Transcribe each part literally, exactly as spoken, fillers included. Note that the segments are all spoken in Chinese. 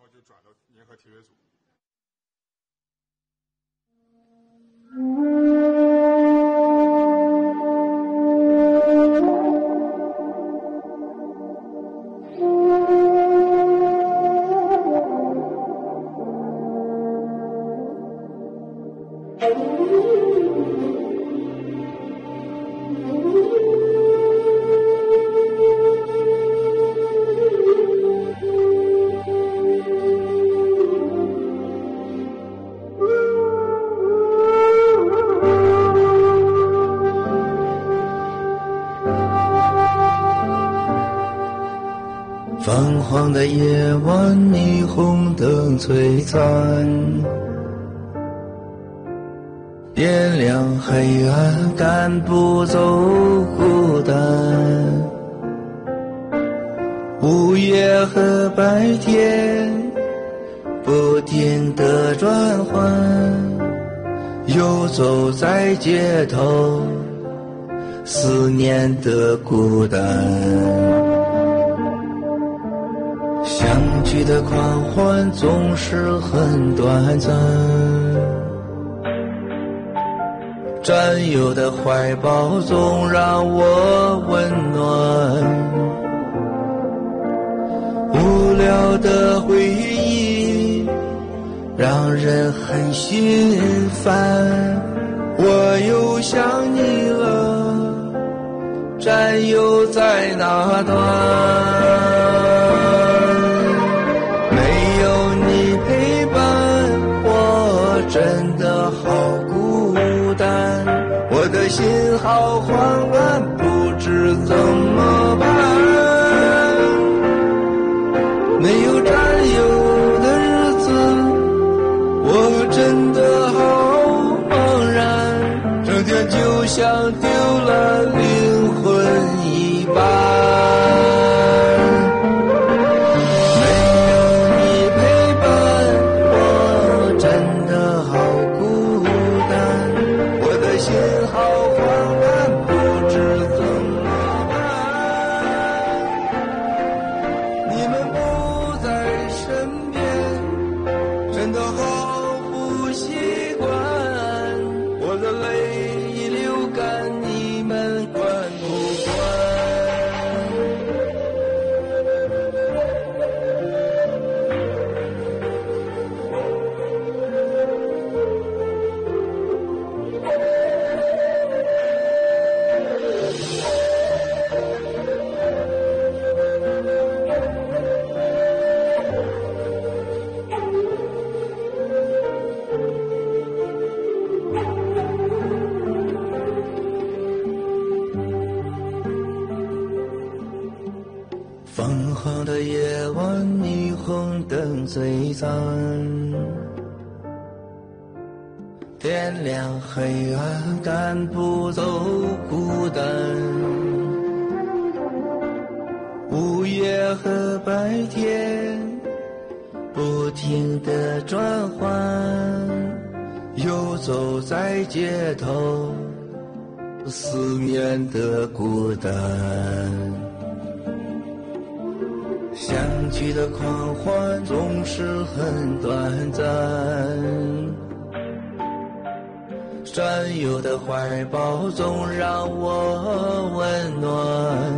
后就转到联合体育组。 泛黄的夜晚，霓虹灯璀璨，点亮黑暗，赶不走孤单。午夜和白天不停地转换，游走在街头，思念的孤单。相聚的狂欢总是很短暂，战友的怀抱总让我温暖。无聊的回忆让人很心烦，我又想你了，战友在哪端？真的好孤单，我的心好慌乱，不知怎么办。没有战友的日子，我真的好茫然，整天就像丢了灵魂一般。泛黄的夜晚，霓虹灯璀璨，点亮黑暗，赶不走孤单。午夜和白天不停地转换，游走在街头，思念的孤单。相聚的狂欢总是很短暂，战友的怀抱总让我温暖。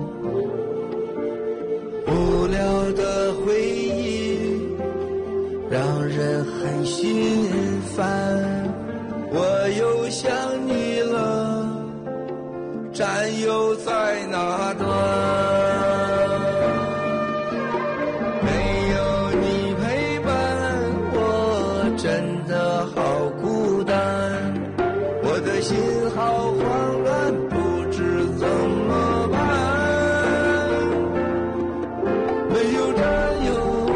无聊的回忆让人很心烦，我又想你了，战友在哪端？真的好孤单，我的心好慌乱，不知怎么办。没有战友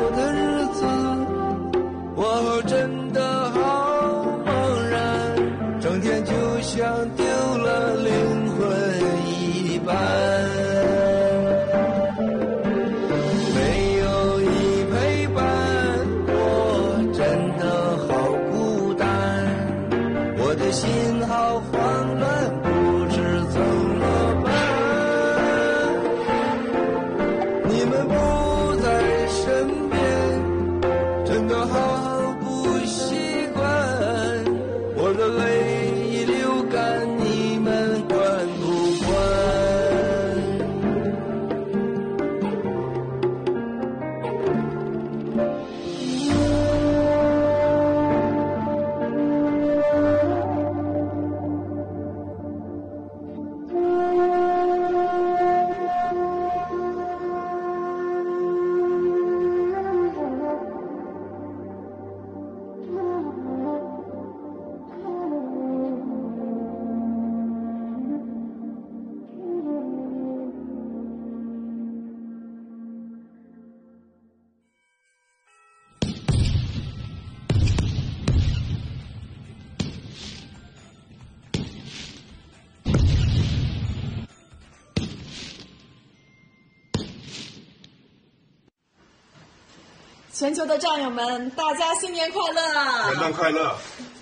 全球的战友们，大家新年快乐！ 元旦快乐！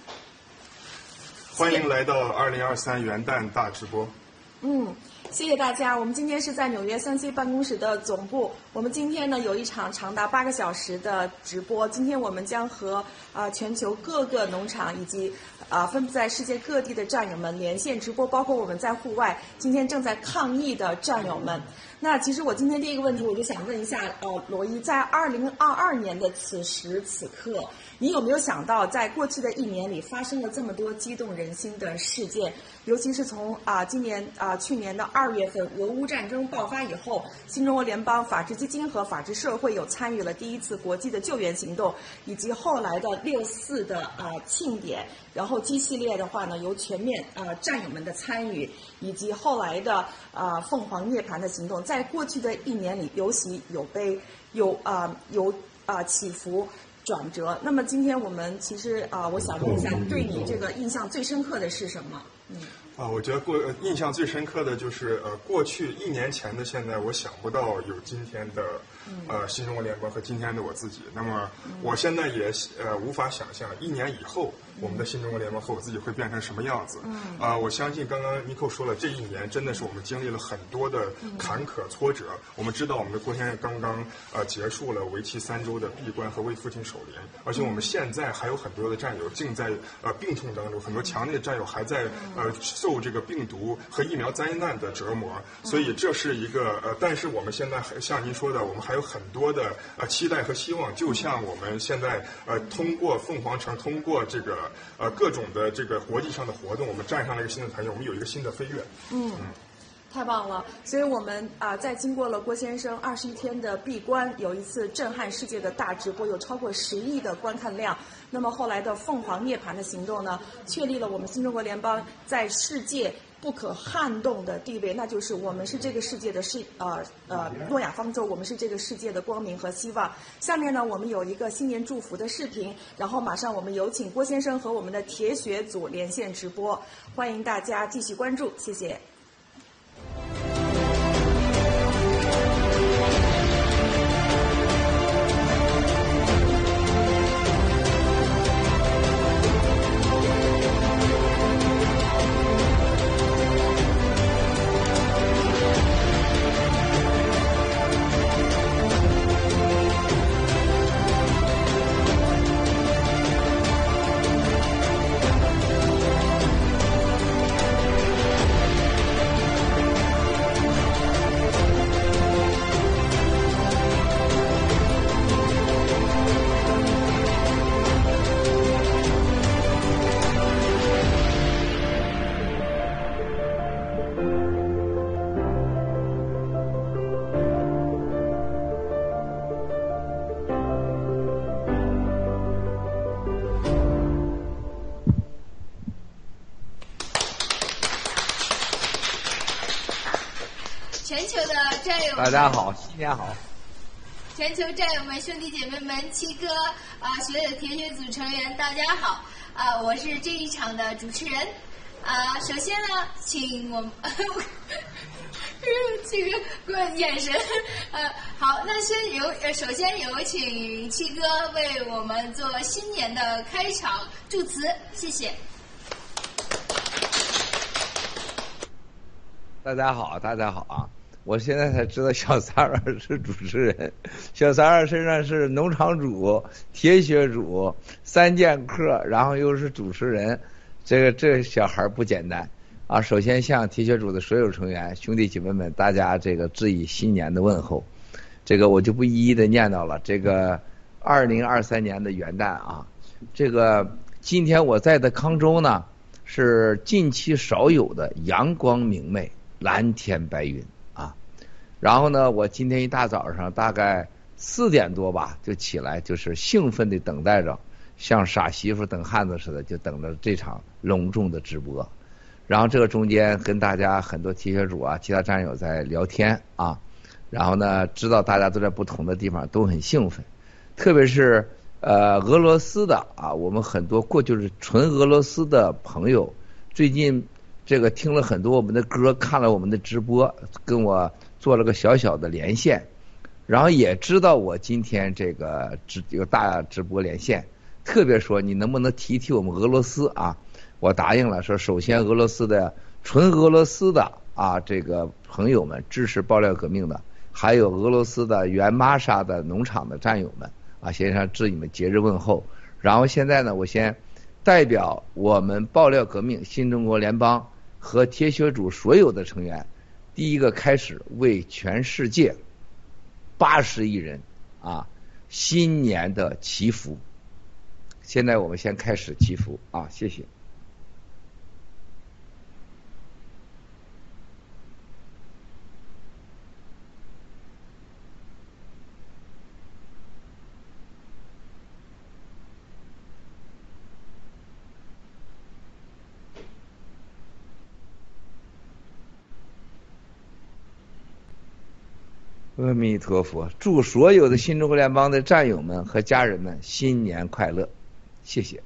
欢迎来到二零二三元旦大直播。 嗯，谢谢大家。我们今天是在纽约三 C 办公室的总部。我们今天呢有一场长达八个小时的直播。今天我们将和啊、呃、全球各个农场以及啊、呃、分布在世界各地的战友们连线直播，包括我们在户外今天正在抗疫的战友们。那其实我今天第一个问题，我就想问一下，呃，罗伊，在二零二二年的此时此刻，你有没有想到，在过去的一年里发生了这么多激动人心的事件？尤其是从啊、呃、今年啊、呃、去年的二月份俄乌战争爆发以后，新中国联邦法治基金和法治社会有参与了第一次国际的救援行动，以及后来的六四的啊、呃、庆典。然后 G 系列的话呢，由全面呃战友们的参与，以及后来的呃凤凰涅槃的行动，在过去的一年里有喜有悲，有啊、呃、有啊、呃、起伏转折。那么今天我们其实啊、呃，我想问一下，对你这个印象最深刻的是什么？嗯。 啊，我觉得过印象最深刻的就是呃，过去一年前的现在，我想不到有今天的呃新中国联邦和今天的我自己。那么我现在也呃无法想象一年以后我们的新中国联邦和我自己会变成什么样子。啊、呃，我相信刚刚尼寇说了，这一年真的是我们经历了很多的坎坷挫折。我们知道我们的郭先生刚刚呃结束了为期三周的闭关和为父亲守灵，而且我们现在还有很多的战友正在呃病痛当中，很多强烈的战友还在呃受这个病毒和疫苗灾难的折磨，所以这是一个呃，但是我们现在像您说的，我们还有很多的呃期待和希望，就像我们现在呃通过凤凰城，通过这个呃各种的这个国际上的活动，我们站上了一个新的台阶，我们有一个新的飞跃。 嗯。嗯，太棒了！所以我们啊、呃，在经过了郭先生二十一天的闭关，有一次震撼世界的大直播，有超过十亿的观看量。那么后来的凤凰涅槃的行动呢，确立了我们新中国联邦在世界不可撼动的地位，那就是我们是这个世界的是呃呃诺亚方舟，我们是这个世界的光明和希望。下面呢，我们有一个新年祝福的视频，然后马上我们有请郭先生和我们的铁血组连线直播，欢迎大家继续关注，谢谢。 全球的战友们， 大家好，新年好！ 全球战友们、兄弟姐妹们、七哥啊、呃，所有的铁血组成员，大家好！啊、呃，我是这一场的主持人。啊、呃，首先呢，请我们七哥给我眼神，呃，好，那先有呃，首先有请七哥为我们做新年的开场祝词，谢谢。 大家好，大家好啊！我现在才知道小三儿是主持人，小三儿身上是农场主、铁血主、三剑客，然后又是主持人，这个这个小孩不简单啊！首先向铁血主的所有成员、兄弟姐妹们，大家这个致以新年的问候。这个我就不一一的念叨了。这个二零二三年的元旦啊，这个今天我在的康州呢，是近期少有的阳光明媚。蓝天白云啊，然后呢，我今天一大早上大概四点多吧就起来，就是兴奋地等待着，像傻媳妇等汉子似的，就等着这场隆重的直播。然后这个中间跟大家很多铁血主啊、其他战友在聊天啊，然后呢，知道大家都在不同的地方，都很兴奋，特别是呃俄罗斯的啊，我们很多过去是纯俄罗斯的朋友，最近。这个听了很多我们的歌，看了我们的直播，跟我做了个小小的连线， 然后也知道我今天这个直有大直播连线，特别说你能不能提提我们俄罗斯啊？我答应了，说首先俄罗斯的纯俄罗斯的啊这个朋友们支持爆料革命的，还有俄罗斯的原玛莎的农场的战友们啊，先向致你们节日问候。然后现在呢，我先代表我们爆料革命新中国联邦和铁血主所有的成员，第一个开始为全世界八十亿人啊新年的祈福。现在我们先开始祈福啊，谢谢。阿弥陀佛，祝所有的新中国联邦的战友们和家人们新年快乐，谢谢。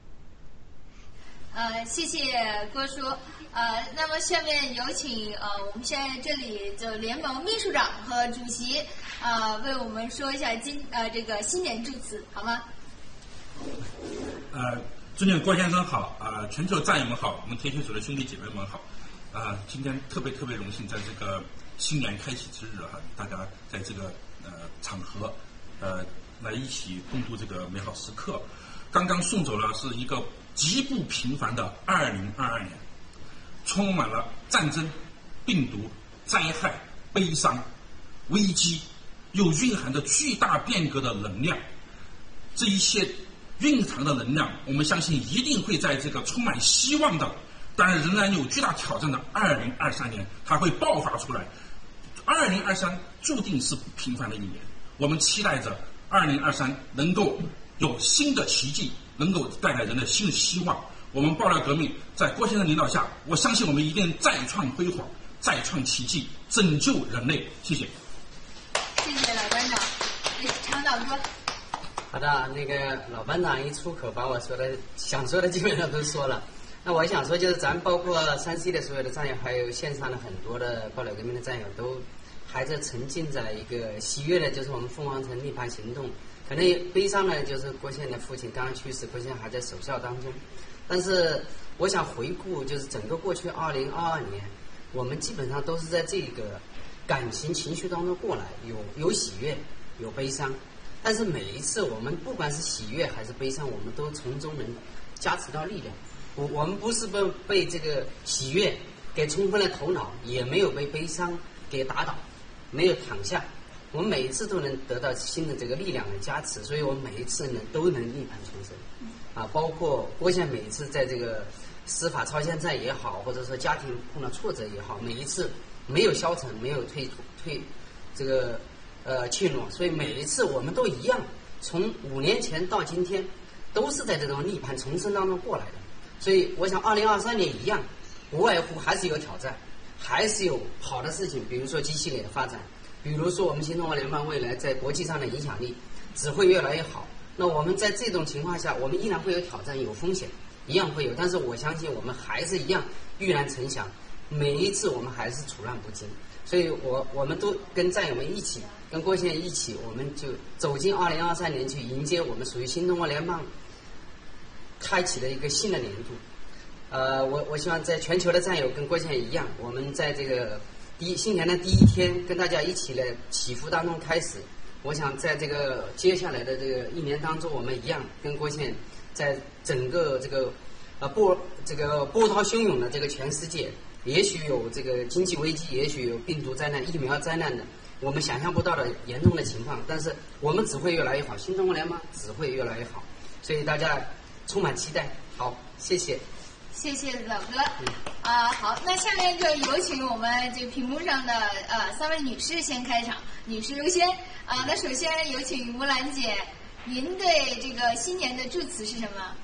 呃，谢谢郭叔。呃，那么下面有请呃我们现在这里就联盟秘书长和主席呃为我们说一下今呃这个新年祝词，好吗？ 呃，尊敬郭先生好，啊、呃，全球战友们好，我们铁血组的兄弟姐妹们好，啊、呃，今天特别特别荣幸在这个新年开启之日哈，大家在这个呃场合呃来一起共度这个美好时刻。刚刚送走了是一个极不平凡的二零二二年，充满了战争、病毒、灾害、悲伤、危机，又蕴含着巨大变革的能量。这一些蕴藏的能量，我们相信一定会在这个充满希望的，当然仍然有巨大挑战的二零二三年，它会爆发出来。二零二三注定是不平凡的一年，我们期待着二零二三能够有新的奇迹，能够带来人的新的希望。我们爆料革命在郭先生领导下，我相信我们一定再创辉煌，再创奇迹，拯救人类。谢谢。 谢谢老班长。常导哥。 好的，那个老班长一出口，把我说的想说的基本上都说了。那我想说，就是咱包括三 C 的所有的战友，还有线上的很多的爆料革命的战友，都还在沉浸在一个喜悦的，就是我们凤凰城逆盘行动。可能悲伤呢，就是郭先生的父亲刚刚去世，郭先生还在守孝当中。但是我想回顾，就是整个过去二零二二年，我们基本上都是在这个感情情绪当中过来，有有喜悦，有悲伤。但是每一次我们不管是喜悦还是悲伤，我们都从中能加持到力量。我我们不是被被这个喜悦给冲昏了头脑，也没有被悲伤给打倒，没有躺下。我们每一次都能得到新的这个力量的加持，所以我们每一次呢都能逆盘重生。啊，包括郭先生每一次在这个司法超限战也好，或者说家庭碰到挫折也好，每一次没有消沉，没有退退这个呃怯懦，所以每一次我们都一样，从五年前到今天，都是在这种逆盘重生当中过来的。所以我想，二零二三年一样，无外乎还是有挑战，还是有好的事情，比如说机器人的发展，比如说我们新中国联邦未来在国际上的影响力只会越来越好。那我们在这种情况下，我们依然会有挑战，有风险，一样会有。但是我相信我们还是一样玉然成祥，每一次我们还是处乱不惊。所以我我们都跟战友们一起，跟郭先生一起，我们就走进二零二三年，去迎接我们属于新中国联邦开启的一个新的年度。呃，我我希望在全球的战友跟郭先生一样，我们在这个第一新年的第一天，跟大家一起来祈福当中开始。我想在这个接下来的这个一年当中，我们一样跟郭先生在整个这个呃波这个波涛汹涌的这个全世界，也许有这个经济危机，也许有病毒灾难、疫苗灾难的我们想象不到的严重的情况，但是我们只会越来越好，新中国联邦只会越来越好，所以大家充满期待。好，谢谢。 谢谢老哥。啊、呃，好，那下面就有请我们这个屏幕上的呃三位女士先开场，女士优先。啊、呃，那首先有请木兰姐，您对这个新年的祝词是什么？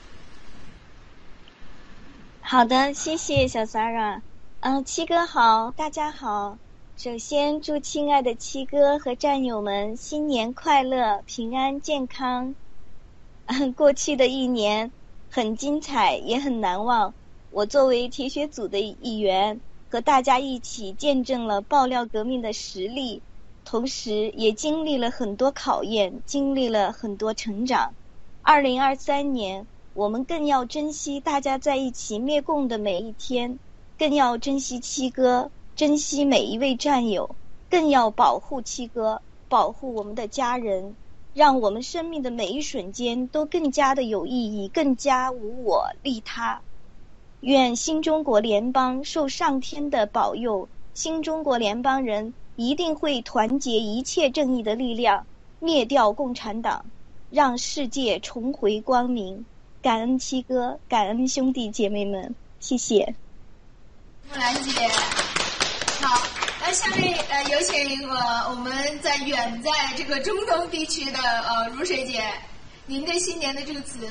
好的，谢谢小 Sarah。嗯、呃，七哥好，大家好。首先祝亲爱的七哥和战友们新年快乐，平安健康。嗯，过去的一年很精彩，也很难忘。我作为铁血组的一员，和大家一起见证了爆料革命的实力， 同时也经历了很多考验，经历了很多成长。二零二三年，我们更要珍惜大家在一起灭共的每一天，更要珍惜七哥，珍惜每一位战友，更要保护七哥，保护我们的家人，让我们生命的每一瞬间都更加的有意义，更加无我利他。愿新中国联邦受上天的保佑，新中国联邦人一定会团结一切正义的力量，灭掉共产党，让世界重回光明。感恩七哥，感恩兄弟姐妹们，谢谢。 木兰姐，好，那下面呃有请呃我们在远在这个中东地区的呃如水姐，您对新年的祝词。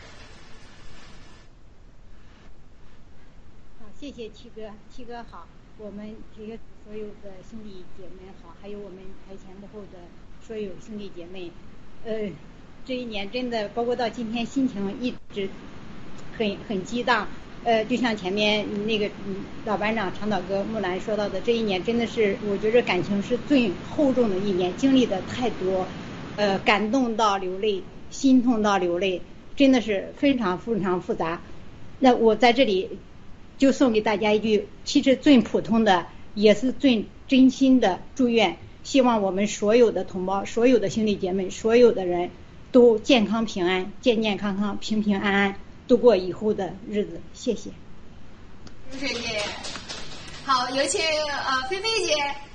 好，谢谢七哥，七哥好，我们这个所有的兄弟姐妹好，还有我们台前幕后的所有兄弟姐妹，呃。这一年真的，包括到今天，心情一直很很激荡。呃，就像前面那个老班长长岛哥木兰说到的，这一年真的是，我觉着感情是最厚重的一年，经历的太多，呃，感动到流泪，心痛到流泪，真的是非常非常复杂。那我在这里就送给大家一句，其实最普通的，也是最真心的祝愿，希望我们所有的同胞、所有的兄弟姐妹、所有的人。都健康平安，健健康康，平平安安度过以后的日子。谢谢。 如水姐，好，有请呃菲菲姐。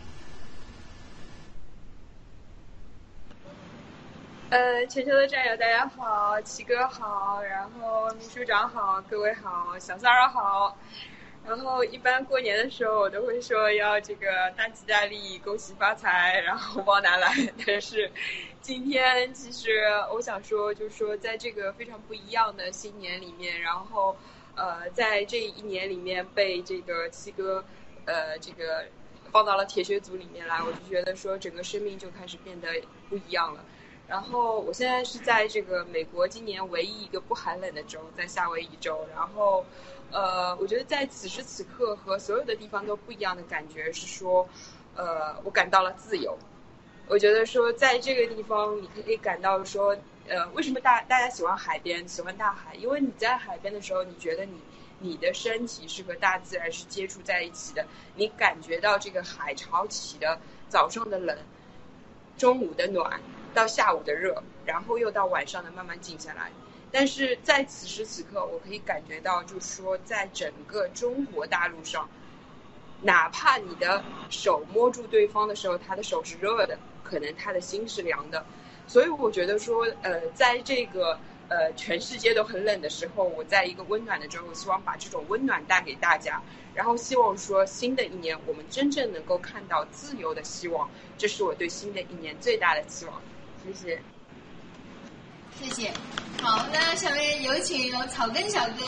呃，全球的战友大家好，七哥好，然后秘书长好，各位好，小三儿好。然后一般过年的时候我都会说要这个大吉大利，恭喜发财，然后包拿来。但是今天其实我想说，就是说在这个非常不一样的新年里面，然后呃在这一年里面被这个七哥呃这个放到了铁血组里面来，我就觉得说整个生命就开始变得不一样了。然后我现在是在这个美国今年唯一一个不寒冷的州，在夏威夷州。然后呃我觉得在此时此刻和所有的地方都不一样的感觉是说，呃我感到了自由。我觉得说在这个地方你可以感到说呃为什么大大家喜欢海边，喜欢大海，因为你在海边的时候你觉得你你的身体是和大自然是接触在一起的，你感觉到这个海潮起的早上的冷，中午的暖，到下午的热，然后又到晚上的慢慢静下来。但是在此时此刻我可以感觉到，就是说在整个中国大陆上，哪怕你的手摸住对方的时候他的手是热的，可能他的心是凉的。所以我觉得说呃，在这个呃全世界都很冷的时候，我在一个温暖的州，我希望把这种温暖带给大家，然后希望说新的一年我们真正能够看到自由的希望，这是我对新的一年最大的期望。谢谢。 谢谢。好，那下面有请草根小哥。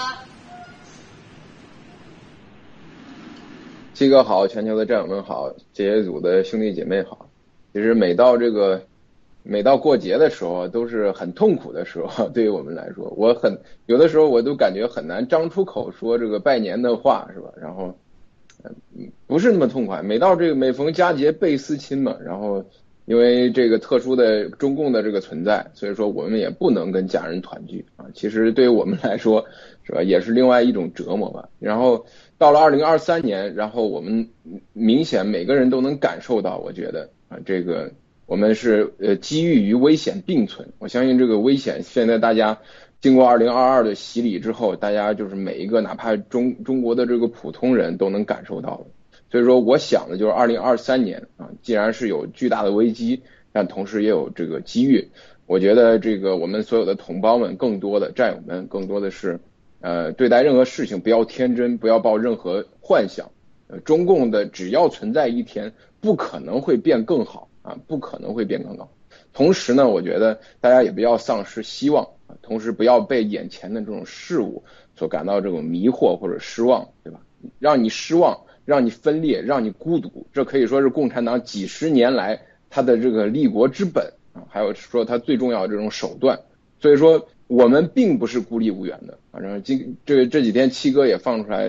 七哥好，全球的战友们好，铁血组的兄弟姐妹好。其实每到这个每到过节的时候都是很痛苦的时候，对于我们来说，我很有的时候我都感觉很难张出口说这个拜年的话，是吧？然后嗯不是那么痛快。每到这个每逢佳节倍思亲嘛，然后因为这个特殊的中共的这个存在，所以说我们也不能跟家人团聚啊。其实对于我们来说，是吧，也是另外一种折磨吧。然后到了二零二三年，然后我们明显每个人都能感受到，我觉得啊，这个我们是呃机遇与危险并存。我相信这个危险，现在大家经过二零二二的洗礼之后，大家就是每一个哪怕中中国的这个普通人都能感受到了。所以说我想的就是二零二三年啊，既然是有巨大的危机，但同时也有这个机遇。我觉得这个我们所有的同胞们，更多的战友们，更多的是呃对待任何事情不要天真，不要抱任何幻想。呃中共的只要存在一天，不可能会变更好啊，不可能会变更好。同时呢，我觉得大家也不要丧失希望啊，同时不要被眼前的这种事物所感到这种迷惑或者失望，对吧？让你失望，让你分裂，让你孤独，这可以说是共产党几十年来他的这个立国之本啊，还有说他最重要的这种手段。所以说我们并不是孤立无援的啊。然后今这这几天七哥也放出来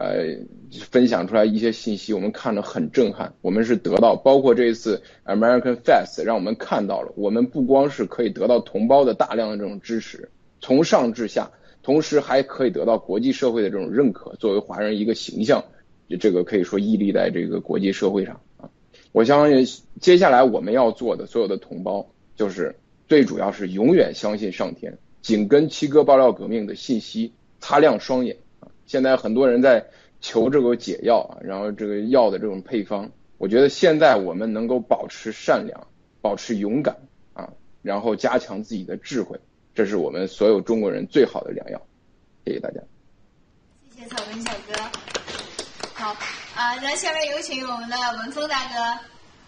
呃分享出来一些信息，我们看着很震撼。我们是得到，包括这一次 American Fest 让我们看到了，我们不光是可以得到同胞的大量的这种支持，从上至下，同时还可以得到国际社会的这种认可，作为华人一个形象，这个可以说屹立在这个国际社会上啊。我相信接下来我们要做的所有的同胞，就是最主要是永远相信上天，紧跟七哥爆料革命的信息，擦亮双眼啊。现在很多人在求这个解药啊，然后这个药的这种配方，我觉得现在我们能够保持善良，保持勇敢啊，然后加强自己的智慧，这是我们所有中国人最好的良药。谢谢大家。 谢谢草根小哥。好啊，那下面有请我们的文峰大哥。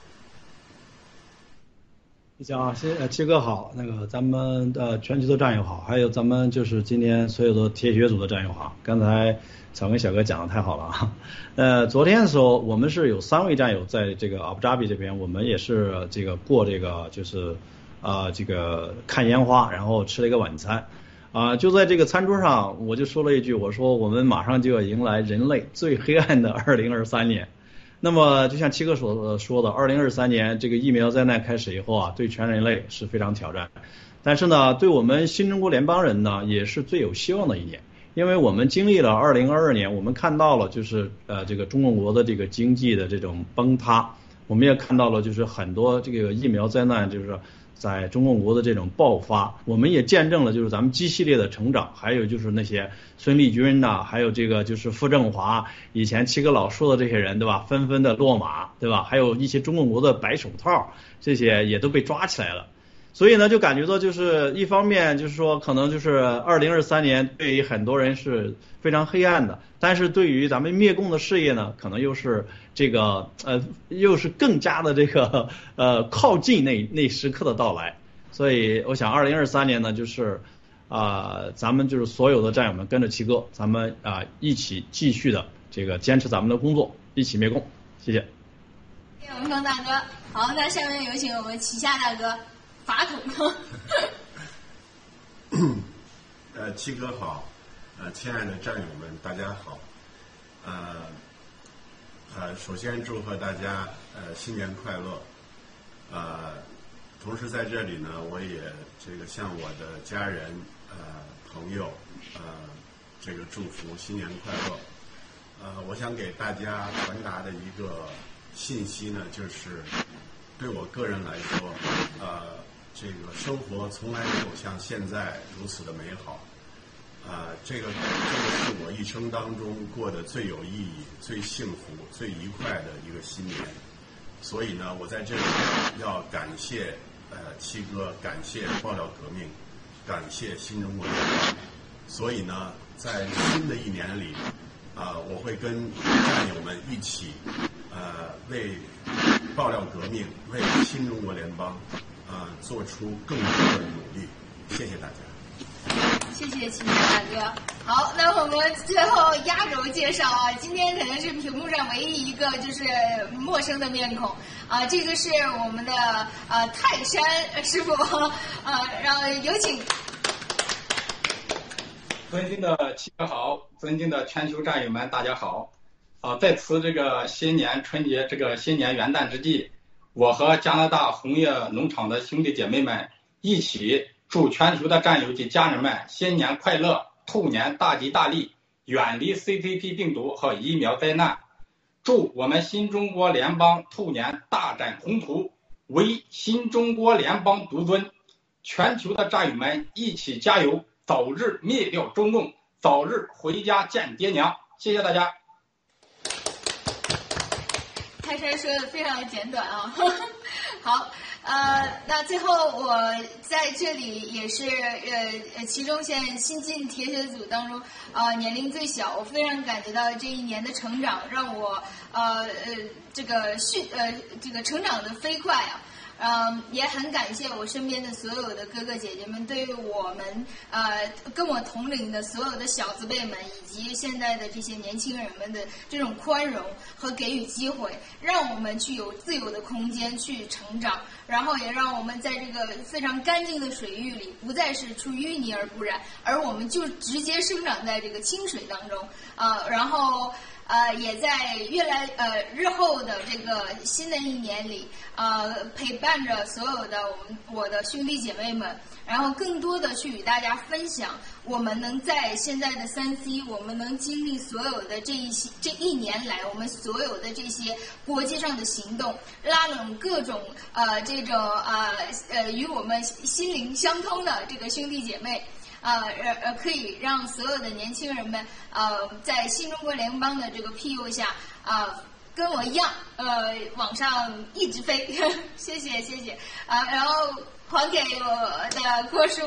讲谢呃七哥好，那个咱们的全球的战友好，还有咱们就是今天所有的铁血组的战友好。刚才草根小哥讲的太好了啊。呃，昨天的时候我们是有三位战友在这个阿布扎比这边，我们也是这个过这个就是啊、呃、这个看烟花，然后吃了一个晚餐。啊、呃，就在这个餐桌上，我就说了一句，我说我们马上就要迎来人类最黑暗的二零二三年。那么就像七哥所说的，二零二三年这个疫苗灾难开始以后啊，对全人类是非常挑战。但是呢，对我们新中国联邦人呢，也是最有希望的一年，因为我们经历了二零二二年，我们看到了就是呃这个中国国的这个经济的这种崩塌，我们也看到了就是很多这个疫苗灾难就是在中国国的这种爆发，我们也见证了就是咱们 G 系列的成长，还有就是那些孙立军呐、啊，还有这个就是傅政华，以前七哥老说的这些人，对吧？纷纷的落马，对吧？还有一些中国国的白手套，这些也都被抓起来了。所以呢，就感觉到就是一方面就是说，可能就是二零二三年对于很多人是非常黑暗的，但是对于咱们灭共的事业呢，可能又是这个呃，又是更加的这个呃靠近那那时刻的到来。所以我想，二零二三年呢，就是啊、呃，咱们就是所有的战友们跟着七哥，咱们啊、呃、一起继续的这个坚持咱们的工作，一起灭共。谢谢。 谢谢文峰大哥。好，那下面有请我们旗下大哥。法统。 呃，七哥好，呃，亲爱的战友们，大家好。呃，呃，首先祝贺大家呃新年快乐。呃，同时在这里呢，我也这个向我的家人、呃朋友、呃这个祝福新年快乐。呃，我想给大家传达的一个信息呢，就是对我个人来说，呃。这个生活从来没有像现在如此的美好，啊、呃，这个这个是我一生当中过得最有意义、最幸福、最愉快的一个新年。所以呢，我在这里要感谢呃七哥，感谢爆料革命，感谢新中国联邦。所以呢，在新的一年里，啊、呃，我会跟战友们一起，呃，为爆料革命，为新中国联邦。啊，做出更多的努力，谢谢大家。 谢谢秦家大哥。好，那我们最后压轴介绍啊，今天可能是屏幕上唯一一个就是陌生的面孔啊，这个是我们的呃泰山师傅啊，让有请。 尊敬的七哥好，尊敬的全球战友们，大家好。啊，在此这个新年春节这个新年元旦之际。我和加拿大红叶农场的兄弟姐妹们一起祝全球的战友及家人们新年快乐，兔年大吉大利，远离 C T P 病毒和疫苗灾难。祝我们新中国联邦兔年大展宏图，为新中国联邦独尊。全球的战友们一起加油，早日灭掉中共，早日回家见爹娘。谢谢大家。 泰山说的非常的简短啊，好，呃，那最后我在这里也是呃其中现在新进铁血组当中呃年龄最小，我非常感觉到这一年的成长，让我呃呃这个迅呃这个成长的飞快啊。 嗯，也很感谢我身边的所有的哥哥姐姐们，对于我们呃跟我同龄的所有的小字辈们，以及现在的这些年轻人们的这种宽容和给予机会，让我们去有自由的空间去成长，然后也让我们在这个非常干净的水域里，不再是出淤泥而不染，而我们就直接生长在这个清水当中啊、呃，然后。呃，也在越来呃日后的这个新的一年里，呃，陪伴着所有的我们我的兄弟姐妹们，然后更多的去与大家分享，我们能在现在的三 C， 我们能经历所有的这一些这一年来，我们所有的这些国际上的行动，拉拢各种呃这种呃呃与我们心灵相通的这个兄弟姐妹。呃呃，可以让所有的年轻人们呃，在新中国联邦的这个庇佑下啊、呃，跟我一样呃，往上一直飞。谢谢谢谢啊、呃，然后还给我的郭叔。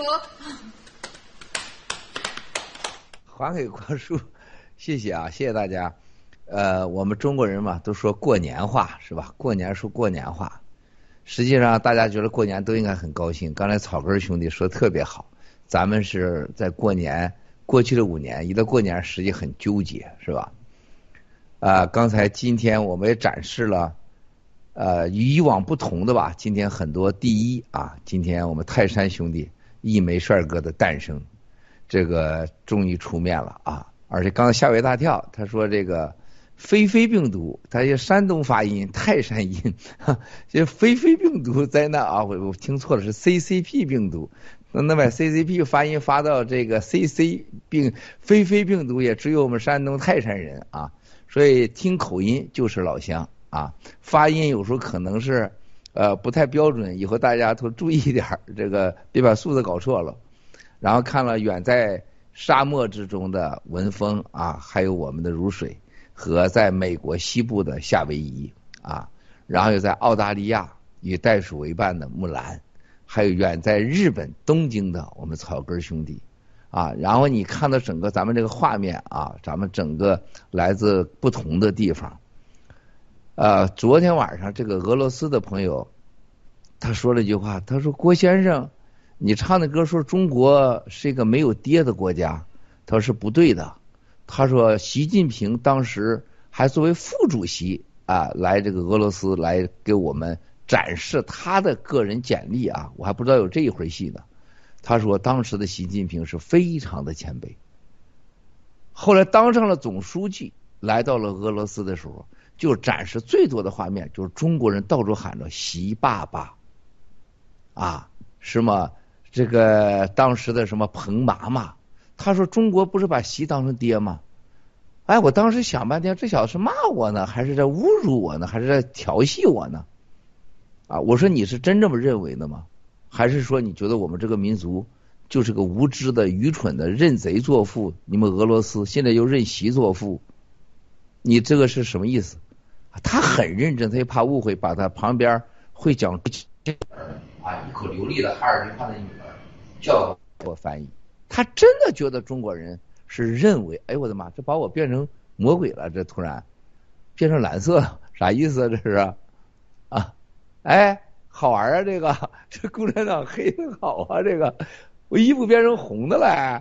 还给郭叔，谢谢啊，谢谢大家。呃，我们中国人嘛，都说过年话是吧？过年说过年话，实际上大家觉得过年都应该很高兴。刚才草根兄弟说的特别好。咱们是在过年，过去的五年，一到过年实际很纠结，是吧？啊、呃，刚才今天我们也展示了，呃，与以往不同的吧。今天很多第一啊，今天我们泰山兄弟一枚帅哥的诞生，这个终于出面了啊！而且刚才吓我一大跳，他说这个非非病毒，他是山东发音，泰山音，这非非病毒在那啊，我我听错了，是 C C P 病毒。那把 C C P 发音发到这个 C C 病非非病毒，也只有我们山东泰山人啊，所以听口音就是老乡啊，发音有时候可能是呃不太标准，以后大家都注意一点，这个别把数字搞错了。然后看了远在沙漠之中的文峰啊，还有我们的如水，和在美国西部的夏威夷啊，然后又在澳大利亚与袋鼠为伴的木兰。还有远在日本东京的我们草根兄弟啊，然后你看到整个咱们这个画面啊，咱们整个来自不同的地方。呃，昨天晚上这个俄罗斯的朋友他说了一句话，他说郭先生，你唱的歌说中国是一个没有爹的国家，他说是不对的。他说习近平当时还作为副主席啊来这个俄罗斯来给我们展示他的个人简历啊，我还不知道有这一回戏呢。他说当时的习近平是非常的谦卑，后来当上了总书记，来到了俄罗斯的时候，就展示最多的画面就是中国人到处喊着习爸爸啊，什么这个当时的什么彭妈妈，他说中国不是把习当成爹吗？哎，我当时想半天，这小子是骂我呢，还是在侮辱我呢，还是在调戏我呢？啊，我说你是真这么认为的吗？还是说你觉得我们这个民族就是个无知的、愚蠢的、认贼作父？你们俄罗斯现在又认习作父，你这个是什么意思？他很认真，他也怕误会，把他旁边会讲啊一口流利的哈尔滨话的女儿叫我翻译。他真的觉得中国人是认为，哎我的妈，这把我变成魔鬼了，这突然变成蓝色了，啥意思啊？这是啊？哎，好玩啊！这个这共产党黑的好啊！这个我衣服变成红的了。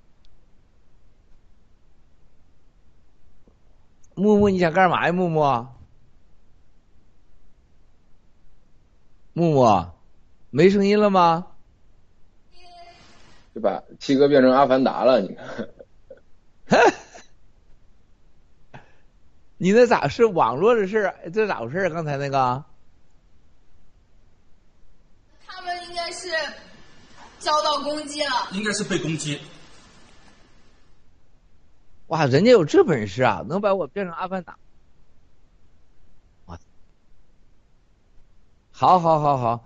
木木，你想干嘛呀？木木，木木，没声音了吗？ 就把七哥变成阿凡达了，你看。 你那咋是网络的事？这咋回事？刚才那个？ 他们应该是遭到攻击了， 应该是被攻击。 哇，人家有这本事啊，能把我变成阿凡达。哇，好好好好。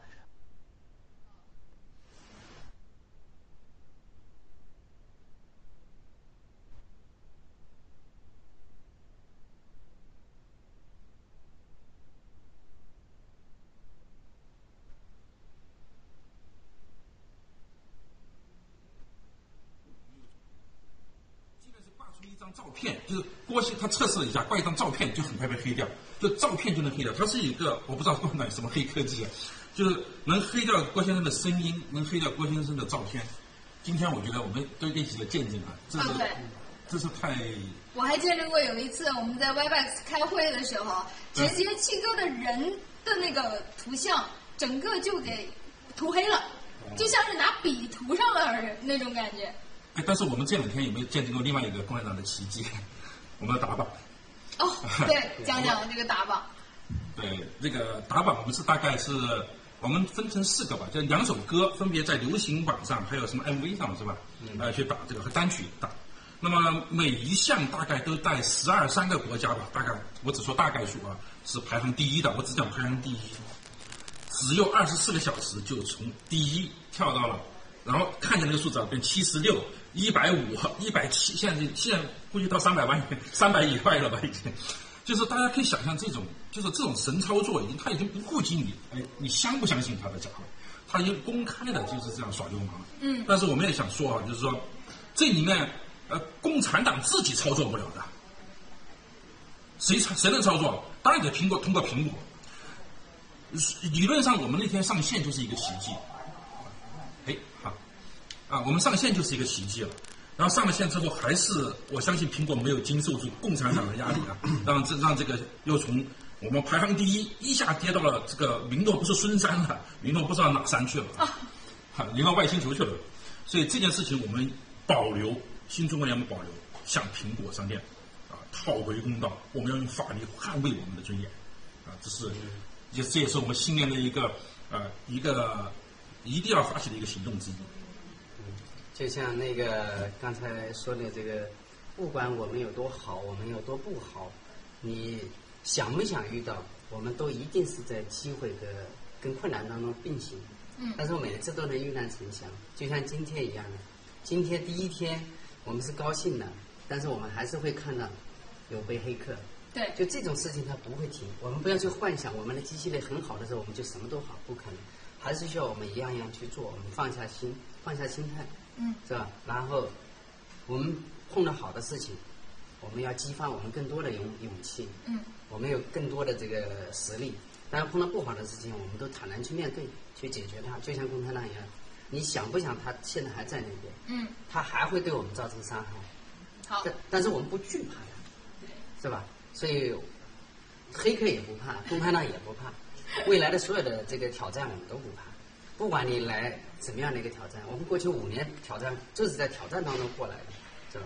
照片，就是郭先他测试了一下，挂一张照片就很快被黑掉，就照片就能黑掉。它是一个我不知道共产党有什么黑科技啊，就是能黑掉郭先生的声音，能黑掉郭先生的照片。今天我觉得我们都一起来见证啊，这是、 对这是太…… 我还见证过有一次我们在 Webex 开会的时候，直接七哥的人的那个图像整个就给涂黑了，就像是拿笔涂上了那种感觉。 哎，但是我们这两天有没有见证过另外一个共产党的奇迹？我们的打榜。 哦，对，讲讲这个打榜。 对，这个打榜我们是大概是我们分成四个吧，就两首歌分别在流行榜上，还有什么 M V 上是吧？嗯、呃，去打这个和单曲打。那么每一项大概都在十二三个国家吧，大概我只说大概数啊，是排行第一的。我只讲排行第一，只有二十四个小时就从第一跳到了，然后看见那个数字啊，变七十六。一百五、一百七，现在现在估计到三百万、三百以外了吧？已经，就是大家可以想象这种，就是这种神操作，已经他已经不顾及你，哎，你相不相信他的讲话？他已经公开的就是这样耍流氓。 嗯。 但是我们也想说啊，就是说，这里面呃，共产党自己操作不了的，谁谁能操作？当然得苹果通过苹果。理论上，我们那天上线就是一个奇迹。哎，好。啊，我们上线就是一个奇迹了。然后上了线之后，还是我相信苹果没有经受住共产党的压力啊，让这让这个又从我们排行第一一下跌到了这个名落不是孙山了，名落不知道哪山去了啊，啊，流到外星球去了。所以这件事情我们保留新中国联盟保留，向苹果商店啊讨回公道，我们要用法律捍卫我们的尊严啊，这是也这也是我们新年的一个呃一个一定要发起的一个行动之一。 就像那个刚才说的这个，不管我们有多好，我们有多不好，你想不想遇到，我们都一定是在机会的跟困难当中并行。 嗯。 但是我每次都能遇难成祥，就像今天一样的。今天第一天我们是高兴的，但是我们还是会看到有被黑客。 对。 就这种事情它不会停，我们不要去幻想我们的机器类很好的时候我们就什么都好，不可能，还是需要我们一样一样去做，我们放下心，放下心态。 嗯， 是吧？然后我们碰到好的事情，我们要激发我们更多的勇勇气。 嗯， 我们有更多的这个实力。但是碰到不好的事情，我们都坦然去面对，去解决它。就像共产党一样，你想不想他现在还在那边？ 嗯， 他还会对我们造成伤害。 好， 但但是我们不惧怕他，是吧？所以黑客也不怕，共产党也不怕，未来的所有的这个挑战我们都不怕。不管你来怎么样的一个挑战，我们过去五年挑战就是在挑战当中过来的，是吧？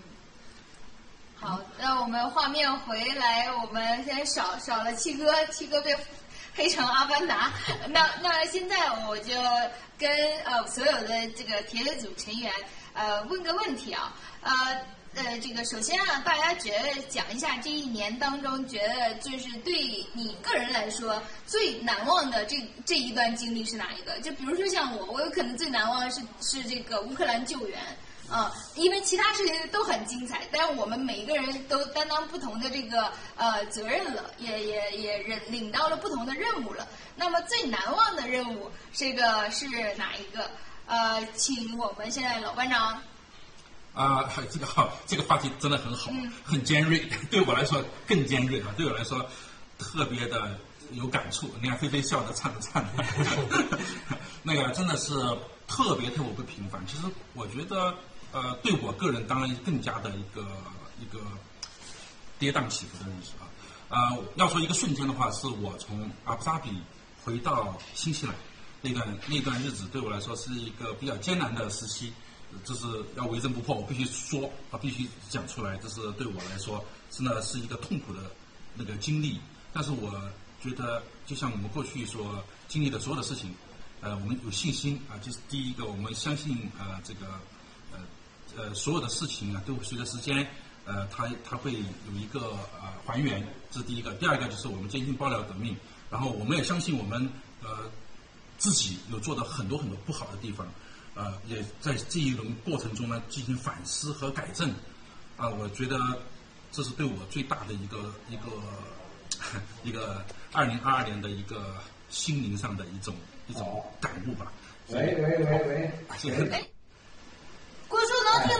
好，那我们画面回来，我们现在少少了七哥，七哥被黑成阿凡达。那那现在我就跟呃所有的这个铁血组成员呃问个问题啊，呃。呃，这个首先啊，大家觉得讲一下这一年当中，觉得就是对你个人来说最难忘的这这一段经历是哪一个？就比如说像我，我有可能最难忘的是是这个乌克兰救援啊、呃，因为其他事情都很精彩，但是我们每一个人都担当不同的这个呃责任了，也也也领领到了不同的任务了。那么最难忘的任务这个是哪一个？呃，请我们现在老班长。 啊、呃，这个好，这个话题真的很好， 嗯、 很尖锐，对我来说更尖锐啊，对我来说特别的有感触。你看菲菲笑得颤颤的，那个真的是特别特别不平凡。其实我觉得，呃，对我个人当然更加的一个一个跌宕起伏的日子啊。呃，要说一个瞬间的话，是我从阿布扎比回到新西兰那段那段日子，对我来说是一个比较艰难的时期。这是要为真不破，我必须说啊，必须讲出来。这是对我来说，真的是一个痛苦的那个经历。但是我觉得，就像我们过去所经历的所有的事情，呃，我们有信心啊。就是第一个，我们相信呃这个呃呃所有的事情啊，都会随着时间呃它它会有一个呃还原。这是第一个。第二个就是我们坚信爆料革命，然后我们也相信我们呃自己有做的很多很多不好的地方。呃，也在这一轮过程中呢进行反思和改正，啊、呃，我觉得这是对我最大的一个一个一个二零二二年的一个心灵上的一种一种感悟吧。 喂喂喂喂， 谢谢。 郭叔能听到？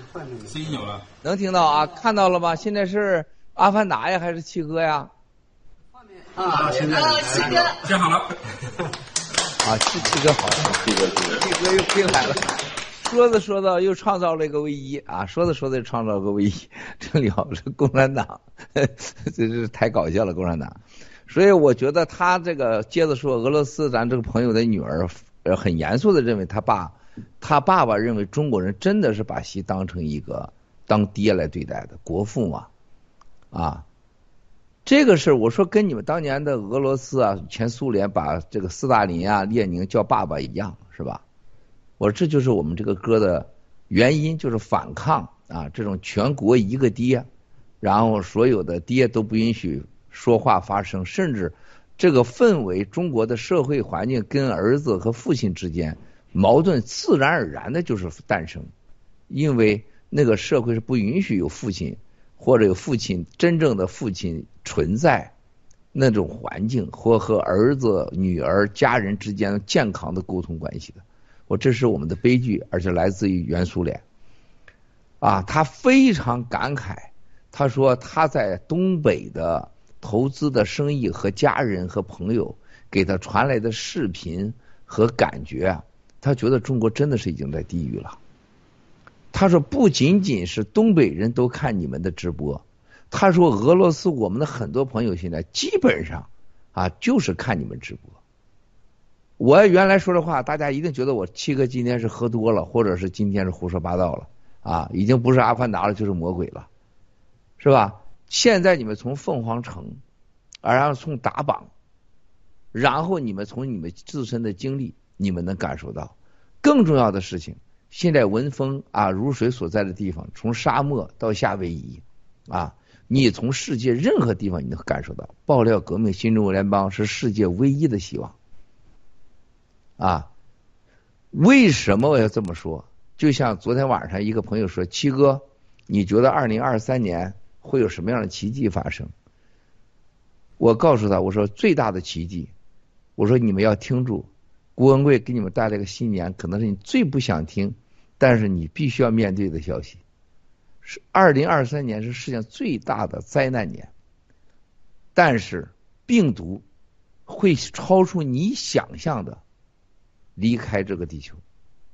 声音有了， 能听到啊？看到了吗？现在是阿凡达呀，还是七哥呀？ 啊， 现在七哥接好了。 啊，七七哥好， 七哥七哥， 七哥又进来了。说着说着又创造了一个唯一啊！说着说着又创造了个唯一，正了是共产党，呵呵这是太搞笑了，共产党。所以我觉得他这个接着说，俄罗斯咱这个朋友的女儿，呃，很严肃的认为他爸，他爸爸认为中国人真的是把习当成一个当爹来对待的国父嘛，啊，这个是我说跟你们当年的俄罗斯啊，前苏联把这个斯大林啊、列宁叫爸爸一样，是吧？我说这就是我们这个歌的原因，就是反抗啊，这种全国一个爹，然后所有的爹都不允许说话发声，甚至这个氛围，中国的社会环境跟儿子和父亲之间矛盾自然而然的就是诞生，因为那个社会是不允许有父亲或者有父亲真正的父亲存在那种环境，或和儿子、女儿、家人之间健康的沟通关系的。我这是我们的悲剧，而且来自于原苏联。啊，他非常感慨，他说他在东北的投资的生意和家人和朋友给他传来的视频和感觉，他觉得中国真的是已经在地狱了。他说不仅仅是东北人都看你们的直播，他说俄罗斯我们的很多朋友现在基本上啊就是看你们直播。我原来说的话，大家一定觉得我七哥今天是喝多了，或者是今天是胡说八道了啊，已经不是阿凡达了，就是魔鬼了，是吧？现在你们从凤凰城，然后从打榜，然后你们从你们自身的经历，你们能感受到更重要的事情。现在文峰啊如水所在的地方，从沙漠到夏威夷啊，你从世界任何地方你能感受到爆料革命新中国联邦是世界唯一的希望啊。为什么我要这么说？就像昨天晚上一个朋友说，七哥你觉得二零二三年会有什么样的奇迹发生？我告诉他，我说最大的奇迹，我说你们要听住，郭文贵给你们带来个新年，可能是你最不想听，但是你必须要面对的消息。是二零二三年是世界上最大的灾难年，但是病毒会超出你想象的离开这个地球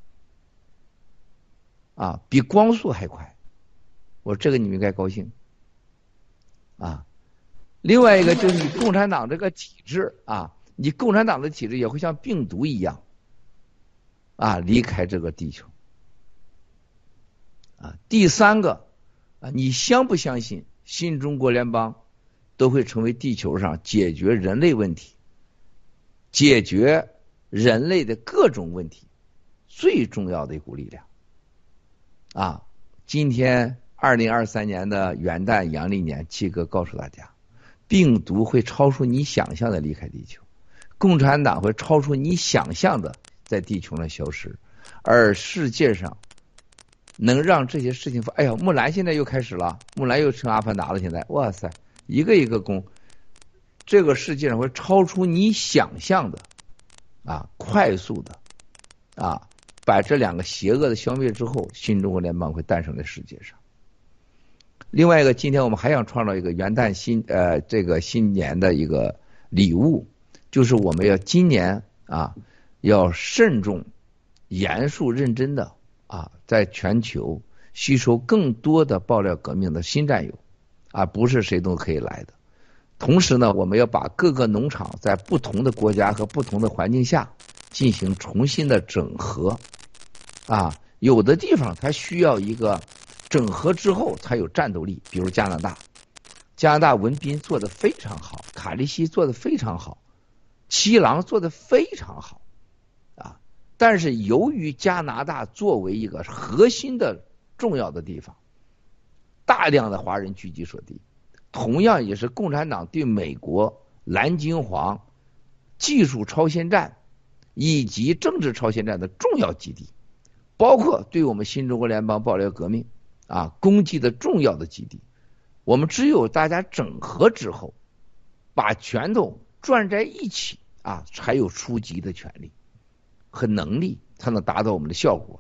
啊，比光速还快。我说这个你们应该高兴啊。另外一个就是你共产党这个体制啊，你共产党的体制也会像病毒一样啊离开这个地球啊。第三个啊，你相不相信新中国联邦都会成为地球上解决人类问题、解决人类的各种问题最重要的一股力量啊。今天二零二三年的元旦阳历年，七哥告诉大家，病毒会超出你想象的离开地球，共产党会超出你想象的在地球上消失，而世界上能让这些事情发，哎呀，木兰现在又开始了，木兰又成阿凡达了，现在哇塞，一个一个攻，这个世界上会超出你想象的啊，快速的啊，把这两个邪恶的消灭之后，新中国联邦会诞生在世界上。另外一个，今天我们还想创造一个元旦新呃这个新年的一个礼物，就是我们要今年啊要慎重、严肃、认真的啊，在全球吸收更多的爆料革命的新战友啊，不是谁都可以来的。同时呢，我们要把各个农场在不同的国家和不同的环境下进行重新的整合啊，有的地方它需要一个整合之后才有战斗力，比如加拿大，加拿大文彬做得非常好，卡利西做得非常好，七郎做得非常好啊。但是由于加拿大作为一个核心的重要的地方，大量的华人聚集所地，同样也是共产党对美国蓝金黄技术超限战以及政治超限战的重要基地，包括对我们新中国联邦爆料革命啊攻击的重要的基地。我们只有大家整合之后，把拳头攥在一起啊，才有出击的权利和能力，才能达到我们的效果。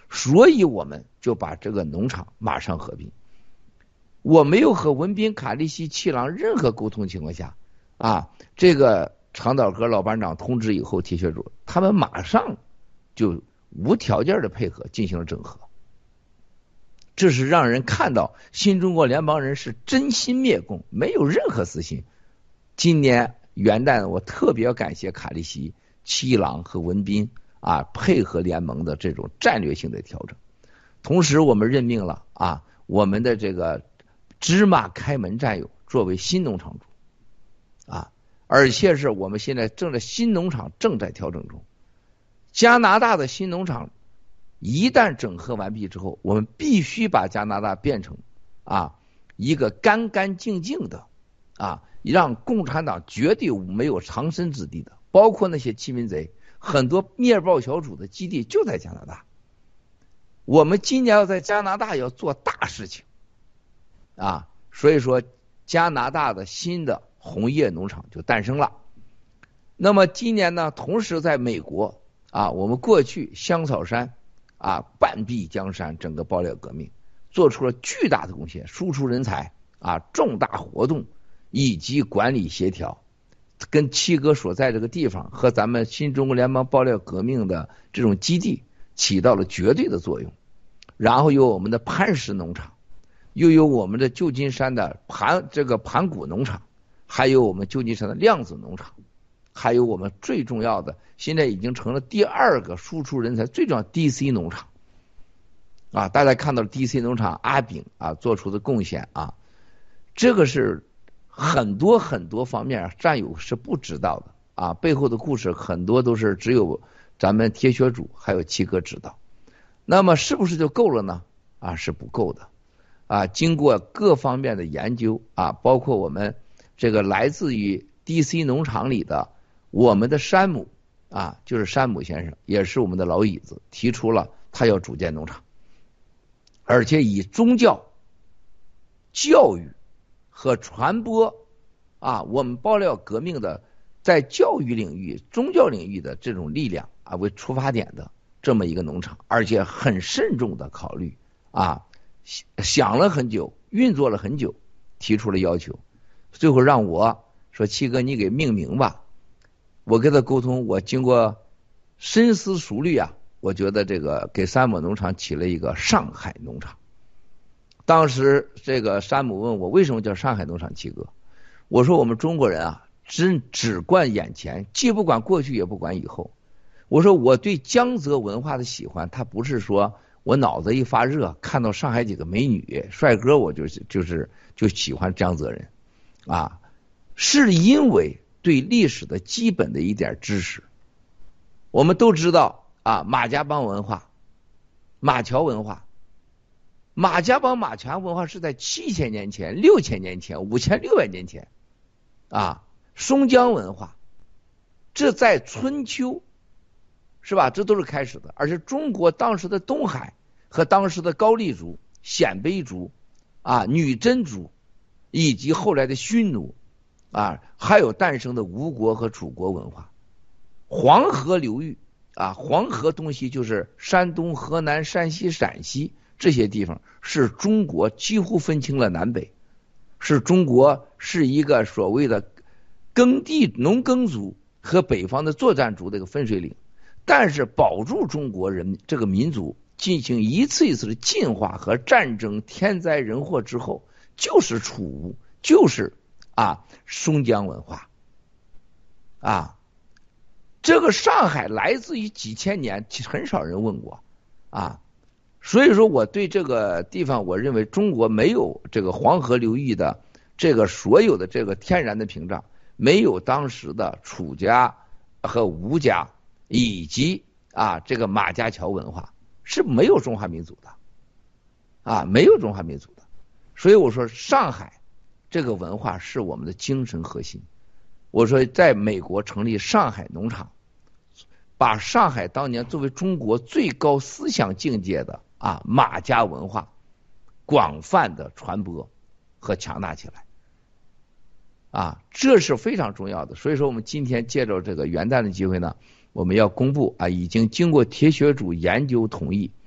所以我们就把这个农场马上合并。我没有和文彬、卡利西、七郎任何沟通情况下，啊，这个长岛阁老班长通知以后，铁血主他们马上就无条件的配合进行了整合。这是让人看到新中国联邦人是真心灭共，没有任何私心。今年元旦我特别感谢卡利西、七郎和文彬啊配合联盟的这种战略性的调整。同时我们任命了啊我们的这个芝麻开门战友作为新农场主啊，而且是我们现在正在新农场正在调整中。加拿大的新农场一旦整合完毕之后，我们必须把加拿大变成啊一个干干净净的啊，让共产党绝对没有藏身之地的，包括那些欺民贼，很多灭暴小组的基地就在加拿大。我们今年要在加拿大要做大事情啊，所以说加拿大的新的红叶农场就诞生了。那么今年呢，同时在美国啊，我们过去香草山啊半壁江山整个爆料革命做出了巨大的贡献，输出人才啊，重大活动以及管理协调，跟七哥所在这个地方和咱们新中国联邦爆料革命的这种基地起到了绝对的作用。然后有我们的磐石农场，又有我们的旧金山的盘这个盘古农场，还有我们旧金山的量子农场，还有我们最重要的现在已经成了第二个输出人才最重要 D C 农场啊，大家看到了 D C 农场阿炳啊做出的贡献啊，这个是很多很多方面战友是不知道的啊，背后的故事很多都是只有咱们铁血主还有七哥知道。那么是不是就够了呢？啊，是不够的啊！经过各方面的研究啊，包括我们这个来自于 D C 农场里的我们的山姆啊，就是山姆先生，也是我们的老椅子，提出了他要组建农场，而且以宗教、教育和传播啊，我们爆料革命的在教育领域、宗教领域的这种力量啊为出发点的这么一个农场，而且很慎重的考虑啊，想了很久，运作了很久，提出了要求，最后让我说七哥你给命名吧。我跟他沟通，我经过深思熟虑啊，我觉得这个给山姆农场起了一个上海农场。当时这个山姆问我为什么叫上海农场，七哥，我说我们中国人啊只只管眼前，既不管过去也不管以后。我说我对江浙文化的喜欢，他不是说我脑子一发热看到上海几个美女帅哥我就就是就喜欢江浙人啊，是因为对历史的基本的一点知识。我们都知道啊，马家浜文化、马桥文化，马家浜马桥文化是在七千年前、六千年前、五千六百年前啊，松江文化，这在春秋。是吧？这都是开始的，而且中国当时的东海和当时的高丽族、鲜卑族啊、女真族，以及后来的匈奴啊，还有诞生的吴国和楚国文化。黄河流域啊，黄河东西就是山东、河南、山西、陕西这些地方，是中国几乎分清了南北，是中国是一个所谓的耕地农耕族和北方的作战族的一个分水岭。但是保住中国人这个民族进行一次一次的进化和战争、天灾人祸之后，就是楚吴，就是啊松江文化啊。这个上海来自于几千年，其实很少人问过啊。所以说我对这个地方，我认为中国没有这个黄河流域的这个所有的这个天然的屏障，没有当时的楚家和吴家。以及啊，这个马家桥文化是没有中华民族的啊，没有中华民族的。所以我说上海这个文化是我们的精神核心。我说在美国成立上海农场，把上海当年作为中国最高思想境界的啊马家文化广泛的传播和强大起来啊，这是非常重要的。所以说我们今天借着这个元旦的机会呢，我们要公布啊，已经经过铁血主研究同意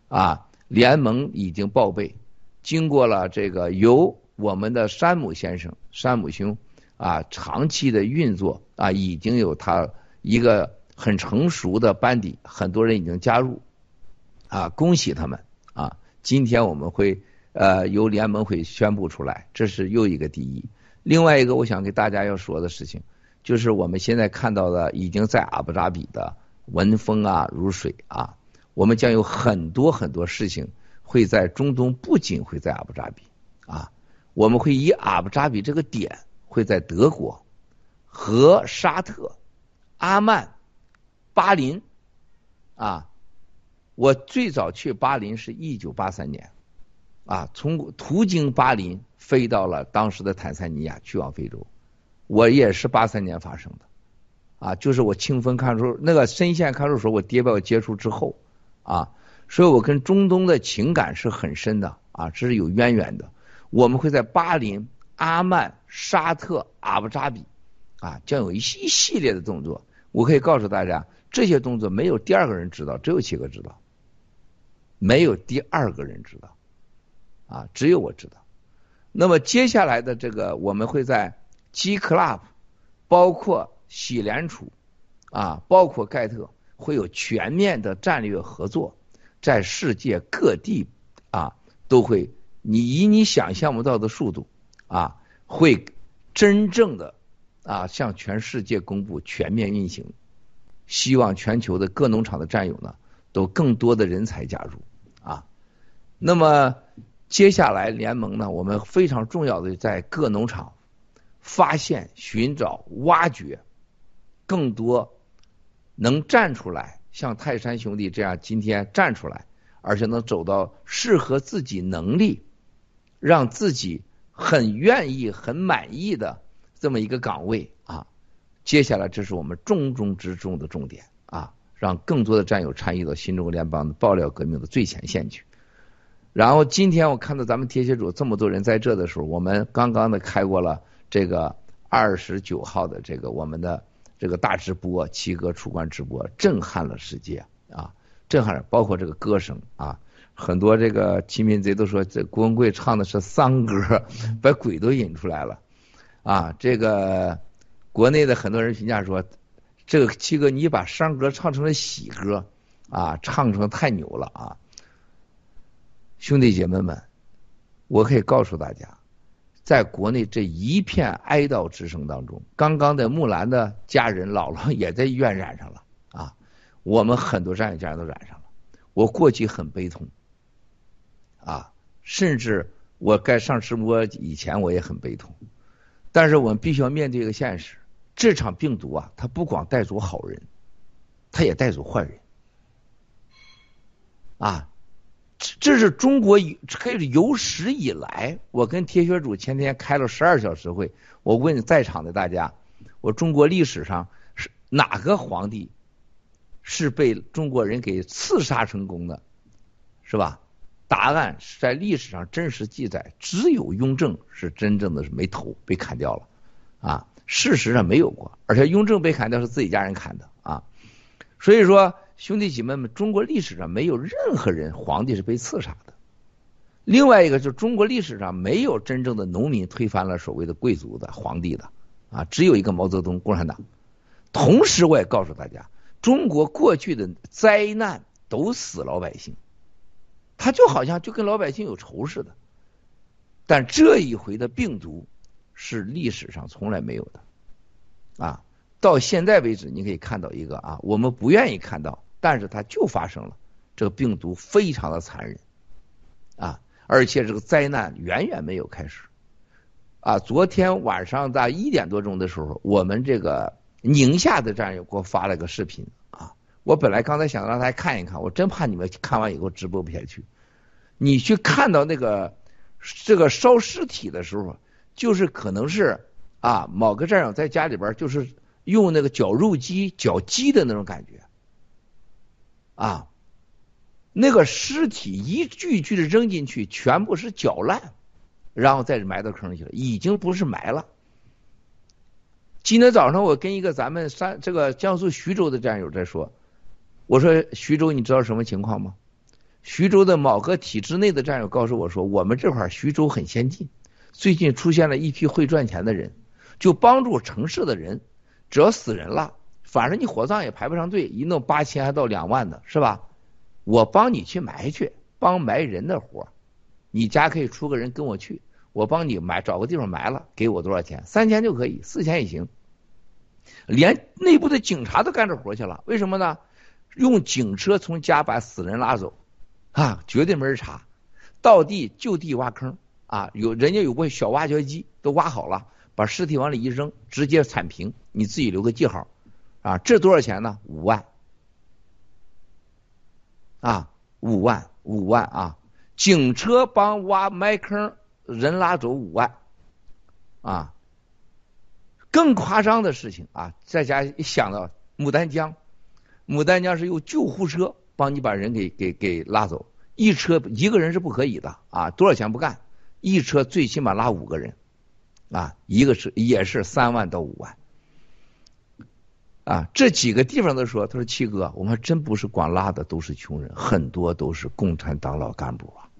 啊，联盟已经报备，经过了这个由我们的山姆先生、山姆兄啊长期的运作啊，已经有他一个很成熟的班底，很多人已经加入啊，恭喜他们啊！今天我们会呃由联盟会宣布出来，这是又一个第一。另外一个我想给大家要说的事情，就是我们现在看到的已经在阿布扎比的闻风啊如水啊，我们将有很多很多事情会在中东，不仅会在阿布扎比啊，我们会以阿布扎比这个点会在德国和沙特、阿曼、巴林啊。我最早去巴林是一九八三年啊，从途经巴林飞到了当时的坦桑尼亚，去往非洲。我也是八三年发生的啊，就是我清风看守那个深陷看守所，我爹把我接出之后啊，所以我跟中东的情感是很深的啊，这是有渊源的。我们会在巴林、阿曼、沙特、阿布扎比啊，将有一系一系列的动作。我可以告诉大家，这些动作没有第二个人知道，只有七个知道，没有第二个人知道啊，只有我知道。那么接下来的这个，我们会在 G Club， 包括喜联储啊，包括盖特，会有全面的战略合作，在世界各地啊，都会你以你想象不到的速度啊，会真正的啊向全世界公布全面运行。希望全球的各农场的战友呢，都更多的人才加入啊。那么接下来联盟呢，我们非常重要的在各农场发现、寻找、挖掘更多能站出来，像泰山兄弟这样今天站出来，而且能走到适合自己能力，让自己很愿意、很满意的这么一个岗位啊。接下来这是我们重中之重的重点啊，让更多的战友参与到新中国联邦的爆料革命的最前线去。然后今天我看到咱们铁血组这么多人在这的时候，我们刚刚的开过了这个二十九号的这个我们的这个大直播，七哥出关直播，震撼了世界啊，震撼了，包括这个歌声啊，很多这个亲民贼都说这郭文贵唱的是丧歌，把鬼都引出来了啊，这个。国内的很多人评价说，这个七哥你把伤歌唱成了喜歌啊，唱成太牛了啊！兄弟姐妹们，我可以告诉大家，在国内这一片哀悼之声当中，刚刚的木兰的家人姥姥也在医院染上了啊，我们很多战友家人都染上了。我过去很悲痛啊，甚至我该上直播以前我也很悲痛，但是我们必须要面对一个现实。这场病毒啊，它不光带走好人，它也带走坏人啊！这是中国可以有史以来，我跟铁血主前天开了十二小时会，我问在场的大家，我中国历史上是哪个皇帝是被中国人给刺杀成功的，是吧？答案是在历史上真实记载，只有雍正是真正的是没头被砍掉了啊。事实上没有过，而且雍正被砍掉是自己家人砍的啊，所以说兄弟姐妹们，中国历史上没有任何人皇帝是被刺杀的。另外一个就是中国历史上没有真正的农民推翻了所谓的贵族的皇帝的啊，只有一个毛泽东共产党。同时我也告诉大家，中国过去的灾难都死老百姓，他就好像就跟老百姓有仇似的，但这一回的病毒是历史上从来没有的啊！到现在为止，你可以看到一个啊，我们不愿意看到，但是它就发生了。这个病毒非常的残忍啊，而且这个灾难远远没有开始啊！昨天晚上在一点多钟的时候，我们这个宁夏的战友给我发了个视频啊，我本来刚才想让大家看一看，我真怕你们看完以后直播不下去。你去看到那个这个烧尸体的时候。就是可能是啊，某个战友在家里边就是用那个绞肉机绞鸡的那种感觉啊，那个尸体一具一具的扔进去，全部是绞烂，然后再埋到坑里去了，已经不是埋了。今天早上我跟一个咱们山这个江苏徐州的战友在说，我说徐州你知道什么情况吗？ 徐州的某个体制内的战友告诉我说，我们这块徐州很先进，最近出现了一批会赚钱的人，就帮助城市的人，只要死人了，反正你火葬也排不上队，一弄八千还到两万的，是吧？我帮你去埋去，帮埋人的活，你家可以出个人跟我去，我帮你埋，找个地方埋了，给我多少钱？三千就可以，四千也行。连内部的警察都干这活去了，为什么呢？用警车从家把死人拉走，啊，绝对没人查，到地就地挖坑啊，有人家有过小挖掘机都挖好了，把尸体往里一扔，直接铲平，你自己留个记号，啊，这多少钱呢？五万，啊，五万，五万啊，警车帮挖埋坑，人拉走五万，啊。更夸张的事情啊，在家一想到牡丹江，牡丹江是用救护车帮你把人给给给拉走，一车一个人是不可以的啊，多少钱不干，一车最起码拉五个人，啊，一个是也是三万到五万，啊，这几个地方都说，他说七哥，我们还真不是光拉的都是穷人，很多都是共产党老干部啊，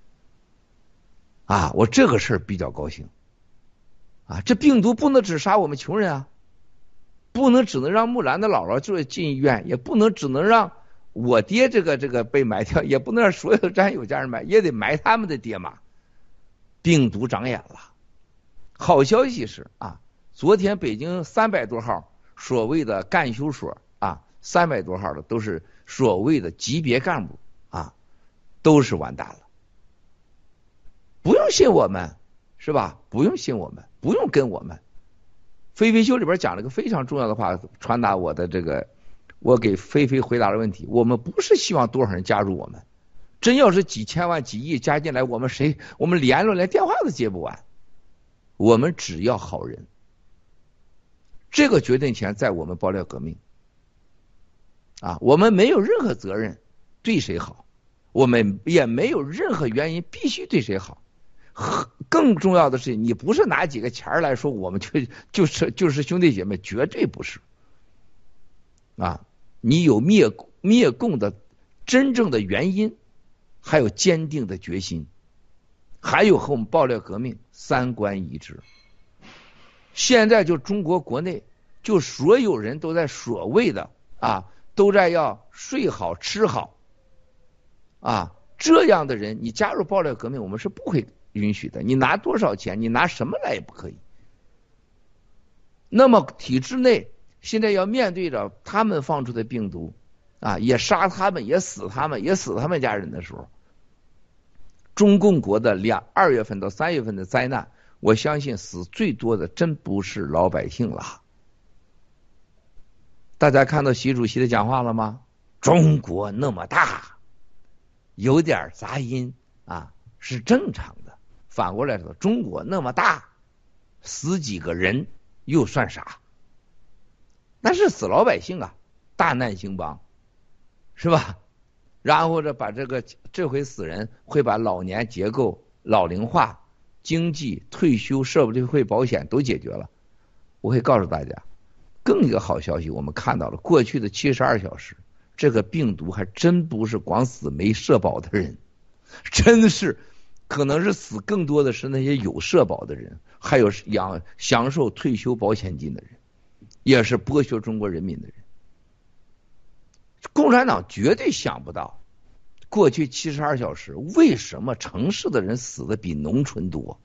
啊，我这个事儿比较高兴。啊，这病毒不能只杀我们穷人啊，不能只能让木兰的姥姥就进医院，也不能只能让我爹这个这个被埋掉，也不能让所有的战友家人埋，也得埋他们的爹妈。病毒长眼了。好消息是啊，昨天北京三百多号所谓的干休所啊，三百多号的都是所谓的级别干部啊，都是完蛋了。不用信我们，是吧？不用信我们。不用跟我们，飞飞秀里边讲了个非常重要的话，传达我的这个，我给飞飞回答的问题。我们不是希望多少人加入我们，真要是几千万、几亿加进来，我们谁我们连了连电话都接不完。我们只要好人，这个决定权在我们爆料革命啊，我们没有任何责任对谁好，我们也没有任何原因必须对谁好。更重要的是，你不是拿几个钱来说我们就就是就是兄弟姐妹，绝对不是啊！你有灭灭共的真正的原因，还有坚定的决心，还有和我们爆料革命三观一致。现在就中国国内，就所有人都在所谓的啊，都在要睡好吃好啊，这样的人，你加入爆料革命，我们是不会允许的，你拿多少钱，你拿什么来也不可以。那么体制内现在要面对着他们放出的病毒啊，也杀他们，也死他们，也死他们家人的时候，中共国的两二月份到三月份的灾难，我相信死最多的真不是老百姓了。大家看到习主席的讲话了吗？中国那么大，有点杂音啊是正常的。反过来说，中国那么大，死几个人又算啥？那是死老百姓啊，大难兴邦，是吧？然后这把这个这回死人会把老年结构、老龄化、经济、退休、社会保险都解决了。我会告诉大家，更一个好消息，我们看到了过去的七十二小时，这个病毒还真不是光死没社保的人，真是。可能是死更多的是那些有社保的人，还有享享受退休保险金的人，也是剥削中国人民的人。共产党绝对想不到，过去七十二小时为什么城市的人死的比农村多？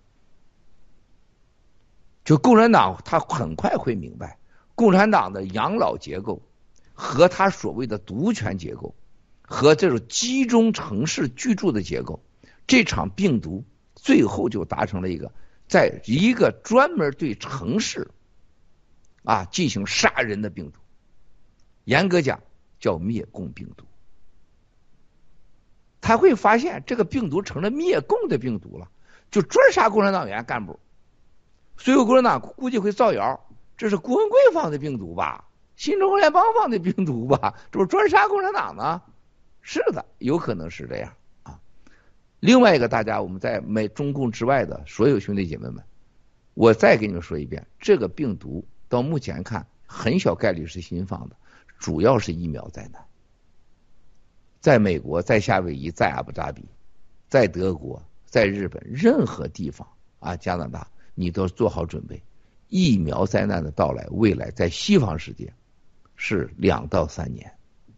就共产党他很快会明白，共产党的养老结构和他所谓的独权结构，和这种集中城市居住的结构。这场病毒最后就达成了一个，在一个专门对城市啊进行杀人的病毒，严格讲叫灭共病毒。他会发现这个病毒成了灭共的病毒了，就专杀共产党员干部。所以共产党估计会造谣，这是郭文贵放的病毒吧，新中国联邦放的病毒吧，这不是专杀共产党呢？是的，有可能是这样。另外一个，大家我们在美中共之外的所有兄弟姐妹们，我再给你们说一遍，这个病毒到目前看很小概率是新放的，主要是疫苗灾难。 在美国，在夏威夷，在阿布扎比，在德国，在日本，任何地方啊，加拿大，你都做好准备，疫苗灾难的到来，未来在西方世界是两到三年，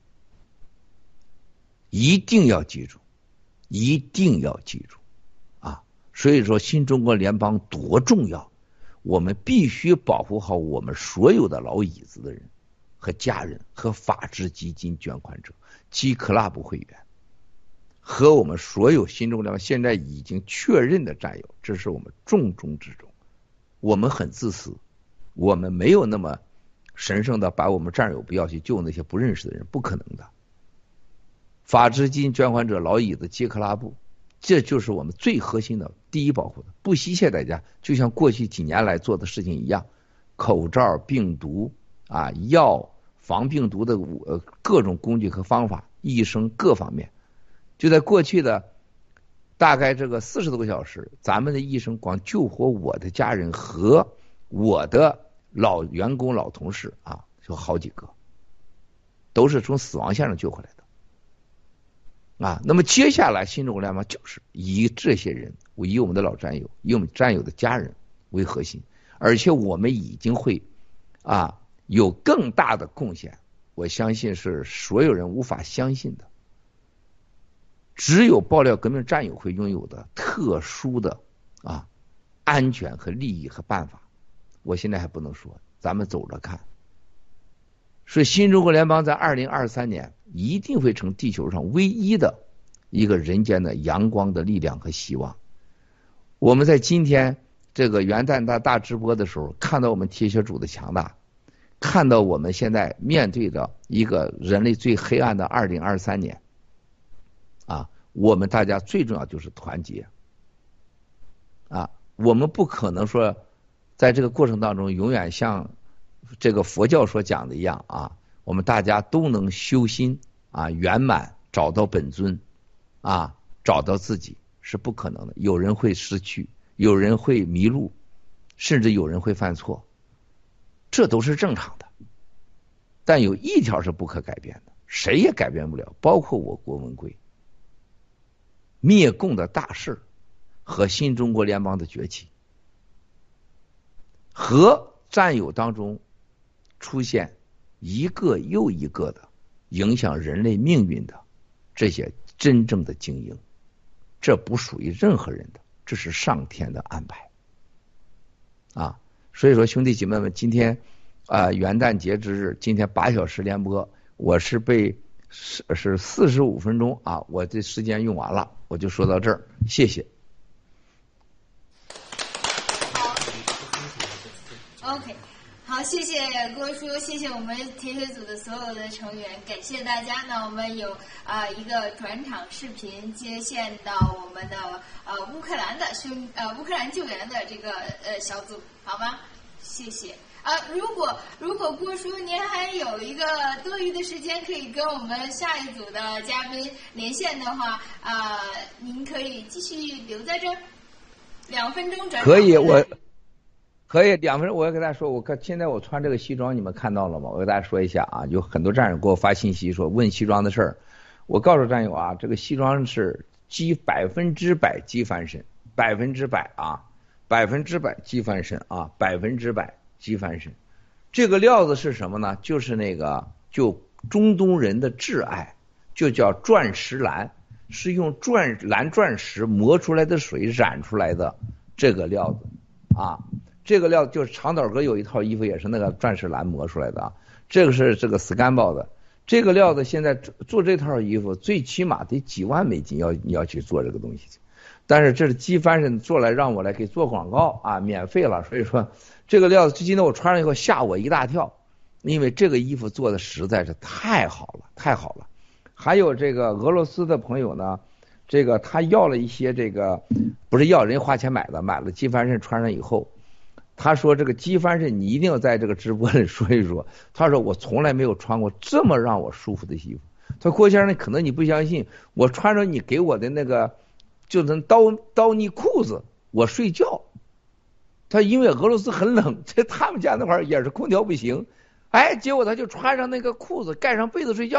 一定要记住，一定要记住啊！所以说，新中国联邦多重要，我们必须保护好我们所有的老椅子的人和家人和法治基金捐款者、G Club 会员和我们所有新中国联邦现在已经确认的战友，这是我们重中之重。我们很自私，我们没有那么神圣的把我们战友不要去救那些不认识的人，不可能的。法治基金捐款者、老椅子、G Club，这就是我们最核心的第一保护的，不惜一切代价，就像过去几年来做的事情一样，口罩、病毒啊、药、防病毒的呃各种工具和方法，医生各方面，就在过去的大概这个四十多个小时，咱们的医生光救活我的家人和我的老员工、老同事啊，有好几个，都是从死亡线上救回来的。啊，那么接下来新中国联邦就是以这些人，以我们的老战友，以我们战友的家人为核心，而且我们已经会啊有更大的贡献，我相信是所有人无法相信的，只有爆料革命战友会拥有的特殊的啊安全和利益和办法，我现在还不能说，咱们走着看。所以新中国联邦在二零二三年一定会成地球上唯一的一个人间的阳光的力量和希望。我们在今天这个元旦大大直播的时候，看到我们铁血主的强大，看到我们现在面对的一个人类最黑暗的二零二三年啊，我们大家最重要就是团结啊，我们不可能说在这个过程当中永远像这个佛教所讲的一样啊，我们大家都能修心啊，圆满找到本尊啊，找到自己是不可能的。有人会失去，有人会迷路，甚至有人会犯错，这都是正常的。但有一条是不可改变的，谁也改变不了，包括我郭文贵。灭共的大事和新中国联邦的崛起，和战友当中出现一个又一个的影响人类命运的这些真正的精英，这不属于任何人的，这是上天的安排啊！所以说兄弟姐妹们，今天啊、呃、元旦节之日，今天八小时联播，我是被是是四十五分钟啊，我这时间用完了，我就说到这儿，谢谢。 OK， 好，谢谢郭叔，谢谢我们铁血组的所有的成员，感谢大家。那我们有啊、呃、一个转场视频接线到我们的呃乌克兰的兄呃乌克兰救援的这个呃小组，好吗？谢谢。啊、呃，如果如果郭叔您还有一个多余的时间，可以跟我们下一组的嘉宾连线的话，啊、呃，您可以继续留在这儿，两分钟转场。 可以，我。可以两分钟，我要跟大家说，我看现在我穿这个西装，你们看到了吗？我跟大家说一下啊，有很多战友给我发信息说问西装的事儿，我告诉战友啊，这个西装是鸡百分之百鸡翻身，百分之百啊，百分之百鸡翻身啊，百分之百鸡翻身。这个料子是什么呢？就是那个就中东人的挚爱，就叫钻石蓝，是用钻蓝钻石磨出来的水染出来的这个料子啊。这个料就是长岛哥有一套衣服也是那个钻石蓝磨出来的啊，这个是这个 Scambau 的，这个料子现在做这套衣服最起码得几万美金，要你要去做这个东西，但是这是机翻身做来让我来给做广告啊，免费了，所以说这个料子今天我穿上以后吓我一大跳，因为这个衣服做的实在是太好了，太好了。还有这个俄罗斯的朋友呢，这个他要了一些这个不是要人花钱买的，买了机翻身穿上以后。他说这个机翻身你一定要在这个直播里说一说，他说我从来没有穿过这么让我舒服的衣服。他说郭先生可能你不相信，我穿着你给我的那个就是刀刀呢裤子我睡觉。他因为俄罗斯很冷，在他们家那块儿也是空调不行，哎，结果他就穿上那个裤子盖上被子睡觉了。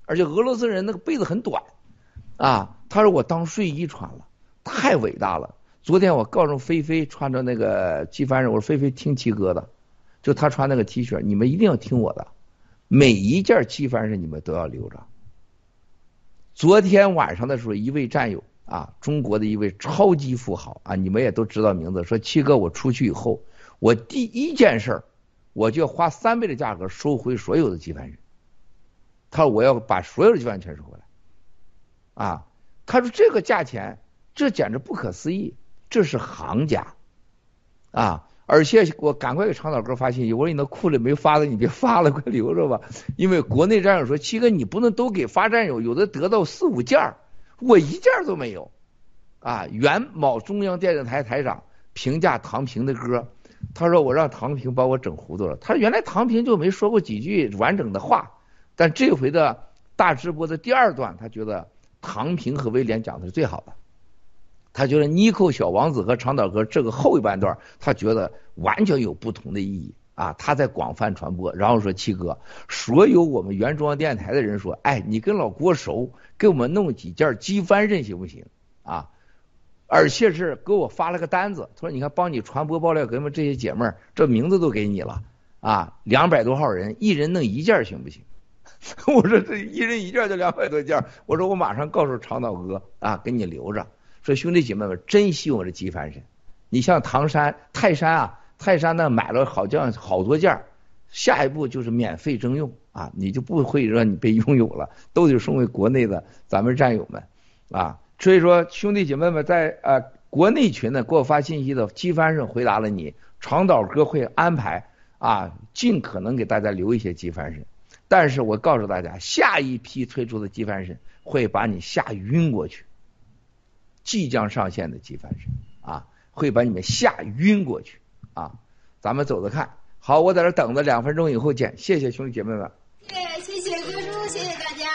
而且俄罗斯人那个被子很短，啊，他说我当睡衣穿了，太伟大了。昨天我告诉菲菲穿着那个纪梵希，我说菲菲听七哥的，就他穿那个 T 恤，你们一定要听我的，每一件纪梵希你们都要留着。昨天晚上的时候，一位战友啊，中国的一位超级富豪啊，你们也都知道名字，说七哥我出去以后，我第一件事我就要花三倍的价格收回所有的纪梵希。他说我要把所有的纪梵希全收回来，啊，他说这个价钱，这简直不可思议，这是行家，啊，而且我赶快给长岛哥发信息，我说你那库里没发的你别发了，快留着吧，因为国内战友说七哥你不能都给发战友，有的得到四五件，我一件都没有，啊，原某中央电视台台长评价唐平的歌，他说我让唐平把我整糊涂了，他原来唐平就没说过几句完整的话。但这回的大直播的第二段，他觉得唐平和威廉讲的是最好的，他觉得妮蔻小王子和长岛哥这个后一半段，他觉得完全有不同的意义啊，他在广泛传播。然后说七哥，所有我们原中央电视台的人说，哎，你跟老郭熟，给我们弄几件纪梵希行不行啊？而且是给我发了个单子，他说你看帮你传播爆料，给我们这些姐妹儿，这名字都给你了啊，两百多号人，一人弄一件行不行？我说这一人一件就两百多件，我说我马上告诉长岛哥啊，给你留着。说兄弟姐妹们，珍惜我这纪梵希。你像唐山、泰山啊，泰山呢买了好像好多件，下一步就是免费征用啊，你就不会让你被拥有了，都得送给国内的咱们战友们啊。所以说兄弟姐妹们在呃国内群呢给我发信息的纪梵希回答了你，长岛哥会安排啊，尽可能给大家留一些纪梵希。但是我告诉大家，下一批推出的纪梵希会把你吓晕过去，即将上线的纪梵希啊，会把你们吓晕过去啊！咱们走着看。好，我在这等着，两分钟以后见。谢谢兄弟姐妹们。 谢谢哥叔，谢谢大家。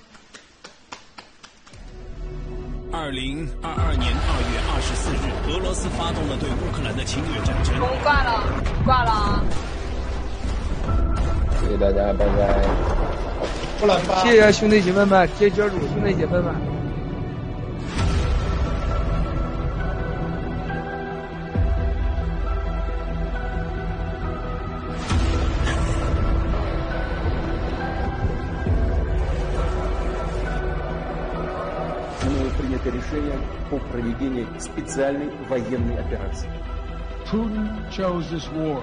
二零二二年二月二十四日，俄罗斯发动了对乌克兰的侵略战争。 我挂了，挂了。 谢谢大家，拜拜。 不了，谢谢兄弟姐妹们，接接主兄弟姐妹们。 решение по проведению специальной военной операции. Putin chose this war.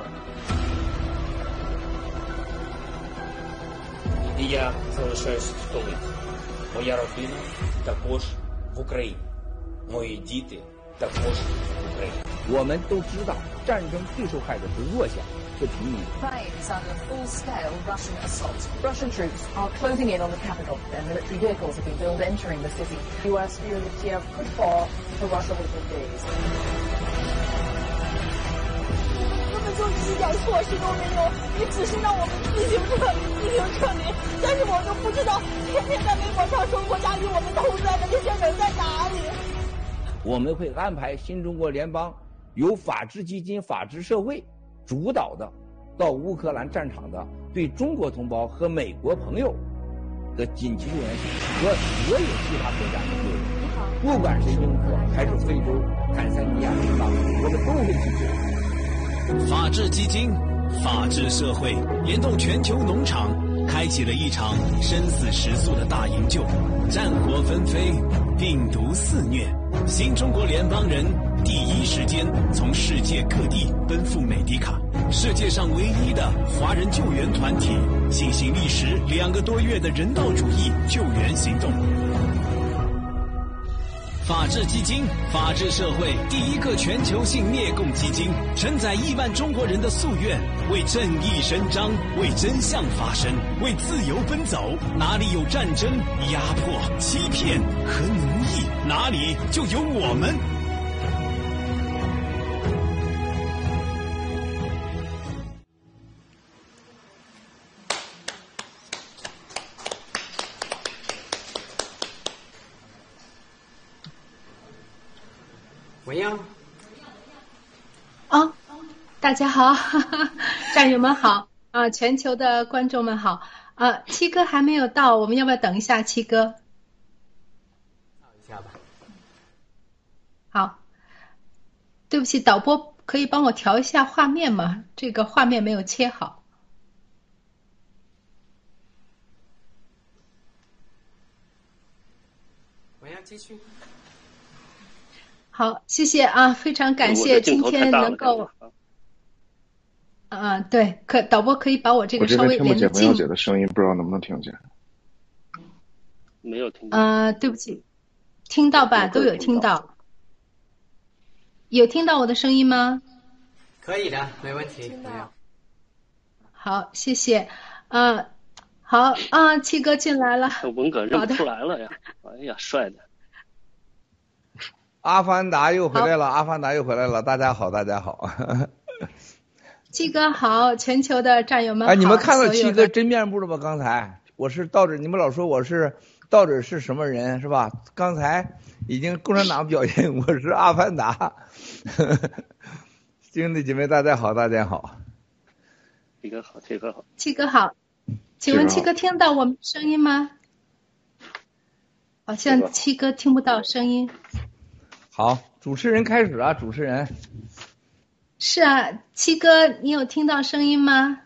І я залишаюсь в столиці. Моя родина також в Україні. Мої діти також в Україні. 我们都知道，战争最受害的是弱小和平民。 Ukraine is under full-scale Russian assault. Russian troops are closing in on the capital. Their military vehicles have been built entering the city. The U S fear that Kiev could fall to Russia within days. 根本就一点措施都没有，你只是让我们自行撤离，自行撤离。但是我就不知道，天天在微博上说国家与我们同在的这些人在哪里？ 我们会安排新中国联邦由法治基金、法治社会主导的到乌克兰战场的对中国同胞和美国朋友的紧急救援和所有其他国家的救援，不管是英国还是非洲、坦桑尼亚、西藏，我们都会去救援。 法治基金、法治社会联动全球农场，开启了一场生死时速的大营救，战火纷飞，病毒肆虐，新中国联邦人第一时间从世界各地奔赴美迪卡，世界上唯一的华人救援团体，进行历时两个多月的人道主义救援行动。法治基金、法治社会第一个全球性灭共基金，承载亿万中国人的夙愿，为正义伸张，为真相发声，为自由奔走。哪里有战争、压迫、欺骗和奴役，哪里就有我们。 喂呀！ 大家好，哈哈，战友们好啊！全球的观众们好啊，七哥还没有到，我们要不要等一下七哥？ 等一下吧。 好，对不起，导播可以帮我调一下画面吗？这个画面没有切好。 我要继续。 好，谢谢啊，非常感谢今天能够。啊，对，可导播可以把我这个稍微连近。 我这边听不见文耀姐的声音，不知道能不能听见。 没有听见。 呃，对不起，听到吧？都有听到。有听到我的声音吗？ 可以的，没问题。 好，谢谢。啊，好啊，七哥进来了。 文哥认不出来了呀！哎呀，帅的。 阿凡达又回来了，阿凡达又回来了，大家好，大家好。 七哥好，全球的战友们好。 哎，你们看到七哥真面目了吗？刚才我是道指，你们老说我是道指是什么人是吧？刚才已经共产党表现我是阿凡达。兄弟姐妹大家好，大家好。 七哥好，七哥好。 七哥好，请问七哥听到我们声音吗？好像七哥听不到声音。 好，主持人开始啊，主持人。 是啊，七哥，你有听到声音吗？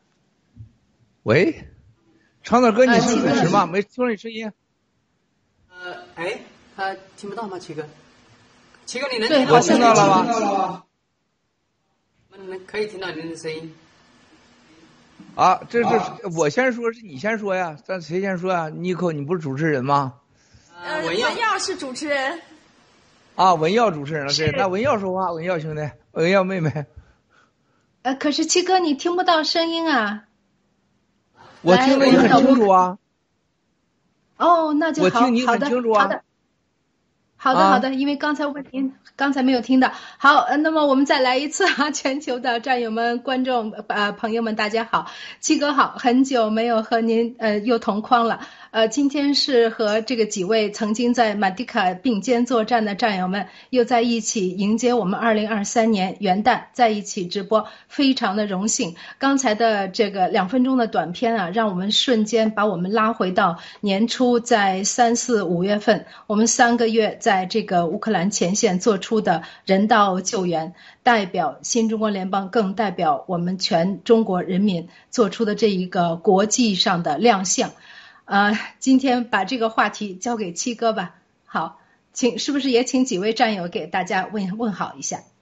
喂，长岛哥，你是主持吗？没听到你声音。 呃，哎，他听不到吗？七哥，七哥，你能听到？ 我听到了吗？ 能可以听到您的声音。 啊，这是我先说，是你先说呀？咱谁先说呀？尼克，你不是主持人吗？ 呃，文耀是主持人。 啊，文耀主持人了，对，那文耀说话，文耀兄弟，文耀妹妹。 呃，可是七哥你听不到声音啊。 我听得你很清楚啊。 哦，那就好。 我听你很清楚啊。 好的。好的，好的，因为刚才问您，刚才没有听到。好，呃，那么我们再来一次啊！全球的战友们、观众呃朋友们，大家好，七哥好，很久没有和您呃又同框了。呃，今天是和这个几位曾经在马迪卡并肩作战的战友们又在一起迎接我们二零二三年元旦，在一起直播，非常的荣幸。刚才的这个两分钟的短片啊，让我们瞬间把我们拉回到年初，在三四五月份，我们三个月在这个乌克兰前线做出的人道救援，代表新中国联邦，更代表我们全中国人民做出的这一个国际上的亮相。呃，今天把这个话题交给七哥吧。好，请是不是也请几位战友给大家问问好一下？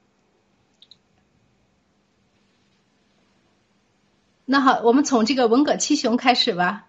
那好，我们从这个文革七雄开始吧。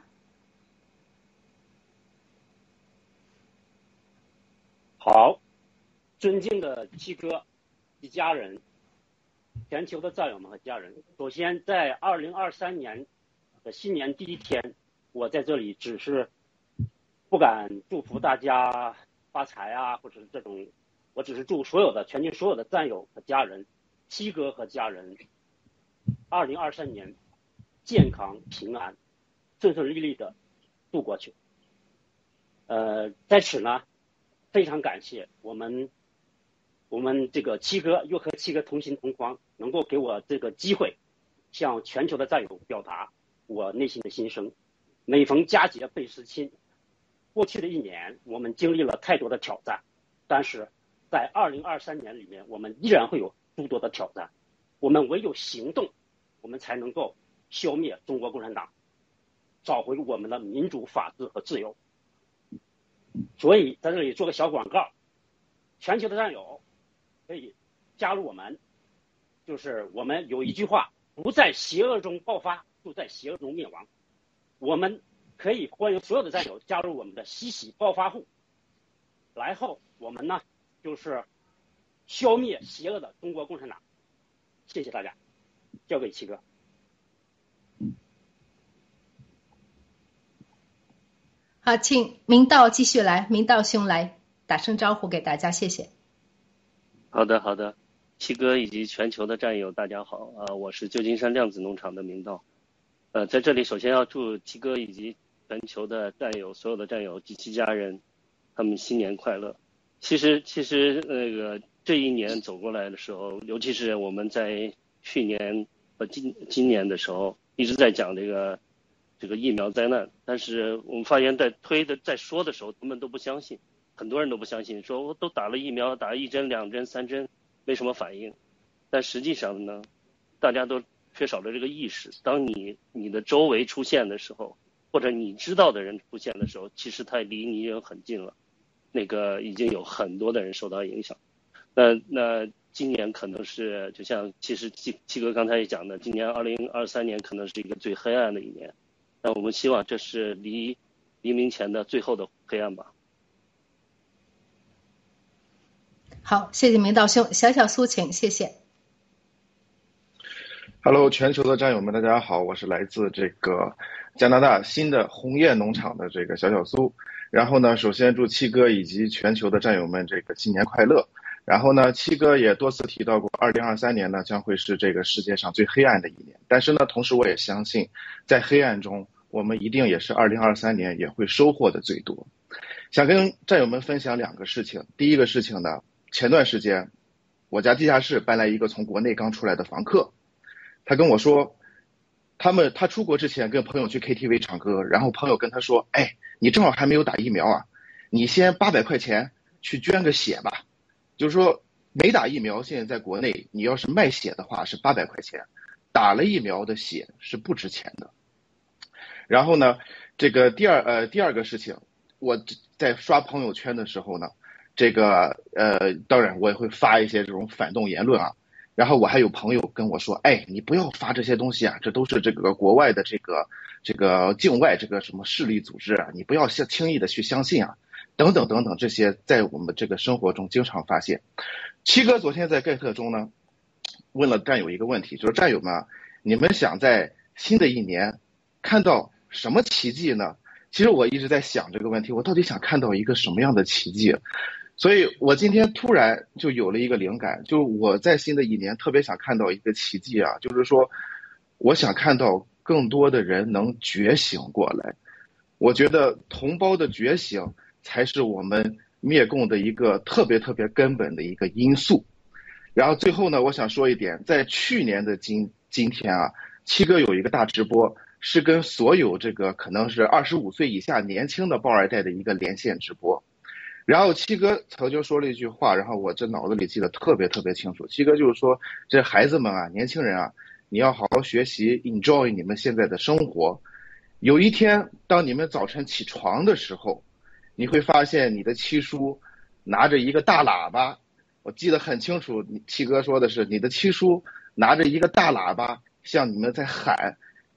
好，尊敬的七哥及家人，全球的战友们和家人，首先在二零二三年的新年第一天，我在这里只是不敢祝福大家发财啊，或者是这种，我只是祝所有的全球所有的战友和家人，七哥和家人，二零二三年健康平安，顺顺利利的度过去。呃，在此呢，非常感谢我们我们这个七哥又和七哥同心同框，能够给我这个机会，向全球的战友表达我内心的心声。每逢佳节倍思亲，过去的一年我们经历了太多的挑战，但是在二零二三年里面，我们依然会有诸多的挑战。我们唯有行动，我们才能够消灭中国共产党，找回我们的民主、法治和自由。所以在这里做个小广告，全球的战友可以加入我们，就是我们有一句话，不在邪恶中爆发，就在邪恶中灭亡。我们可以欢迎所有的战友加入我们的西喜暴发户，然后我们呢就是消灭邪恶的中国共产党。谢谢大家，交给七哥。 好，请明道继续来，明道兄来打声招呼给大家，谢谢。 好的，好的，七哥以及全球的战友，大家好啊、呃！我是旧金山量子农场的明道。呃，在这里首先要祝七哥以及全球的战友，所有的战友及其家人，他们新年快乐。其实，其实那个这一年走过来的时候，尤其是我们在去年和今今年的时候，一直在讲这个这个疫苗灾难，但是我们发现，在推的在说的时候，他们都不相信，很多人都不相信，说我都打了疫苗，打一针、两针、三针，没什么反应。但实际上呢，大家都缺少了这个意识。当你你的周围出现的时候，或者你知道的人出现的时候，其实他离你已经很近了。那个已经有很多的人受到影响。那那今年可能是，就像其实七七哥刚才也讲的，今年二零二三年可能是一个最黑暗的一年。那我们希望这是离黎明前的最后的黑暗吧。 好，谢谢明道兄，小小苏请，谢谢。 Hello， 全球的战友们，大家好，我是来自这个加拿大新的红叶农场的这个小小苏。然后呢，首先祝七哥以及全球的战友们这个新年快乐。然后呢，七哥也多次提到过，二零二三年呢将会是这个世界上最黑暗的一年。但是呢，同时我也相信，在黑暗中，我们一定也是二零二三年也会收获的最多。想跟战友们分享两个事情。第一个事情呢，前段时间我家地下室搬来一个从国内刚出来的房客，他跟我说，他们他出国之前跟朋友去 K T V 唱歌，然后朋友跟他说，哎，你正好还没有打疫苗啊，你先八百块钱去捐个血吧。就是说没打疫苗，现在在国内你要是卖血的话是八百块钱，打了疫苗的血是不值钱的。然后呢，这个第二呃第二个事情，我在刷朋友圈的时候呢，这个呃当然我也会发一些这种反动言论啊。然后我还有朋友跟我说，哎，你不要发这些东西啊，这都是这个国外的这个这个境外这个什么势力组织啊，你不要轻易的去相信啊，等等等等，这些在我们这个生活中经常发现。七哥昨天在盖特中呢，问了战友一个问题，就是战友们，你们想在新的一年看到什么奇迹呢？其实我一直在想这个问题，我到底想看到一个什么样的奇迹？所以我今天突然就有了一个灵感，就我在新的一年特别想看到一个奇迹啊，就是说我想看到更多的人能觉醒过来。我觉得同胞的觉醒才是我们灭共的一个特别特别根本的一个因素。然后最后呢，我想说一点，在去年的今今天啊，七哥有一个大直播，是跟所有这个可能是二十五岁以下年轻的抱二代的一个连线直播。然后七哥曾经说了一句话，然后我这脑子里记得特别特别清楚。七哥就是说，这孩子们啊，年轻人啊，你要好好学习 enjoy 你们现在的生活。有一天当你们早晨起床的时候，你会发现你的七叔拿着一个大喇叭，我记得很清楚，七哥说的是你的七叔拿着一个大喇叭向你们在喊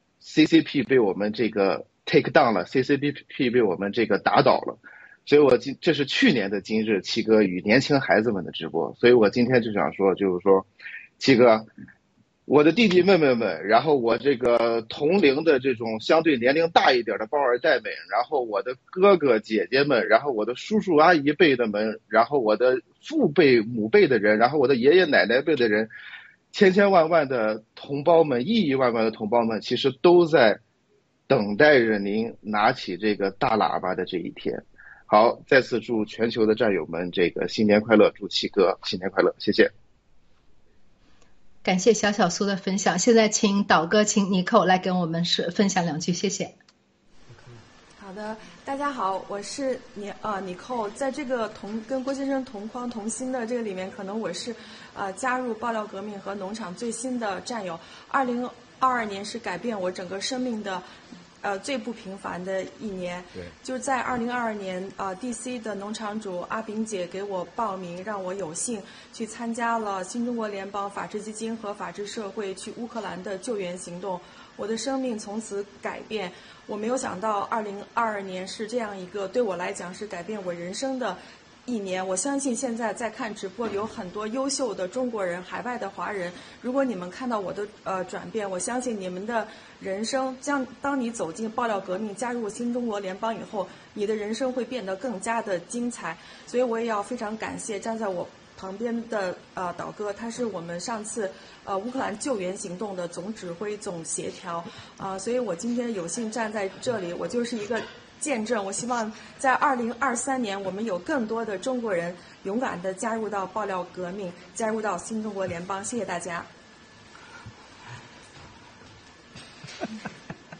C C P 被我们这个 take down 了， C C P 被我们这个打倒了。所以我今这是去年的今日七哥与年轻孩子们的直播，所以我今天就想说，就是说七哥，我的弟弟妹妹们，然后我这个同龄的这种相对年龄大一点的抱二代们，然后我的哥哥姐姐们，然后我的叔叔阿姨辈的们，然后我的父辈母辈的人，然后我的爷爷奶奶辈的人，千千万万的同胞们，亿亿万万的同胞们，其实都在等待着您拿起这个大喇叭的这一天。好，再次祝全球的战友们这个新年快乐，祝七哥新年快乐，谢谢。 感谢小小苏的分享，现在请导哥，请尼寇来跟我们是分享两句，谢谢。 好的，大家好，我是尼呃尼寇，在这个同跟郭先生同框同心的这个里面，可能我是呃加入爆料革命和农场最新的战友。二零二二年是改变我整个生命的呃最不平凡的一年。对，就是在二零二二年，呃 D C 的农场主阿炳姐给我报名，让我有幸去参加了新中国联邦法治基金和法治社会去乌克兰的救援行动。我的生命从此改变。我没有想到二零二二年是这样一个对我来讲是改变我人生的一年。我相信现在在看直播有很多优秀的中国人，海外的华人，如果你们看到我的呃转变，我相信你们的人生将当你走进爆料革命，加入新中国联邦以后，你的人生会变得更加的精彩。所以我也要非常感谢站在我旁边的呃导哥，他是我们上次呃乌克兰救援行动的总指挥总协调啊、呃，所以我今天有幸站在这里，我就是一个见证。我希望在二零二三年，我们有更多的中国人勇敢地加入到爆料革命，加入到新中国联邦。谢谢大家。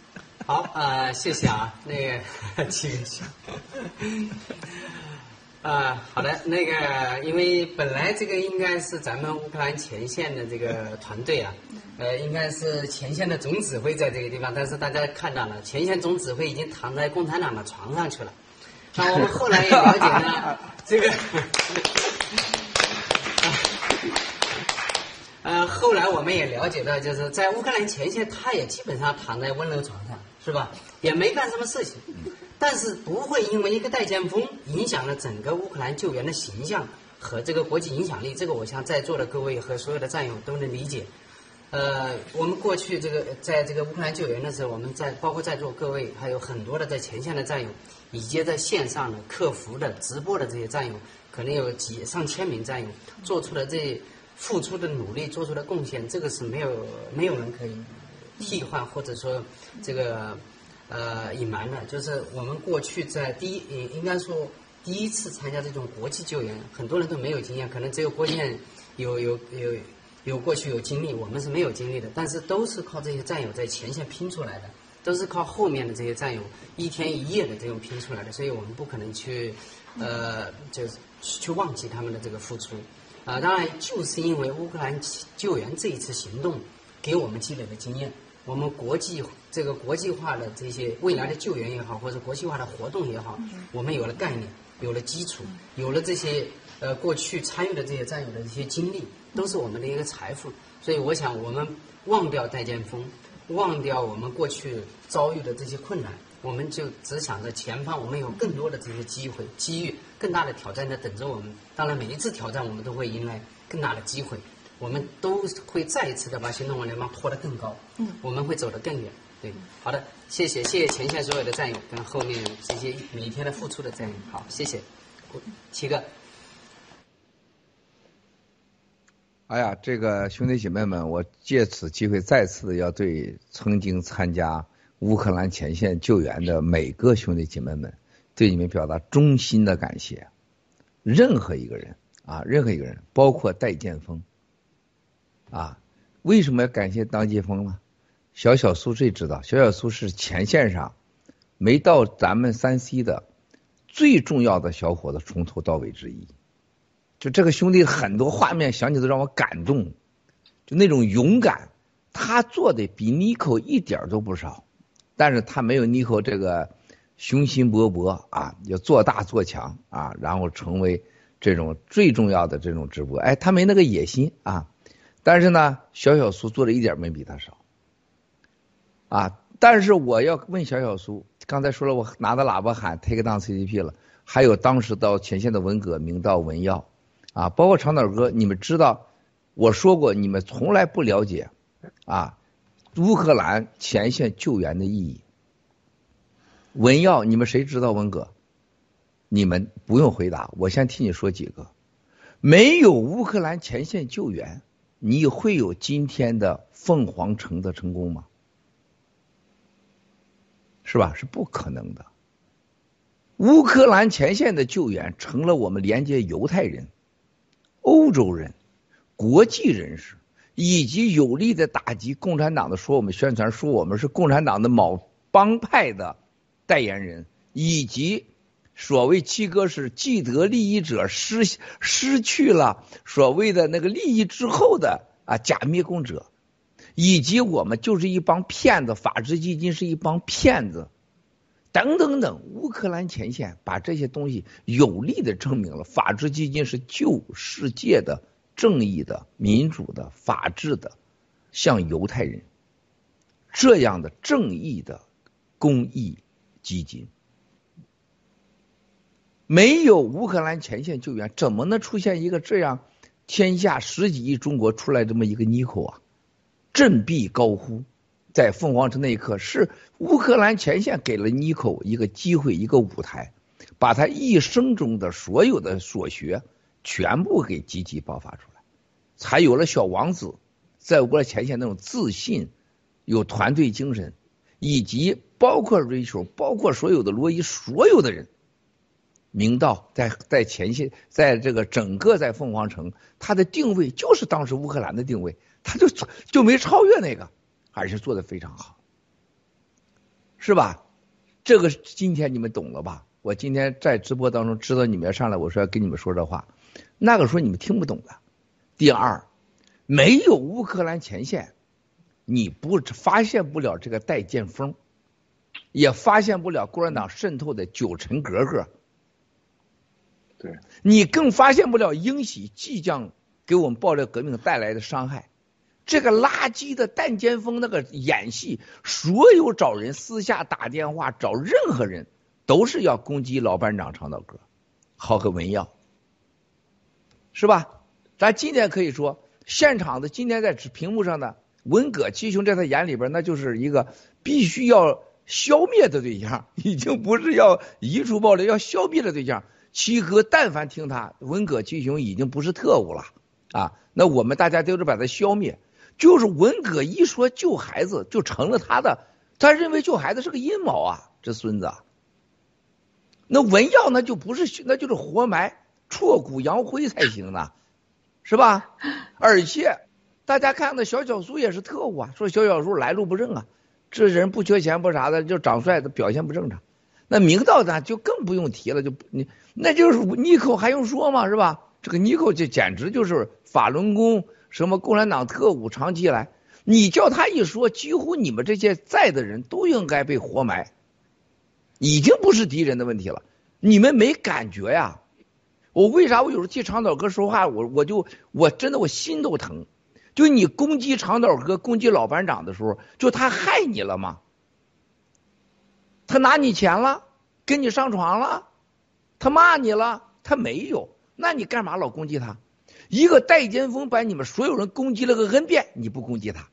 好啊、呃，谢谢啊，那个七个小。啊，好的，那个，因为本来这个应该是咱们乌克兰前线的这个团队啊，呃，应该是前线的总指挥在这个地方，但是大家看到了，前线总指挥已经躺在共产党的床上去了。那我们后来也了解呢，这个，呃，后来我们也了解到，就是在乌克兰前线，他也基本上躺在温柔床上，是吧？也没干什么事情。但是不会因为一个戴剑锋影响了整个乌克兰救援的形象和这个国际影响力，这个我想在座的各位和所有的战友都能理解。呃，我们过去这个在这个乌克兰救援的时候，我们在包括在座各位，还有很多的在前线的战友，以及在线上的客服的直播的这些战友，可能有几上千名战友做出了这付出的努力，做出的贡献，这个是没有没有人可以替换或者说这个。呃，隐瞒的，就是我们过去在第一，应该说第一次参加这种国际救援，很多人都没有经验，可能只有郭健有有有有过去有经历，我们是没有经历的，但是都是靠这些战友在前线拼出来的，都是靠后面的这些战友一天一夜的这种拼出来的，所以我们不可能去呃，就是去忘记他们的这个付出啊、呃。当然，就是因为乌克兰救援这一次行动给我们积累的经验。我们国际这个国际化的这些未来的救援也好，或者国际化的活动也好，我们有了概念，有了基础，有了这些呃过去参与的这些战友的一些经历，都是我们的一个财富。所以我想，我们忘掉戴剑锋，忘掉我们过去遭遇的这些困难，我们就只想着前方我们有更多的这些机会、机遇、更大的挑战在等着我们。当然，每一次挑战我们都会迎来更大的机会。我们都会再一次的把行动联盟拖得更高，嗯，我们会走得更远。对，好的，谢谢，谢谢前线所有的战友跟后面这些每一天的付出的战友，好，谢谢，七个。 哎呀，这个兄弟姐妹们，我借此机会再次的要对曾经参加乌克兰前线救援的每个兄弟姐妹们，对你们表达衷心的感谢。任何一个人啊，任何一个人，包括戴剑锋。啊，为什么要感谢当剑锋呢？小小苏最知道，小小苏是前线上没到咱们三 C 的最重要的小伙子，从头到尾之一。就这个兄弟很多画面想起都让我感动，就那种勇敢，他做的比妮蔻一点都不少，但是他没有妮蔻这个雄心勃勃啊，要做大做强啊，然后成为这种最重要的这种直播。哎，他没那个野心啊。但是呢，小小苏做的一点没比他少，啊！但是我要问小小苏，刚才说了，我拿着喇叭喊 take down C C P 了，还有当时到前线的文革、明道、文耀，啊，包括长岛哥，你们知道，我说过，你们从来不了解，啊，乌克兰前线救援的意义。文耀，你们谁知道文革？你们不用回答，我先替你说几个。没有乌克兰前线救援，你会有今天的凤凰城的成功吗？是吧？是不可能的。乌克兰前线的救援成了我们连接犹太人、欧洲人、国际人士，以及有力的打击共产党的，说我们宣传说我们是共产党的某帮派的代言人，以及所谓七哥是既得利益者失失去了所谓的那个利益之后的啊假灭共者，以及我们就是一帮骗子，法治基金是一帮骗子，等等等。乌克兰前线把这些东西有力的证明了，法治基金是救世界的正义的、民主的、法治的，像犹太人这样的正义的公益基金。没有乌克兰前线救援，怎么能出现一个这样天下十几亿中国出来这么一个妮蔻啊？振臂高呼，在凤凰城那一刻，是乌克兰前线给了妮蔻一个机会，一个舞台，把他一生中的所有的所学全部给积极爆发出来，才有了小王子在乌克兰前线那种自信，有团队精神，以及包括 Rachel， 包括所有的罗伊，所有的人。明道在在前线，在这个整个在凤凰城，他的定位就是当时乌克兰的定位，他就就没超越那个，而且做得非常好。 是吧？这个今天你们懂了吧？我今天在直播当中知道你们要上来，我说要跟你们说这话，那个时候你们听不懂的。第二，没有乌克兰前线，你不发现不了这个带剑锋，也发现不了共产党渗透的九陈格格， 对， 你更发现不了英喜即将给我们爆料革命带来的伤害。这个垃圾的弹尖锋那个演戏，所有找人私下打电话找任何人，都是要攻击老班长长岛哥，好个文耀，是吧？咱今天可以说，现场的今天在屏幕上的文革七雄，在他眼里边那就是一个必须要消灭的对象，已经不是要移除爆料，要消灭的对象。七哥但凡听他，文革七雄已经不是特务了啊！那我们大家都是把他消灭。就是文革一说救孩子，就成了他的，他认为救孩子是个阴谋啊，这孙子。那文耀那就不是，那就是活埋挫骨扬灰才行呢，是吧？而且大家看那小小苏也是特务啊，说小小苏来路不正啊，这人不缺钱不啥的，就长帅的表现不正常。那明道呢就更不用提了，就你那就是尼寇还用说吗？是吧？这个尼寇这简直就是法轮功。什么共产党特务长期以来，你叫他一说，几乎你们这些在的人都应该被活埋，已经不是敌人的问题了。你们没感觉呀？我为啥我有时候替长岛哥说话，我我就我真的我心都疼。就你攻击长岛哥、攻击老班长的时候，就他害你了吗？他拿你钱了，跟你上床了，他骂你了，他没有，那你干嘛老攻击他？一个戴尖锋把你们所有人攻击了个 N 遍，你不攻击他，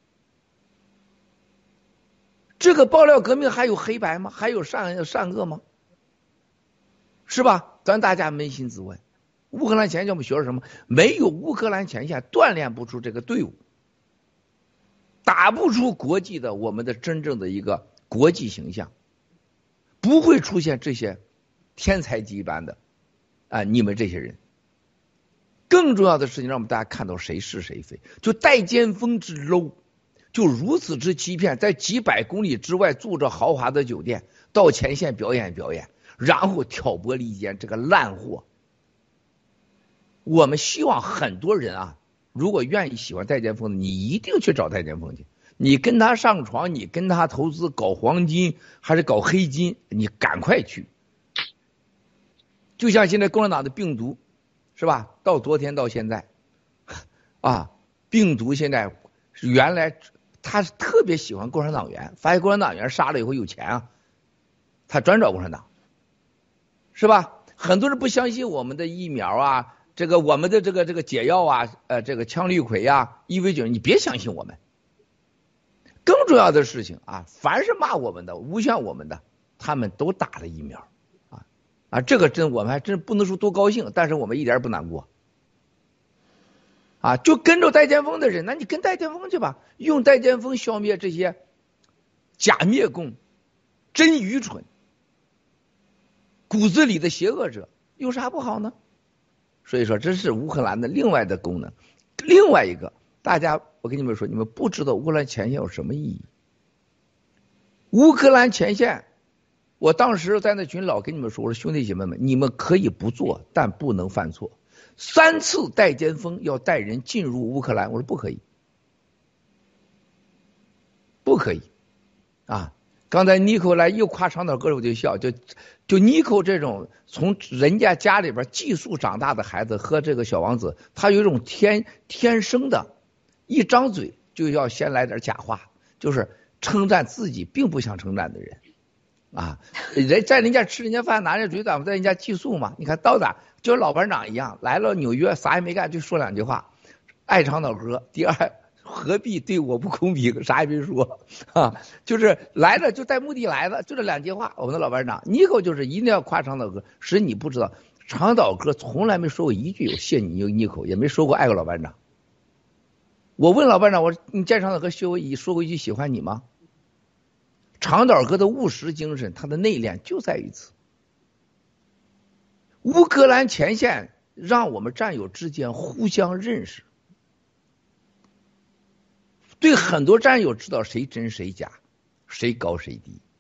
这个爆料革命还有黑白吗？还有善善恶吗？是吧？咱大家扪心自问，乌克兰前线我们学了什么？没有乌克兰前线，锻炼不出这个队伍，打不出国际的我们的真正的一个国际形象，不会出现这些天才级般的啊！你们这些人。更重要的事情，让我们大家看到谁是谁非。就戴尖锋之 low， 就如此之欺骗，在几百公里之外住着豪华的酒店，到前线表演表演，然后挑拨离间，这个烂货。我们希望很多人啊，如果愿意喜欢戴尖锋的，你一定去找戴尖锋去。你跟他上床，你跟他投资搞黄金还是搞黑金，你赶快去。就像现在共产党的病毒。是吧？到昨天到现在，啊，病毒现在原来他是特别喜欢共产党员，发现共产党员杀了以后有钱啊，他专找共产党，是吧？很多人不相信我们的疫苗啊，这个我们的这个这个解药啊，呃，这个羟氯喹呀、伊维菌，你别相信我们。更重要的事情啊，凡是骂我们的、诬陷我们的，他们都打了疫苗。啊，这个真我们还真不能说多高兴，但是我们一点也不难过。啊，就跟着戴尖锋的人，那你跟戴尖锋去吧，用戴尖锋消灭这些假灭共、真愚蠢、骨子里的邪恶者，有啥不好呢？所以说，这是乌克兰的另外的功能。另外一个，大家我跟你们说，你们不知道乌克兰前线有什么意义。乌克兰前线。我当时在那群老跟你们说，我说兄弟姐妹们，你们可以不做，但不能犯错。三次戴尖锋要带人进入乌克兰，我说不可以，不可以啊！刚才尼寇来又夸长岛哥，我就笑，就就尼寇这种从人家家里边寄宿长大的孩子和这个小王子，他有一种天天生的，一张嘴就要先来点假话，就是称赞自己并不想称赞的人。啊，人在人家吃人家饭，拿人家嘴短，在人家寄宿嘛。你看到哪就跟老班长一样，来了纽约啥也没干，就说两句话，爱长岛哥。第二，何必对我不公平，啥也没说啊，就是来了就带目的来了，就这两句话。我们的老班长尼寇就是一定要夸长岛哥，实你不知道，长岛哥从来没说过一句有谢你尼寇，也没说过爱过老班长。我问老班长，我说你见长岛哥说过一说过一句喜欢你吗？长岛哥的务实精神，他的内敛就在于此。乌克兰前线让我们战友之间互相认识，对很多战友知道谁真谁假，谁高谁低。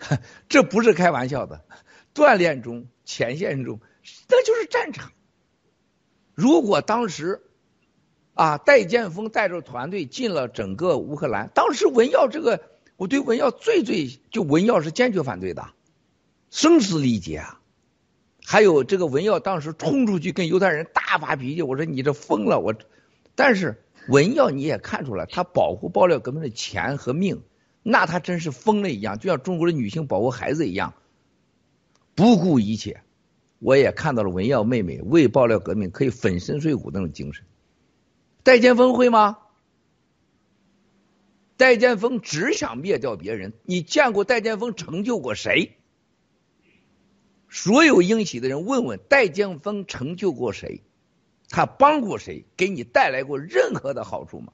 这不是开玩笑的。锻炼中、前线中，那就是战场。如果当时啊，戴剑锋带着团队进了整个乌克兰，当时文耀这个，我对文耀最最就文耀是坚决反对的，声嘶力竭啊。还有这个文耀当时冲出去跟犹太人大发脾气，我说你这疯了我。但是文耀你也看出来，他保护爆料革命的钱和命，那他真是疯了一样，就像中国的女性保护孩子一样，不顾一切。我也看到了文耀妹妹为爆料革命可以粉身碎骨那种精神。戴剑锋会吗？戴剑锋只想灭掉别人，你见过戴剑锋成就过谁？所有英喜的人问问戴剑锋成就过谁，他帮过谁，给你带来过任何的好处吗？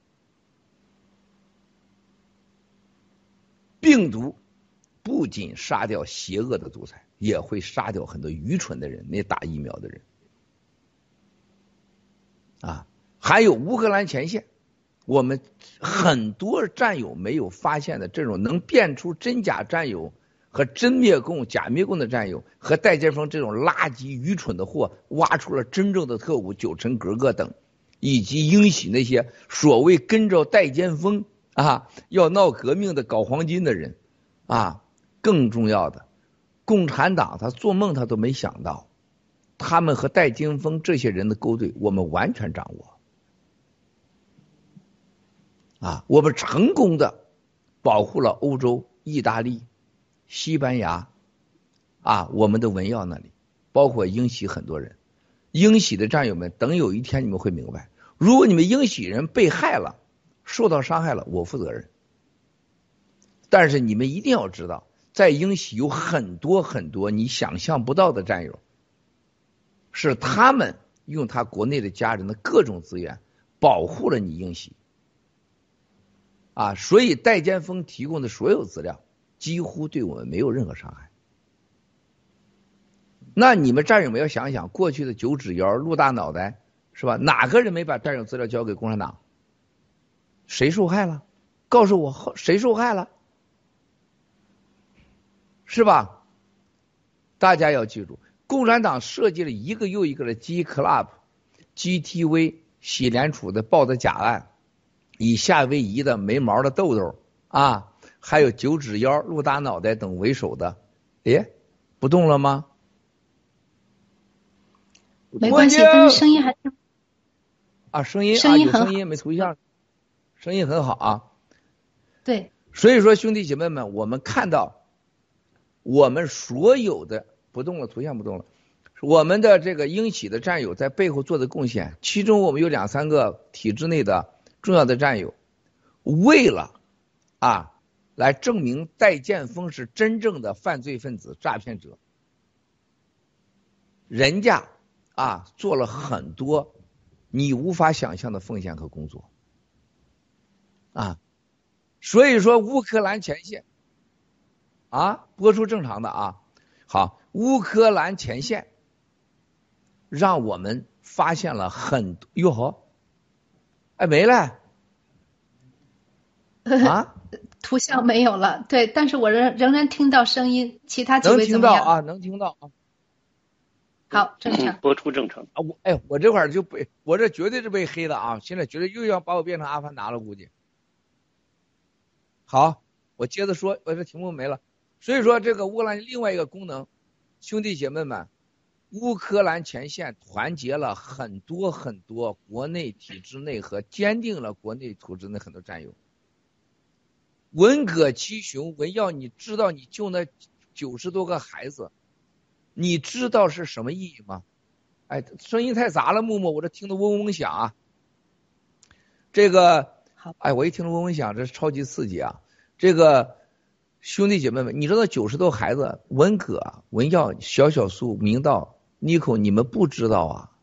病毒不仅杀掉邪恶的独裁，也会杀掉很多愚蠢的人，那打疫苗的人啊。还有乌克兰前线，我们很多战友没有发现的这种能辨出真假战友和真灭共、假灭共的战友，和戴剑锋这种垃圾愚蠢的货，挖出了真正的特务九陈格格等，以及英喜那些所谓跟着戴剑锋啊要闹革命的搞黄金的人啊。更重要的，共产党他做梦他都没想到，他们和戴剑锋这些人的勾兑，我们完全掌握啊。我们成功的保护了欧洲、意大利、西班牙啊，我们的文耀那里，包括英喜很多人。英喜的战友们，等有一天你们会明白，如果你们英喜人被害了，受到伤害了，我负责任。但是你们一定要知道，在英喜有很多很多你想象不到的战友，是他们用他国内的家人的各种资源保护了你英喜啊，所以戴剑锋提供的所有资料几乎对我们没有任何伤害。那你们战友们要想想，过去的九指谣、陆大脑袋是吧？哪个人没把战友资料交给共产党？谁受害了？告诉我谁受害了？是吧？大家要记住，共产党设计了一个又一个的 G Club、G T V 洗脸储的报的假案，以夏威夷的没毛的豆豆啊，还有九指妖、陆大脑袋等为首的，哎，不动了吗？ 没关系，但是声音还啊，声音声音很啊，有声音没图像，声音很好啊。 对， 所以说兄弟姐妹们，我们看到我们所有的不动了，图像不动了，我们的这个英喜的战友在背后做的贡献，其中我们有两三个体制内的重要的战友，为了啊来证明戴剑锋是真正的犯罪分子、诈骗者，人家啊做了很多你无法想象的奉献和工作啊。所以说乌克兰前线啊，播出正常的啊。好，乌克兰前线让我们发现了很多哟呵，哎没了啊， 图像没有了，对，但是我仍仍然听到声音，其他几能位怎么样？ 听到啊，能听到啊。 好，正常。 播出正常啊，我哎，我这会儿就被我这绝对是被黑的啊！现在绝对又要把我变成阿凡达了，估计。好，我接着说，我这题目没了。所以说，这个乌克兰另外一个功能，兄弟姐妹们，乌克兰前线团结了很多很多国内体制内和坚定了国内组织内很多战友。文革七雄，文耀，你知道你救那九十多个孩子，你知道是什么意义吗？哎，声音太杂了，木木，我这听得嗡嗡响啊。这个，哎，我一听着嗡嗡响，这是超级刺激啊！这个兄弟姐妹们，你知道九十多孩子，文革、文耀、小小苏、明道、妮蔻，你们不知道啊？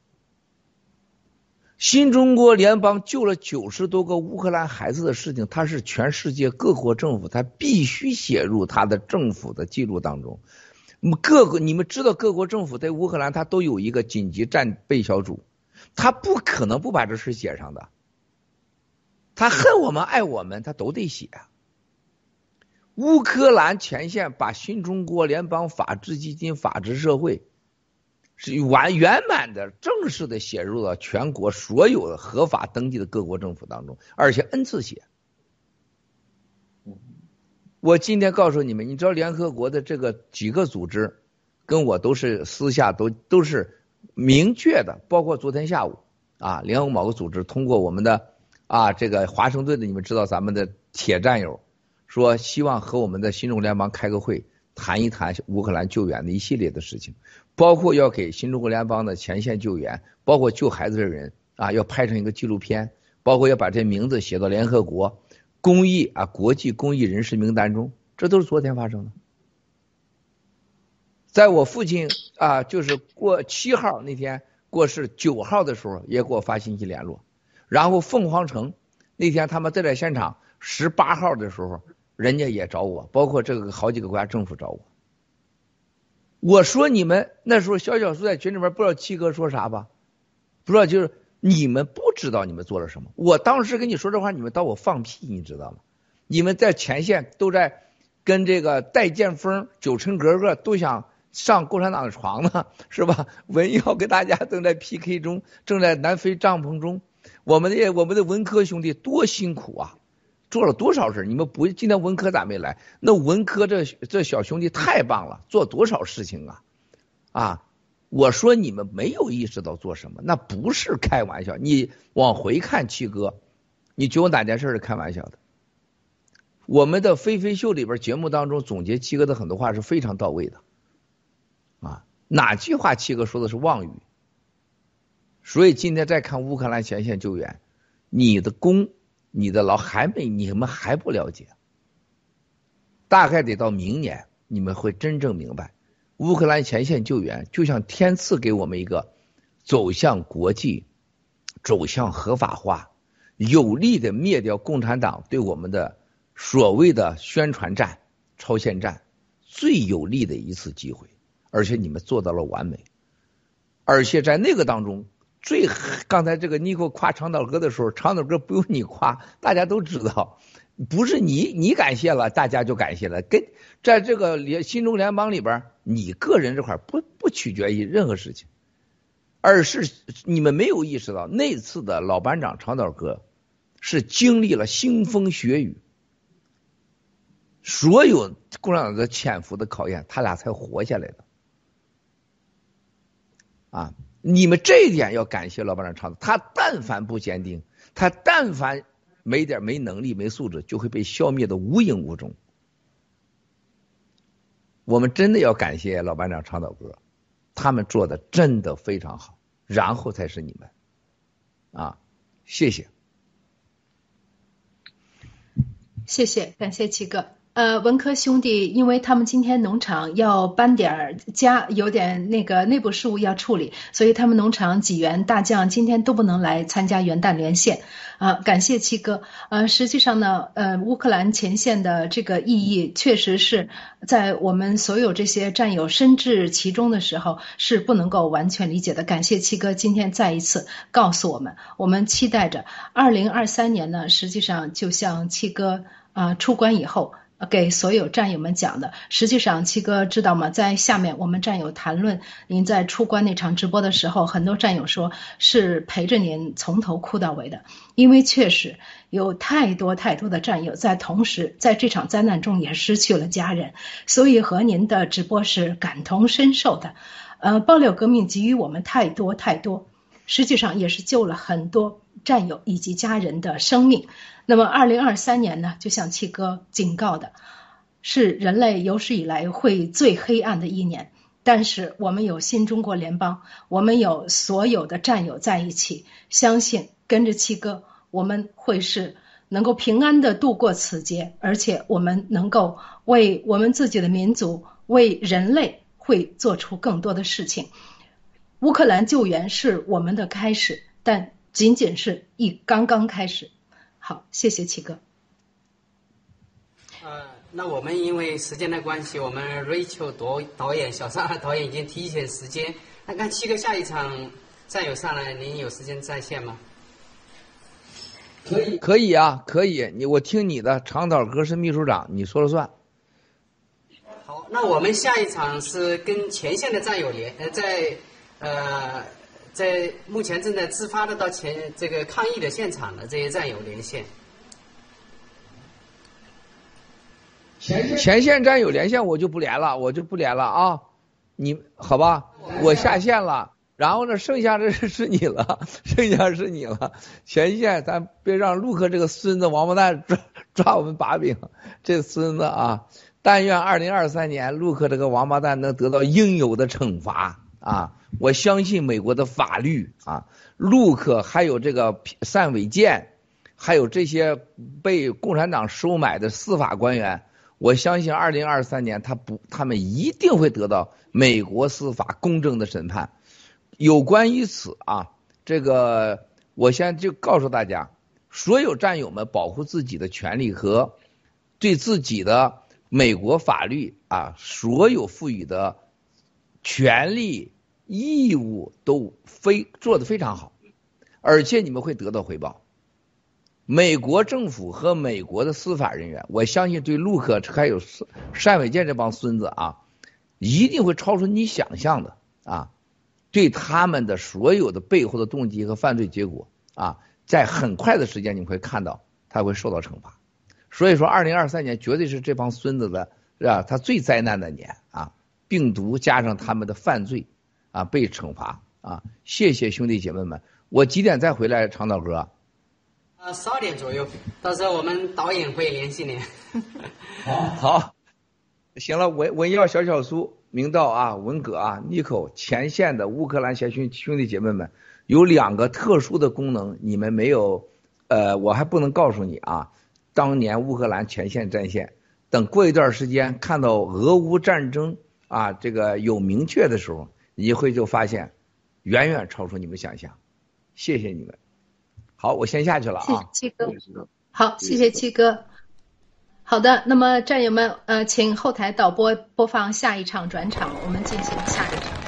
新中国联邦救了九十多个乌克兰孩子的事情，它是全世界各国政府，它必须写入它的政府的记录当中。各个你们知道，各国政府在乌克兰它都有一个紧急战备小组，他不可能不把这事写上的。他恨我们爱我们，他都得写。 乌克兰前线把新中国联邦法治基金法治社会是完圆满的正式的写入了全国所有的合法登记的各国政府当中，而且 N 次写。我今天告诉你们，你知道联合国的这个几个组织跟我都是私下都都是明确的，包括昨天下午啊，联合国某个组织通过我们的啊这个华盛顿的，你们知道咱们的铁战友说希望和我们的新中国联邦开个会，谈一谈乌克兰救援的一系列的事情，包括要给新中国联邦的前线救援，包括救孩子的人啊，要拍成一个纪录片，包括要把这名字写到联合国公益啊国际公益人士名单中，这都是昨天发生的。在我父亲啊，就是过七号那天过世，九号的时候也给我发信息联络，然后凤凰城那天他们在这现场，十八号的时候人家也找我，包括这个好几个国家政府找我。我说你们那时候小小苏在群里面不知道七哥说啥吧，不知道就是你们不知道你们做了什么。我当时跟你说这话，你们当我放屁，你知道吗？你们在前线都在跟这个戴剑锋、九成格格都想上共产党的床呢，是吧？文耀跟大家正在 P K 中，正在南非帐篷中。我们的我们的文科兄弟多辛苦啊，做了多少事？你们不今天文科咋没来？那文科这这小兄弟太棒了，做多少事情啊！啊，我说你们没有意识到做什么，那不是开玩笑。你往回看七哥，你觉得哪件事是开玩笑的？我们的飞飞秀里边节目当中总结七哥的很多话是非常到位的。啊，哪句话七哥说的是妄语？所以今天再看乌克兰前线救援，你的功，你的劳还没，你们还不了解，大概得到明年你们会真正明白，乌克兰前线救援就像天赐给我们一个走向国际、走向合法化、有力的灭掉共产党对我们的所谓的宣传战、超限战最有利的一次机会。而且你们做到了完美，而且在那个当中，最刚才这个尼克夸长岛哥的时候，长岛哥不用你夸，大家都知道，不是你你感谢了，大家就感谢了。跟在这个联新中联邦里边，你个人这块不不取决于任何事情，而是你们没有意识到那次的老班长长岛哥是经历了腥风血雨，所有共产党的潜伏的考验，他俩才活下来的。啊，你们这一点要感谢老班长长岛，他但凡不坚定，他但凡没点没能力没素质，就会被消灭的无影无踪。我们真的要感谢老班长长岛哥，他们做的真的非常好，然后才是你们啊，谢谢， 谢谢，感谢七哥。呃，文科兄弟，因为他们今天农场要搬点家，有点那个内部事务要处理，所以他们农场几员大将今天都不能来参加元旦连线。啊、呃，感谢七哥。呃，实际上呢，呃，乌克兰前线的这个意义，确实是在我们所有这些战友身至其中的时候，是不能够完全理解的。感谢七哥今天再一次告诉我们，我们期待着二零二三年呢，实际上就像七哥啊、呃、出关以后。给所有战友们讲的，实际上七哥知道吗？在下面我们战友谈论您在出关那场直播的时候，很多战友说是陪着您从头哭到尾的，因为确实有太多太多的战友在同时在这场灾难中也失去了家人，所以和您的直播是感同身受的。呃，爆料革命给予我们太多太多，实际上也是救了很多战友以及家人的生命。那么二零二三年呢，就像七哥警告的，是人类有史以来会最黑暗的一年，但是我们有新中国联邦，我们有所有的战友在一起，相信跟着七哥我们会是能够平安的度过此劫，而且我们能够为我们自己的民族，为人类会做出更多的事情。乌克兰救援是我们的开始，但仅仅是一刚刚开始。好，谢谢七哥。 呃，那我们因为时间的关系，我们 Rachel 导导演、小三导演已经提前时间。那看七哥下一场战友上来，您有时间在线吗？ 可以，可以啊，可以。你我听你的，长岛哥是秘书长，你说了算那我们下一场是跟前线的战友连呃在呃在目前正在自发的到前这个抗议的现场的这些战友连线。 前线战友连线我就不连了，我就不连了啊，你好吧，我下线了，然后呢，剩下的是你了，剩下是你了，前线咱别让陆克这个孙子王八蛋抓抓我们把柄，这孙子啊，但愿二零二三年陆克这个王八蛋能得到应有的惩罚啊！我相信美国的法律啊，陆克还有这个单伟建，还有这些被共产党收买的司法官员。我相信二零二三年他不，他们一定会得到美国司法公正的审判。有关于此啊，这个我现在就告诉大家，所有战友们保护自己的权利和对自己的美国法律啊所有赋予的权利义务都非做得非常好，而且你们会得到回报。美国政府和美国的司法人员，我相信对陆克还有单伟建这帮孙子啊，一定会超出你想象的啊！对他们的所有的背后的动机和犯罪结果啊，在很快的时间你们会看到他会受到惩罚。所以说，二零二三年绝对是这帮孙子的是吧？他最灾难的年啊！病毒加上他们的犯罪啊，被惩罚啊！谢谢兄弟姐妹们，我几点再回来唱导歌？ 呃，十二点左右，到时候我们导演会联系你。 好，好，行了，文文耀、小小苏、明道啊、文革啊、尼克前线的乌克兰贤兄兄弟姐妹们，有两个特殊的功能，你们没有，呃，我还不能告诉你啊。当年乌克兰前线战线，等过一段时间看到俄乌战争啊，这个有明确的时候，你会就发现远远超出你们想象。谢谢你们。好，我先下去了啊。 谢谢七哥。好，谢谢七哥。好的，那么战友们，呃，请后台导播播放下一场转场，我们进行下一场。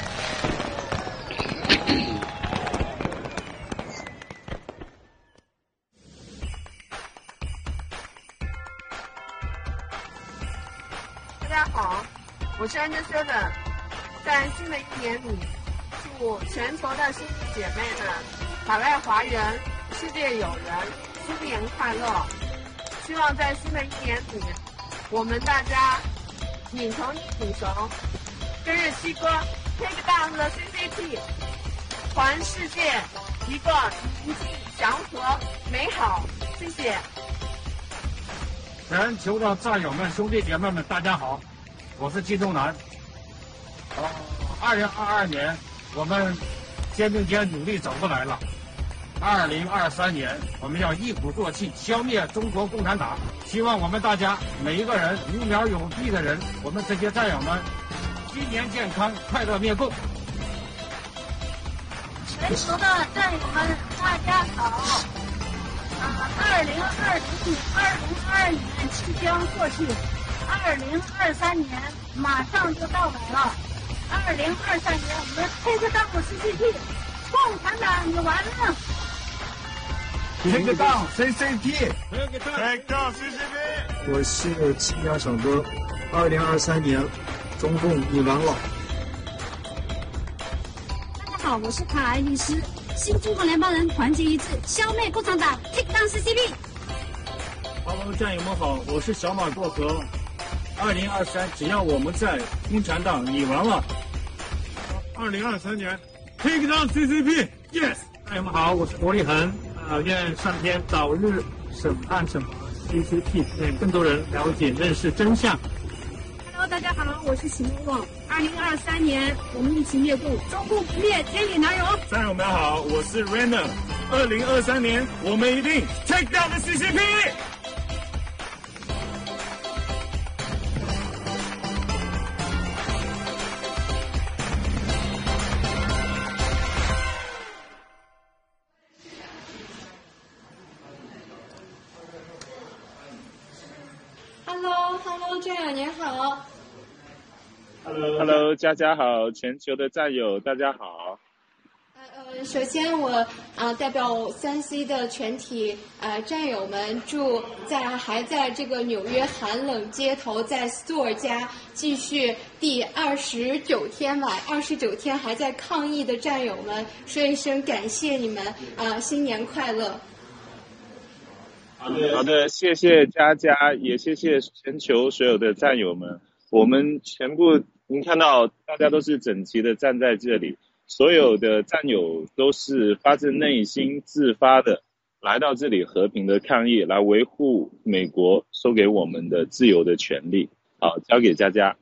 大家好，我是 Angel Seven， 在新的一年里，祝全球的兄弟姐妹们、海外华人、世界友人新年快乐！希望在新的一年里，我们大家拧成一股绳，跟着七哥 take down the C C P， 还世界一个宁静、祥和、美好。谢谢。 全球的战友们、兄弟姐妹们，大家好，我是季仲南。呃，二零二二年，我们肩并肩努力走过来了。二零二三年，我们要一鼓作气消灭中国共产党。希望我们大家每一个人无苗有地的人，我们这些战友们，新年健康，快乐灭共。 全球的战友们，大家好。啊，二零二零、二零二二年即将过去，二零二三年马上就到来了。二零二三年，我们 take down C C P， 共产党你完了。 Take down C C P，Take down C C P。 我是青鸟小哥，二零二三年，中共你完了。 大家好，我是卡莱律师，新中国联邦人团结一致，消灭共产党 ，Take down C C P。 Hello， 战友们好，我是小马过河。二零二三，只要我们在，共产党你完了。 二零二三年 ，Take down C C P，Yes。 战友们好，我是罗立恒。啊，愿上天早日审判惩罚 C C P， 让更多人了解认识真相。 Hello， 大家好，我是许梦梦。二零二三年，我们一起灭共，中共不灭，天理难容。 战友们好，我是 Rena。二零二三年，我们一定 take down the C C P。 Hello，Hello， 战友您好。 Hello， Hello， 佳佳好，全球的战友大家好。 呃， 首先我啊、呃、代表三 C 的全体呃战友们，祝在还在这个纽约寒冷街头，在 Store 家继续第二十九天吧，二十九天还在抗疫的战友们，说一声感谢你们啊、呃，新年快乐。 好的，谢谢佳佳，也谢谢全球所有的战友们。我们全部，您看到大家都是整齐的站在这里。所有的战友都是发自内心自发的来到这里和平的抗议，来维护美国授给我们的自由的权利。好，交给佳佳。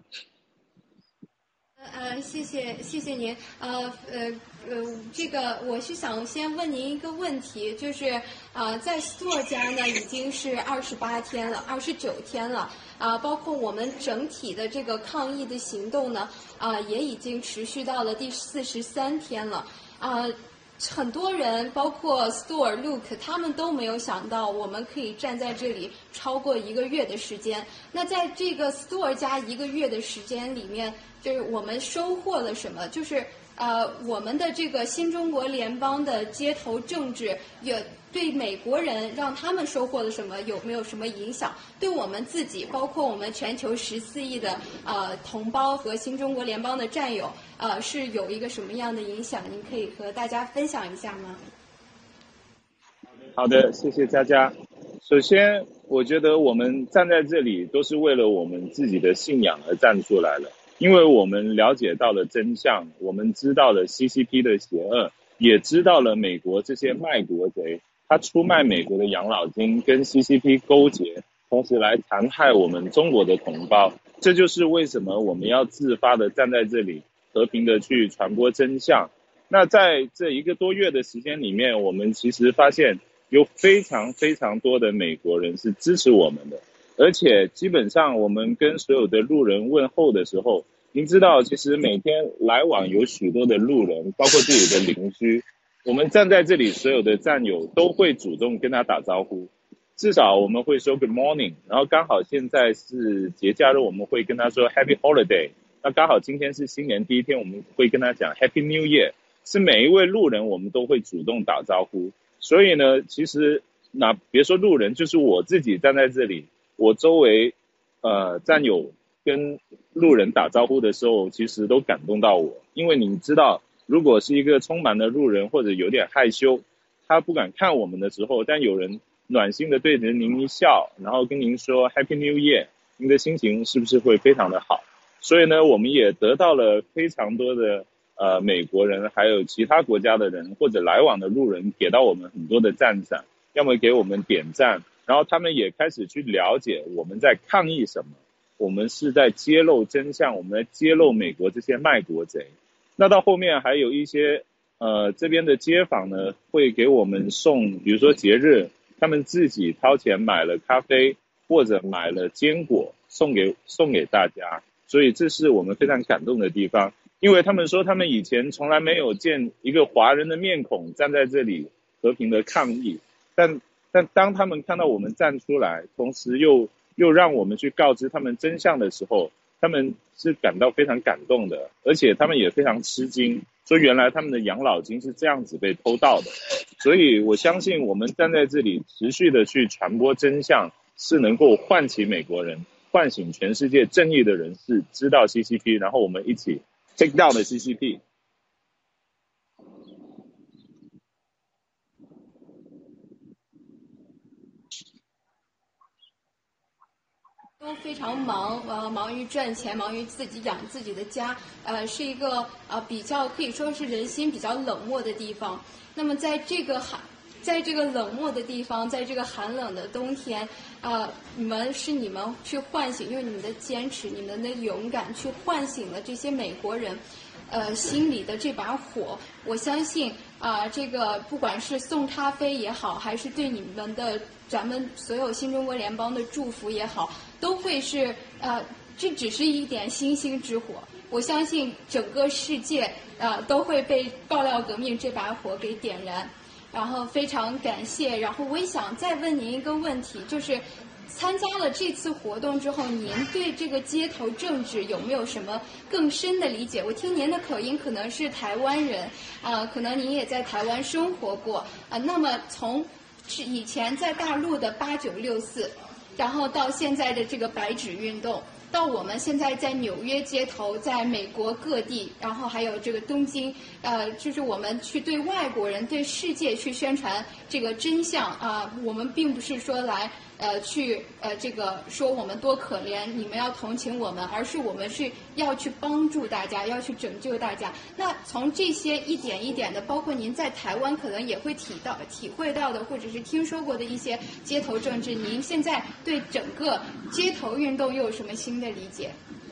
呃，谢谢谢谢您。呃呃呃，这个我是想先问您一个问题，就是呃，在 Store 家呢已经是二十八天了，二十九天了。啊，包括我们整体的这个抗疫的行动呢，啊，也已经持续到了第四十三天了。啊，很多人，包括 Store、Luke， 他们都没有想到我们可以站在这里超过一个月的时间。那在这个 Store 加一个月的时间里面，就是我们收获了什么？就是呃，我们的这个新中国联邦的街头政治也对美国人让他们收获了什么？有没有什么影响？对我们自己，包括我们全球十四亿的呃同胞和新中国联邦的战友，呃，是有一个什么样的影响？您可以和大家分享一下吗？ 好的，谢谢佳佳。首先，我觉得我们站在这里都是为了我们自己的信仰而站出来了，因为我们了解到了真相，我们知道了 C C P 的邪恶，也知道了美国这些卖国贼。他出卖美国的养老金，跟 C C P 勾结，同时来残害我们中国的同胞。这就是为什么我们要自发的站在这里，和平的去传播真相。那在这一个多月的时间里面，我们其实发现有非常非常多的美国人是支持我们的，而且基本上我们跟所有的路人问候的时候，您知道，其实每天来往有许多的路人，包括自己的邻居。我们站在这里，所有的战友都会主动跟他打招呼，至少我们会说 Good morning， 然后刚好现在是节假日，我们会跟他说 Happy Holiday， 那刚好今天是新年第一天，我们会跟他讲 Happy New Year， 是每一位路人我们都会主动打招呼。所以呢，其实那别说路人，就是我自己站在这里，我周围呃战友跟路人打招呼的时候，其实都感动到我，因为你知道，如果是一个充满了路人或者有点害羞，他不敢看我们的时候，但有人暖心的对着您一笑，然后跟您说 Happy New Year， 您的心情是不是会非常的好？所以呢，我们也得到了非常多的呃美国人，还有其他国家的人或者来往的路人给到我们很多的赞赏，要么给我们点赞，然后他们也开始去了解我们在抗议什么，我们是在揭露真相，我们在揭露美国这些卖国贼。那到后面还有一些呃这边的街坊呢，会给我们送，比如说节日，他们自己掏钱买了咖啡或者买了坚果送给送给大家，所以这是我们非常感动的地方。因为他们说他们以前从来没有见一个华人的面孔站在这里和平的抗议，但但当他们看到我们站出来，同时又又让我们去告知他们真相的时候，他们是感到非常感动的，而且他们也非常吃惊，说原来他们的养老金是这样子被偷盗的。所以我相信我们站在这里持续的去传播真相，是能够唤起美国人，唤醒全世界正义的人士知道 C C P， 然后我们一起 take down 的 C C P。 都非常忙，呃，忙于赚钱，忙于自己养自己的家，呃，是一个呃比较可以说是人心比较冷漠的地方。那么在这个寒，在这个冷漠的地方，在这个寒冷的冬天，呃，你们是你们去唤醒，用你们的坚持、你们的勇敢去唤醒了这些美国人，呃，心里的这把火。我相信啊、呃，这个不管是送咖啡也好，还是对你们的咱们所有新中国联邦的祝福也好，都会是呃，这只是一点星星之火。我相信整个世界呃都会被爆料革命这把火给点燃。然后非常感谢。然后我也想再问您一个问题，就是参加了这次活动之后，您对这个街头政治有没有什么更深的理解？我听您的口音可能是台湾人，啊、呃，可能您也在台湾生活过，啊、呃，那么从是以前在大陆的八九六四，然后到现在的这个白纸运动，到我们现在在纽约街头，在美国各地，然后还有这个东京，呃，就是我们去对外国人、对世界去宣传这个真相啊、呃。我们并不是说来呃去呃这个说我们多可怜，你们要同情我们，而是我们是要去帮助大家，要去拯救大家。那从这些一点一点的，包括您在台湾可能也会体到、体会到的，或者是听说过的一些街头政治，您现在对整个街头运动又有什么新的理解？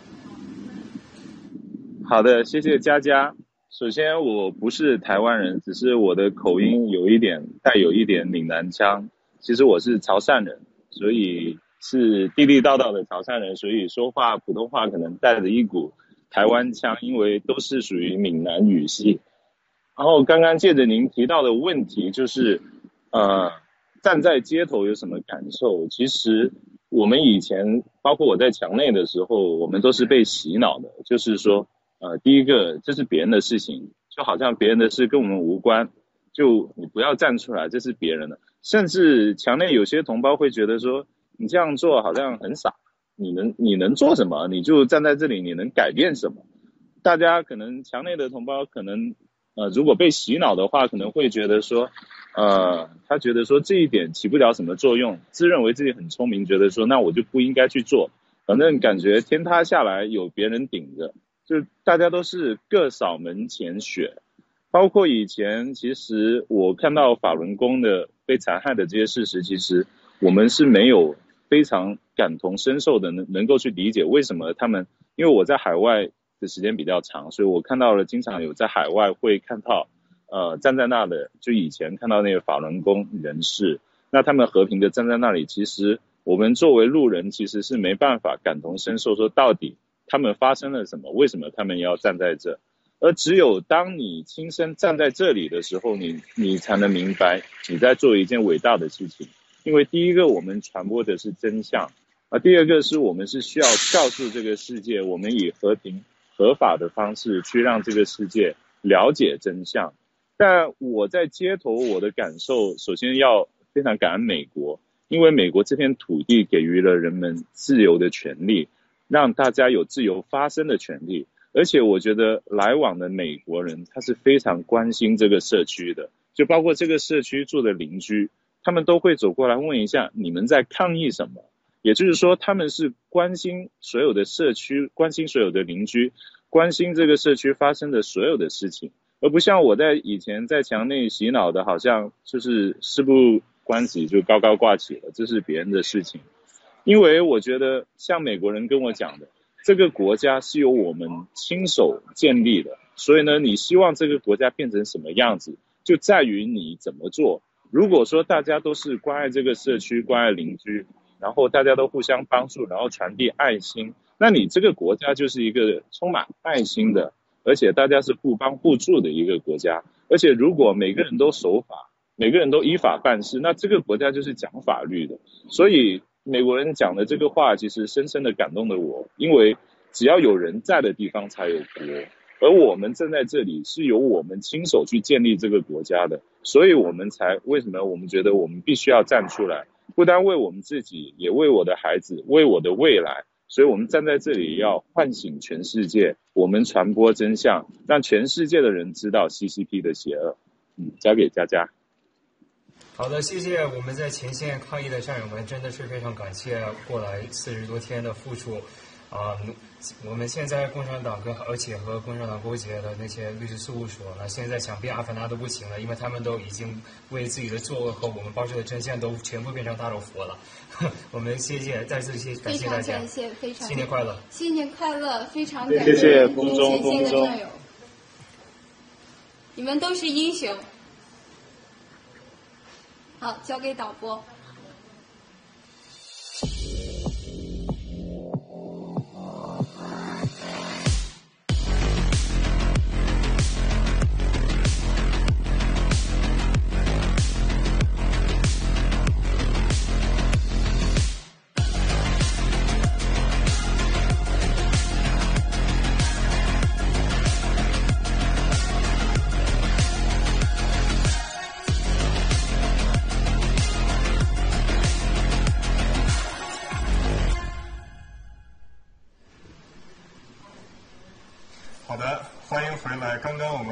好的，谢谢佳佳。首先，我不是台湾人，只是我的口音有一点带有一点闽南腔。其实我是潮汕人，所以是地地道道的潮汕人，所以说话普通话可能带着一股台湾腔，因为都是属于闽南语系。然后刚刚借着您提到的问题，就是呃，站在街头有什么感受？其实我们以前，包括我在墙内的时候，我们都是被洗脑的，就是说，呃，第一个，这是别人的事情，就好像别人的事跟我们无关，就你不要站出来，这是别人的。甚至墙内有些同胞会觉得说，你这样做好像很傻，你能你能做什么？你就站在这里，你能改变什么？大家可能墙内的同胞可能，呃，如果被洗脑的话，可能会觉得说，呃，他觉得说这一点起不了什么作用，自认为自己很聪明，觉得说那我就不应该去做，反正感觉天塌下来有别人顶着，就大家都是各扫门前雪。包括以前，其实我看到法轮功的被残害的这些事实，其实我们是没有非常感同身受的，能能够去理解为什么他们，因为我在海外的时间比较长，所以我看到了经常有在海外会看到呃站在那的，就以前看到那个法轮功人士，那他们和平的站在那里，其实我们作为路人其实是没办法感同身受，说到底他们发生了什么，为什么他们要站在这。而只有当你亲身站在这里的时候，你你才能明白你在做一件伟大的事情。因为第一个，我们传播的是真相，而第二个是我们是需要告诉这个世界，我们以和平合法的方式去让这个世界了解真相。但我在街头，我的感受首先要非常感恩美国，因为美国这片土地给予了人们自由的权利，让大家有自由发声的权利。而且我觉得来往的美国人他是非常关心这个社区的，就包括这个社区住的邻居，他们都会走过来问一下你们在抗议什么，也就是说他们是关心所有的社区，关心所有的邻居，关心这个社区发生的所有的事情，而不像我在以前在墙内洗脑的，好像就是事不关己就高高挂起了，这是别人的事情。因为我觉得像美国人跟我讲的，这个国家是由我们亲手建立的，所以呢，你希望这个国家变成什么样子，就在于你怎么做。如果说大家都是关爱这个社区，关爱邻居，然后大家都互相帮助，然后传递爱心，那你这个国家就是一个充满爱心的，而且大家是互帮互助的一个国家。而且如果每个人都守法，每个人都依法办事，那这个国家就是讲法律的。所以美国人讲的这个话其实深深的感动了我，因为只要有人在的地方才有国，而我们站在这里是由我们亲手去建立这个国家的，所以我们才为什么我们觉得我们必须要站出来，不单为我们自己，也为我的孩子，为我的未来。所以我们站在这里要唤醒全世界，我们传播真相，让全世界的人知道 C C P 的邪恶。嗯，交给佳佳。 好的，谢谢我们在前线抗疫的战友们，真的是非常感谢过来四十多天的付出。啊、呃，我们现在共产党跟而且和共产党勾结的那些律师事务所呢，现在想变阿凡达都不行了，因为他们都已经为自己的作恶和我们爆出的真相都全部变成大肉佛了。我们谢谢，再次谢感谢大家， 非常感谢，非常新年快乐， 新年快乐，非常感谢谢前线的战友，你们都是英雄。好，交给导播。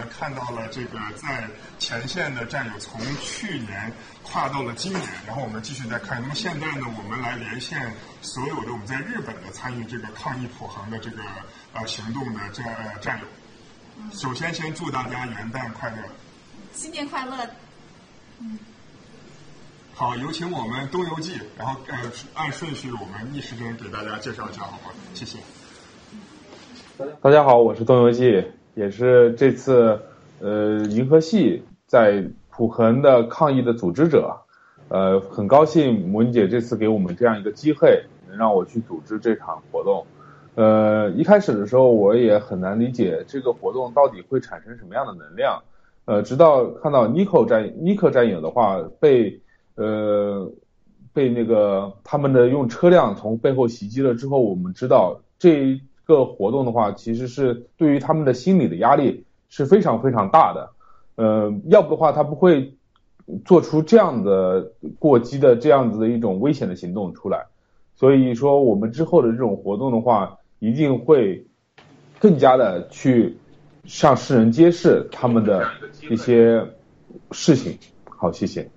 看到了这个在前线的战友从去年跨到了今年，然后我们继续再看。那么现在呢，我们来连线所有的我们在日本的参与这个抗疫普航的这个呃行动的这呃战友。首先，先祝大家元旦快乐， 新年快乐。嗯。 好，有请我们东游记，然后呃按顺序我们逆时针给大家介绍一下，好吗？谢谢。 大家好，我是东游记，也是这次呃银河系在普恒的抗疫的组织者。呃，很高兴母女姐这次给我们这样一个机会，能让我去组织这场活动。呃，一开始的时候我也很难理解这个活动到底会产生什么样的能量。呃，直到看到尼克战尼克战友的话被呃被那个他们的用车辆从背后袭击了之后，我们知道这个活动的话其实是对于他们的心理的压力是非常非常大的。呃，要不的话他不会做出这样的过激的这样子的一种危险的行动出来。所以说我们之后的这种活动的话一定会更加的去向世人揭示他们的一些事情。好，谢谢。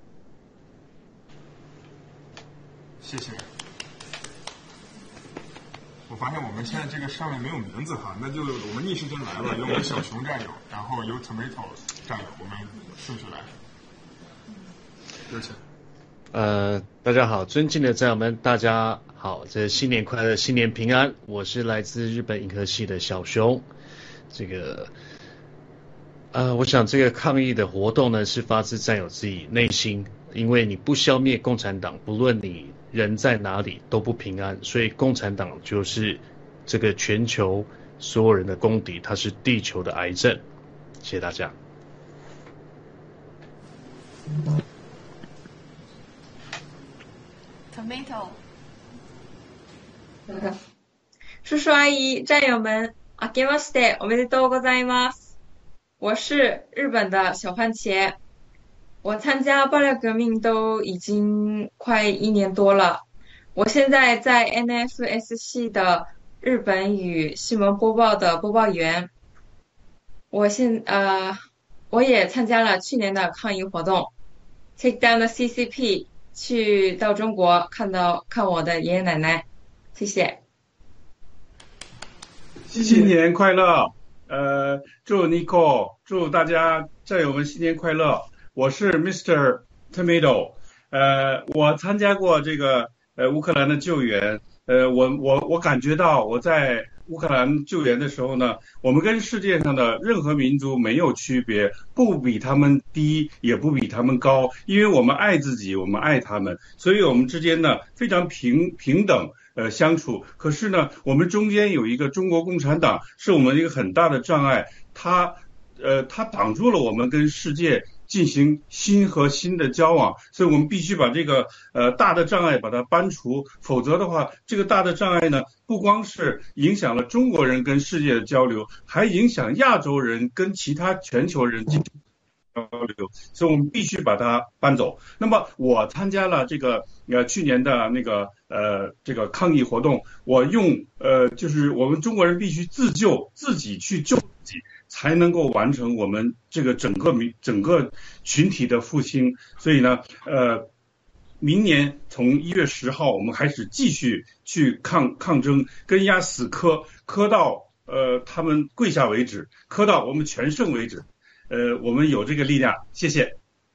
谢谢。我发现我们现在这个上面没有名字哈，那就我们逆时针来了，有我们小熊战友，然后有 Tomato 战友，我们顺序来。有请。 呃，大家好，尊敬的战友们，大家好，这新年快乐，新年平安。我是来自日本银河系的小熊。这个，呃，我想这个抗议的活动呢，是发自战友自己内心，因为你不消灭共产党，不论你人在哪里都不平安，所以共产党就是这个全球所有人的公敌，它是地球的癌症。谢谢大家。 Tomato， 叔叔阿姨、战友们，明けましておめでとうございます。我是日本的小番茄，我参加爆料革命都已经快一年多了。我现在在 N F S 系的日本语新闻播报的播报员。我现呃，我也参加了去年的抗议活动 ，Take Down the C C P。去到中国看到看我的爷爷奶奶，谢谢。 新年快乐！呃，祝 Nico， 祝大家战友们新年快乐。我是 Mister Tomato， 呃，我参加过这个呃乌克兰的救援，呃，我我我感觉到我在乌克兰救援的时候呢，我们跟世界上的任何民族没有区别，不比他们低，也不比他们高，因为我们爱自己，我们爱他们，所以我们之间呢非常平平等呃相处。可是呢，我们中间有一个中国共产党，是我们一个很大的障碍，它呃它挡住了我们跟世界进行新和新的交往，所以我们必须把这个呃大的障碍把它搬除，否则的话，这个大的障碍呢，不光是影响了中国人跟世界的交流，还影响亚洲人跟其他全球人进行交流，所以我们必须把它搬走。那么我参加了这个呃去年的那个呃这个抗议活动，我用呃就是我们中国人必须自救，自己去救自己，才能够完成我们这个整个民整个群体的复兴。所以呢，呃，明年从一月十号我们开始继续去抗抗争，跟压死磕，磕到呃他们跪下为止，磕到我们全胜为止。呃，我们有这个力量，谢谢。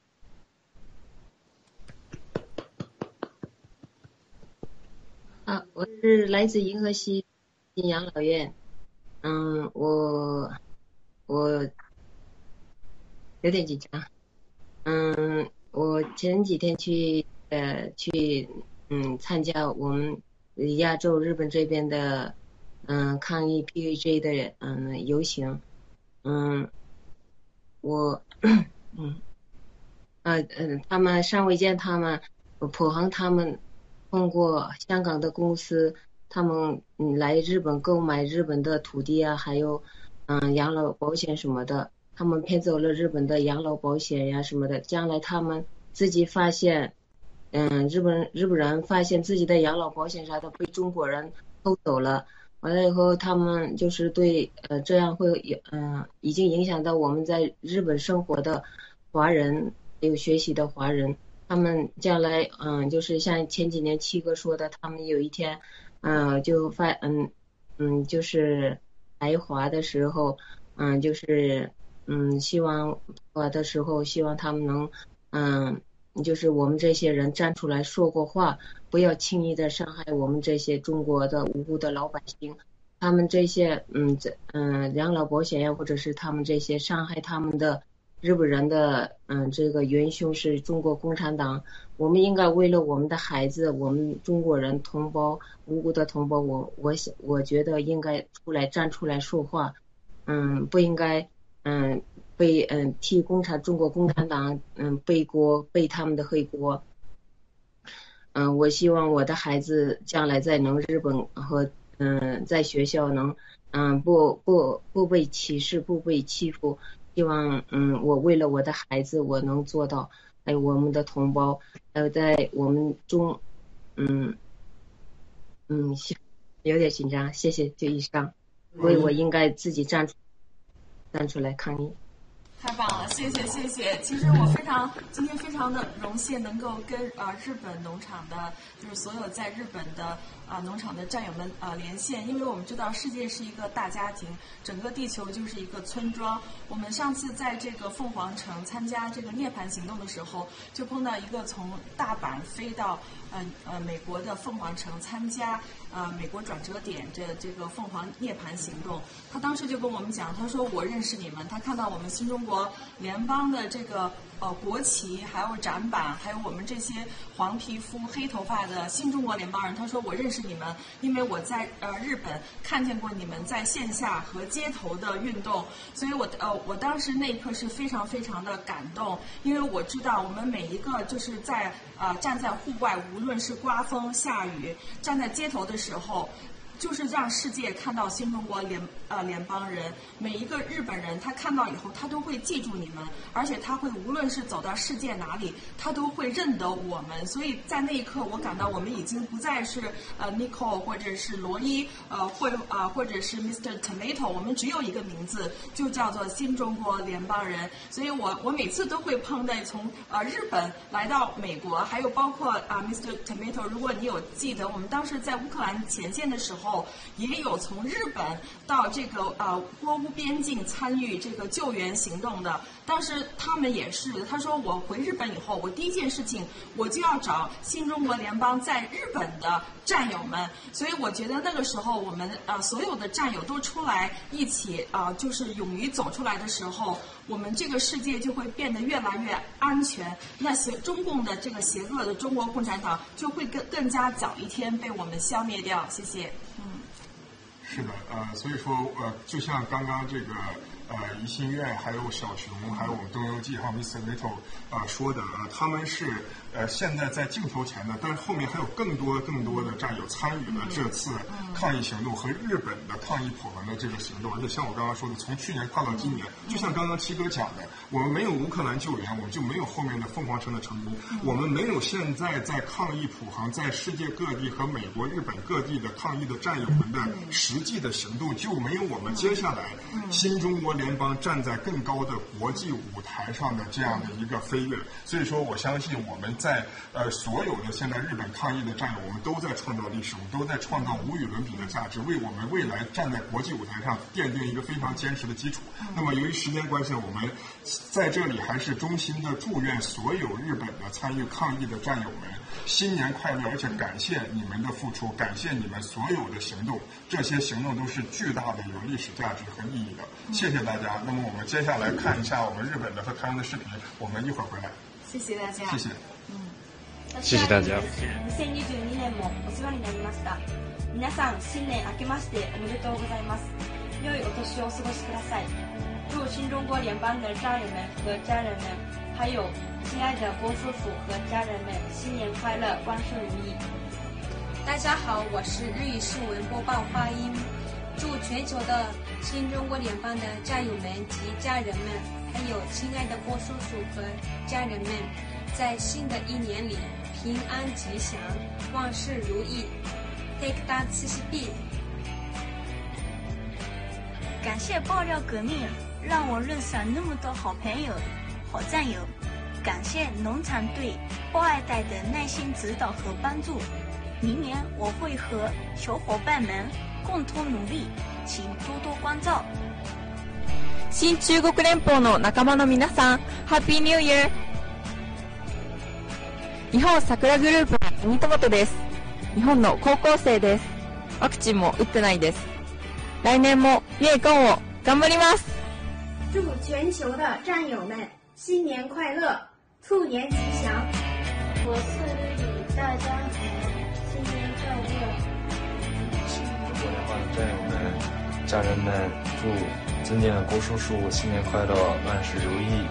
啊，我是来自银河系养老院。嗯，我我有点紧张。嗯，我前几天去呃去嗯参加我们亚洲日本这边的嗯抗议 P A J 的嗯游行。嗯，我嗯啊嗯他们上尉见他们普航他们通过香港的公司，他们嗯来日本购买日本的土地啊，还有嗯养老保险什么的，他们骗走了日本的养老保险呀什么的。将来他们自己发现，嗯日本日本人发现自己的养老保险啥的被中国人偷走了， 完了以后他们就是对呃这样会嗯、呃、已经影响到我们在日本生活的华人还有学习的华人，他们将来嗯就是像前几年七哥说的，他们有一天嗯、呃、就发嗯嗯就是来华的时候嗯就是嗯希望华的时候希望他们能嗯就是我们这些人站出来说过话，不要轻易的伤害我们这些中国的无辜的老百姓。他们这些嗯嗯养老保险呀，或者是他们这些伤害他们的日本人的嗯这个元凶是中国共产党。我们应该为了我们的孩子，我们中国人同胞无辜的同胞，我我想我觉得应该出来站出来说话，嗯不应该嗯。被嗯替共产中国共产党嗯背锅背他们的黑锅。嗯，我希望我的孩子将来在能日本和嗯在学校能嗯不不不被歧视不被欺负。希望嗯我为了我的孩子我能做到，还有我们的同胞，还有在我们中嗯嗯有点紧张，谢谢，就以上。所以我应该自己站出站出来抗议。 太棒了，谢谢谢谢。其实我非常今天非常的荣幸能够跟呃日本农场的，就是所有在日本的啊、呃、农场的战友们啊、呃、连线，因为我们知道世界是一个大家庭，整个地球就是一个村庄。我们上次在这个凤凰城参加这个涅槃行动的时候，就碰到一个从大阪飞到呃呃美国的凤凰城参加呃美国转折点的这个凤凰涅槃行动，他当时就跟我们讲，他说我认识你们，他看到我们新中国联邦的这个呃国旗，还有展板，还有我们这些黄皮肤黑头发的新中国联邦人，他说我认识你们，因为我在呃日本看见过你们在线下和街头的运动，所以我呃我当时那一刻是非常非常的感动，因为我知道我们每一个就是在呃站在户外，无论是刮风下雨，站在街头的时候，就是让世界看到新中国联呃联邦人，每一个日本人他看到以后，他都会记住你们，而且他会无论是走到世界哪里，他都会认得我们。所以在那一刻，我感到我们已经不再是呃 Nicole 或者是罗伊呃或啊、呃、或者是 Mister Tomato， 我们只有一个名字，就叫做新中国联邦人。所以我我每次都会碰到从呃日本来到美国，还有包括啊、呃、Mister Tomato， 如果你有记得，我们当时在乌克兰前线的时候。也有从日本到这个呃波乌边境参与这个救援行动的，当时他们也是，他说我回日本以后，我第一件事情我就要找新中国联邦在日本的战友们，所以我觉得那个时候我们呃所有的战友都出来一起啊、呃，就是勇于走出来的时候，我们这个世界就会变得越来越安全，那些中共的这个邪恶的中国共产党就会更更加早一天被我们消灭掉。谢谢。嗯， 是的，呃，所以说，呃，就像刚刚这个呃怡心苑，还有小熊，还有我们东游记，还有 Mister Little 啊、呃、说的，呃，他们是呃现在在镜头前的，但是后面还有更多更多的战友参与了这次抗议行动和日本的抗议普恒的这个行动，而且像我刚刚说的，从去年跨到今年，就像刚刚七哥讲的，我们没有乌克兰救援，我们就没有后面的凤凰城的成功，我们没有现在在抗议普恒在世界各地和美国、日本各地的抗议的战友们的实际的行动，就没有我们接下来新中国联邦站在更高的国际舞台上的这样的一个飞跃。所以说，我相信我们在呃所有的现在日本抗议的战友，我们都在创造历史，我们都在创造无与伦比的价值，为我们未来站在国际舞台上奠定一个非常坚实的基础。那么由于时间关系，我们在这里还是衷心的祝愿所有日本的参与抗议的战友们新年快乐，而且感谢你们的付出，感谢你们所有的行动，这些行动都是巨大的有历史价值和意义的。谢谢大家。那么我们接下来看一下我们日本的和台湾的视频，我们一会儿回来。 谢谢大家。 谢谢。 嗯， 谢谢大家。 にせんにじゅうにねんもお世話になりました。皆さん新年明けましておめでとうございます。良いお年をお過ごしください。祝新中国联邦的战友们和家人们，还有亲爱的郭叔叔和家人们，新年快乐，万事如意。 大家好，我是日语新闻播报花音，祝全球的新中国联邦的战友们及家人们，还有亲爱的郭叔叔和家人们，在新的一年里平安吉祥，万事如意。Take that C C B。 感谢爆料革命，让我认识了那么多好朋友、好战友。感谢农场对爆二代的耐心指导和帮助。明年我会和小伙伴们共同努力，请多多关照。 新中国連邦の仲間の皆さん、ハッピーニューイヤー。日本桜グループのミニトマトです。日本の高校生です。ワクチンも打ってないです。来年も月光を頑張ります。 祝全球的战友们新年快乐，兔年吉祥。 我是丽丽，大家好，新年快乐。 新中国联邦的战友们、家人们，祝今年的郭叔叔新年快乐，万事如意。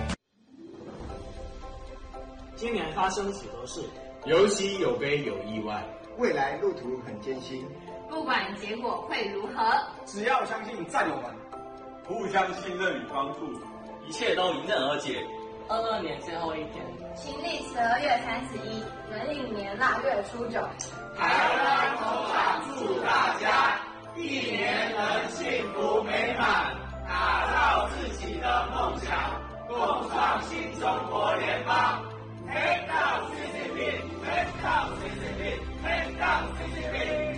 今年发生许多事，有喜有悲有意外， 未来路途很艰辛。 不管结果会如何， 只要相信战友们， 互相信任与帮助，一切都迎刃而解。 二二年最后一天， 秦历十二月三十一，农历年腊月初九。 台湾农场祝大家一年能幸福美满，打造自己的梦想，共创新中国联邦。Take down C C P, take down C C P, take down C C P。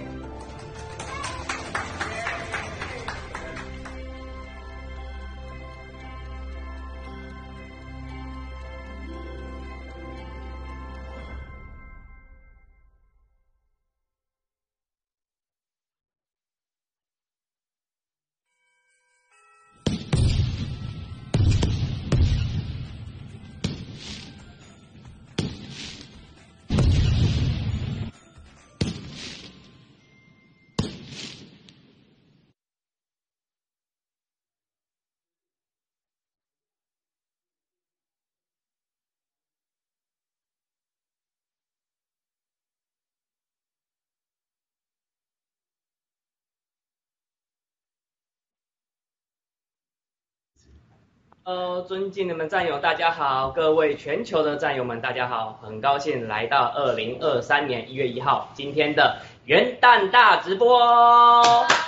呃，尊敬的们战友，大家好！各位全球的战友们，大家好！很高兴来到二零二三年一月一号今天的元旦大直播。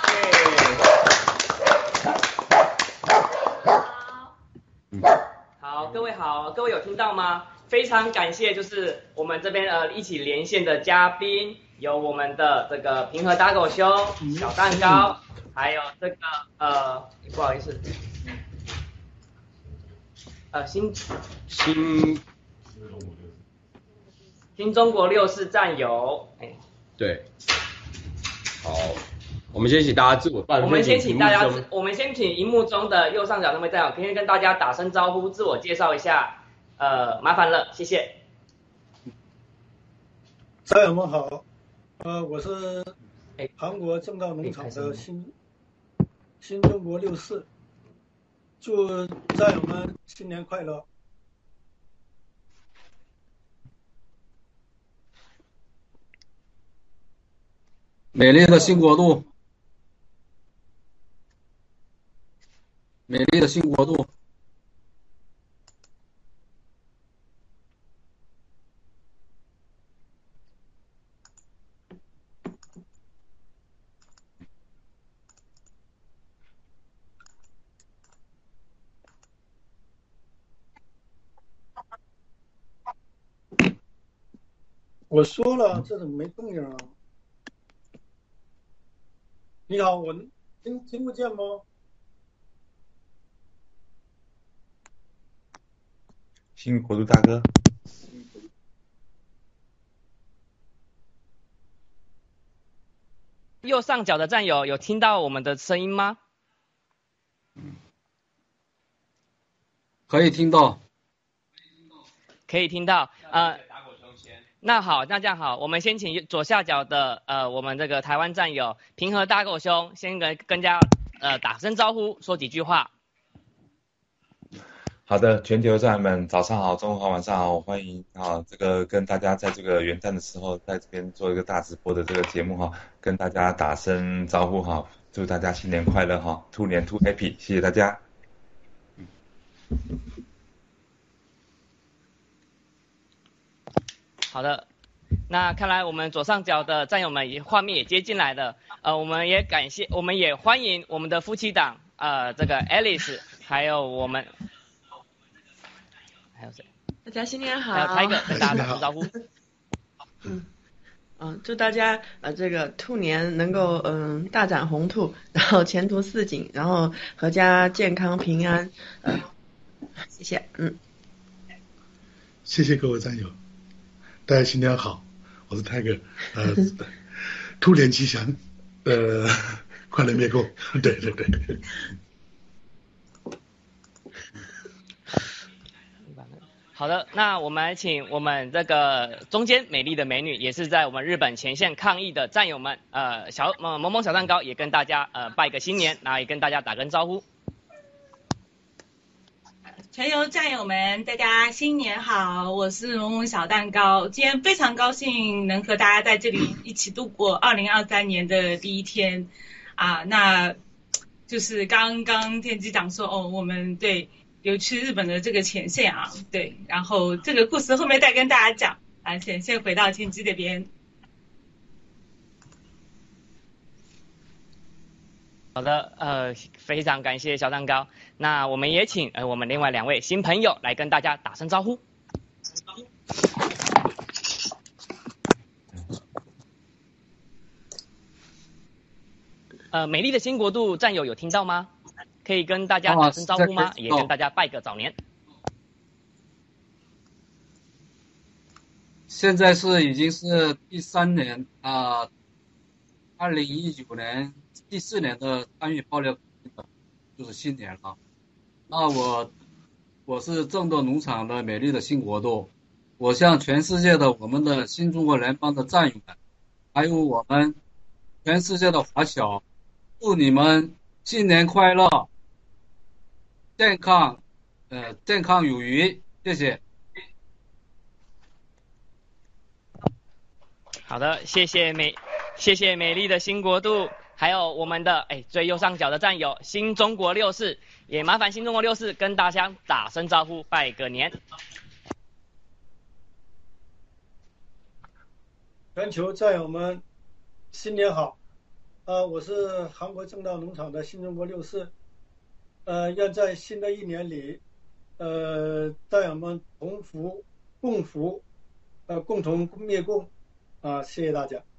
好，各位好，各位有听到吗？非常感谢，就是我们这边呃一起连线的嘉宾，有我们的这个平和打狗兄、小蛋糕，还有这个呃不好意思。呃，新新新中国六四战友，哎， 对，好，我们先请大家自我介绍。 我们先请大家，我们先请荧幕中的右上角那位战友，可以跟大家打声招呼，自我介绍一下，呃，麻烦了，谢谢。 战友们好，呃，我是韩国正道农场的新新中国六四。祝战友们新年快乐！ 美丽的新国度，美丽的新国度。 我说了，这怎么没动静啊？你好，我听听不见吗？ 新国度大哥， 右上角的战友有听到我们的声音吗？ 可以听到， 可以听到，呃。那好，那这样好，我们先请左下角的呃，我们这个台湾战友平和大狗兄先跟跟大家呃打声招呼，说几句话。 好的，全球战友们，早上好，中午好，晚上好，欢迎啊，这个跟大家在这个元旦的时候，在这边做一个大直播的这个节目哈，跟大家打声招呼哈，祝大家新年快乐哈，兔年兔 happy， 谢谢大家。 好的，那看来我们左上角的战友们也画面也接进来了，呃，我们也感谢，我们也欢迎我们的夫妻档呃这个 Alice， 还有我们还有谁？ 大家新年好。 还有 Tiger 跟大家打声招呼。 嗯。嗯，祝大家呃这个兔年能够嗯、呃、大展宏图，然后前途似锦，然后阖家健康平安。呃，谢谢，嗯。 谢谢各位战友，大家新年好，我是泰哥，呃，兔年吉祥，呃，快乐灭共，对对对。 好的，那我们请我们这个中间美丽的美女，也是在我们日本前线抗疫的战友们，呃，小呃萌萌小蛋糕也跟大家呃拜个新年，然后也跟大家打个招呼。 全游战友们，大家新年好！我是萌萌小蛋糕，今天非常高兴能和大家在这里一起度过二零二三年的第一天啊。那就是刚刚天机长说哦，我们对。有去日本的这个前线啊，对，然后这个故事后面再跟大家讲啊，先先回到天机这边。 好的，呃，非常感谢小蛋糕。那我们也请呃我们另外两位新朋友来跟大家打声招呼。呃，美丽的新国度战友有听到吗？可以跟大家打声招呼吗？也跟大家拜个早年。 现在是已经是第三年啊，二零一九年第四年的参与爆料，就是新年了。那我我是正斗农场的美丽的新国度，我向全世界的我们的新中国联邦的战友们，还有我们全世界的华侨，祝你们新年快乐！健康，呃，健康有余，谢谢。 好的，谢谢美，谢谢美丽的新国度，还有我们的哎最右上角的战友新中国六四，也麻烦新中国六四跟大家打声招呼，拜个年。 全球战友们，新年好！呃，我是韩国正道农场的新中国六四。呃，愿在新的一年里，呃，战友们同福共福，呃，共同灭共，啊、呃，谢谢大家。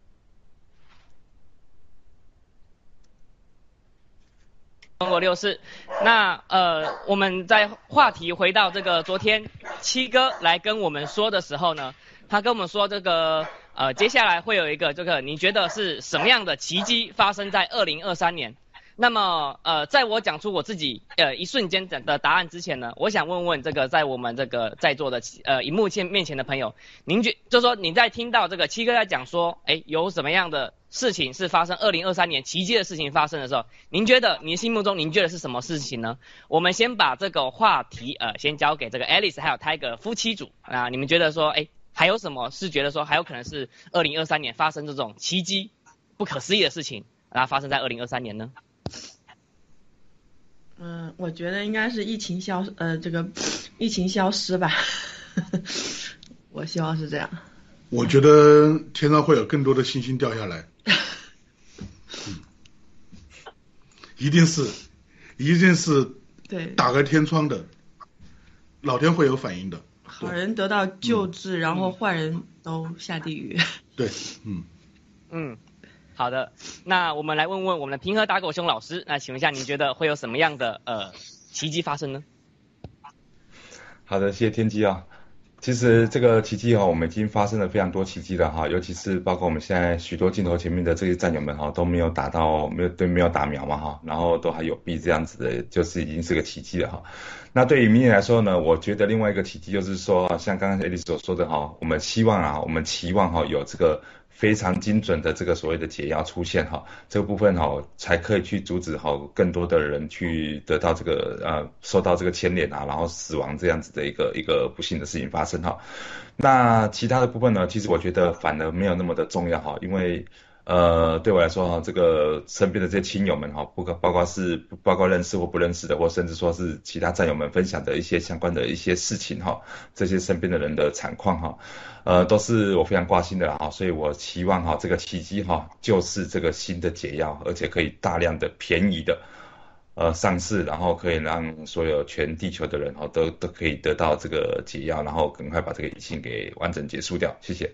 中国六四，那呃，我们在话题回到这个昨天七哥来跟我们说的时候呢，他跟我们说这个呃，接下来会有一个这个，你觉得是什么样的奇迹发生在二零二三年？那么，呃，在我讲出我自己呃一瞬间的答案之前呢，我想问问这个在我们这个在座的呃荧幕前面前的朋友，您觉就说你在听到这个七哥在讲说，哎，有什么样的事情是发生二零二三年奇迹的事情发生的时候，您觉得您心目中您觉得是什么事情呢？我们先把这个话题呃先交给这个 Alice 还有 Tiger 夫妻组啊，你们觉得说，哎，还有什么是觉得说还有可能是二零二三年发生这种奇迹、不可思议的事情，然后发生在二零二三年呢？ 嗯，我觉得应该是疫情消呃这个疫情消失吧，我希望是这样。 我觉得天上会有更多的星星掉下来，嗯、一定是，一定是对打开天窗的，老天会有反应的。 好人得到救治，嗯、然后坏人都下地狱。 对，嗯嗯。好的，那我们来问问我们的平和打狗兄老师，那请问一下，您觉得会有什么样的呃奇迹发生呢？ 好的，谢谢天机啊。其实这个奇迹哈，我们已经发生了非常多奇迹了哈，尤其是包括我们现在许多镜头前面的这些战友们哈，都没有打到，没有对没有打苗嘛哈，然后都还有币这样子的，就是已经是个奇迹了哈。那对于明年来说呢，我觉得另外一个奇迹就是说，像刚刚 Alice 所说的哈，我们希望啊，我们期望哈有这个非常精准的这个所谓的解药出现哈，这个部分哈才可以去阻止哈更多的人去得到这个呃受到这个牵连啊，然后死亡这样子的一个一个不幸的事情发生哈。那其他的部分呢，其实我觉得反而没有那么的重要哈，因为呃对我来说哈，这个身边的这些亲友们哈，不包括是包括认识或不认识的，或甚至说是其他战友们分享的一些相关的一些事情哈，这些身边的人的惨况哈。呃，都是我非常挂心的啦，所以我期望哈这个奇迹哈就是这个新的解药，而且可以大量的便宜的呃上市，然后可以让所有全地球的人哈都都可以得到这个解药，然后赶快把这个疫情给完整结束掉。谢谢。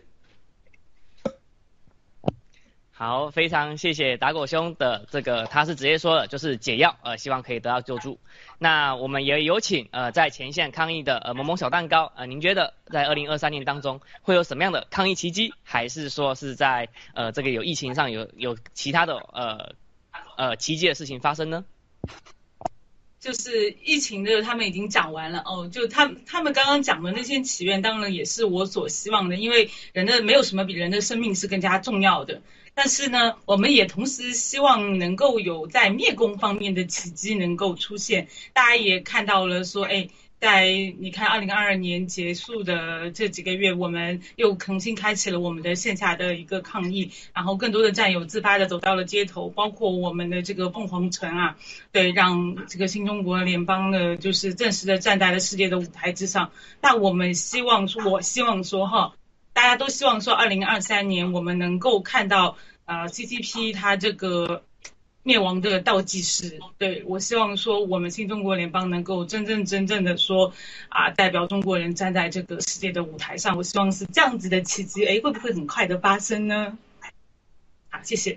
好，非常谢谢打狗兄的这个，他是直接说了，就是解药，呃，希望可以得到救助。那我们也有请呃在前线抗疫的呃萌萌小蛋糕，呃，您觉得在二零二三年当中会有什么样的抗疫奇迹，还是说是在呃这个有疫情上有有其他的呃呃奇迹的事情发生呢？ 就是疫情的，他们已经讲完了哦。就他他们刚刚讲的那些祈愿，当然也是我所希望的，因为人的没有什么比人的生命是更加重要的。但是呢，我们也同时希望能够有在灭共方面的奇迹能够出现。大家也看到了说，哎，在你看二零二二年结束的这几个月，我们又重新开启了我们的线下的一个抗议，然后更多的战友自发的走到了街头，包括我们的这个凤凰城啊，对，让这个新中国联邦呢，就是正式的站在了世界的舞台之上。那我们希望说，我希望说哈，大家都希望说二零二三年我们能够看到呃 C C P 它这个灭亡的倒计时。对，我希望说我们新中国联邦能够真正真正的说啊，代表中国人站在这个世界的舞台上。我希望是这样子的奇迹，哎，会不会很快的发生呢？好，谢谢。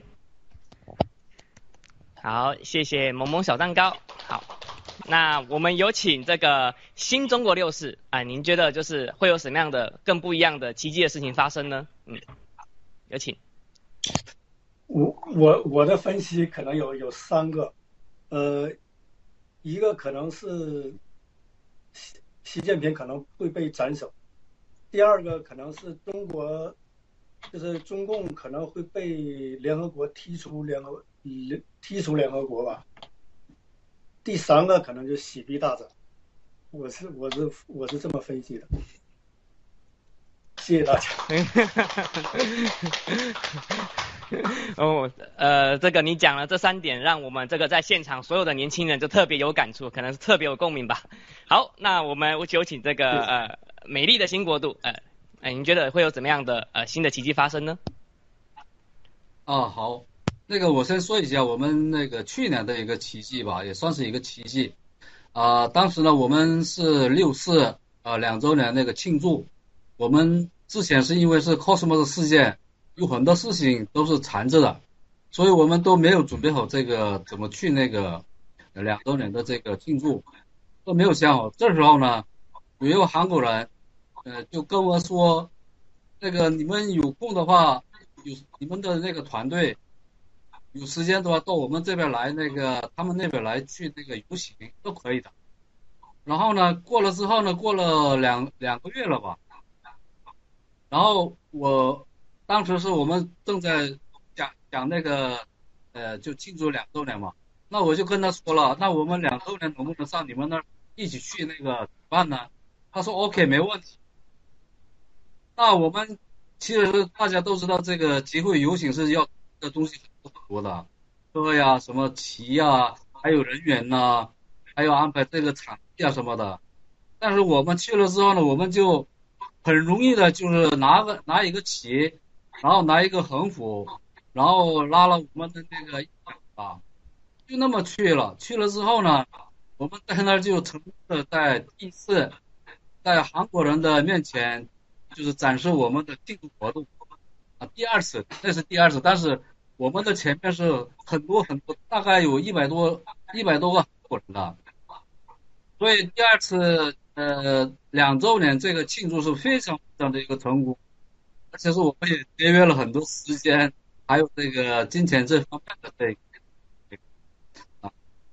好，谢谢萌萌小蛋糕。好，那我们有请这个新中国六世啊，您觉得就是会有什么样的更不一样的奇迹的事情发生呢？嗯，有请。 我我我的分析可能有有三个，呃，一个可能是习习近平可能会被斩首，第二个可能是中国，就是中共可能会被联合国踢出联合踢出联合国吧，第三个可能就洗币大涨，我是我是我是这么分析的。谢谢大家。 哦，呃，这个你讲了这三点，让我们这个在现场所有的年轻人就特别有感触，可能是特别有共鸣吧。好，那我们有请这个呃美丽的新国度，呃，呃，您觉得会有怎么样的呃新的奇迹发生呢？ 啊，好，那个我先说一下我们那个去年的一个奇迹吧，也算是一个奇迹。啊、呃，当时呢我们是六四啊两周年那个庆祝，我们之前是因为是 Cosmos 事件。有很多事情都是缠着的，所以我们都没有准备好这个怎么去那个两周年的这个庆祝，都没有想好。这时候呢，有一个韩国人，呃，就跟我说，那个你们有空的话，有你们的那个团队有时间的话，到我们这边来，那个他们那边来去那个游行都可以的。然后呢，过了之后呢，过了两两个月了吧，然后我。当时是我们正在讲讲那个，呃，就庆祝两周年嘛。那我就跟他说了，那我们两周年能不能上你们那儿一起去那个办呢？他说 OK 没问题。那我们其实大家都知道，这个集会游行是要的东西很多的，车呀、什么旗呀，还有人员呐，还有安排这个场地啊什么的。但是我们去了之后呢，我们就很容易的就是拿个拿一个旗。然后拿一个横幅，然后拉了我们的那个啊，就那么去了。去了之后呢，我们在那儿就成功的在第一次在韩国人的面前，就是展示我们的庆祝活动啊。第二次，那是第二次，但是我们的前面是很多很多，大概有一百多一百多个韩国人的，所以第二次呃两周年这个庆祝是非常非常的一个成功。其实我们也节约了很多时间，还有这个金钱这方面的这个啊，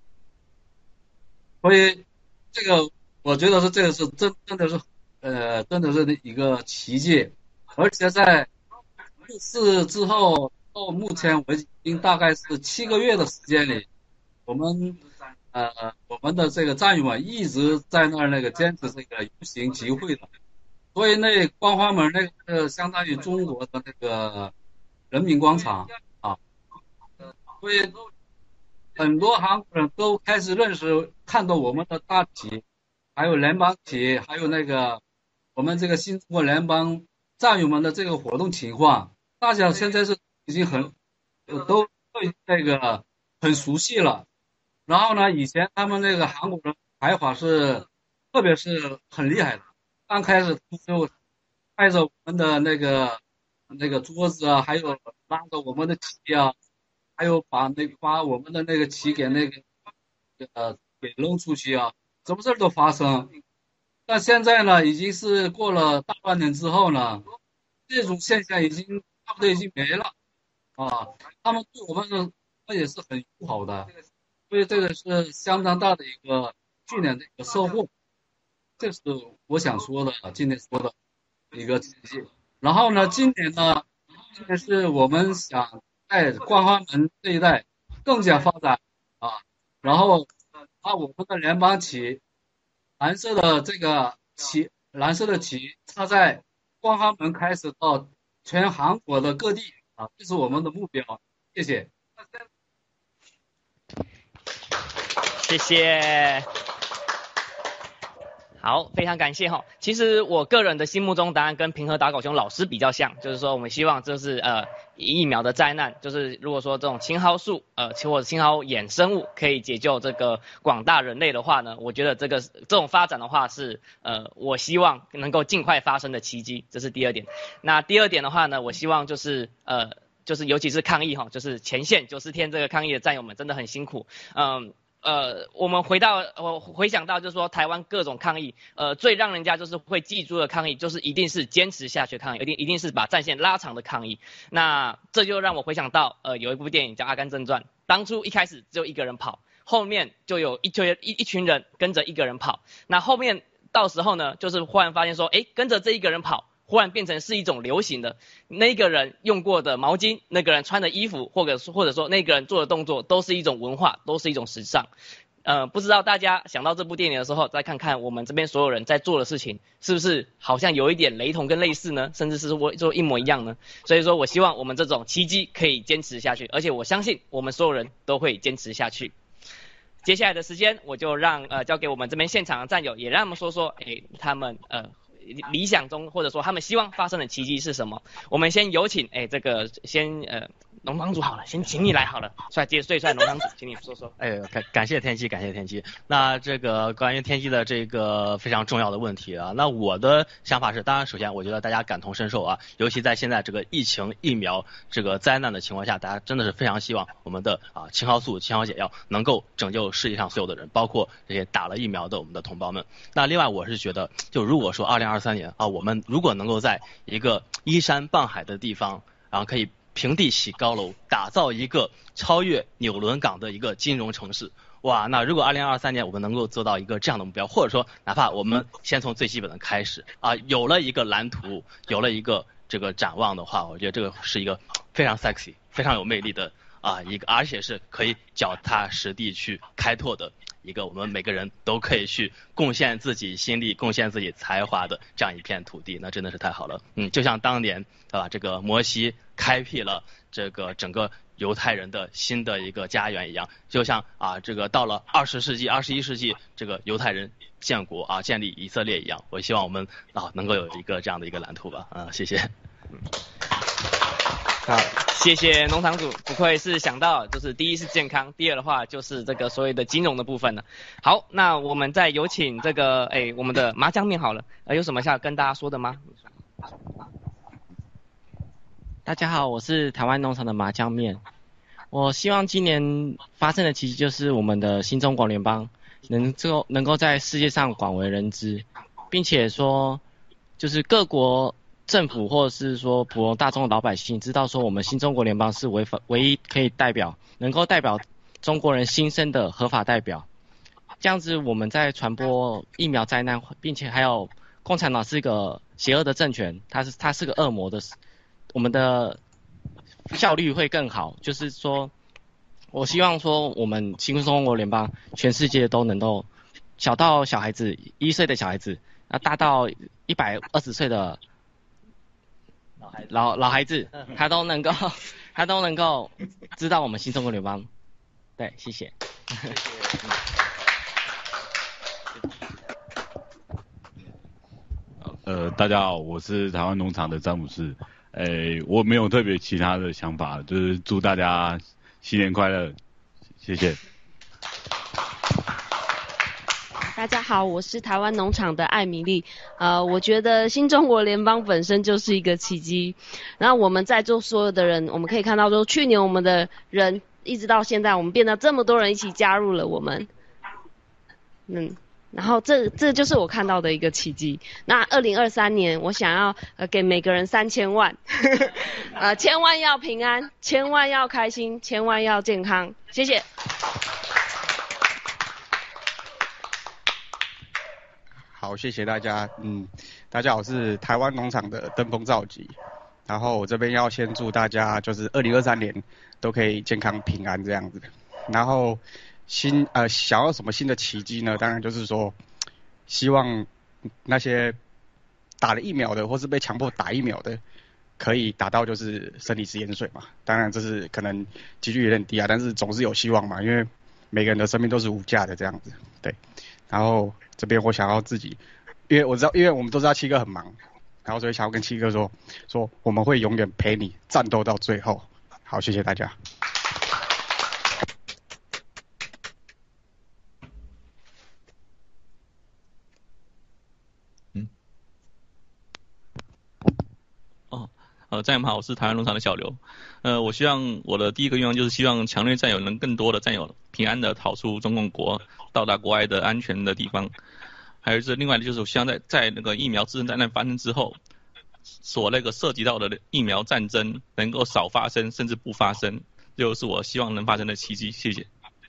所以这个我觉得是这个是真真的是呃真的是一个奇迹，而且在六四之后到目前为止已经大概是七个月的时间里，我们呃我们的这个战友们一直在那儿那个坚持这个游行集会的。所以那光华门那个相当于中国的那个人民广场啊，所以很多韩国人都开始认识，看到我们的大旗，还有联邦旗，还有那个我们这个新中国联邦战友们的这个活动情况，大家现在是已经很都对那个很熟悉了。 然后呢，以前他们那个韩国人排华是，特别是很厉害的。刚开始就带着我们的那个那个桌子啊，还有拉着我们的旗啊，还有把那个把我们的那个旗给那个呃给扔出去啊，什么事都发生。但现在呢，已经是过了大半年之后呢，这种现象已经差不多已经没了啊。他们对我们的也是很友好的。所以这个是相当大的一个去年的一个收获，这是我想说的，今天说的一个奇迹。然后呢，今年呢，今年是我们想在光华门这一带更加发展啊，然后把我们的联邦旗，蓝色的这个旗，蓝色的旗插在光华门开始到全韩国的各地啊，这是我们的目标。谢谢。 谢谢，好，非常感谢哈。其实我个人的心目中答案跟平和打狗熊老师比较像，就是说我们希望就是呃疫苗的灾难，就是如果说这种青蒿素呃或者青蒿衍生物可以解救这个广大人类的话呢，我觉得这个这种发展的话是呃我希望能够尽快发生的奇迹，这是第二点。那第二点的话呢，我希望就是呃就是尤其是抗疫哈，就是前线九十天这个抗疫的战友们真的很辛苦，嗯。呃，我们回到我回想到就是说台湾各种抗议，呃，最让人家就是会记住的抗议，就是一定是坚持下去抗议，一定一定是把战线拉长的抗议。那这就让我回想到，呃，有一部电影叫《阿甘正传》，当初一开始只有一个人跑，后面就有一群一一群人跟着一个人跑，那后面到时候呢，就是忽然发现说，哎，跟着这一个人跑。忽然变成是一种流行的，那个人用过的毛巾，那个人穿的衣服，或者或者说那个人做的动作，都是一种文化，都是一种时尚。呃，不知道大家想到这部电影的时候，再看看我们这边所有人在做的事情，是不是好像有一点雷同跟类似呢？甚至是说做一模一样呢？所以说我希望我们这种奇迹可以坚持下去，而且我相信我们所有人都会坚持下去。接下来的时间，我就让呃交给我们这边现场的战友，也让他们说说，哎，他们呃。理想中或者说他们希望发生的奇迹是什么？我们先有请，哎，这个先呃，农场主好了，先请你来好了，帅接最帅农场主，请你说说。 哎，感感谢天气，感谢天气。那这个关于天气的这个非常重要的问题啊，那我的想法是，当然首先我觉得大家感同身受啊，尤其在现在这个疫情疫苗这个灾难的情况下，大家真的是非常希望我们的啊青蒿素、青蒿解药能够拯救世界上所有的人，包括这些打了疫苗的我们的同胞们。那另外我是觉得，就如果说二零二三年啊，我们如果能够在一个依山傍海的地方，然后可以平地起高楼，打造一个超越纽伦港的一个金融城市，哇，那如果二零二三年我们能够做到一个这样的目标，或者说哪怕我们先从最基本的开始啊，有了一个蓝图，有了一个这个展望的话，我觉得这个是一个非常 sexy、非常有魅力的啊一个，而且是可以脚踏实地去开拓的一个，我们每个人都可以去贡献自己心力、贡献自己才华的这样一片土地，那真的是太好了。嗯，就像当年对吧，这个摩西开辟了这个整个犹太人的新的一个家园一样，就像啊这个到了二十世纪、二十一世纪，这个犹太人建国啊建立以色列一样，我希望我们啊能够有一个这样的一个蓝图吧。啊，谢谢。 好，谢谢农场主，不愧是想到，就是第一是健康，第二的话就是这个所谓的金融的部分了。好，那我们再有请这个哎我们的麻酱面好了，呃有什么想跟大家说的吗？ 大家好，我是台湾农场的麻酱面。我希望今年发生的奇迹就是我们的新中国联邦能够能够在世界上广为人知，并且说就是各国政府或者是说普通大众的老百姓知道说我们新中国联邦是唯法唯一可以代表能够代表中国人心声的合法代表。这样子我们在传播疫苗灾难，并且还有共产党是一个邪恶的政权，它是它是个恶魔的，我们的效率会更好。就是说我希望说我们新中国联邦全世界都能够，小到小孩子一岁的小孩子，啊大到一百二十岁的老老孩子，他都能够他都能够知道我们新中国联邦。对，谢谢。谢谢。 呃，大家好，我是台湾农场的詹姆士。诶，我没有特别其他的想法，就是祝大家新年快乐，谢谢。 大家好，我是台湾农场的艾米丽。呃，我觉得新中国联邦本身就是一个奇迹。然后我们在座所有的人，我们可以看到说，去年我们的人一直到现在，我们变得这么多人一起加入了我们。嗯，然后这这就是我看到的一个奇迹。那二零二三年，我想要呃给每个人三千万，呃，千万要平安，千万要开心，千万要健康。谢谢。 好，谢谢大家。嗯，大家好，我是台湾农场的登峰造极。然后我这边要先祝大家就是二零二三年都可以健康平安这样子。然后新呃想要什么新的奇迹呢？当然就是说，希望那些打了疫苗的或是被强迫打疫苗的，可以达到就是生理食盐水嘛。当然这是可能几率有点低啊，但是总是有希望嘛，因为每个人的生命都是无价的这样子。对，然后这边我想要自己，因为我知道，因为我们都知道七哥很忙，然后所以想要跟七哥说，说我们会永远陪你战斗到最后。好，谢谢大家。 嗯。哦，呃，战友们好，我是台湾农场的小刘。呃，我希望我的第一个愿望就是希望强烈战友能更多的战友平安的逃出中共国，到达国外的安全的地方。还有是另外的就是我希望在在那个疫苗自身灾难发生之后，所那个涉及到的疫苗战争能够少发生，甚至不发生，这就是我希望能发生的奇迹。谢谢。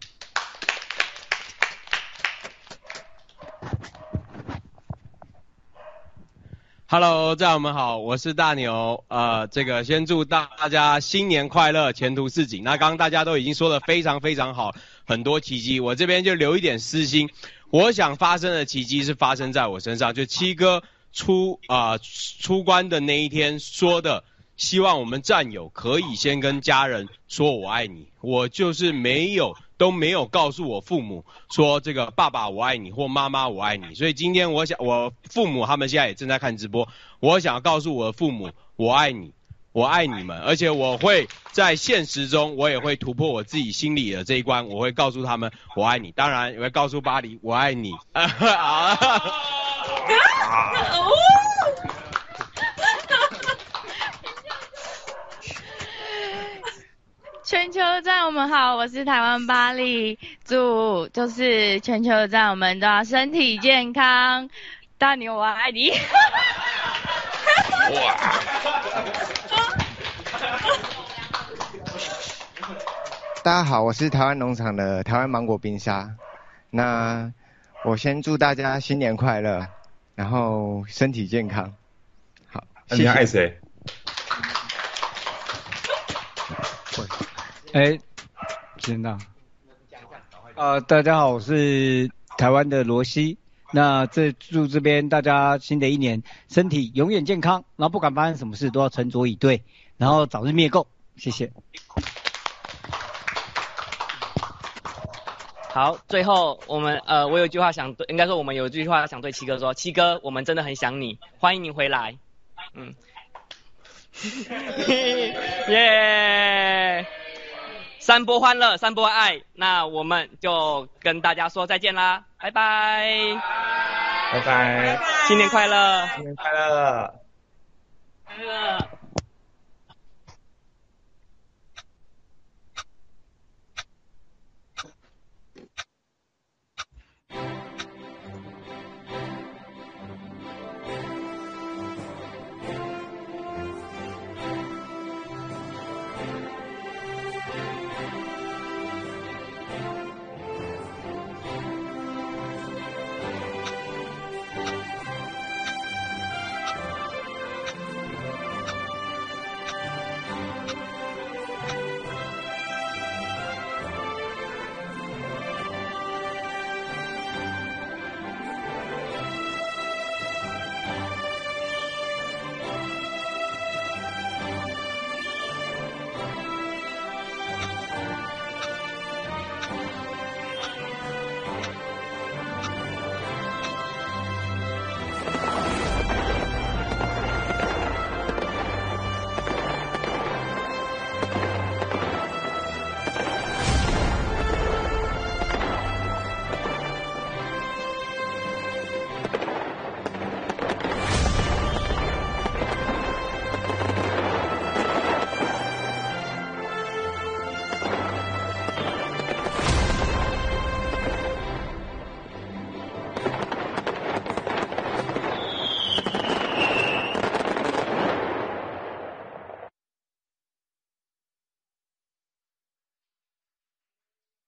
Hello， 战友们好，我是大牛。呃，这个先祝大家新年快乐，前途似锦。那刚刚大家都已经说得非常非常好，很多奇迹，我这边就留一点私心。我想发生的奇迹是发生在我身上，就七哥出啊、呃、出关的那一天说的，希望我们战友可以先跟家人说我爱你。我就是没有都没有告诉我父母说这个爸爸我爱你或妈妈我爱你，所以今天我想我父母他们现在也正在看直播，我想告诉我的父母我爱你。我爱你们，而且我会在现实中，我也会突破我自己心里的这一关，我会告诉他们我爱你，当然也会告诉巴黎我爱你。 全球战友们好，我是台湾巴黎，祝就是全球战友们都要身体健康，大牛我爱你。 哇！ 大家好，我是台湾农场的台湾芒果冰沙。那我先祝大家新年快乐，然后身体健康。好，谢谢。 你爱谁？ 哎，听到。呃，大家好，我是台湾的罗西。那这祝这边大家新的一年身体永远健康，然后不管发生什么事都要沉着以对，然后早日灭垢。谢谢。 好，最后我们呃，我有一句话想对，应该说我们有一句话想对七哥说，七哥，我们真的很想你，欢迎你回来。嗯，耶、yeah ，三波欢乐，三波爱，那我们就跟大家说再见啦，拜拜， 拜拜， 新年快乐， 新年快乐， 快乐。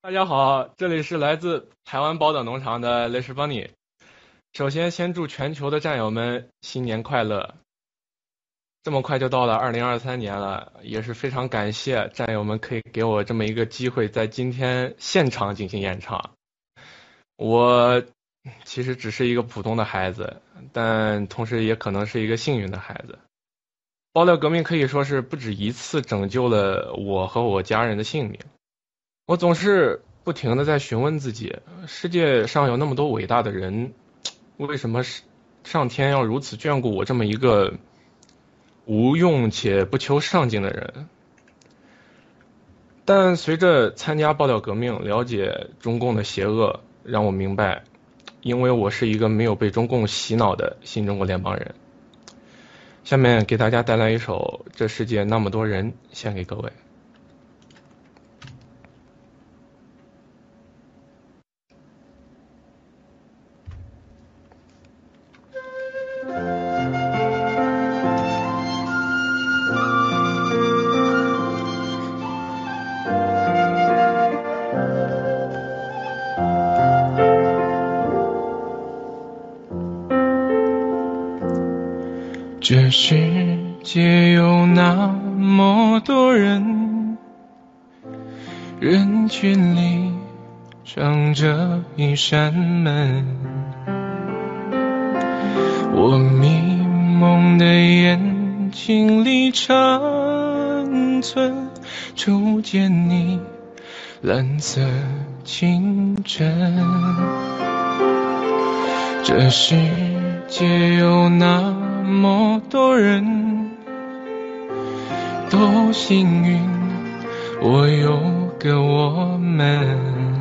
大家好，这里是来自台湾宝岛农场的雷士邦尼。首先，先祝全球的战友们新年快乐。这么快就到了二零二三年了，也是非常感谢战友们可以给我这么一个机会，在今天现场进行演唱。我其实只是一个普通的孩子，但同时也可能是一个幸运的孩子。爆料革命可以说是不止一次拯救了我和我家人的性命。我总是不停的在询问自己，世界上有那么多伟大的人，为什么上天要如此眷顾我这么一个无用且不求上进的人？但随着参加爆料革命，了解中共的邪恶，让我明白，因为我是一个没有被中共洗脑的新中国联邦人。下面给大家带来一首《这世界那么多人》，献给各位。 这世界有那么多人，人群里藏着一扇门，我迷蒙的眼睛里长存初见你蓝色清晨。这世界有那那么多人，多幸运，我有个我们。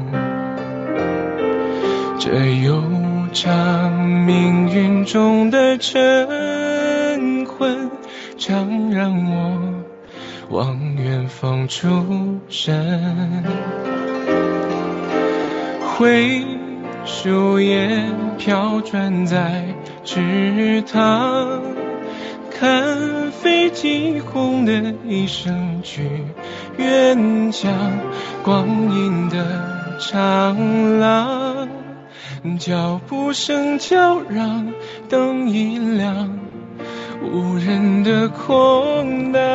这悠长命运中的晨昏，常让我往远方出神。回树叶飘转在池塘，看飞机轰的一声去，远向光阴的长廊。脚步声叫嚷，灯一亮，无人的空荡。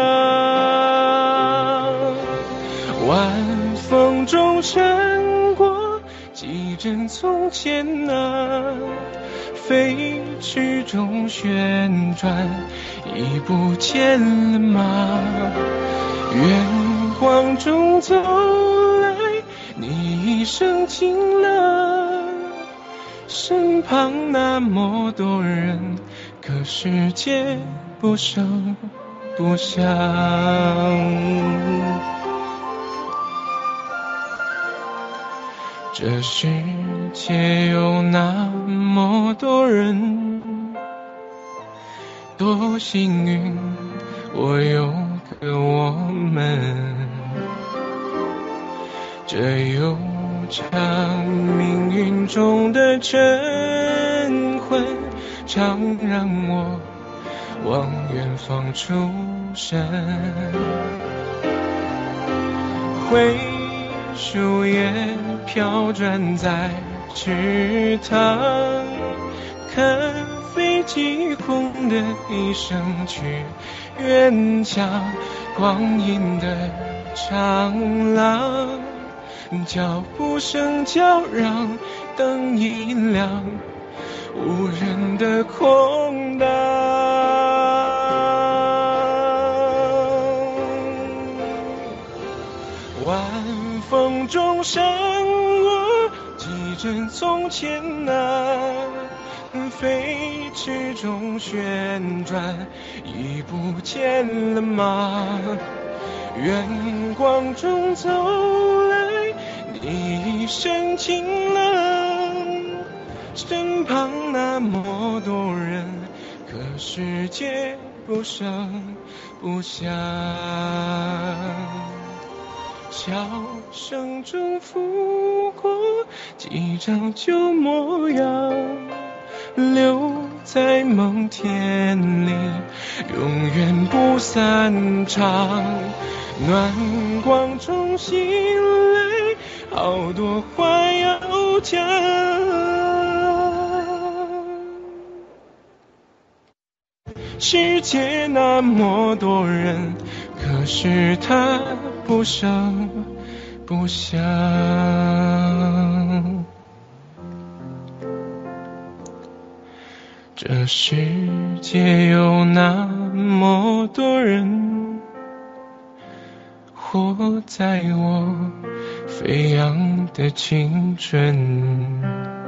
晚风中闪过几帧从前啊，飞驰中旋转，已不见了吗？月光中走来，你一声惊了，身旁那么多人，可世界不声不响。这世界有那么多人，多幸运，我有个我们。这悠长命运中的晨昏，常让我往远方出神。回树叶飘转在池塘，看飞机轰的一声去，远向光阴的长廊。脚步声叫嚷，灯一亮，无人的空荡。晚风中闪过几帧从前啊，飞驰中旋转，已不见了吗？远光中走来，你一声惊了，身旁那么多人，可世界不声不响。笑声中拂过几张旧模样，留在梦田里，永远不散场。暖光中醒来， 好多话要讲。世界那么多人，可是他不想不想。这世界有那么多人，活在我飞扬的青春，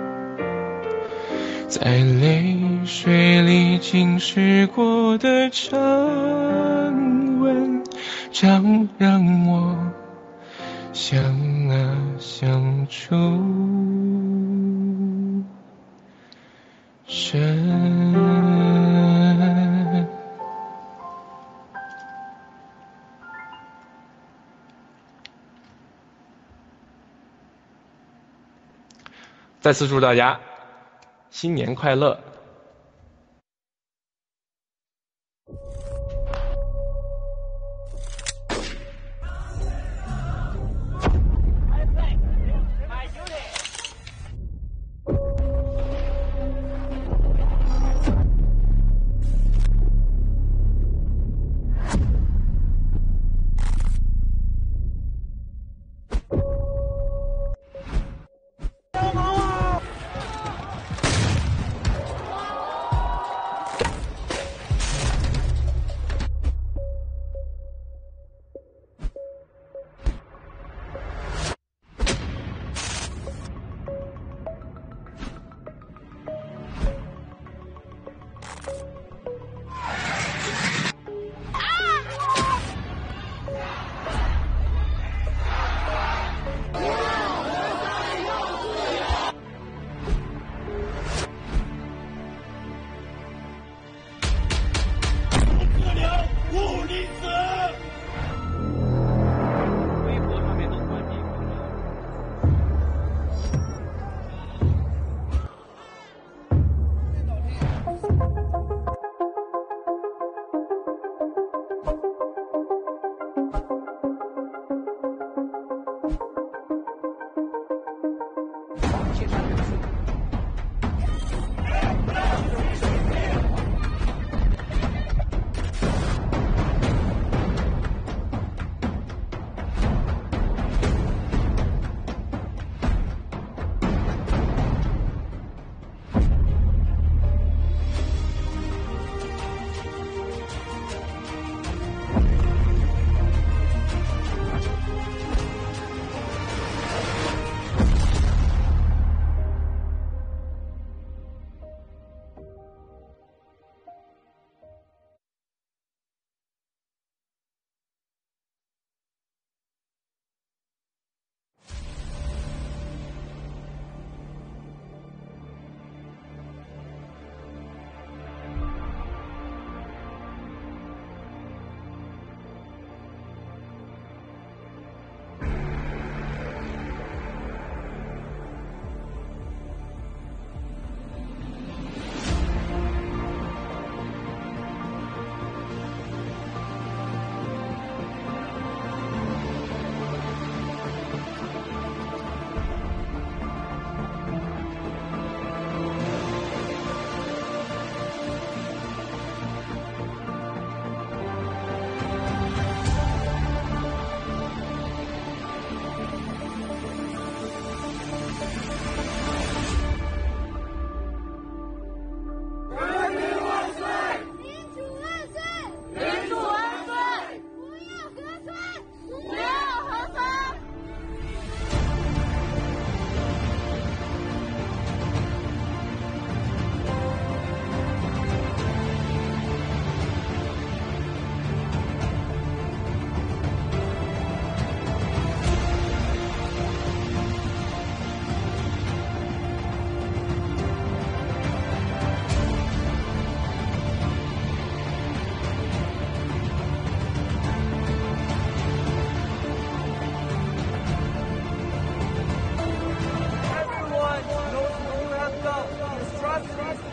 在泪水里浸湿过的长吻，常让我想啊想出神。 再次祝大家新年快乐！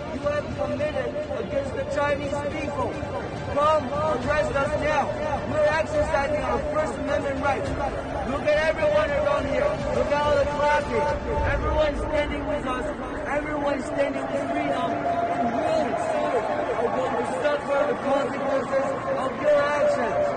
committed against the Chinese people. Come, arrest us now. We're exercising our First Amendment rights. Look at everyone around here. Look at all the clapping. Everyone standing with us. Everyone standing with freedom. And really, soon are going to suffer the consequences of your actions.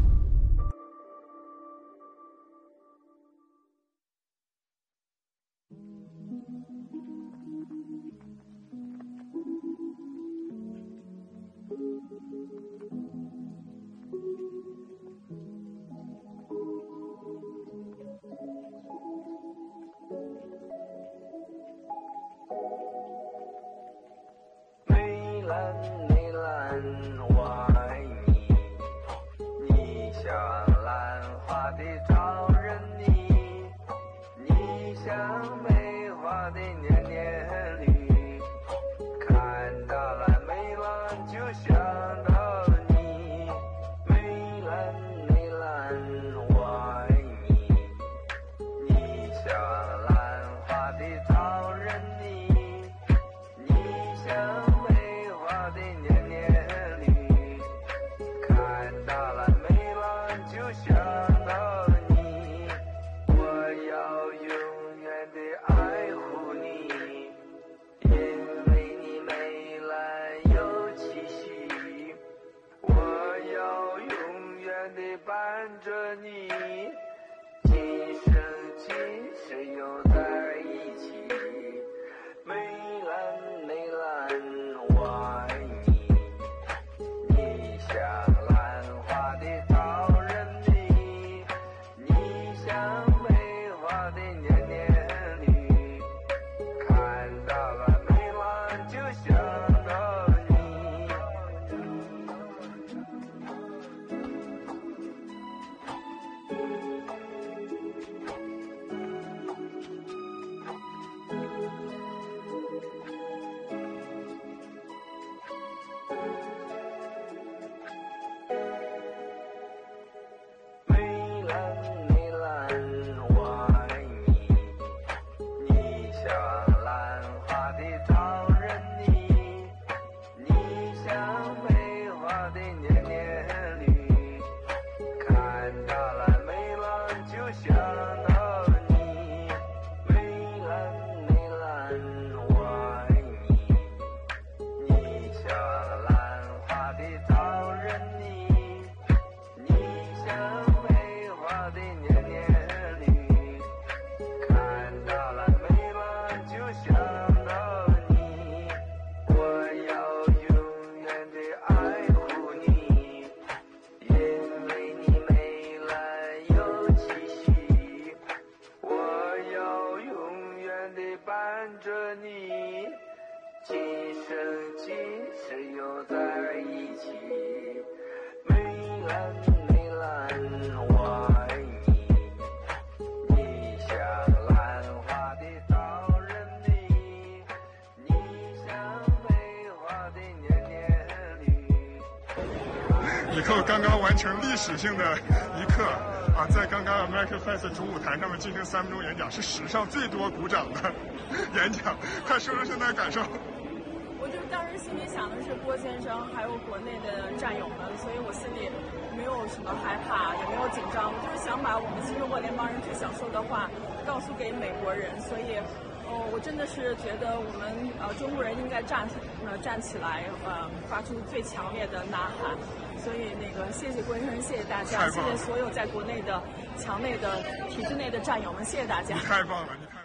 以后刚刚完成历史性的一刻啊，在刚刚 American Fest 主舞台上面进行三分钟演讲，是史上最多鼓掌的演讲。快说说现在感受。 我就当时心里想的是郭先生还有国内的战友们，所以我心里没有什么害怕，也没有紧张，我就是想把我们新中国联邦人最想说的话告诉给美国人，所以。哦，我真的是觉得我们呃中国人应该站呃站起来，呃发出最强烈的呐喊。所以那个谢谢郭先生，谢谢大家，谢谢所有在国内的墙内的体制内的战友们，谢谢大家。 你太棒了，你太棒了。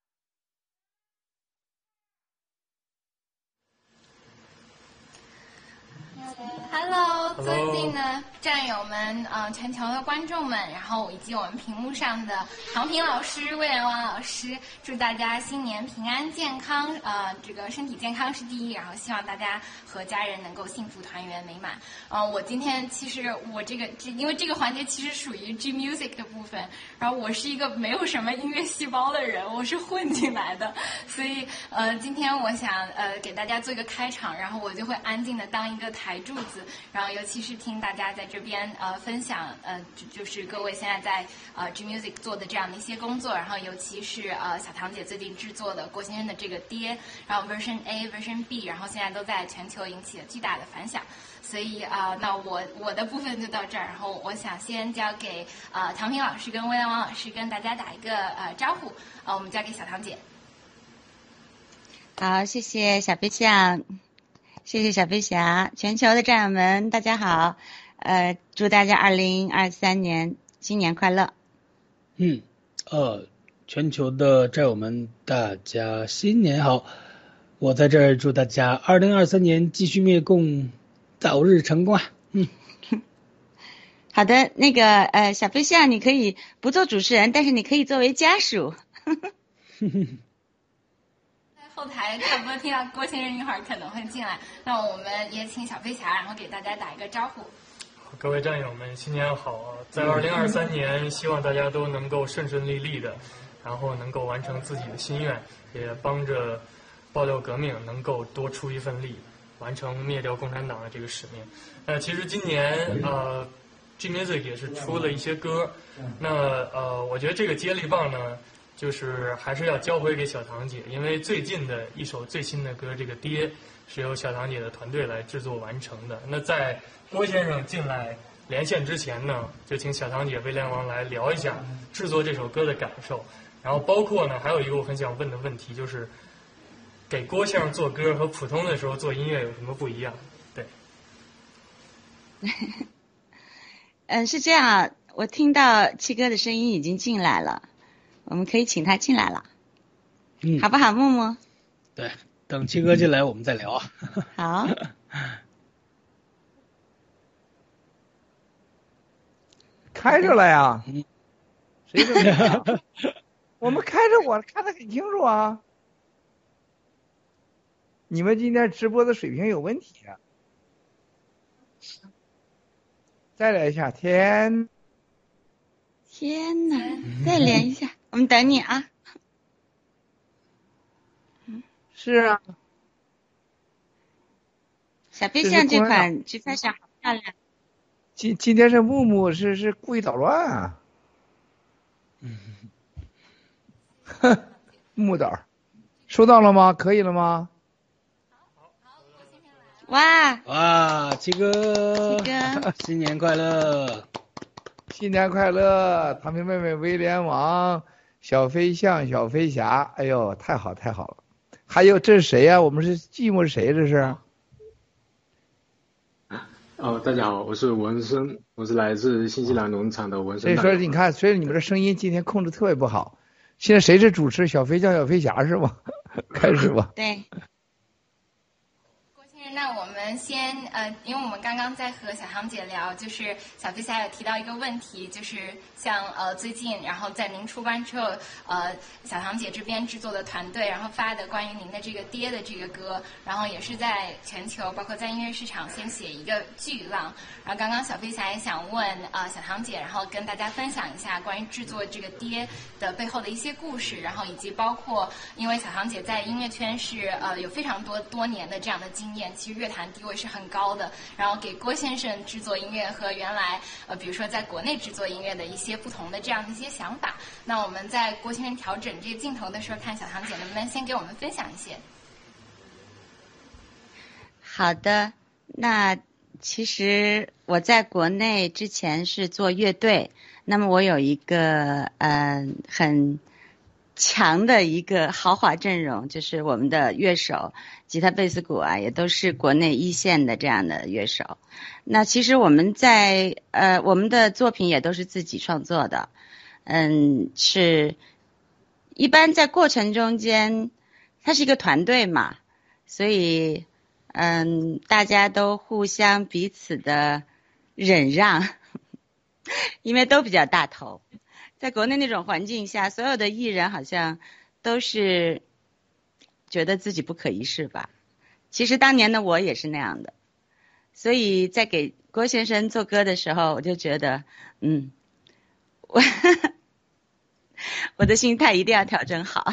Hello， 尊敬的战友们，呃，全球的观众们，然后以及我们屏幕上的唐平老师、魏连王老师，祝大家新年平安健康，呃，这个身体健康是第一，然后希望大家和家人能够幸福团圆美满。呃，我今天其实我这个这因为这个环节其实属于 G Music 的部分，然后我是一个没有什么音乐细胞的人，我是混进来的，所以呃，今天我想呃给大家做一个开场，然后我就会安静的当一个台柱子。然后有其是听大家在这边呃分享呃就就是各位现在在呃 G Music 做的这样的一些工作，然后尤其是呃小堂姐最近制作的郭先生的这个爹，然后 Version A、Version B， 然后现在都在全球引起了巨大的反响。所以啊、呃，那我我的部分就到这儿，然后我想先交给呃唐平老师跟魏良王老师跟大家打一个呃招呼，呃我们交给小堂姐。 好，谢谢小飞象，谢谢小飞侠，全球的战友们大家好，呃祝大家二零二三年新年快乐。 嗯，呃，全球的战友们大家新年好，我在这儿祝大家二零二三年继续灭共，早日成功啊！嗯， 好的，那个呃，小飞象，你可以不做主持人，但是你可以作为家属。 在后台差不多听到郭先生一会儿可能会进来，那我们也请小飞侠，然后给大家打一个招呼。 各位战友们，新年好啊！在二零二三年，希望大家都能够顺顺利利的，然后能够完成自己的心愿，也帮着爆料革命能够多出一份力。完成灭掉共产党的这个使命。呃，其实今年呃 ，G Music 也是出了一些歌。那呃，我觉得这个接力棒呢，就是还是要交回给小堂姐，因为最近的一首最新的歌，这个《爹》是由小堂姐的团队来制作完成的。那在郭先生进来连线之前呢，就请小堂姐威廉王来聊一下制作这首歌的感受。然后包括呢，还有一个我很想问的问题就是。给郭先生做歌和普通的时候做音乐有什么不一样？对， 嗯，是这样啊，我听到七哥的声音已经进来了，我们可以请他进来了， 嗯， 好不好，木木？ 对，等七哥进来我们再聊啊。 好。 开着了呀？谁说没有？我们开着，我看得很清楚啊。你们今天直播的水平有问题啊！再来一下，天， 天哪！再连一下，我们等你啊。 是啊。 小飞象这款橘派上好漂亮。 今今天是木木是是故意捣乱啊！嗯，哼，木导，收到了吗？可以了吗？ 哇哇，七哥， 七哥， 新年快乐！新年快乐！唐平妹妹、威廉王、小飞象、小飞侠，哎呦，太好太好了！还有这是谁呀、啊？我们是寂寞是谁？这是？ 哦，大家好，我是文生，我是来自新西兰农场的文生。 所以说，你看，所以你们的声音今天控制特别不好。现在谁是主持？小飞象、小飞侠是吗？开始吧。 对。 那我们先呃，因为我们刚刚在和小堂姐聊，就是小飞侠有提到一个问题，就是像呃最近，然后在您出关之后，呃小堂姐这边制作的团队，然后发的关于您的这个爹的这个歌，然后也是在全球，包括在音乐市场掀起一个巨浪。然后刚刚小飞侠也想问呃小堂姐，然后跟大家分享一下关于制作这个爹的背后的一些故事，然后以及包括因为小堂姐在音乐圈是呃有非常多多年的这样的经验。其实乐坛地位是很高的，然后给郭先生制作音乐和原来呃比如说在国内制作音乐的一些不同的这样的一些想法。那我们在郭先生调整这个镜头的时候，看小堂姐能不能先给我们分享一些。 好的，那其实我在国内之前是做乐队，那么我有一个呃很强的一个豪华阵容，就是我们的乐手吉他贝斯鼓啊也都是国内一线的这样的乐手。那其实我们在呃我们的作品也都是自己创作的，嗯，是一般在过程中间它是一个团队嘛，所以嗯大家都互相彼此的忍让，因为都比较大头。在国内那种环境下，所有的艺人好像都是觉得自己不可一世吧。其实当年的我也是那样的，所以在给郭先生做歌的时候，我就觉得，嗯，我我的心态一定要调整好。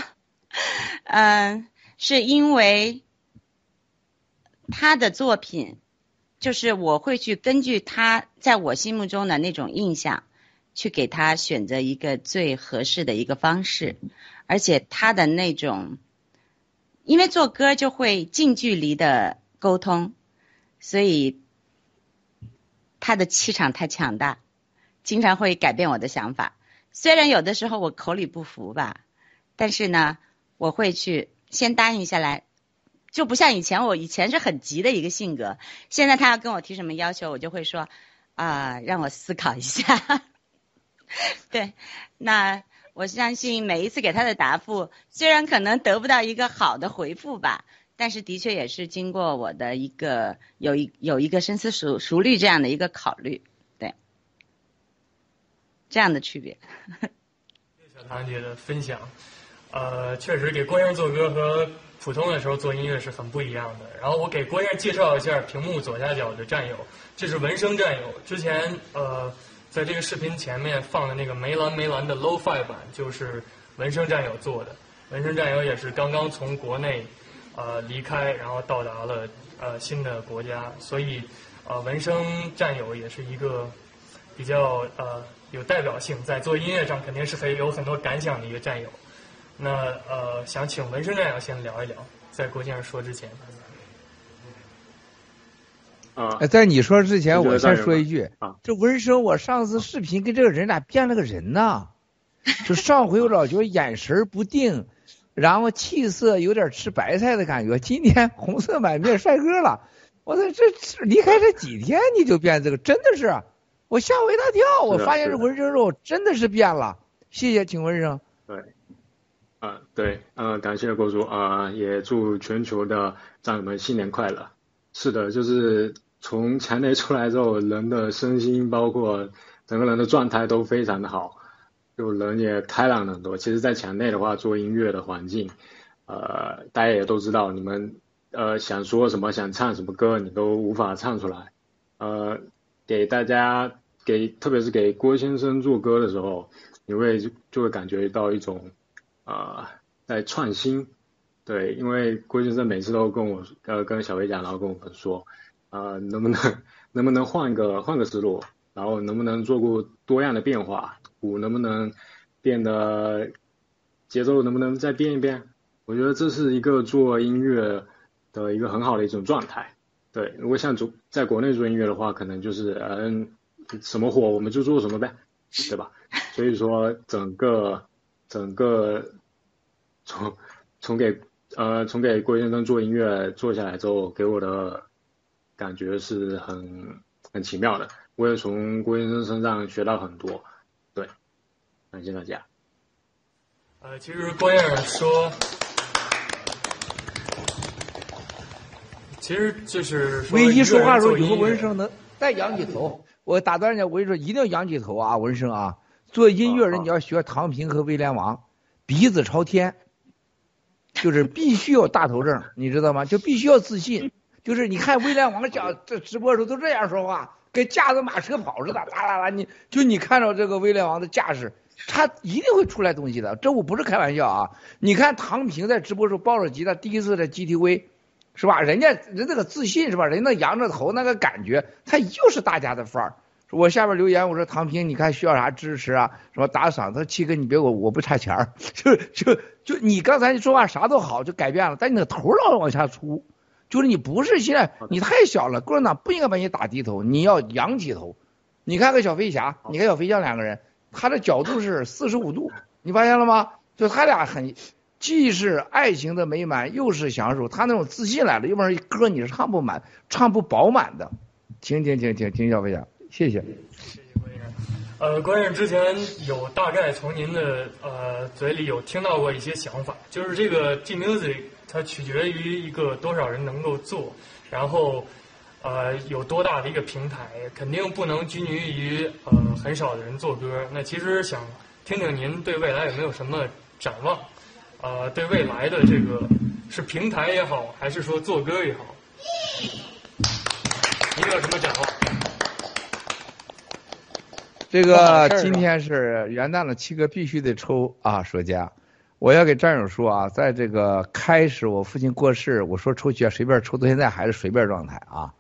嗯，是因为他的作品就是我会去根据他在我心目中的那种印象，去给他选择一个最合适的一个方式，而且他的那种，因为做歌就会近距离的沟通，所以他的气场太强大，经常会改变我的想法。虽然有的时候我口里不服吧，但是呢，我会去先答应下来。就不像以前，我以前是很急的一个性格，现在他要跟我提什么要求，我就会说啊、呃，让我思考一下。对，那我相信每一次给他的答复，虽然可能得不到一个好的回复吧，但是的确也是经过我的一个有一有一个深思熟熟虑这样的一个考虑，对，这样的区别。 小唐姐的分享，呃，确实给郭先生做歌和普通的时候做音乐是很不一样的。然后我给郭先生介绍一下屏幕左下角的战友，这是文声战友。之前呃，在这个视频前面放的那个梅兰梅兰的 Lo-Fi 版，就是文声战友做的。文声战友也是刚刚从国内呃离开，然后到达了呃新的国家，所以呃文声战友也是一个比较呃有代表性，在做音乐上肯定是很有很多感想的一个战友。那呃，想请文声战友先聊一聊，在郭先生说之前。 啊， 在你说之前，我先说一句，啊、这文声，我上次视频跟这个人俩变了个人呐。就上回我老觉得眼神不定，然后气色有点吃白菜的感觉，今天红色满面帅哥了。我说这离开这几天你就变这个，真的是，我吓我一大跳，我发现这文声肉真的是变了。谢谢，请文声。 对。啊、呃，对，呃，感谢郭主啊、呃，也祝全球的战友们新年快乐。是的，就是从墙内出来之后，人的身心包括整个人的状态都非常的好，就人也开朗很多。其实，在墙内的话，做音乐的环境，呃，大家也都知道，你们呃想说什么，想唱什么歌，你都无法唱出来。呃，给大家给，特别是给郭先生做歌的时候，你会就就会感觉到一种。呃，在创新，对，因为郭先生每次都跟我呃跟小飞讲，然后跟我们说，呃，能不能能不能换个换个思路，然后能不能做过多样的变化，鼓能不能变得节奏能不能再变一变？我觉得这是一个做音乐的一个很好的一种状态。对，如果像做在国内做音乐的话，可能就是嗯、呃、什么火我们就做什么呗，对吧？所以说整个。整个从从给呃从给郭先生做音乐做下来之后，给我的感觉是很很奇妙的，我也从郭先生身上学到很多。对，感谢大家。 呃，其实郭先生说，其实就是唯一说话的时候有个文声能再仰起头，我打断一下，我跟你说一定要仰起头啊，文声啊。做音乐人你要学唐平和威廉王，鼻子朝天，就是必须有大头症，你知道吗？就必须要自信。就是你看威廉王讲这直播的时候都这样说话，跟驾着马车跑似的，啦啦啦！你就你看着这个威廉王的架势，他一定会出来东西的，这我不是开玩笑啊！你看唐平在直播时候抱着吉他，第一次在 G T V， 是吧？人家人这个自信是吧？人那扬着头那个感觉，他就是大家的范儿。我下边留言，我说唐平，你看需要啥支持啊？什么打赏？他说七哥你别我我不差钱儿，就就就你刚才说话啥都好，就改变了，但你那头老往下出，就是你不是现在你太小了，共产党不应该把你打低头，你要仰起头。你看个小飞侠，你看小飞象两个人，他的角度是四十五度，你发现了吗？就他俩很既是爱情的美满，又是享受，他那种自信来了，要不然歌你是唱不满、唱不饱满的。停停停停停，小飞侠。谢谢， 谢谢郭先生。呃，郭先生之前有大概从您的呃嘴里有听到过一些想法，就是这个 G Music 它取决于一个多少人能够做，然后呃有多大的一个平台，肯定不能拘泥于呃很少的人做歌。那其实想听听您对未来有没有什么展望？呃，对未来的这个是平台也好，还是说做歌也好，您有什么展望？ 这个今天是元旦了，七哥必须得抽啊！说家，我要给战友说啊，在这个开始我父亲过世，我说抽血随便抽，到现在还是随便状态啊。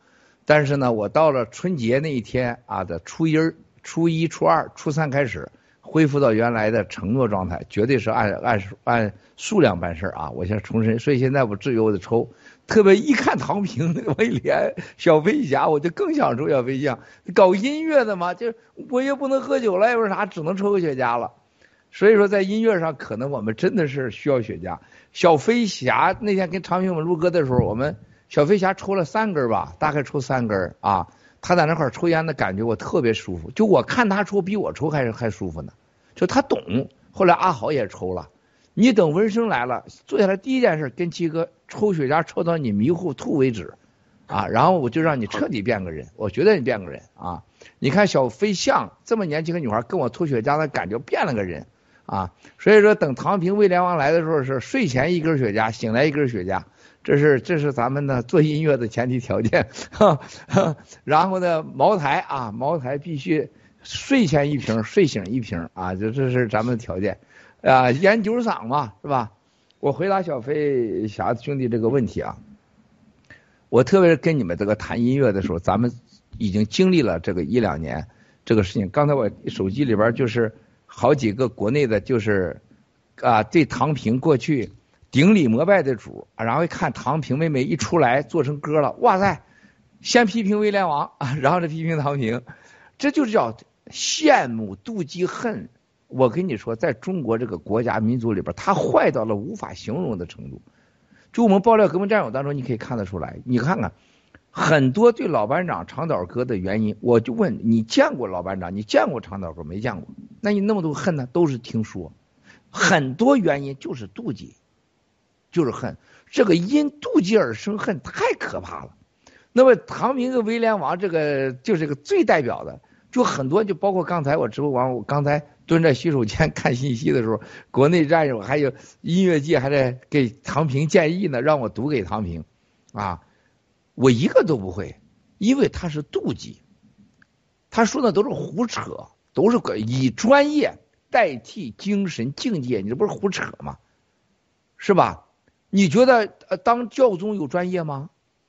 但是呢，我到了春节那一天啊的初一、初一、初二、初三开始恢复到原来的承诺状态，绝对是按按按数量办事啊！我先重申，所以现在我至于我得抽，特别一看唐平、威廉、小飞侠，我就更想抽小飞侠。搞音乐的嘛，就我也不能喝酒了，也不是啥，只能抽个雪茄了。所以说，在音乐上，可能我们真的是需要雪茄。小飞侠那天跟长平我们录歌的时候，我们小飞侠抽了三根吧，大概抽三根啊。他在那块抽烟的感觉我特别舒服，就我看他抽比我抽还还舒服呢，就他懂。后来阿豪也抽了，你等文生来了，坐下来第一件事跟七哥抽雪茄抽到你迷糊吐为止啊，然后我就让你彻底变个人，我觉得你变个人啊。你看小飞象这么年轻的女孩跟我吐雪茄的感觉变了个人啊，所以说等唐平威廉王来的时候是睡前一根雪茄，醒来一根雪茄。这是这是咱们的做音乐的前提条件，哈哈。然后呢，茅台啊，茅台必须睡前一瓶，睡醒一瓶啊，这这是咱们的条件啊。烟酒嗓嘛，是吧？我回答小飞侠兄弟这个问题啊，我特别是跟你们这个谈音乐的时候，咱们已经经历了这个一两年这个事情。刚才我手机里边就是好几个国内的，就是啊，对唐平过去顶礼膜拜的主，然后一看唐平妹妹一出来做成歌了，哇塞，先批评威廉王啊，然后再批评唐平，这就是叫羡慕、妒忌、恨。我跟你说，在中国这个国家民族里边，它坏到了无法形容的程度。就我们爆料革命战友当中，你可以看得出来。你看看很多对老班长长岛哥的原因，我就问你见过老班长，你见过长岛哥没见过？那你那么多恨呢？都是听说。很多原因就是妒忌。就是恨，这个因妒忌而生恨太可怕了。那么唐平和威廉王这个就是个最代表的，就很多就包括刚才我直播完，我刚才蹲在洗手间看信息的时候，国内战友还有音乐界还在给唐平建议呢，让我读给唐平啊，我一个都不会，因为他是妒忌，他说的都是胡扯，都是以专业代替精神境界，你这不是胡扯吗？是吧？你觉得呃当教宗有专业吗？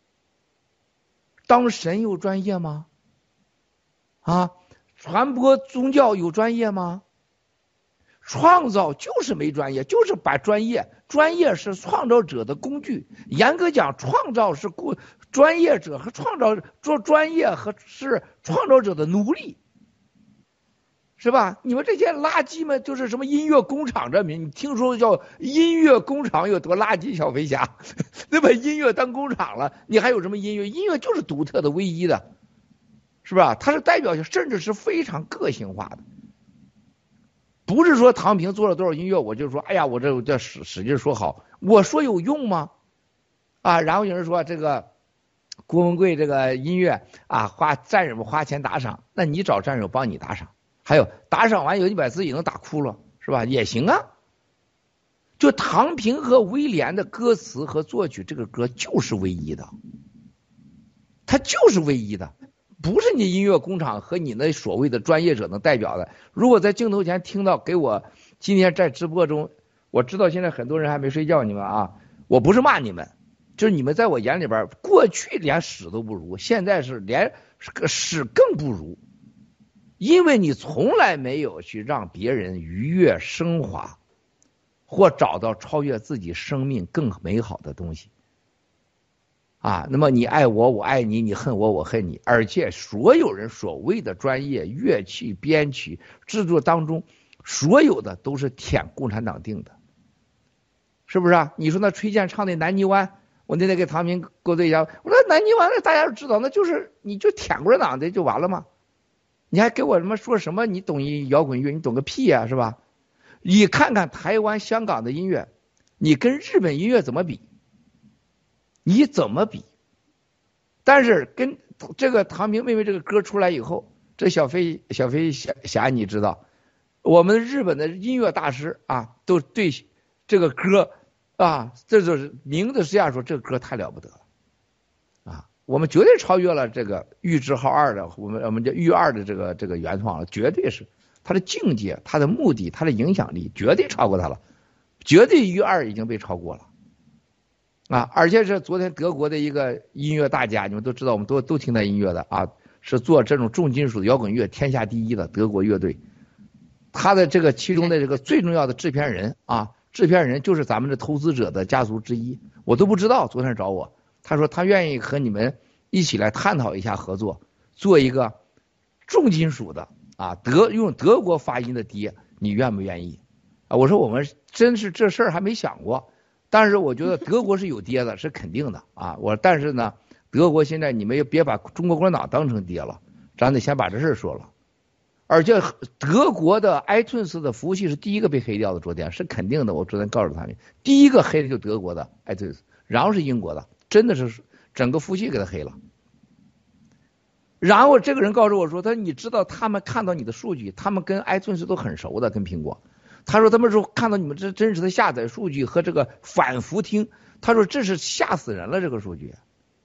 当神有专业吗？啊，传播宗教有专业吗？创造就是没专业，就是把专业，专业是创造者的工具。严格讲，创造是顾专业者和创造做专业和是创造者的奴隶。是吧？你们这些垃圾们就是什么音乐工厂这名，你听说叫音乐工厂有多垃圾？小飞侠，那把音乐当工厂了，你还有什么音乐？音乐就是独特的、唯一的，是吧？它是代表性，甚至是非常个性化的。不是说唐平做了多少音乐，我就说，哎呀，我这这使使劲说好，我说有用吗？啊，然后有人说这个郭文贵这个音乐啊，花战友们花钱打赏，那你找战友帮你打赏。还有打赏完有你把自己能打哭了，是吧？也行啊。就唐平和威廉的歌词和作曲，这个歌就是唯一的，它就是唯一的，不是你音乐工厂和你那所谓的专业者能代表的。如果在镜头前听到给我今天在直播中，我知道现在很多人还没睡觉，你们啊，我不是骂你们，就是你们在我眼里边，过去连屎都不如，现在是连个屎更不如。因为你从来没有去让别人愉悦升华，或找到超越自己生命更美好的东西啊。那么你爱我，我爱你；你恨我，我恨你。而且所有人所谓的专业乐器编曲制作当中，所有的都是舔共产党定的，是不是啊？你说那崔健唱的《南泥湾》，我那天给唐明勾兑一下，我说南泥湾大家都知道，那就是你就舔共产党的就完了吗？你还给我什么说什么？你懂一摇滚乐，你懂个屁呀、啊，是吧？你看看台湾、香港的音乐，你跟日本音乐怎么比？你怎么比？但是跟这个唐明妹妹这个歌出来以后，这小飞小飞侠侠，你知道，我们日本的音乐大师啊，都对这个歌啊，这就是名字实际上说这个歌太了不得了啊。我们绝对超越了这个玉置浩二的，我们我们叫玉二的这个这个原创了，绝对是他的境界、他的目的、他的影响力绝对超过他了，绝对玉二已经被超过了啊，而且是昨天德国的一个音乐大家，你们都知道，我们都都听他音乐的啊，是做这种重金属的摇滚乐天下第一的德国乐队。他的这个其中的这个最重要的制片人啊，制片人就是咱们的投资者的家族之一，我都不知道。昨天找我，他说他愿意和你们一起来探讨一下合作，做一个重金属的啊，德用德国发音的碟，你愿不愿意？啊，我说我们真是这事儿还没想过。但是我觉得德国是有爹的，是肯定的啊。我但是呢，德国现在你们也别把中国共产党当成爹了，咱得先把这事说了。而且德国的 iTunes 的服务器是第一个被黑掉的，昨天是肯定的。我昨天告诉他们，第一个黑的就德国的 iTunes， 然后是英国的，真的是整个服务器给他黑了。然后这个人告诉我说，他说你知道他们看到你的数据，他们跟 iTunes 都很熟的，跟苹果。他说他们说看到你们这真实的下载数据和这个反复听，他说这是吓死人了，这个数据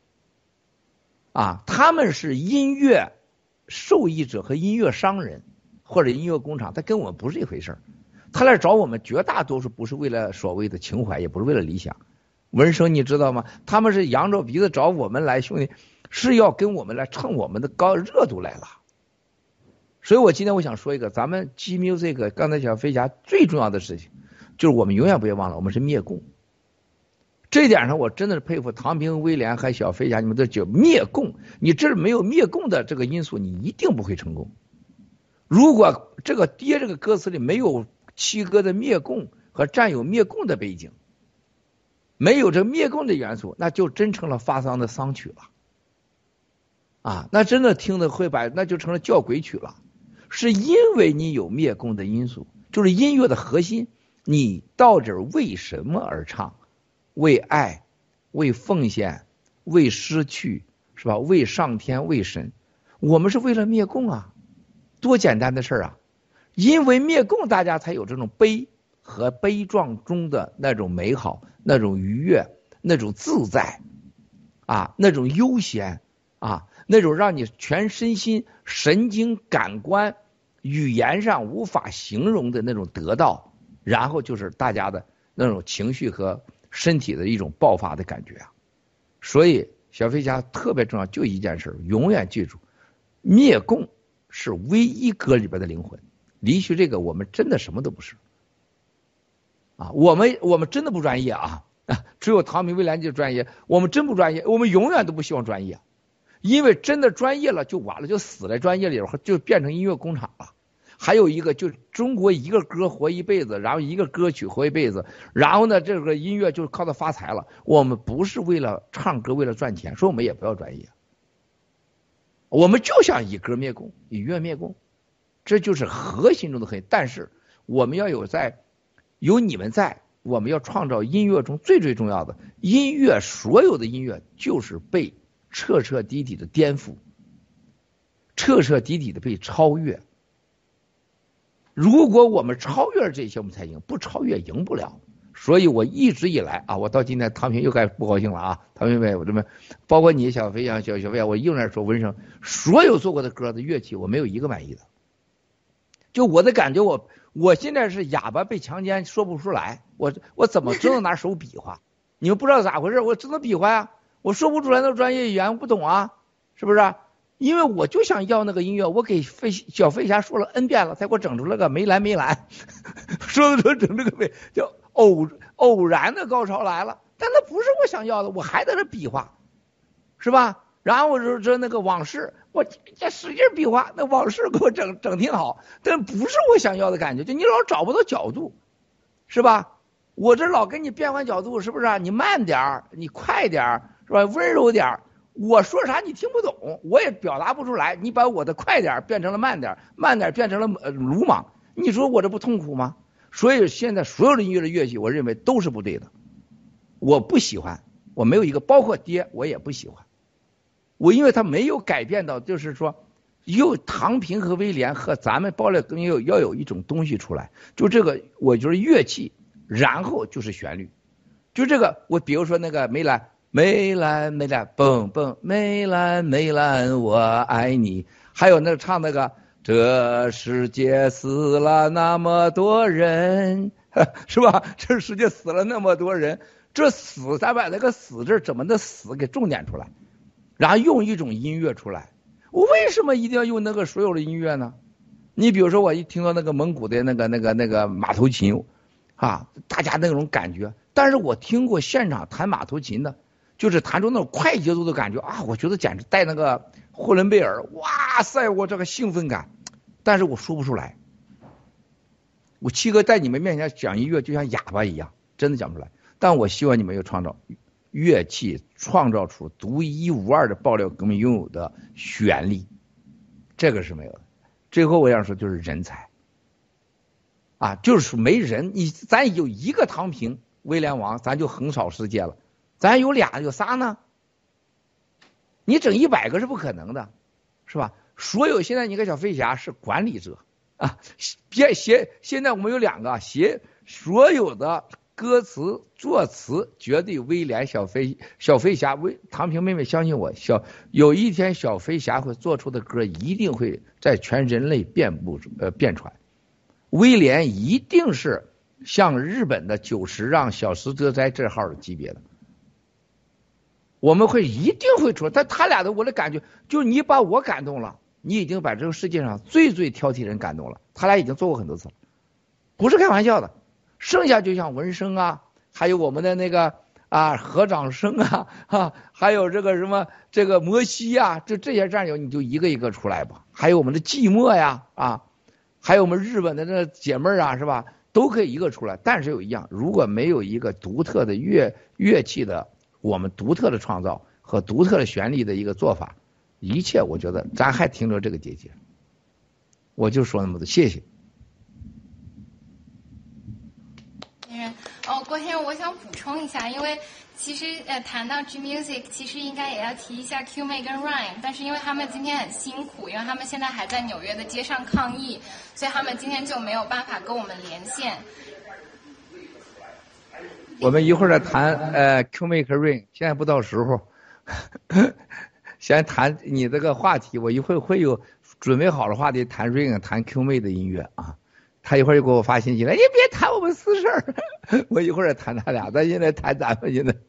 啊，他们是音乐受益者和音乐商人或者音乐工厂，他跟我们不是一回事儿。他来找我们绝大多数不是为了所谓的情怀，也不是为了理想。文生你知道吗？他们是扬着鼻子找我们来，兄弟是要跟我们来蹭我们的高热度来了。所以我今天我想说一个，咱们 G Music 刚才小飞侠最重要的事情，就是我们永远不要忘了，我们是灭共。这一点上我真的是佩服唐平、威廉还小飞侠，你们都叫灭共。你这没有灭共的这个因素，你一定不会成功。如果这个爹这个歌词里没有七哥的灭共和战友灭共的背景，没有这灭共的元素，那就真成了发丧的丧曲了。啊，那真的听的会把，那就成了叫鬼曲了。是因为你有灭共的因素，就是音乐的核心，你到底为什么而唱？为爱，为奉献，为失去，是吧？为上天，为神。我们是为了灭共啊，多简单的事儿啊！因为灭共，大家才有这种悲和悲壮中的那种美好，那种愉悦，那种自在啊，那种悠闲啊。那种让你全身心神经感官语言上无法形容的那种得到，然后就是大家的那种情绪和身体的一种爆发的感觉啊。所以小飞侠特别重要，就一件事，永远记住，灭共是唯一歌里边的灵魂，离去这个我们真的什么都不是啊。我们我们真的不专业啊，只有唐明威廉就专业，我们真不专业，我们永远都不希望专业。因为真的专业了就完了，就死在专业里边，就变成音乐工厂了。还有一个，就中国一个歌活一辈子，然后一个歌曲活一辈子，然后呢，这个音乐就靠它发财了。我们不是为了唱歌，为了赚钱，所以我们也不要专业。我们就想以歌灭共，以乐灭共，这就是核心中的核心。但是我们要有在，有你们在，我们要创造音乐中最最重要的音乐，所有的音乐就是被彻彻底底的颠覆，彻彻底底的被超越。如果我们超越了这些，我们才赢，不超越赢不了。所以我一直以来啊，我到今天唐平又该不高兴了啊，唐平妹，我这边包括你小飞呀、小小飞呀，我仍然说文生，所有做过的歌的乐器，我没有一个满意的。就我的感觉，我我现在是哑巴被强奸，说不出来，我我怎么只能拿手比划？你们不知道咋回事，我只能比划呀。我说不出来那专业语言，我不懂啊，是不是？因为我就想要那个音乐，我给飞小飞侠说了 N 遍了，才给我整出了个梅兰梅兰，说的时候整这个梅叫偶偶然的高潮来了，但那不是我想要的，我还在这比划，是吧？然后我说说那个往事，我这使劲比划，那往事给我整整挺好，但不是我想要的感觉，就你老找不到角度，是吧？我这老跟你变换角度，是不是啊？你慢点儿，你快点儿，是吧？温柔点儿。我说啥你听不懂，我也表达不出来。你把我的快点变成了慢点，慢点变成了呃鲁莽，你说我这不痛苦吗？所以现在所有的音乐的乐器，我认为都是不对的。我不喜欢，我没有一个，包括爹，我也不喜欢。我因为他没有改变到，就是说，有唐平和威廉和咱们包了更有要有一种东西出来，就这个，我觉得乐器，然后就是旋律，就这个，我比如说那个梅兰。梅兰梅兰蹦蹦，梅兰梅兰我爱你，还有那个唱那个这世界死了那么多人，是吧？这世界死了那么多人， 这死，咱把那个死字怎么的死给重点出来，然后用一种音乐出来。我为什么一定要用那个所有的音乐呢？你比如说，我一听到那个蒙古的那个那个那个马头琴，啊，大家那种感觉。但是我听过现场弹马头琴的，就是弹出那种快节奏的感觉啊，我觉得简直带那个呼伦贝尔，哇塞，我这个兴奋感，但是我说不出来。我七哥在你们面前讲音乐就像哑巴一样，真的讲不出来。但我希望你们有创造乐器，创造出独一无二的爆料革命拥有的旋律，这个是没有的。最后我想说就是人才啊，就是没人，你咱有一个唐平威廉王，咱就横扫世界了，咱有俩有仨呢，你整一百个是不可能的，是吧？所有现在你看小飞侠是管理者啊，别写现在我们有两个写所有的歌词作词绝对威廉小飞小飞侠威唐平妹妹相信我，小有一天小飞侠会做出的歌一定会在全人类遍布呃遍传，威廉一定是像日本的久石让小石哲哉这号的级别的，我们会一定会出，但他俩的我的感觉就是你把我感动了，你已经把这个世界上最最挑剔人感动了，他俩已经做过很多次了，不是开玩笑的。剩下就像文生啊，还有我们的那个啊何长生啊，哈，还有这个什么这个摩西啊，就这些战友你就一个一个出来吧。还有我们的寂寞呀，啊，还有我们日本的那姐妹啊，是吧？都可以一个出来。但是有一样，如果没有一个独特的乐乐器的我们独特的创造和独特的旋律的一个做法，一切我觉得咱还停留这个阶级。我就说那么多，谢谢。 哦，郭先生，我想补充一下，因为其实呃谈到 G Music， 其实应该也要提一下 Q May 跟 Ryan， 但是因为他们今天很辛苦，因为他们现在还在纽约的街上抗议，所以他们今天就没有办法跟我们连线。 我们一会儿再谈呃 Q May 和 Ryan， 现在不到时候，先谈你这个话题，我一会儿会有准备好的话题谈 Ryan 谈 Q May 的音乐啊。他一会儿就给我发信息了，你别谈我们私事儿，我一会儿谈他俩，咱现在谈咱们现在。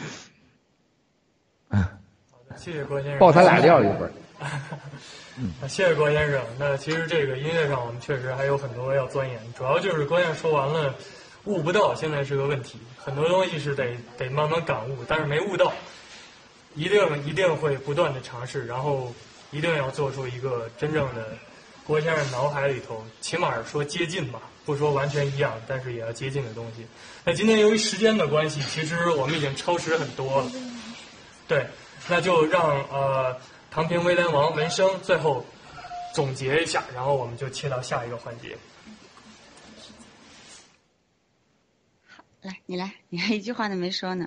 好的，谢谢郭先生。 爆他俩料一会儿。 嗯，谢谢郭先生。那其实这个音乐上我们确实还有很多要钻研，主要就是郭先生说完了，悟不到现在是个问题，很多东西是得得慢慢感悟，但是没悟到，一定一定会不断的尝试，然后一定要做出一个真正的。郭先生脑海里头，起码说接近吧，不说完全一样，但是也要接近的东西。那今天由于时间的关系，其实我们已经超时很多了。对，那就让呃唐平威廉王文生最后总结一下，然后我们就切到下一个环节。 好，来你来，你还一句话都没说呢。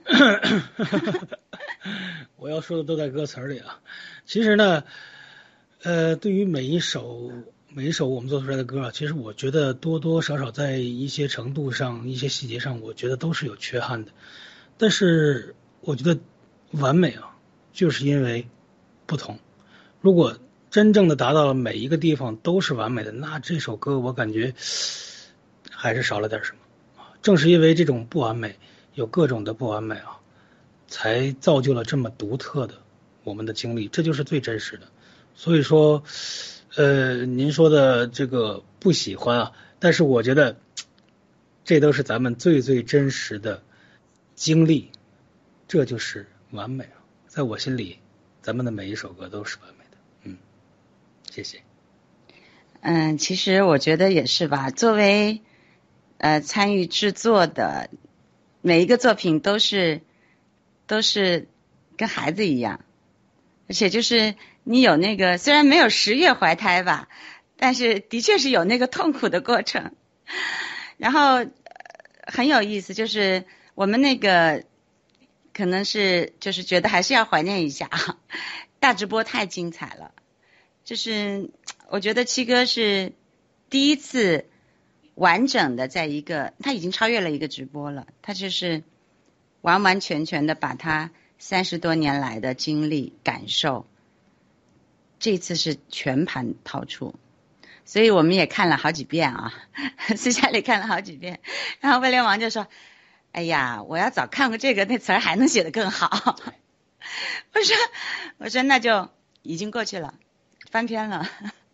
我要说的都在歌词里啊。其实呢，呃，对于每一首。每一首我们做出来的歌啊，其实我觉得多多少少在一些程度上、一些细节上，我觉得都是有缺憾的。但是我觉得完美啊，就是因为不同。如果真正的达到了每一个地方都是完美的，那这首歌我感觉还是少了点什么。正是因为这种不完美，有各种的不完美啊，才造就了这么独特的我们的经历，这就是最真实的。所以说。呃，您说的这个不喜欢啊，但是我觉得这都是咱们最最真实的经历，这就是完美啊！在我心里，咱们的每一首歌都是完美的。嗯，谢谢。 嗯，其实我觉得也是吧。作为呃参与制作的每一个作品，都是都是跟孩子一样，而且就是。你有那个虽然没有十月怀胎吧，但是的确是有那个痛苦的过程。然后、呃、很有意思，就是我们那个可能是就是觉得还是要怀念一下啊，大直播太精彩了。就是我觉得七哥是第一次完整的在一个，他已经超越了一个直播了，他就是完完全全的把他三十多年来的经历感受。这次是全盘掏出，所以我们也看了好几遍啊，私下里看了好几遍。然后威廉王就说：“ 哎呀，我要早看过这个，那词儿还能写得更好。我说，我说那就已经过去了，翻篇了。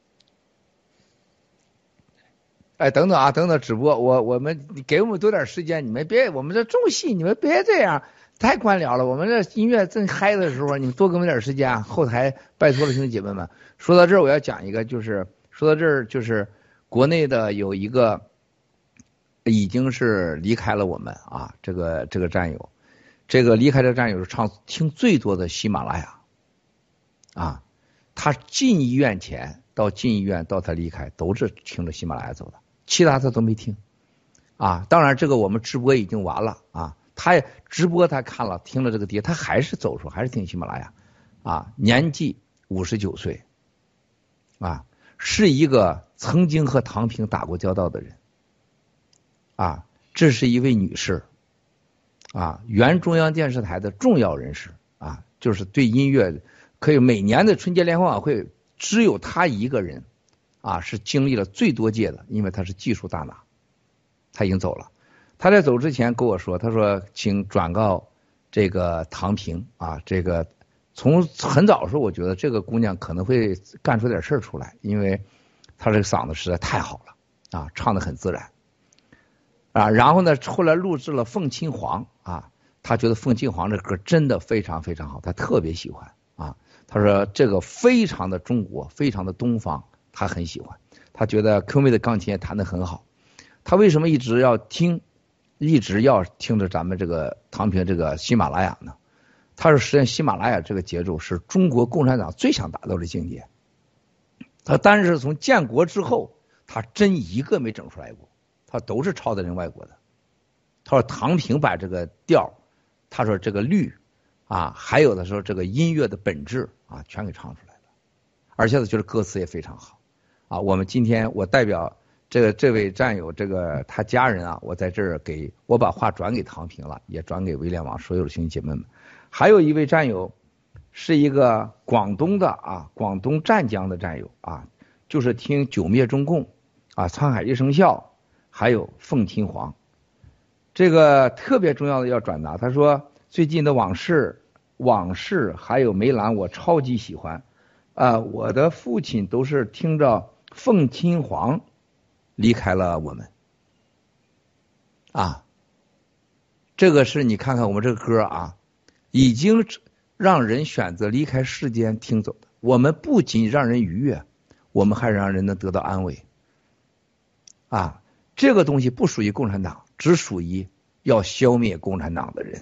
哎，等等啊，等等直播，我我们你给我们多点时间，你们别我们这重戏，你们别这样，太官僚了。我们这音乐正嗨的时候，你们多给我们点时间啊。后台拜托了兄弟姐妹们。说到这儿，我要讲一个，就是说到这儿，就是国内的有一个已经是离开了我们啊，这个这个战友，这个离开的战友是唱听最多的喜马拉雅啊，他进医院前到进医院到他离开都是听着喜马拉雅走的。其他他都没听，啊，当然这个我们直播已经完了啊，他也直播他看了听了这个碟，他还是走出还是听喜马拉雅，啊，年纪五十九岁，啊，是一个曾经和唐平打过交道的人，啊，这是一位女士，啊，原中央电视台的重要人士，啊，就是对音乐可以每年的春节联欢晚会只有她一个人。啊，是经历了最多届的，因为他是技术大拿，他已经走了。他在走之前跟我说，他说请转告这个唐平啊，这个从很早的时候，我觉得这个姑娘可能会干出点事儿出来，因为她这个嗓子实在太好了啊，唱得很自然啊。然后呢，后来录制了《凤亲黄》啊，他觉得《凤亲黄》这歌真的非常非常好，他特别喜欢啊。他说这个非常的中国，非常的东方。他很喜欢，他觉得 Q 妹的钢琴也弹得很好。他为什么一直要听，一直要听着咱们这个唐平这个喜马拉雅呢？他说实际上喜马拉雅这个节奏是中国共产党最想达到的境界。他但是从建国之后，他真一个没整出来过，他都是抄的人外国的。他说唐平把这个调，他说这个律啊，还有的时候这个音乐的本质啊，全给唱出来了，而且他觉得歌词也非常好。啊，我们今天我代表这个这位战友，这个他家人啊，我在这儿给我把话转给唐平了，也转给威廉网所有的兄弟姐妹们。还有一位战友是一个广东的啊，广东湛江的战友啊，就是听九灭中共啊，沧海一声笑，还有凤亲黄。这个特别重要的要转达，他说最近的往事，往事还有梅兰，我超级喜欢啊，我的父亲都是听着。凤亲黄离开了我们啊，这个是你看看我们这个歌啊，已经让人选择离开世间听走的。我们不仅让人愉悦，我们还让人能得到安慰啊。这个东西不属于共产党，只属于要消灭共产党的人。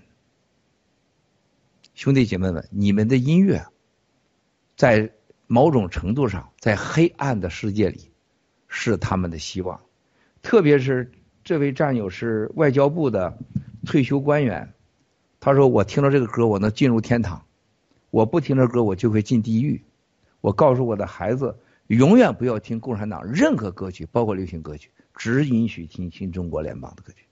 兄弟姐妹们，你们的音乐在某种程度上，在黑暗的世界里是他们的希望。特别是这位战友是外交部的退休官员，他说我听到这个歌我能进入天堂，我不听这歌我就会进地狱。我告诉我的孩子永远不要听共产党任何歌曲，包括流行歌曲，只允许听新中国联邦的歌曲。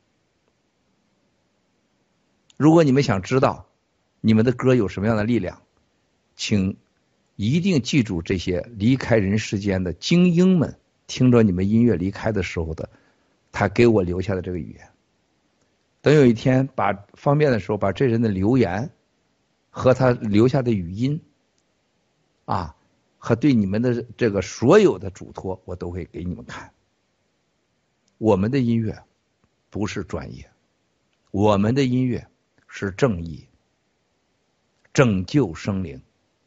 如果你们想知道你们的歌有什么样的力量，请一定记住这些离开人世间的精英们听着你们音乐离开的时候的他给我留下的这个语言。等有一天把方便的时候把这人的留言和他留下的语音啊，和对你们的这个所有的嘱托我都会给你们看。我们的音乐不是专业，我们的音乐是正义，拯救生灵，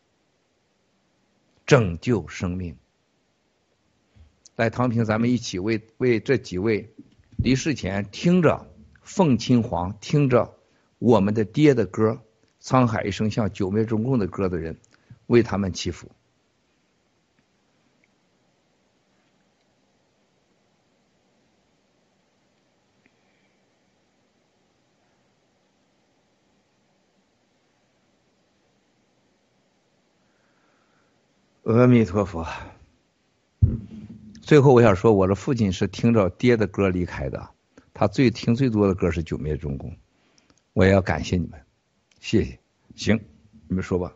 拯救生命。来，唐平，咱们一起为为这几位离世前听着凤亲黄，听着我们的爹的歌，沧海一声笑，九灭中共的歌的人，为他们祈福。阿弥陀佛。最后我想说，我的父亲是听着爹的歌离开的，他最听最多的歌是九灭中共，我也要感谢你们，谢谢。行，你们说吧。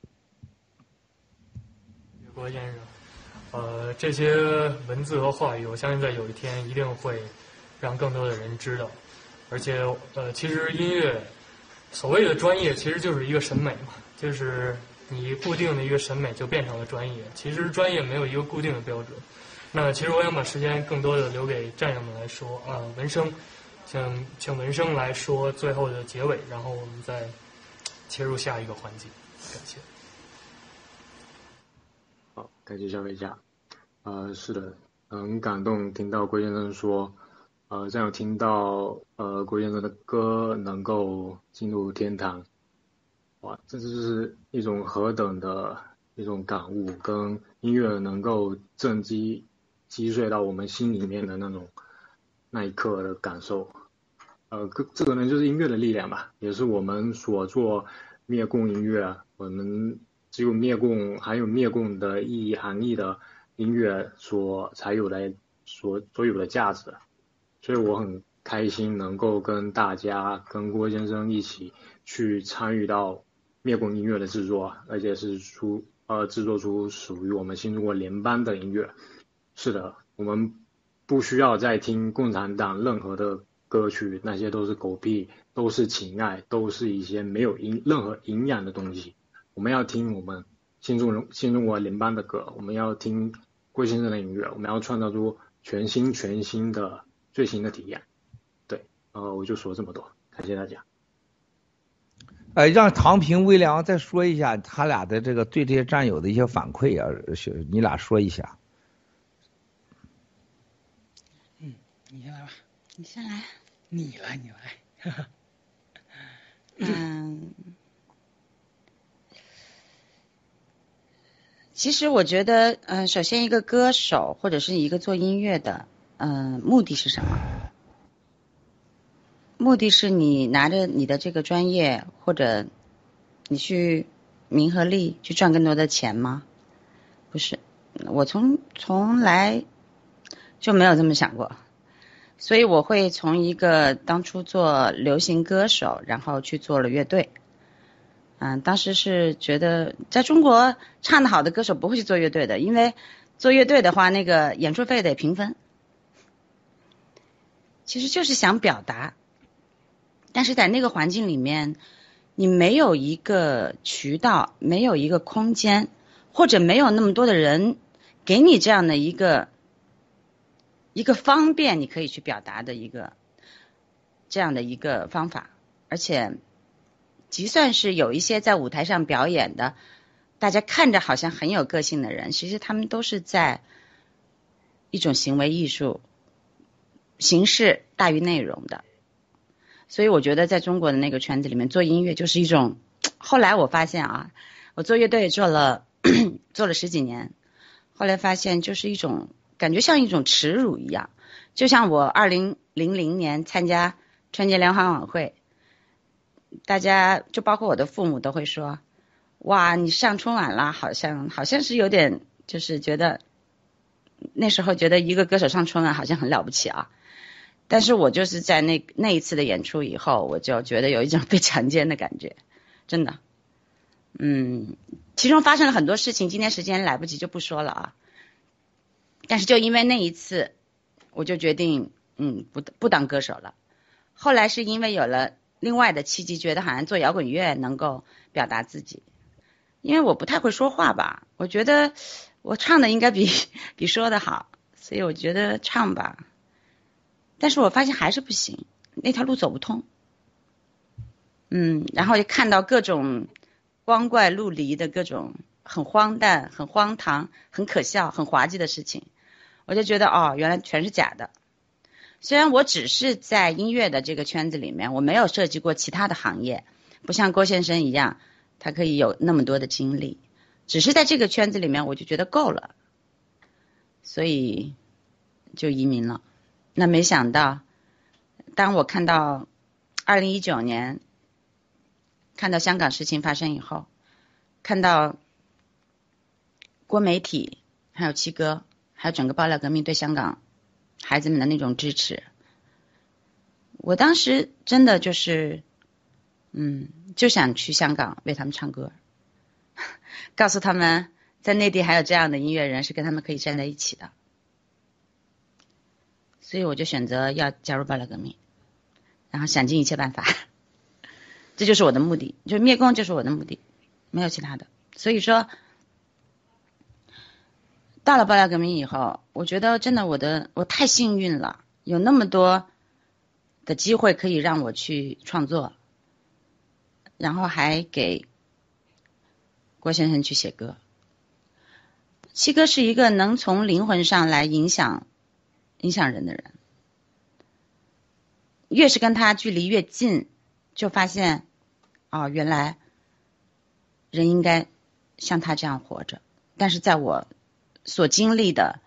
岳国先生，呃，这些文字和话语，我相信在有一天一定会让更多的人知道。 而且呃，其实音乐所谓的专业其实就是一个审美嘛，就是你固定的一个审美就变成了专业。其实专业没有一个固定的标准。那其实我想把时间更多的留给战友们来说啊、呃，文生，请请文生来说最后的结尾，然后我们再切入下一个环节。感谢。 好，感谢小飞侠。呃，是的，很感动听到郭先生说，呃，这样听到呃郭先生的歌能够进入天堂，哇，这就是一种何等的一种感悟，跟音乐能够正击击碎到我们心里面的那种那一刻的感受。呃，这可能就是音乐的力量吧，也是我们所做灭共音乐，我们只有灭共还有灭共的意义含义的音乐所才有的所所有的价值。所以我很开心能够跟大家跟郭先生一起去参与到灭共音乐的制作，而且是出呃制作出属于我们新中国联邦的音乐。是的，我们不需要再听共产党任何的歌曲，那些都是狗屁，都是情爱，都是一些没有营任何营养的东西。我们要听我们新中新中国联邦的歌，我们要听郭先生的音乐，我们要创造出全新全新的最新的体验。对，呃，我就说这么多，感谢大家。 呃，让唐平、威良再说一下他俩的这个对这些战友的一些反馈啊，你俩说一下。 嗯，你先来吧。 你先来。 你来，你来。 嗯，其实我觉得，嗯、呃，首先一个歌手或者是一个做音乐的，嗯、呃，目的是什么？目的是你拿着你的这个专业，或者你去名和利去赚更多的钱吗？不是，我从从来就没有这么想过。所以我会从一个当初做流行歌手，然后去做了乐队。嗯，当时是觉得在中国唱得好的歌手不会去做乐队的，因为做乐队的话，那个演出费得平分。其实就是想表达，但是在那个环境里面，你没有一个渠道，没有一个空间，或者没有那么多的人给你这样的一个一个方便你可以去表达的一个这样的一个方法。而且即算是有一些在舞台上表演的大家看着好像很有个性的人，其实他们都是在一种行为艺术，形式大于内容的。所以我觉得在中国的那个圈子里面做音乐就是一种，后来我发现啊，我做乐队做了做了十几年，后来发现就是一种感觉像一种耻辱一样。就像我二零零零年参加春节联欢晚会，大家就包括我的父母都会说，哇，你上春晚啦，好像好像是有点，就是觉得那时候觉得一个歌手上春晚好像很了不起啊。但是我就是在那那一次的演出以后，我就觉得有一种被强奸的感觉，真的。嗯，其中发生了很多事情，今天时间来不及就不说了啊。但是就因为那一次，我就决定，嗯，不不当歌手了。后来是因为有了另外的契机，觉得好像做摇滚乐能够表达自己。因为我不太会说话吧，我觉得我唱的应该比比说的好，所以我觉得唱吧。但是我发现还是不行，那条路走不通。嗯，然后就看到各种光怪陆离的各种很荒诞、很荒唐、很可笑、很滑稽的事情，我就觉得哦，原来全是假的。虽然我只是在音乐的这个圈子里面，我没有涉及过其他的行业，不像郭先生一样，他可以有那么多的经历，只是在这个圈子里面，我就觉得够了，所以就移民了。那没想到，当我看到二零一九年看到香港事情发生以后，看到郭媒体还有七哥还有整个爆料革命对香港孩子们的那种支持，我当时真的就是嗯就想去香港为他们唱歌，告诉他们在内地还有这样的音乐人是跟他们可以站在一起的。所以我就选择要加入爆料革命。 然后想尽一切办法，这就是我的目的，就是灭共就是我的目的，没有其他的。所以说，到了爆料革命以后，我觉得真的我的我太幸运了，有那么多的机会可以让我去创作，然后还给郭先生去写歌。七哥是一个能从灵魂上来影响影响人的人，越是跟他距离越近，就发现哦，原来人应该像他这样活着。但是在我所经历的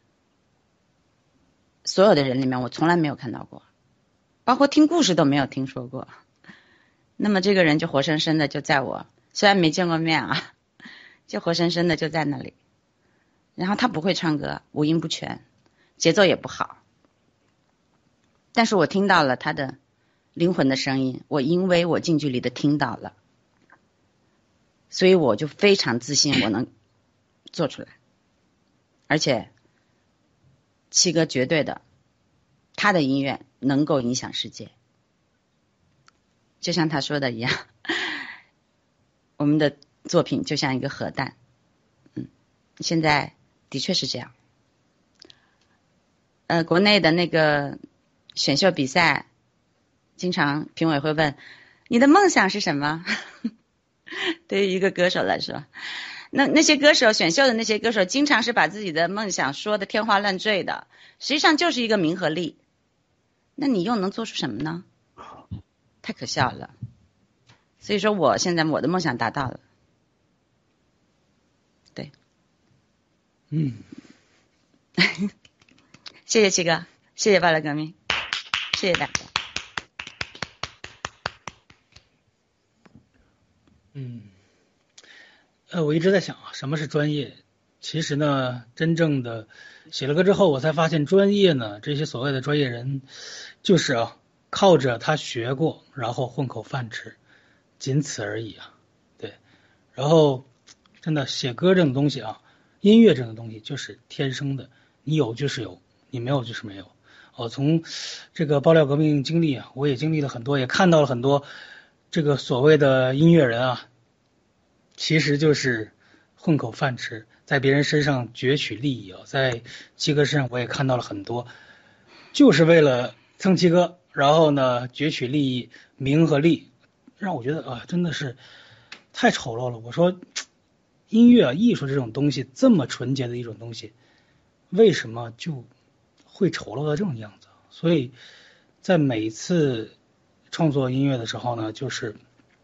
所有的人里面，我从来没有看到过，包括听故事都没有听说过。那么这个人就活生生的就在我，虽然没见过面啊，就活生生的就在那里。然后他不会唱歌，五音不全，节奏也不好，但是我听到了他的灵魂的声音，我因为我近距离的听到了，所以我就非常自信我能做出来。而且七哥绝对的，他的音乐能够影响世界，就像他说的一样，我们的作品就像一个核弹。嗯，现在的确是这样。呃，国内的那个选秀比赛，经常评委会问你的梦想是什么？对于一个歌手来说，那那些歌手选秀的那些歌手，经常是把自己的梦想说的天花乱坠的，实际上就是一个名和利。那你又能做出什么呢？太可笑了。所以说，我现在我的梦想达到了。对。 嗯， 谢谢七哥，谢谢爆料革命，谢谢大家。 嗯，呃，我一直在想啊，什么是专业？其实呢，真正的写了歌之后，我才发现专业呢，这些所谓的专业人，就是啊，靠着他学过，然后混口饭吃，仅此而已啊。对，然后真的写歌这种东西啊。音乐这种东西就是天生的，你有就是有，你没有就是没有。哦，从这个爆料革命经历啊，我也经历了很多，也看到了很多这个所谓的音乐人啊，其实就是混口饭吃，在别人身上攫取利益啊。在七哥身上我也看到了很多，就是为了蹭七哥，然后呢攫取利益、名和利，让我觉得啊，真的是太丑陋了。我说。音乐啊，艺术这种东西这么纯洁的一种东西，为什么就会丑陋到这种样子？所以在每一次创作音乐的时候呢，就是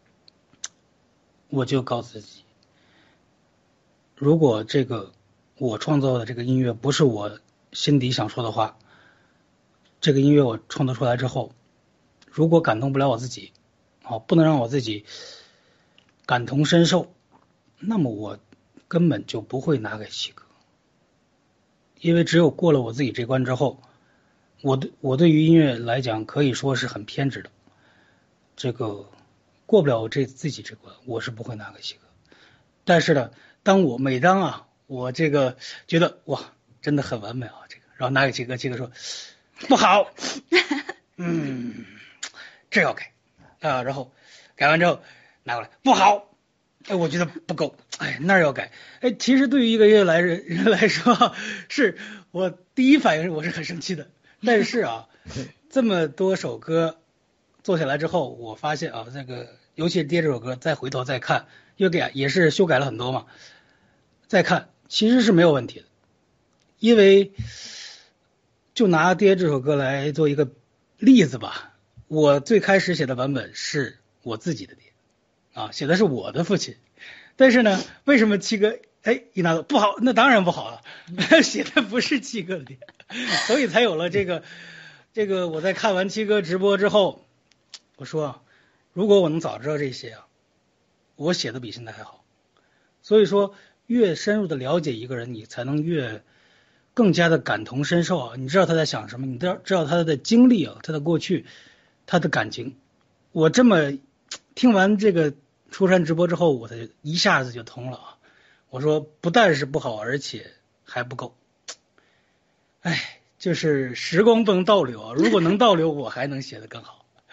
我就告诉自己，如果这个我创作的这个音乐不是我心底想说的话，这个音乐我创作出来之后，如果感动不了我自己，好，不能让我自己感同身受，那么我根本就不会拿给七哥，因为只有过了我自己这关之后，我对我对于音乐来讲可以说是很偏执的，这个过不了我这自己这关，我是不会拿给七哥。但是呢，当我每当啊，我这个觉得哇，真的很完美啊，这个，然后拿给七哥，七哥说不好，嗯，这要改啊，然后改完之后拿过来不好。哎，我觉得不够，哎，那儿要改。哎，其实对于一个音乐来人人来说，是我第一反应我是很生气的。但是啊，这么多首歌做下来之后，我发现啊，这个尤其是《爹》这首歌，再回头再看，因为改也是修改了很多嘛，再看其实是没有问题的。因为就拿《爹》这首歌来做一个例子吧，我最开始写的版本是我自己的爹。啊，写的是我的父亲，但是呢，为什么七哥哎一拿到不好？那当然不好了，写的不是七哥的爹，所以才有了这个这个。我在看完七哥直播之后，我说，如果我能早知道这些啊，我写的比现在还好。所以说，越深入的了解一个人，你才能越更加的感同身受啊。你知道他在想什么，你知道知道他的经历啊，他的过去，他的感情。我这么。听完这个出山直播之后，我才一下子就通了啊！我说不但是不好，而且还不够。哎，就是时光不能倒流啊！如果能倒流，我还能写得更好。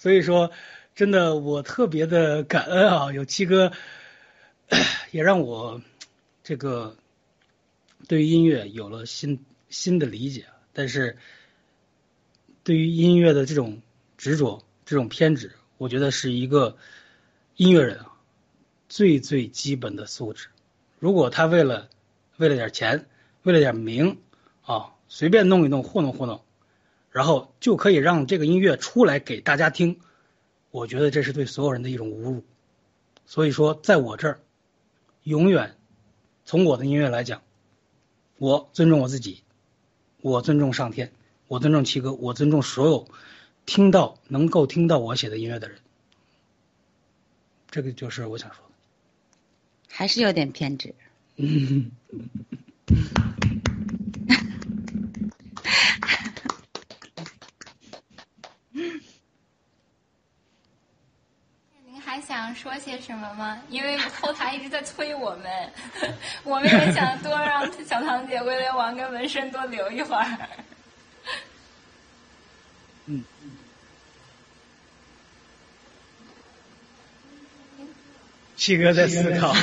所以说真的我特别的感恩啊，有七哥也让我这个对于音乐有了新新的理解，但是对于音乐的这种执着这种偏执，我觉得是一个音乐人啊最最基本的素质。如果他为了为了点钱为了点名啊随便弄一弄糊弄糊弄，然后就可以让这个音乐出来给大家听，我觉得这是对所有人的一种侮辱。所以说在我这儿永远从我的音乐来讲，我尊重我自己，我尊重上天，我尊重七哥，我尊重所有听到能够听到我写的音乐的人。这个就是我想说的。 还是有点偏执。 嗯您还想说些什么吗？因为后台一直在催我们，我们也想多让小堂姐、威廉王跟纹身多留一会儿。 嗯。七哥在思考。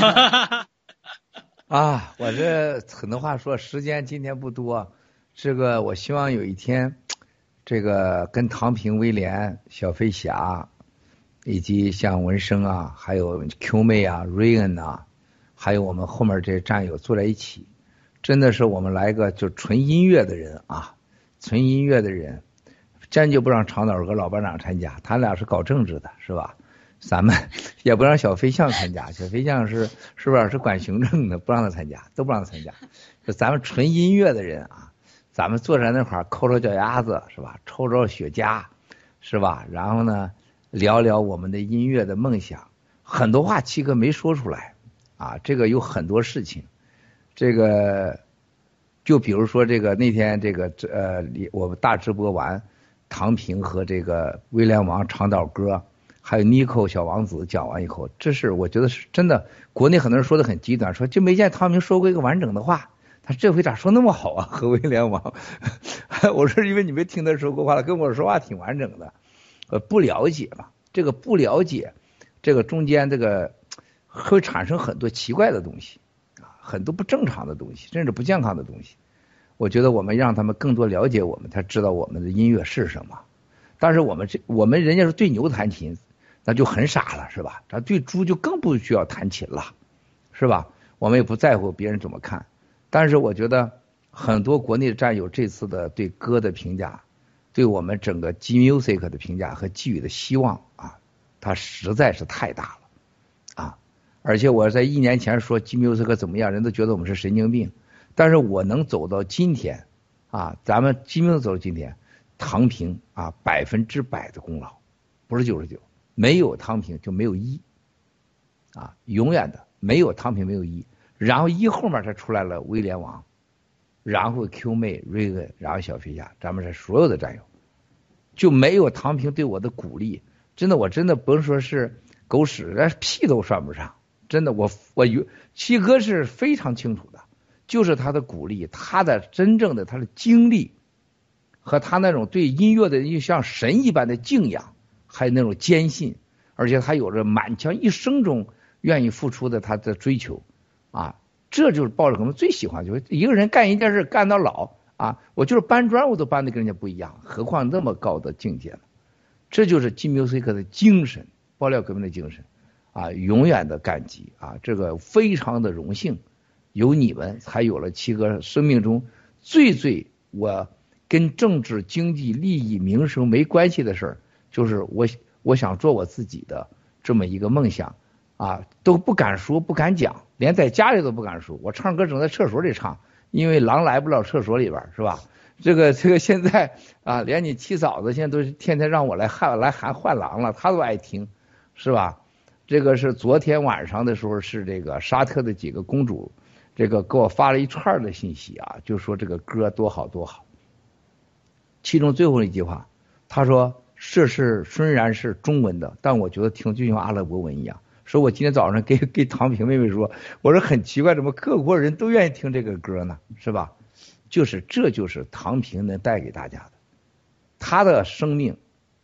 啊，我这很多话说，时间今天不多，这个我希望有一天，这个跟唐平、威廉、小飞侠，以及像文生啊，还有 Q 妹啊、瑞恩啊，还有我们后面这些战友坐在一起，真的是我们来个就纯音乐的人啊，纯音乐的人，坚决不让长岛和老班长参加，他俩是搞政治的，是吧？咱们也不让小飞象参加，小飞象是是不是是管行政的，不让他参加，都不让他参加。就咱们纯音乐的人啊，咱们坐在那块儿抠抠脚丫子，是吧？抽抽雪茄，是吧？然后呢，聊聊我们的音乐的梦想。很多话七哥没说出来啊，这个有很多事情，这个就比如说这个那天这个呃，我们大直播完，唐平和这个威廉王长岛哥。还有妮蔻小王子讲完以后，这是我觉得是真的。国内很多人说的很极端，说就没见唐明说过一个完整的话，他这回咋说那么好啊？和威廉王，我说因为你没听他说过话了，跟我说话挺完整的。呃，不了解嘛，这个不了解，这个中间这个会产生很多奇怪的东西啊，很多不正常的东西，甚至不健康的东西。我觉得我们让他们更多了解我们，才知道我们的音乐是什么。但是我们这我们人家是对牛弹琴。那就很傻了，是吧？咱对猪就更不需要弹琴了，是吧？我们也不在乎别人怎么看。但是我觉得很多国内的战友这次的对歌的评价，对我们整个 G Music 的评价和寄予的希望啊，它实在是太大了啊！而且我在一年前说 G Music 怎么样，人都觉得我们是神经病。但是我能走到今天啊，咱们 G Music 走到今天，唐平啊百分之百的功劳，不是九十九。没有唐平就没有一啊，永远的没有唐平没有一，然后一后面才出来了威廉王，然后 Q 妹、瑞恩，然后小飞侠，咱们是所有的战友，就没有唐平对我的鼓励，真的我真的甭说是狗屎，连屁都算不上，真的我我有七哥是非常清楚的，就是他的鼓励，他的真正的他的经历和他那种对音乐的就像神一般的敬仰。还有那种坚信，而且他有着满腔一生中愿意付出的他的追求啊，这就是抱着我们最喜欢，就是一个人干一件事干到老啊，我就是搬砖我都搬的跟人家不一样，何况那么高的境界呢？这就是 G Music 的精神，爆料革命的精神啊，永远的感激啊，这个非常的荣幸，有你们才有了七哥生命中最最我跟政治经济利益名声没关系的事儿。就是我我想做我自己的这么一个梦想啊，都不敢说不敢讲，连在家里都不敢说。我唱歌只能在厕所里唱，因为狼来不了厕所里边，是吧？这个这个现在啊，连你七嫂子现在都是天天让我来喊来喊换狼了，他都爱听，是吧？这个是昨天晚上的时候，是这个沙特的几个公主，这个给我发了一串的信息啊，就说这个歌多好多好。其中最后一句话，他说。这是虽然是中文的，但我觉得听就像阿拉伯文一样。说我今天早上给给唐平妹妹说，我说很奇怪，怎么各国人都愿意听这个歌呢？是吧？就是这就是唐平能带给大家的，他的生命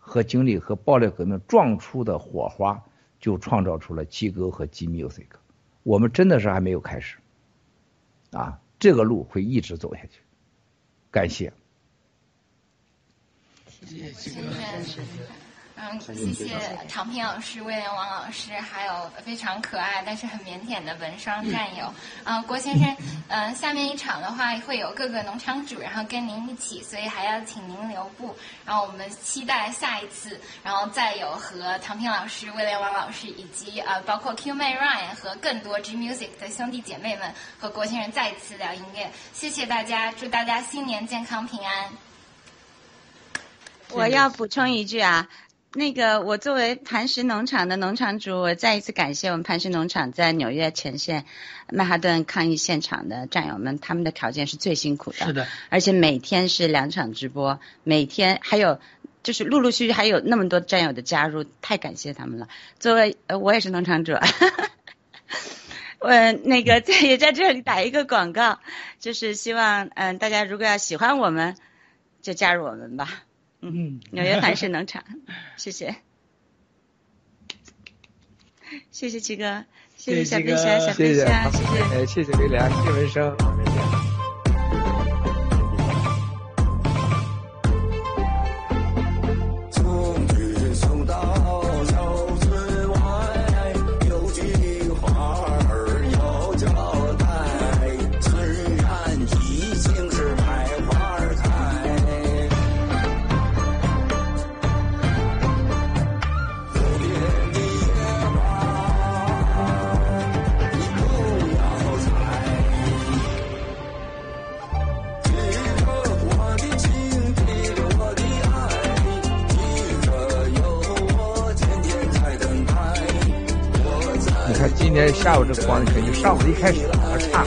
和经历和爆料革命撞出的火花，就创造出了七哥和 G Music。我们真的是还没有开始，啊，这个路会一直走下去。感谢。 谢谢七哥。嗯，谢谢唐平老师、威廉王老师，还有非常可爱但是很腼腆的文商战友。嗯，郭先生，嗯，下面一场的话会有各个农场主，然后跟您一起，所以还要请您留步。然后我们期待下一次，然后再有和唐平老师、威廉王老师以及呃包括 Q May Ryan 和更多 G Music 的兄弟姐妹们和郭先生再次聊音乐。谢谢大家，祝大家新年健康平安。 我要补充一句啊。那个，我作为磐石农场的农场主，我再一次感谢我们磐石农场在纽约前线曼哈顿抗疫现场的战友们，他们的条件是最辛苦的， 是的， 而且每天是两场直播，每天还有就是陆陆续续还有那么多战友的加入，太感谢他们了。作为呃，我也是农场主，我那个在也在这里打一个广告，就是希望嗯、呃、大家如果要喜欢我们，就加入我们吧。嗯，纽约磐石农场，谢谢，谢谢七哥，谢谢小飞侠，小飞侠，谢谢， 呃，谢谢威廉，谢文生。今天下午这光肯定上午一开始而差。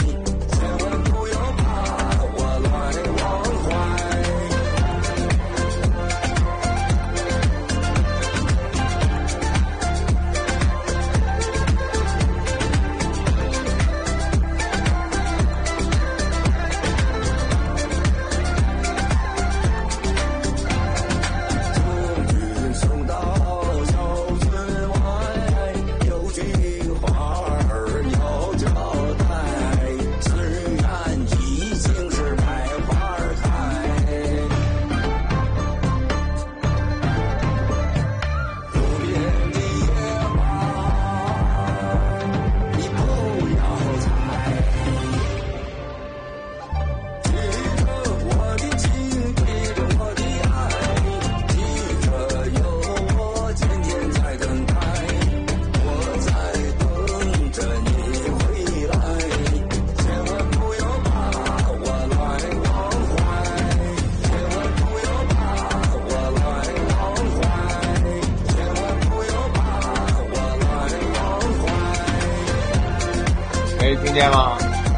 听见吗？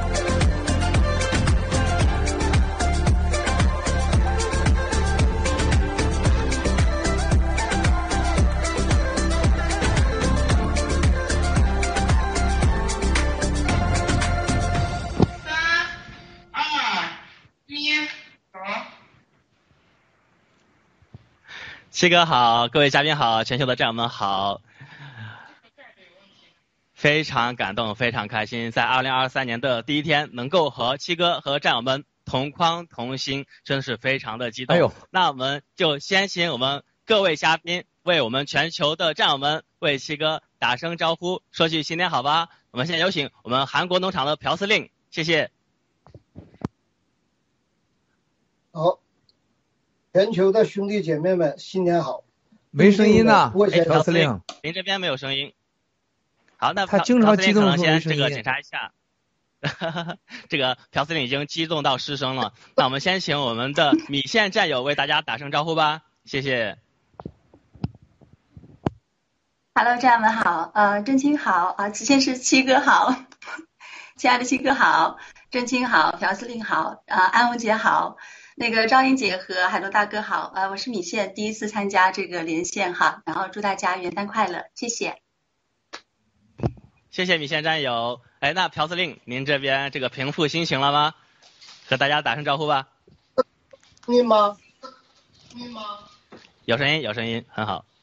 七哥好，各位嘉宾好，全球的战友们好。非常感动，非常开心，在二零二三年的第一天能够和七哥和战友们同框同心，真是非常的激动。 哎呦， 那我们就先请我们各位嘉宾为我们全球的战友们为七哥打声招呼，说句新年好吧。我们现在有请我们韩国农场的朴司令，谢谢。 好，全球的兄弟姐妹们，新年好。 没声音呢， 哎， 朴司令， 您这边没有声音。好，那他经常激动可能先这个检查一下，这个朴司令已经激动到失声了。那我们先请我们的米线战友为大家打声招呼吧，谢谢。 Hello， 战友们好，呃，郑清好啊，之前是七哥好，亲爱的七哥好，郑清好，朴司令好，啊、呃，安文姐好，那个赵英姐和海螺大哥好，呃，我是米线，第一次参加这个连线哈，然后祝大家元旦快乐，谢谢。 谢谢米线战友。哎，那朴司令，您这边这个平复心情了吗？和大家打声招呼吧。 你吗？ 你吗？ 有声音，有声音，很好。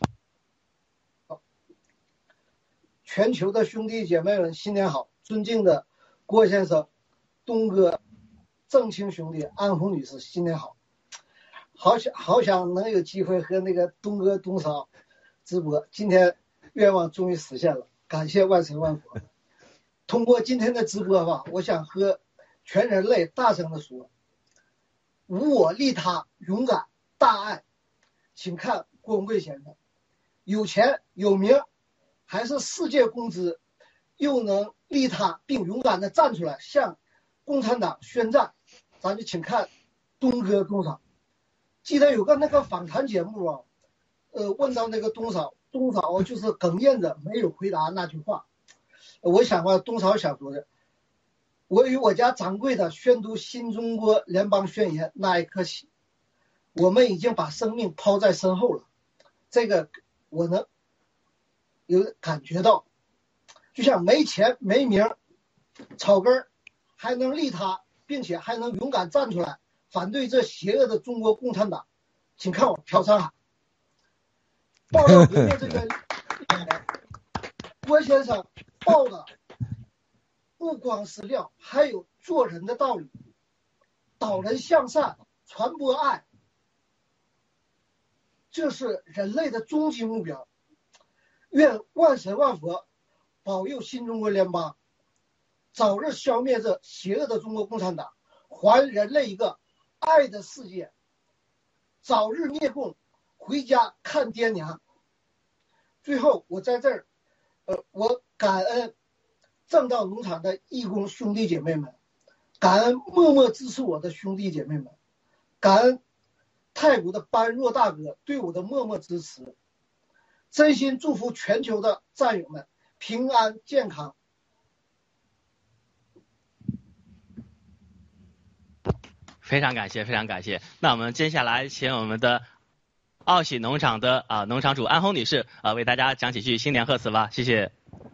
全球的兄弟姐妹们，新年好！尊敬的郭先生、东哥、郑清兄弟、安红女士，新年好！好想好想能有机会和那个东哥、东嫂直播，今天愿望终于实现了，感谢万神万佛。通过今天的直播吧，我想和全人类大声的说：无我利他，勇敢大爱。请看郭文贵先生，有钱有名，还是世界公知，又能利他并勇敢的站出来向共产党宣战。咱就请看东哥东嫂。记得有个那个访谈节目啊，呃，问到那个东嫂，东嫂就是哽咽着没有回答那句话。我想啊，东嫂想说的，我与我家掌柜的宣读新中国联邦宣言那一刻起，我们已经把生命抛在身后了。这个我能有感觉到，就像没钱没名草根还能利他，并且还能勇敢站出来反对这邪恶的中国共产党。请看我朴昌海报道革命这个郭先生报的不光是料，还有做人的道理，导人向善，传播爱，这是人类的终极目标。愿万神万佛保佑新中国联邦早日消灭这邪恶的中国共产党，还人类一个爱的世界，早日灭共，回家看爹娘。最后我在这儿呃，我感恩正道农场的义工兄弟姐妹们，感恩默默支持我的兄弟姐妹们，感恩太谷的般若大哥对我的默默支持，真心祝福全球的战友们平安健康。 非常感谢，非常感谢。那我们接下来请我们的奥喜农场的啊农场主安红女士啊为大家讲几句新年贺词吧，谢谢。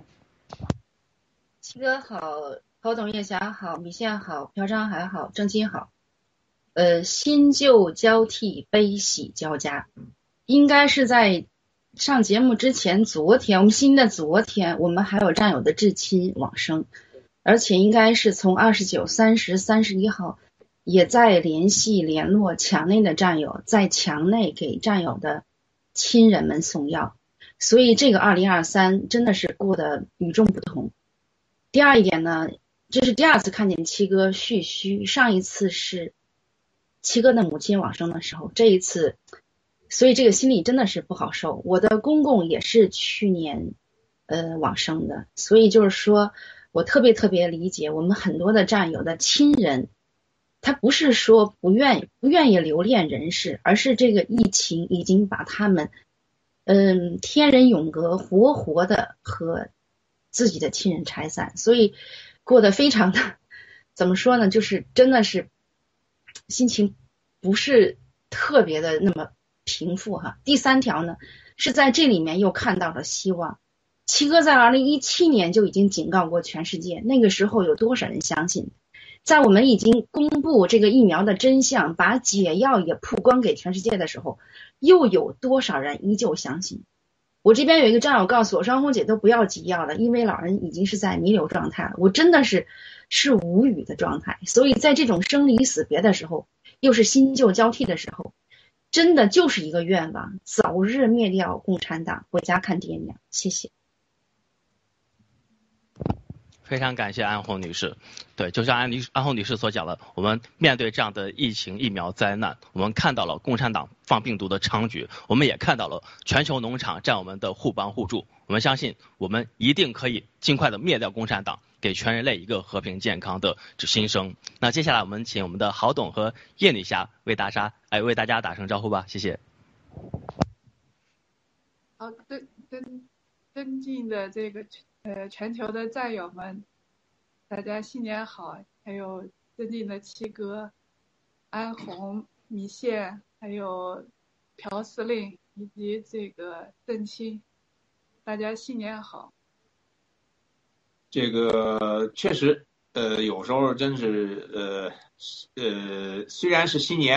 七哥好，侯董叶霞好，米线好，朴昌海好，郑清好。呃，新旧交替，悲喜交加。应该是在上节目之前，昨天我们新的昨天，我们还有战友的至亲往生，而且应该是从二十九、三十、三十一号。也在联系联络墙内的战友，在墙内给战友的亲人们送药，所以这个二零二三真的是过得与众不同。第二一点呢，这是第二次看见七哥蓄须，上一次是七哥的母亲往生的时候，这一次，所以这个心里真的是不好受。我的公公也是去年呃往生的，所以就是说我特别特别理解我们很多的战友的亲人。他不是说不愿意不愿意留恋人世，而是这个疫情已经把他们嗯天人永隔，活活的和自己的亲人拆散，所以过得非常的怎么说呢，就是真的是心情不是特别的那么平复哈。第三条呢，是在这里面又看到了希望。七哥在二零一七年就已经警告过全世界，那个时候有多少人相信？在我们已经公布这个疫苗的真相，把解药也曝光给全世界的时候，又有多少人依旧相信？我这边有一个战友告诉我，双红姐都不要急药了，因为老人已经是在弥留状态了。我真的是是无语的状态。所以在这种生离死别的时候，又是新旧交替的时候，真的就是一个愿望，早日灭掉共产党，回家看爹娘。谢谢。 非常感谢安红女士。对，就像安女安红女士所讲的，我们面对这样的疫情疫苗灾难，我们看到了共产党放病毒的猖獗，我们也看到了全球农场战友们的互帮互助。我们相信，我们一定可以尽快的灭掉共产党，给全人类一个和平健康的新生。那接下来我们请我们的郝董和叶女侠为大家哎为大家打声招呼吧，谢谢。 好，尊尊尊敬的这个呃全球的战友们，大家新年好！还有尊敬的七哥、安红、米线，还有朴司令以及这个郑清，大家新年好！ 这个确实，呃，有时候真是，呃，呃，虽然是新年要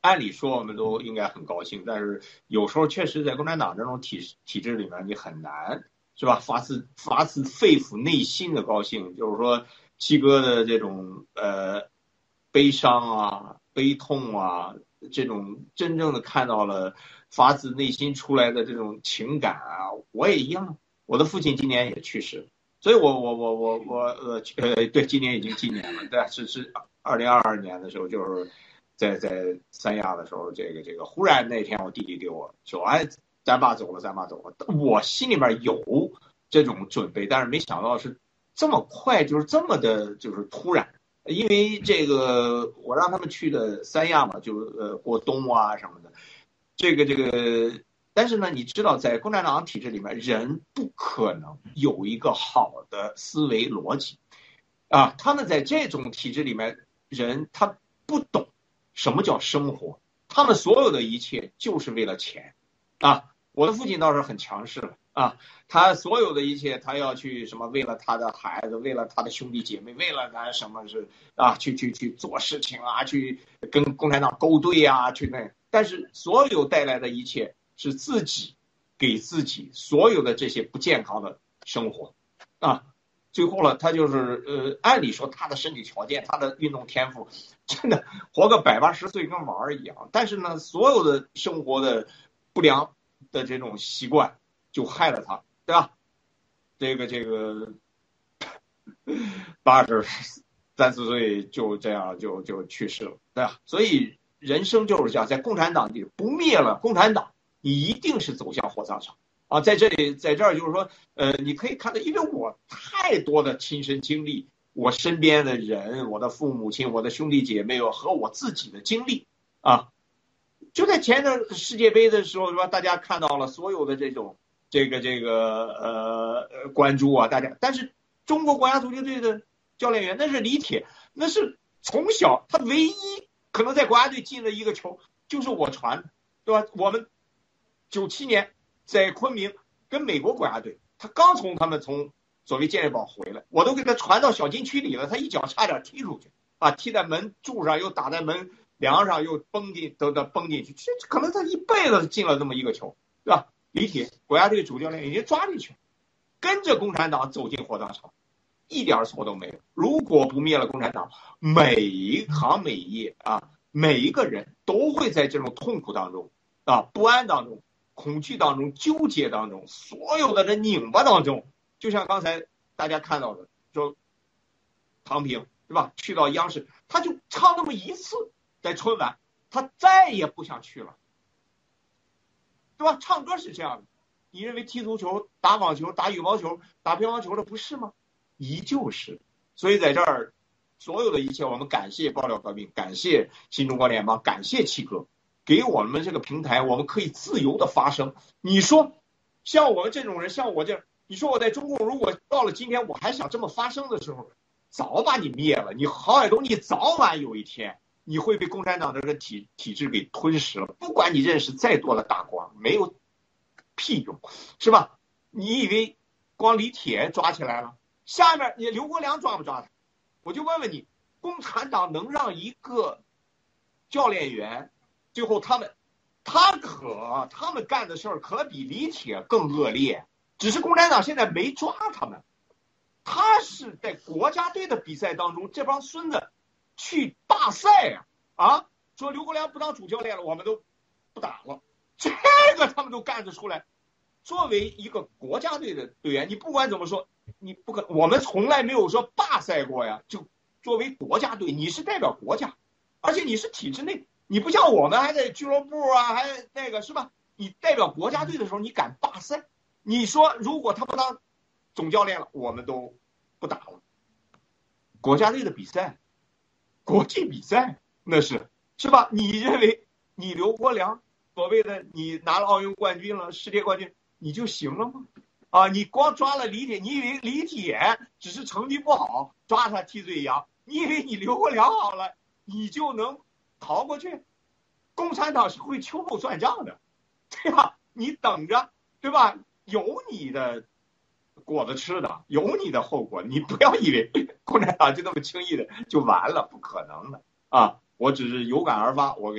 按理说我们都应该很高兴，但是有时候确实在共产党这种体体制里面，你很难是吧？发自发自肺腑内心的高兴，就是说七哥的这种呃悲伤啊、悲痛啊，这种真正的看到了发自内心出来的这种情感啊，我也一样。我的父亲今年也去世，所以我我我我我呃呃对，今年已经今年了，对，是是二零二二年的时候，就是在在三亚的时候，这个这个忽然那天我弟弟给我说，哎，咱爸走了，咱爸走了，我心里面有这种准备，但是没想到是这么快，就是这么的，就是突然。因为这个我让他们去的三亚嘛，就呃过冬啊什么的，这个这个，但是呢，你知道在共产党体制里面，人不可能有一个好的思维逻辑啊，他们在这种体制里面，人他不懂什么叫生活，他们所有的一切就是为了钱啊。我的父亲倒是很强势了啊，他所有的一切，他要去什么，为了他的孩子，为了他的兄弟姐妹，为了他什么是啊，去去去做事情啊，去跟共产党勾兑啊，去那。但是所有带来的一切是自己给自己所有的这些不健康的生活啊。最后了，他就是呃，按理说他的身体条件，他的运动天赋，真的活个百八十岁跟玩儿一样。但是呢，所有的生活的不良的这种习惯就害了他，对吧？这个这个八十三四岁就这样就就去世了，对吧？所以人生就是这样，在共产党里不灭了共产党，你一定是走向火葬场啊！在这里，在这儿就是说，呃，你可以看到，因为我太多的亲身经历，我身边的人，我的父母亲，我的兄弟姐妹和我自己的经历啊。就在前段世界杯的时候，是吧？大家看到了所有的这种这个这个呃关注啊，大家。但是中国国家足球队的教练员那是李铁，那是从小他唯一可能在国家队进了一个球，就是我传，对吧？我们九七年在昆明跟美国国家队，他刚从他们从所谓健力宝回来，我都给他传到小禁区里了，他一脚差点踢出去，啊，踢在门柱上又打在门梁上又崩进都都崩进去，这可能他一辈子进了这么一个球，对吧？李铁国家队主教练已经抓进去，跟着共产党走进火葬场，一点错都没有。如果不灭了共产党，每一行每一业啊，每一个人都会在这种痛苦当中啊、不安当中、恐惧当中、纠结当中，所有的这拧巴当中，就像刚才大家看到的，说唐平对吧？去到央视，他就唱那么一次。在春晚，他再也不想去了，对吧？唱歌是这样的，你认为踢足球、打网球、打羽毛球、打乒乓球的不是吗？依旧是。所以在这儿，所有的一切，我们感谢爆料革命，感谢新中国联邦，感谢七哥，给我们这个平台，我们可以自由的发声。你说，像我们这种人，像我这样，你说我在中共，如果到了今天我还想这么发声的时候，早把你灭了。你郝海东，你早晚有一天。你会被共产党这个体体制给吞噬了，不管你认识再多的大官，没有屁用，是吧？你以为光李铁抓起来了，下面你刘国梁抓不抓他？我就问问你，共产党能让一个教练员，最后他们，他可他们干的事儿可比李铁更恶劣，只是共产党现在没抓他们，他是在国家队的比赛当中，这帮孙子。去大赛呀、啊！啊，说刘国梁不当主教练了，我们都不打了，这个他们都干得出来。作为一个国家队的队员，你不管怎么说，你不可，我们从来没有说罢赛过呀。就作为国家队，你是代表国家，而且你是体制内，你不像我们还在俱乐部啊，还那个是吧？你代表国家队的时候，你敢罢赛？你说如果他不当总教练了，我们都不打了。国家队的比赛。国际比赛那是是吧？你认为你刘国梁所谓的你拿了奥运冠军了、世界冠军，你就行了吗？啊，你光抓了李铁，你以为李铁只是成绩不好，抓他替罪羊？你以为你刘国梁好了，你就能逃过去？共产党是会秋后算账的，对吧？你等着，对吧？有你的果子吃的，有你的后果，你不要以为共产党就那么轻易的就完了，不可能的啊！我只是有感而发，我给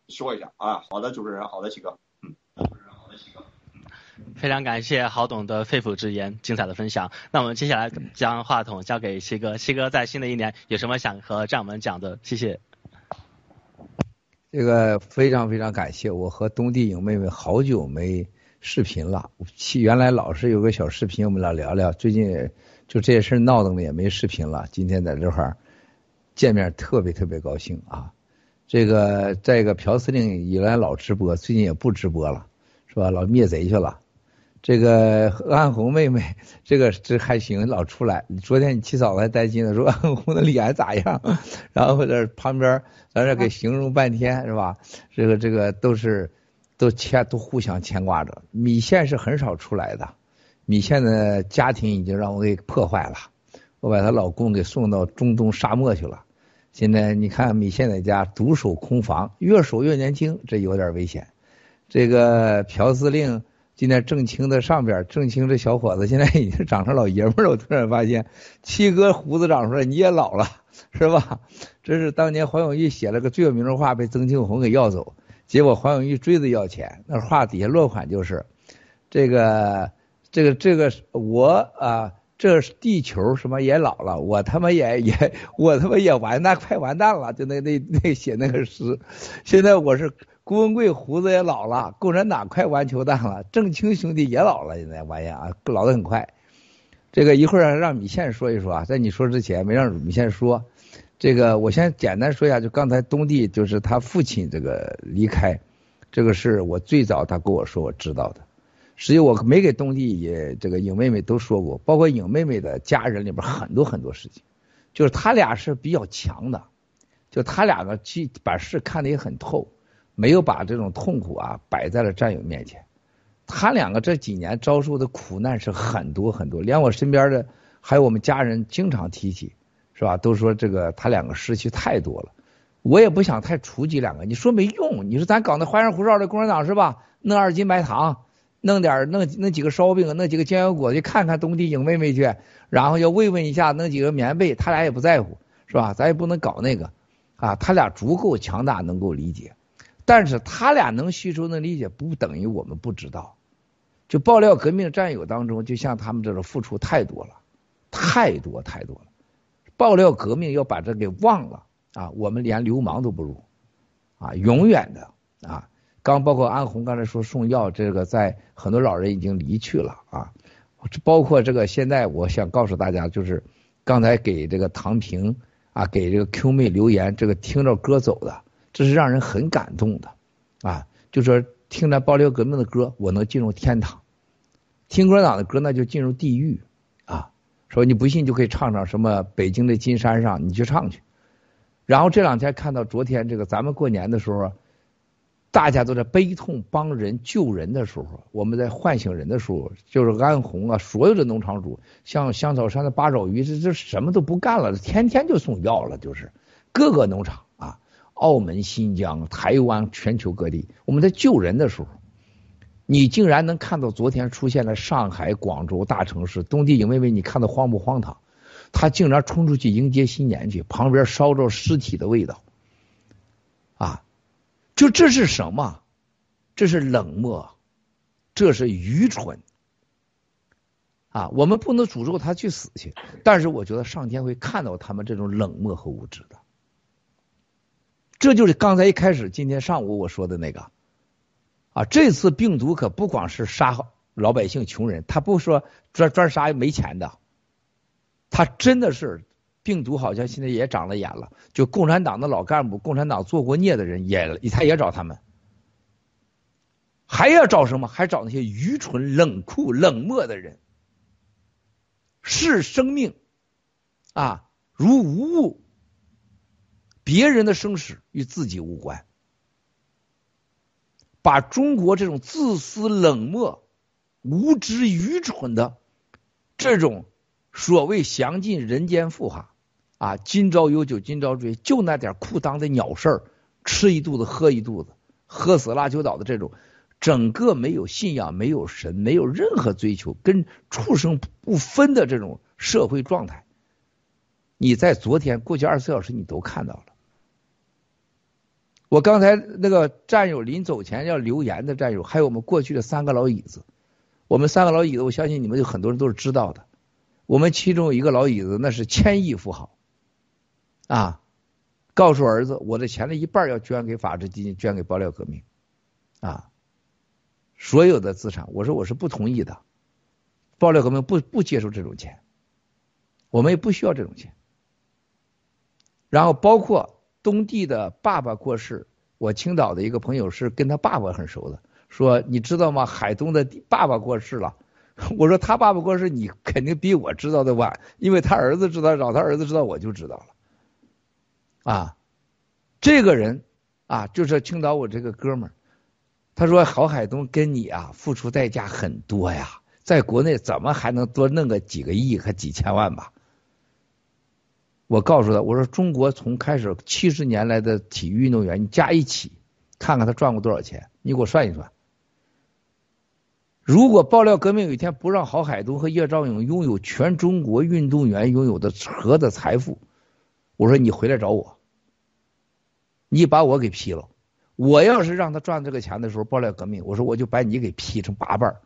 说一下啊。好的，主持人，好的，齐哥，嗯，主持人，好的，齐哥。 非常感谢郝董的肺腑之言，精彩的分享。那我们接下来将话筒交给七哥，七哥在新的一年有什么想和战友们讲的？谢谢。 这个非常非常感谢，我和东帝颖妹妹好久没视频了，原来老是有个小视频我们俩聊聊，最近就这些事闹腾的也没视频了，今天在这块儿见面特别特别高兴啊。这个再一个朴司令以来老直播，最近也不直播了，是吧？老灭贼去了。这个安红妹妹，这个这还行，老出来。昨天你七嫂子还担心了，说安红的脸咋样？然后在旁边在这给形容半天，是吧？这个这个都是都牵都互相牵挂着。米线是很少出来的，米线的家庭已经让我给破坏了，我把她老公给送到中东沙漠去了。现在你看米线在家独守空房，越守越年轻，这有点危险。这个朴司令。今天郑清的上边，郑清这小伙子现在已经长成老爷们了。我突然发现，七哥胡子长出来，你也老了，是吧？这是当年黄永玉写了个最有名的话，被曾庆红给要走，结果黄永玉追着要钱。那话底下落款就是：这个、这个、这个，我啊，这地球什么也老了，我他妈也也，我他妈也完蛋，快完蛋了。就那那那写那个诗，现在我是。郭文贵胡子也老了，共产党快完球蛋了，郑清兄弟也老了，现在玩意啊，老得很快。这个一会儿让米线说一说啊，在你说之前没让米线说。这个我先简单说一下，就刚才东帝就是他父亲这个离开，这个是我最早他跟我说我知道的。实际我没给东帝也这个颖妹妹都说过，包括颖妹妹的家人里边很多很多事情，就是他俩是比较强的，就他俩个去把事看得也很透。没有把这种痛苦啊摆在了战友面前，他两个这几年遭受的苦难是很多很多，连我身边的还有我们家人经常提起，是吧？都说这个他两个失去太多了，我也不想太触及两个，你说没用，你说咱搞那花样胡哨的共产党是吧？弄二斤白糖，弄点弄弄几个烧饼，弄几个煎油果去看看东帝颖妹妹去，然后要慰问一下，弄几个棉被，他俩也不在乎，是吧？咱也不能搞那个啊，他俩足够强大，能够理解。但是他俩能吸收能理解，不等于我们不知道。就爆料革命战友当中，就像他们这种付出太多了，太多太多了。爆料革命要把这给忘了啊，我们连流氓都不如啊，永远的啊。刚包括安红刚才说送药，这个在很多老人已经离去了啊。包括这个现在我想告诉大家，就是刚才给这个唐平啊，给这个 Q 妹留言，这个听着歌走的。这是让人很感动的啊！就说听着爆料革命的歌，我能进入天堂；听共产党的歌，那就进入地狱啊！说你不信就可以唱唱什么北京的金山上，你去唱去。然后这两天看到昨天这个咱们过年的时候，大家都在悲痛帮人救人的时候，我们在唤醒人的时候，就是安红啊，所有的农场主，像香草山的八爪鱼，这这什么都不干了，天天就送药了，就是各个农场。澳门、新疆、台湾、全球各地，我们在救人的时候，你竟然能看到昨天出现了上海、广州大城市，东帝颖妹妹，你看到荒不荒唐？他竟然冲出去迎接新年去，旁边烧着尸体的味道，啊，就这是什么？这是冷漠，这是愚蠢，啊，我们不能诅咒他去死去，但是我觉得上天会看到他们这种冷漠和无知的。这就是刚才一开始今天上午我说的那个啊，这次病毒可不光是杀老百姓穷人，他不说专专杀没钱的，他真的是病毒好像现在也长了眼了，就共产党的老干部，共产党做过孽的人也他也找他们，还要找什么？还找那些愚蠢冷酷冷漠的人，视生命啊如无物，别人的生死与自己无关，把中国这种自私冷漠无知愚蠢的这种所谓享尽人间富哈啊，今朝有酒今朝醉，就那点裤裆的鸟事儿，吃一肚子喝一肚子，喝死拉球岛的这种整个没有信仰没有神没有任何追求跟畜生不分的这种社会状态，你在昨天过去二十四小时你都看到了。 我刚才那个战友临走前要留言的战友，还有我们过去的三个老椅子，我们三个老椅子，我相信你们有很多人都是知道的。我们其中有一个老椅子，那是千亿富豪啊，告诉儿子，我的钱的一半要捐给法治基金，捐给爆料革命啊，所有的资产，我说我是不同意的，爆料革命不不接受这种钱，我们也不需要这种钱。然后包括东帝的爸爸过世，我青岛的一个朋友是跟他爸爸很熟的，说你知道吗？海东的爸爸过世了。我说他爸爸过世，你肯定比我知道的晚，因为他儿子知道，找他儿子知道，我就知道了。啊，这个人啊，就是青岛我这个哥们儿，他说郝海东跟你啊付出代价很多呀，在国内怎么还能多弄个几个亿和几千万吧？我告诉他，我说中国从开始七十年来的体育运动员，你加一起，看看他赚过多少钱，你给我算一算。如果爆料革命有一天不让郝海东和叶兆勇拥有全中国运动员拥有的和的财富，我说你回来找我，你把我给劈了。我要是让他赚这个钱的时候，爆料革命，我说我就把你给劈成八瓣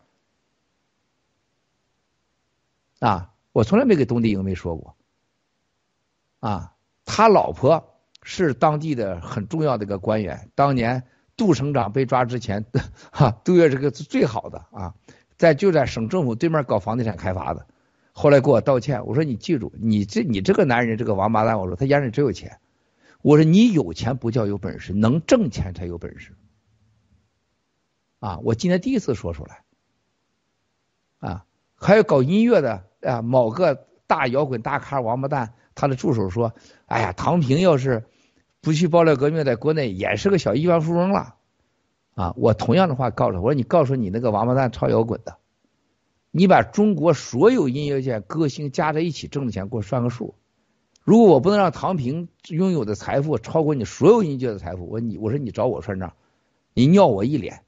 啊！我从来没给东帝英梅说过啊，他老婆是当地的很重要的一个官员，当年杜省长被抓之前，哈，杜月这个是最好的啊，在就在省政府对面搞房地产开发的，后来给我道歉，我说你记住，你这你这个男人这个王八蛋，我说他眼里只有钱，我说你有钱不叫有本事，能挣钱才有本事啊！我今天第一次说出来啊，还有搞音乐的啊，某个大摇滚大咖王八蛋，他的助手说，哎呀，唐平要是不去爆料革命，在国内也是个小亿万富翁了啊！我同样的话告诉他，我说你告诉你那个王八蛋超摇滚的，你把中国所有音乐界歌星加在一起挣的钱给我算个数。如果我不能让唐平拥有的财富超过你所有音乐界的财富，我你我说你找我算账，你尿我一脸。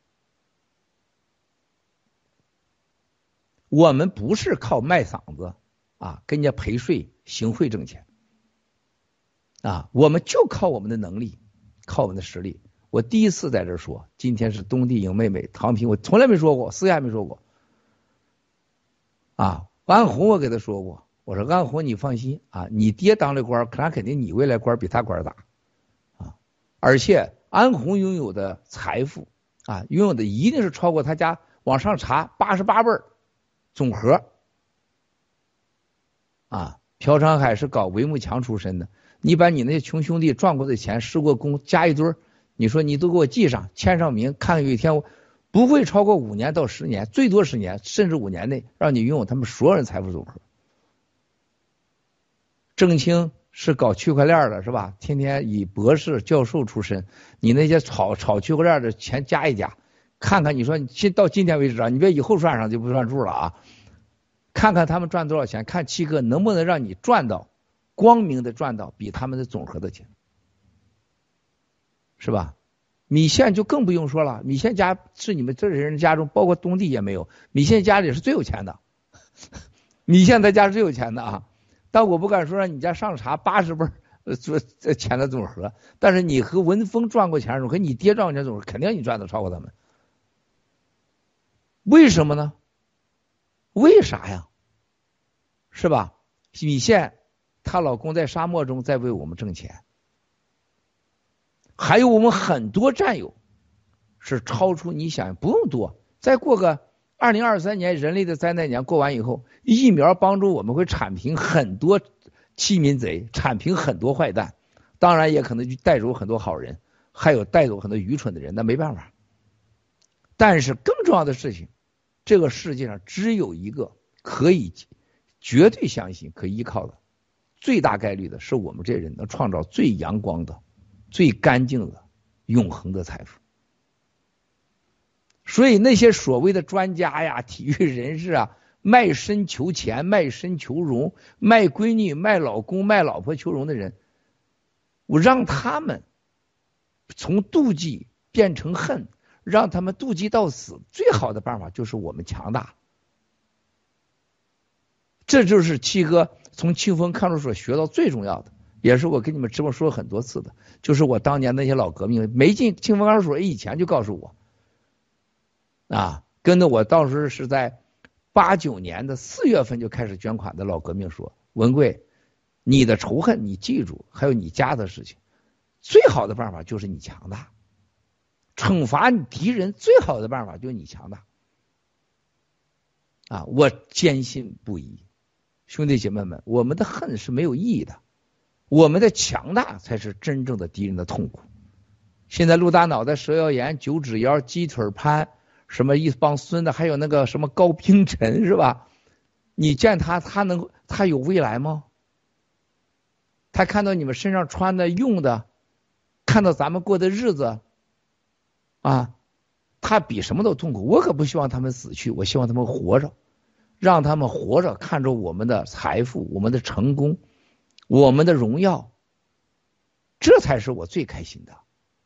我们不是靠卖嗓子啊，跟人家陪睡行贿挣钱。啊，我们就靠我们的能力，靠我们的实力。我第一次在这说，今天是东帝赢妹妹唐平，我从来没说过，私下没说过。啊，安红我给他说过，我说安红你放心啊，你爹当了官，那肯定你未来官比他官大啊。而且安红拥有的财富啊，拥有的一定是超过他家，往上查八十八辈总和。啊，朴昌海是搞帷幕墙出身的。你把你那些穷兄弟赚过的钱、施过工加一堆，你说你都给我记上、签上名，看看有一天不会超过五年到十年，最多十年，甚至五年内让你拥有他们所有人财富总和。郑清是搞区块链的，是吧？天天以博士、教授出身，你那些炒炒区块链的钱加一加，看看你说你到今天为止啊，你别以后算上就不算数了啊！看看他们赚多少钱，看七哥能不能让你赚到。光明的赚到比他们的总和的钱，是吧？米线就更不用说了，米线家是你们这些人家中，包括东帝也没有，米线家里是最有钱的，米线他家是最有钱的啊。但我不敢说让你家上查八十辈做钱的总和，但是你和文峰赚过钱，和你爹赚过钱总和，肯定你赚的超过他们。为什么呢？为啥呀？是吧？米线。她老公在沙漠中在为我们挣钱，还有我们很多战友是超出你想，不用多，再过个二零二三年人类的灾难年过完以后，疫苗帮助我们会铲平很多欺民贼，铲平很多坏蛋，当然也可能就带走很多好人，还有带走很多愚蠢的人，那没办法。但是更重要的事情，这个世界上只有一个可以绝对相信可以依靠的，最大概率的是我们这人能创造最阳光的、最干净的、永恒的财富。所以那些所谓的专家呀、体育人士啊，卖身求钱、卖身求荣、卖闺女、卖老公、卖老婆求荣的人，我让他们从妒忌变成恨，让他们妒忌到死，最好的办法就是我们强大。这就是七哥从清风看守所学到最重要的， 也是我跟你们直播说很多次的，就是我当年那些老革命没进清风派出所以前就告诉我，啊，跟着我当时是在八九年的四月份就开始捐款的老革命说，文贵，你的仇恨你记住，还有你家的事情，最好的办法就是你强大，惩罚你敌人最好的办法就是你强大。啊，我坚信不疑，兄弟姐妹们，我们的恨是没有意义的，我们的强大才是真正的敌人的痛苦。现在陆大脑袋、蛇腰炎、九指腰、鸡腿潘，什么一帮孙子，还有那个什么高平臣是吧？你见他，他能他有未来吗？他看到你们身上穿的、用的，看到咱们过的日子，啊，他比什么都痛苦。我可不希望他们死去，我希望他们活着，让他们活着，看着我们的财富、我们的成功、我们的荣耀，这才是我最开心的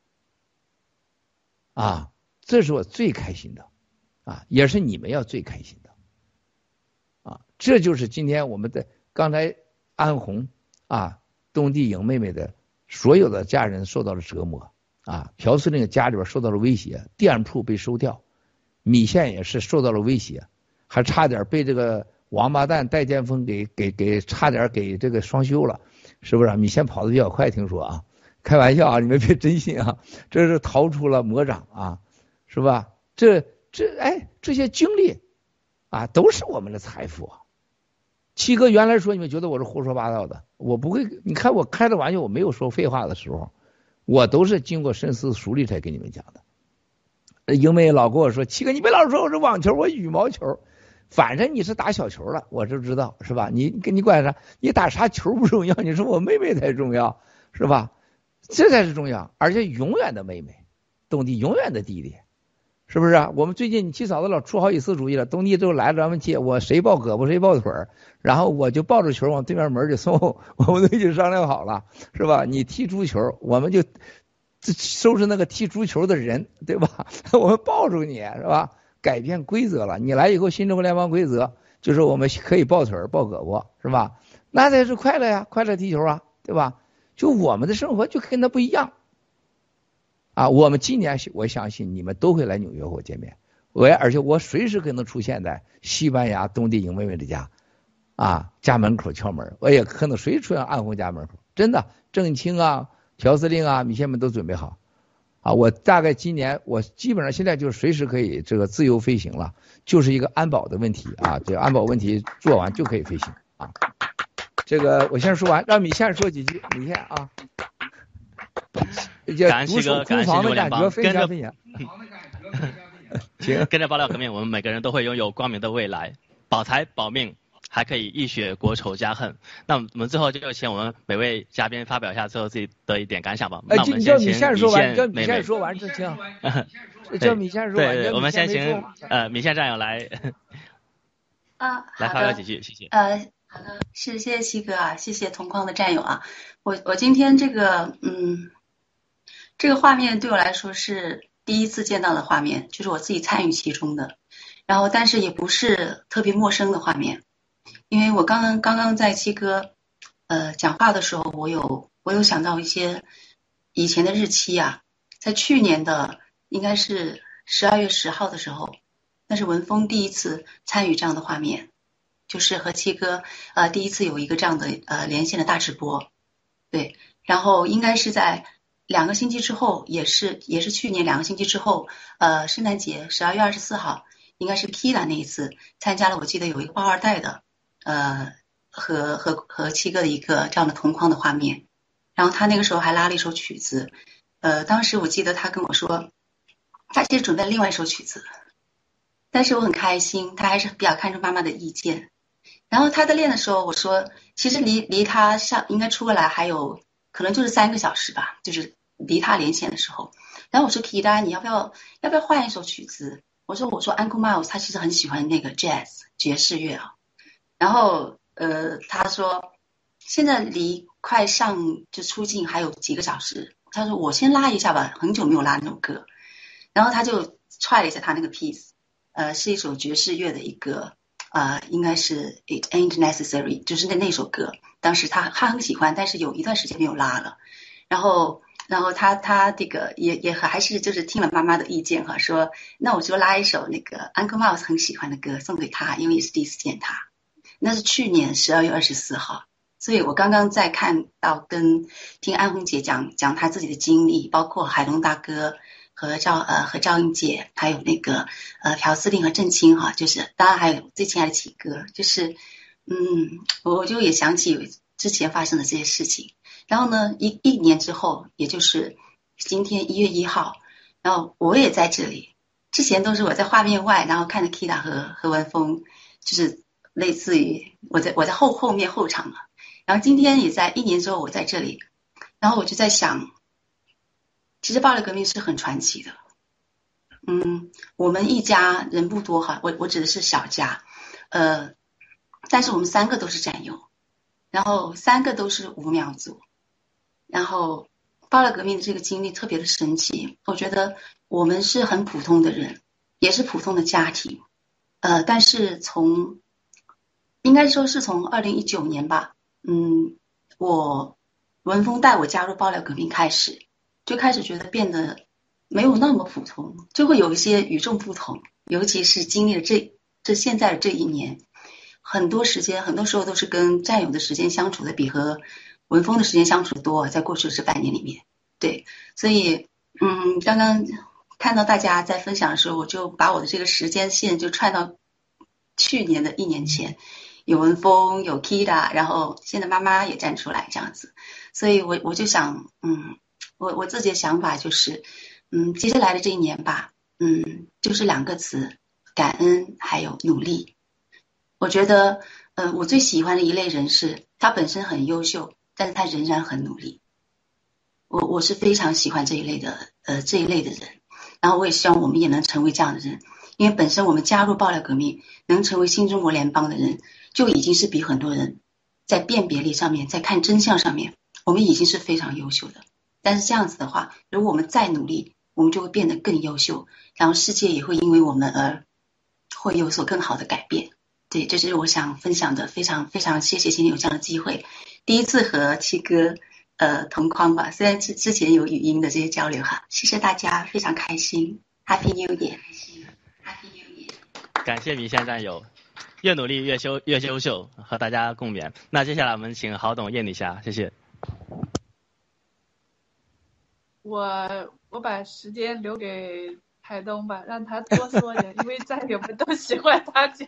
啊！这是我最开心的啊，也是你们要最开心的啊！这就是今天我们的刚才安红啊、东帝颖妹妹的所有的家人受到了折磨啊，朴司令家里边受到了威胁，店铺被收掉，米线也是受到了威胁，还差点被这个王八蛋戴剑锋给给给差点给这个双休了，是不是？米线跑得比较快，听说啊，开玩笑啊，你们别真信啊，这是逃出了魔掌啊，是吧？这这哎，这些经历啊，都是我们的财富啊。七哥原来说你们觉得我是胡说八道的，我不会，你看我开的玩笑，我没有说废话的时候，我都是经过深思熟虑才跟你们讲的。英妹老跟我说，七哥你别老说我是网球，我羽毛球，反正你是打小球了，我就知道是吧？你跟你管啥？你打啥球不重要，你说我妹妹才重要，是吧？这才是重要，而且永远的妹妹，东弟永远的弟弟，是不是啊？我们最近你七嫂子老出好几次主意了，东弟之后来了，咱们接我谁抱胳膊谁抱腿，然后我就抱着球往对面门就送，我们都已经商量好了，是吧？你踢足球，我们就收拾那个踢足球的人，对吧？我们抱住你，是吧？改变规则了，你来以后新中国联邦规则就是我们可以抱腿抱胳膊，是吧？那才是快乐呀，快乐踢球啊，对吧？就我们的生活就跟他不一样啊！我们今年我相信你们都会来纽约和我见面，我而且我随时可能出现在西班牙东帝颖妹妹的家啊，家门口敲门，我也可能随时出现安红家门口，真的，郑清啊、朴司令啊、米线们都准备好啊！我大概今年我基本上现在就随时可以这个自由飞行了，就是一个安保的问题啊，这安保问题做完就可以飞行啊。这个我先说完，让米线说几句。米线啊， 感恩七哥，感恩新中国联邦，跟着行，跟着爆料革命，我们每个人都会拥有光明的未来，保财保命，还可以一雪国仇家恨。那我们最后就请我们每位嘉宾发表一下最后自己的一点感想吧。 哎， 那我们先请米线说完，叫妹妹米线说完，志清，叫米线说完。 对，我们先请呃米线战友来啊， 来发表几句，谢谢。 呃。好的，是谢谢七哥啊，谢谢同框的战友啊。我我今天这个嗯，这个画面对我来说是第一次见到的画面，就是我自己参与其中的，然后但是也不是特别陌生的画面，因为我刚刚刚刚在七哥呃讲话的时候，我有我有想到一些以前的日期啊，在去年的应该是十二月十号的时候，那是文峰第一次参与这样的画面。就是和七哥呃第一次有一个这样的呃连线的大直播，对，然后应该是在两个星期之后，也是也是去年两个星期之后，呃圣诞节十二月二十四号，应该是 Kira 那一次参加了，我记得有一个包二代的呃和和和七哥的一个这样的同框的画面，然后他那个时候还拉了一首曲子，呃当时我记得他跟我说，他其实准备了另外一首曲子，但是我很开心，他还是比较看重妈妈的意见。然后他在练的时候，我说其实离离他上应该出过来还有可能就是三个小时吧，就是离他连线的时候。然后我说皮达，你要不要要不要换一首曲子？我说我说 Uncle Miles 他其实很喜欢那个 jazz 爵士乐啊。然后呃他说现在离快上就出镜还有几个小时，他说我先拉一下吧，很久没有拉那首歌。然后他就踹了一下他那个 piece， 呃是一首爵士乐的一个呃，应该是 It Ain't Necessary， 就是那那首歌，当时他他很喜欢，但是有一段时间没有拉了，然后。然后他他这个也也还是就是听了妈妈的意见哈，说那我就拉一首那个 Uncle Mouse 很喜欢的歌送给他，因为也是第一次见他，那是去年十二月二十四号，所以我刚刚在看到跟听安红姐讲讲她自己的经历，包括海龙大哥和赵呃和赵英姐，还有那个呃朴司令和郑清哈，就是当然还有最亲爱的启哥，就是嗯我就也想起之前发生的这些事情。然后呢，一一年之后，也就是今天一月一号，然后我也在这里。之前都是我在画面外，然后看着 Kida 和和文峰，就是类似于我在我在后后面后场嘛。然后今天也在一年之后我在这里，然后我就在想，其实暴力革命是很传奇的。嗯，我们一家人不多哈，我我指的是小家，呃，但是我们三个都是战友，然后三个都是五秒族。然后暴力革命的这个经历特别的神奇，我觉得我们是很普通的人，也是普通的家庭，呃，但是从应该说是从二零一九年吧，嗯，我文峰带我加入暴力革命开始，就开始觉得变得没有那么普通，就会有一些与众不同，尤其是经历了这这现在的这一年，很多时间很多时候都是跟战友的时间相处的比和文峰的时间相处多，在过去的这半年里面，对，所以嗯，刚刚看到大家在分享的时候，我就把我的这个时间线就串到去年的一年前，有文峰，有 Kida， 然后现在妈妈也站出来这样子，所以我我就想，嗯，我我自己的想法就是，嗯，接下来的这一年吧，嗯，就是两个词，感恩还有努力。我觉得，呃，我最喜欢的一类人是，他本身很优秀。但是他仍然很努力，我我是非常喜欢这一类的呃这一类的人，然后我也希望我们也能成为这样的人，因为本身我们加入暴力革命，能成为新中国联邦的人，就已经是比很多人在辨别力上面，在看真相上面，我们已经是非常优秀的。但是这样子的话，如果我们再努力，我们就会变得更优秀，然后世界也会因为我们而会有所更好的改变。对，这是我想分享的，非常非常谢谢今天有这样的机会。第一次和七哥呃同框吧，虽然之之前有语音的这些交流哈，谢谢大家，非常开心 ，Happy New Year，Happy New Year。 感谢米线战友，越努力越优越优秀，和大家共勉。那接下来我们请郝董叶女侠，谢谢。 我我把时间留给海东吧，让他多说点，因为战友们都喜欢他讲。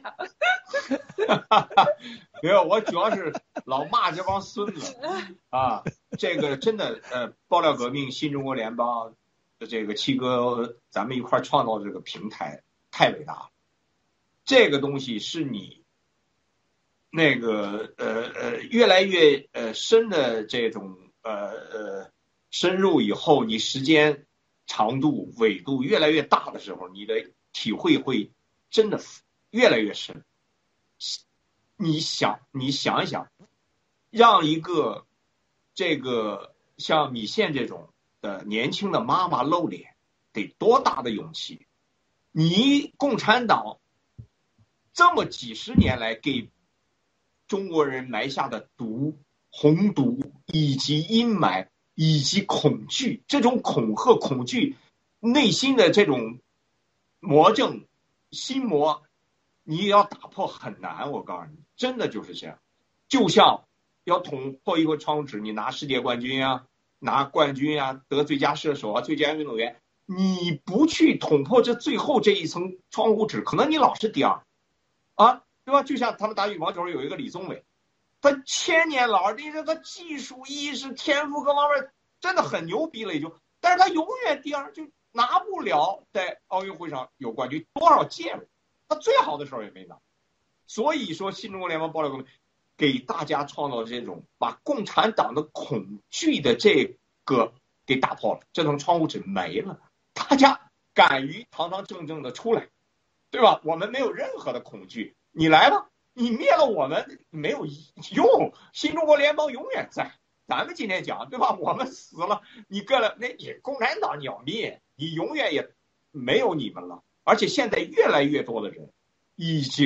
没有，我主要是老骂这帮孙子啊！这个真的，呃，爆料革命、新中国联邦的这个七哥，咱们一块创造这个平台，太伟大了。这个东西是你那个呃呃越来越呃深的这种呃呃深入以后，你时间长度、纬度越来越大的时候，你的体会会真的越来越深。你想，你想一想，让一个这个像米线这种的年轻的妈妈露脸，得多大的勇气？你共产党这么几十年来给中国人埋下的毒、红毒以及阴霾以及恐惧，这种恐吓、恐惧内心的这种魔怔、心魔，你要打破很难。我告诉你，真的就是这样。就像要捅破一个窗户纸，你拿世界冠军啊，拿冠军啊，得最佳射手啊，最佳运动员，你不去捅破这最后这一层窗户纸，可能你老是第二啊，对吧？就像他们打羽毛球有一个李宗伟，他千年老二，这个技术意识、天赋各方面真的很牛逼了，也就，但是他永远第二，就拿不了在奥运会上有冠军，多少届了，他最好的时候也没拿。所以说，新中国联邦爆料革命给大家创造这种把共产党的恐惧的这个给打破了，这层窗户纸没了，大家敢于堂堂正正的出来，对吧？我们没有任何的恐惧，你来吧，你灭了我们没有用，新中国联邦永远在。咱们今天讲，对吧？我们死了，你搁了，那你共产党你要灭，你永远也没有你们了。而且现在越来越多的人已经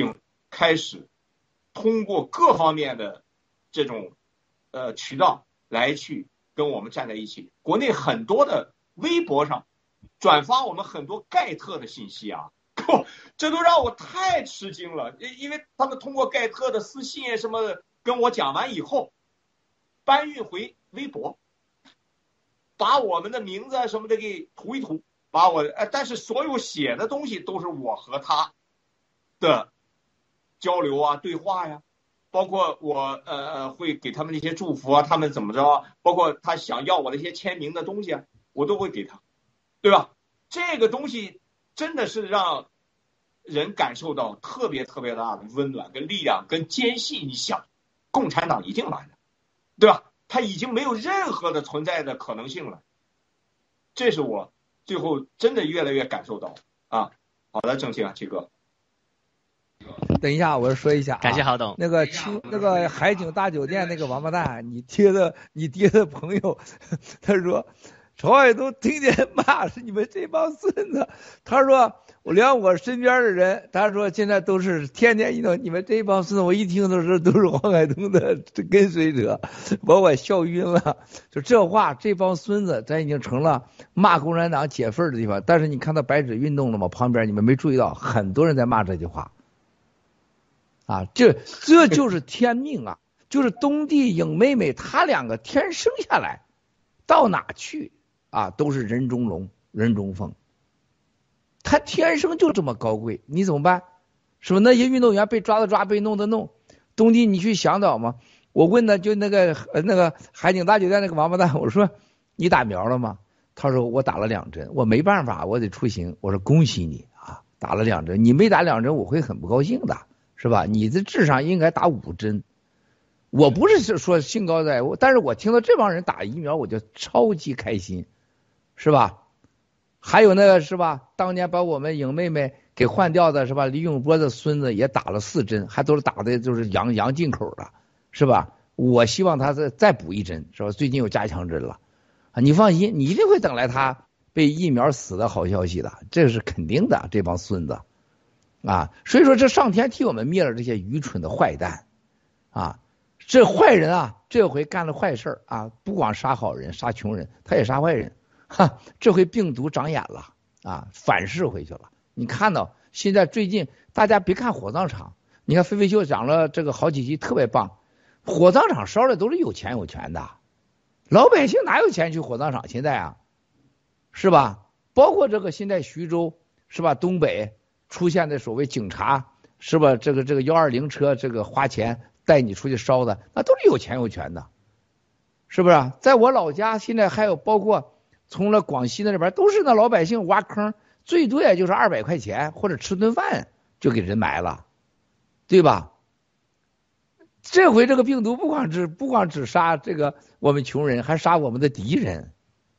开始通过各方面的这种呃渠道来去跟我们站在一起。国内很多的微博上转发我们很多盖特的信息啊，这都让我太吃惊了，因为他们通过盖特的私信什么的跟我讲完以后，搬运回微博，把我们的名字啊什么的给涂一涂，把我呃，但是所有写的东西都是我和他的交流啊、对话呀，包括我呃呃会给他们那些祝福啊，他们怎么着啊，包括他想要我的一些签名的东西啊，我都会给他，对吧？这个东西真的是让人感受到特别特别大的温暖跟力量跟坚信。你想，共产党一定完了，对吧？他已经没有任何的存在的可能性了，这是我最后真的越来越感受到啊。好的，郑清啊，七哥。 等一下，我说一下、啊， 感谢郝董。 那个青那个海景大酒店那个王八蛋，你爹的你爹的朋友，他说曹海东听见骂是你们这帮孙子，他说我连我身边的人，他说现在都是天天一弄你们这帮孙子，我一听都是都是黄海东的跟随者，把我笑晕了。就这话，这帮孙子咱已经成了骂共产党解愤的地方。但是你看到白纸运动了吗？旁边你们没注意到，很多人在骂这句话。啊，这这就是天命啊！就是东帝影妹妹，她两个天生下来，到哪去啊，都是人中龙，人中凤。她天生就这么高贵，你怎么办？是不是那些运动员被抓的抓，被弄的弄？东帝，你去想找吗？我问他，就那个那个海景大酒店那个王八蛋，我说你打苗了吗？他说我打了两针，我没办法，我得出行。我说恭喜你啊，打了两针，你没打两针，我会很不高兴的。是吧？你的智商应该打五针。我不是说兴高采烈，但是我听到这帮人打疫苗，我就超级开心，是吧？还有那个是吧？当年把我们影妹妹给换掉的是吧？李永波的孙子也打了四针，还都是打的就是洋洋进口的，是吧？我希望他再再补一针，是吧？最近有加强针了啊！你放心，你一定会等来他被疫苗死的好消息的，这是肯定的。这帮孙子。啊，所以说这上天替我们灭了这些愚蠢的坏蛋，啊，这坏人啊，这回干了坏事啊，不光杀好人，杀穷人，他也杀坏人，哈，这回病毒长眼了啊，反噬回去了。你看到现在最近大家别看火葬场，你看飞飞秀讲了这个好几集特别棒，火葬场烧的都是有钱有权的，老百姓哪有钱去火葬场现在啊，是吧？包括这个现在徐州是吧，东北。出现的所谓警察是吧？这个这个幺二零车，这个花钱带你出去烧的，那都是有钱有权的，是不是？在我老家，现在还有包括从了广西那边，都是那老百姓挖坑，最多也就是二百块钱或者吃顿饭就给人埋了，对吧？这回这个病毒不光只不光只杀这个我们穷人，还杀我们的敌人，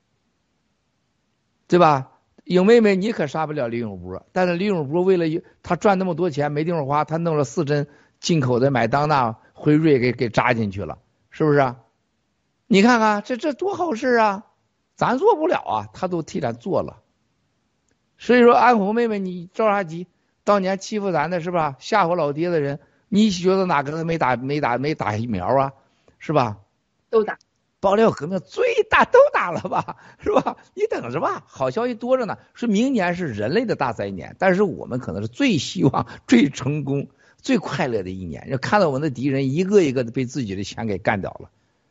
对吧？影妹妹你可杀不了李永波，但是李永波为了他赚那么多钱没地方花，他弄了四针进口的买当纳辉瑞给给扎进去了，是不是啊？你看看这这多好事啊，咱做不了啊，他都替咱做了。所以说安红妹妹你着啥急？当年欺负咱的是吧，吓唬老爹的人，你觉得哪个没打没打没打疫苗啊，是吧？ 都打。 爆料革命最大都打了吧，是吧？你等着吧，好消息多着呢。说明年是人类的大灾年，但是我们可能是最希望、最成功、最快乐的一年。要看到我们的敌人一个一个的被自己的钱给干掉了，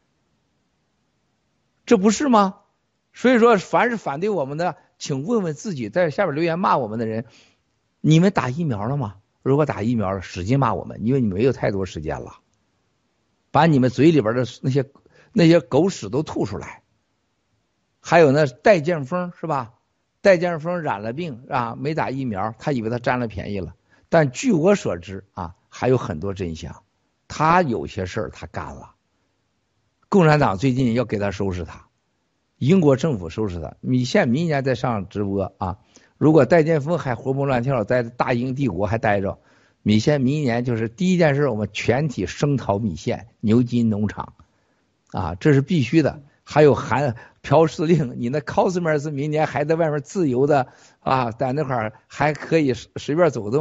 这不是吗？所以说，凡是反对我们的，请问问自己，在下面留言骂我们的人，你们打疫苗了吗？如果打疫苗了，使劲骂我们，因为你没有太多时间了，把你们嘴里边的那些。那些狗屎都吐出来，还有那戴剑锋是吧？戴剑锋染了病啊，没打疫苗，他以为他占了便宜了。但据我所知啊，还有很多真相，他有些事儿他干了。共产党最近要给他收拾他，英国政府收拾他。米线明年再上直播啊！如果戴剑锋还活蹦乱跳在大英帝国还待着，米线明年就是第一件事，我们全体声讨米线牛津农场。啊，这是必须的。还有韩朴司令，你那 cosmos 明年还在外面自由的啊，在那块儿还可以随便走动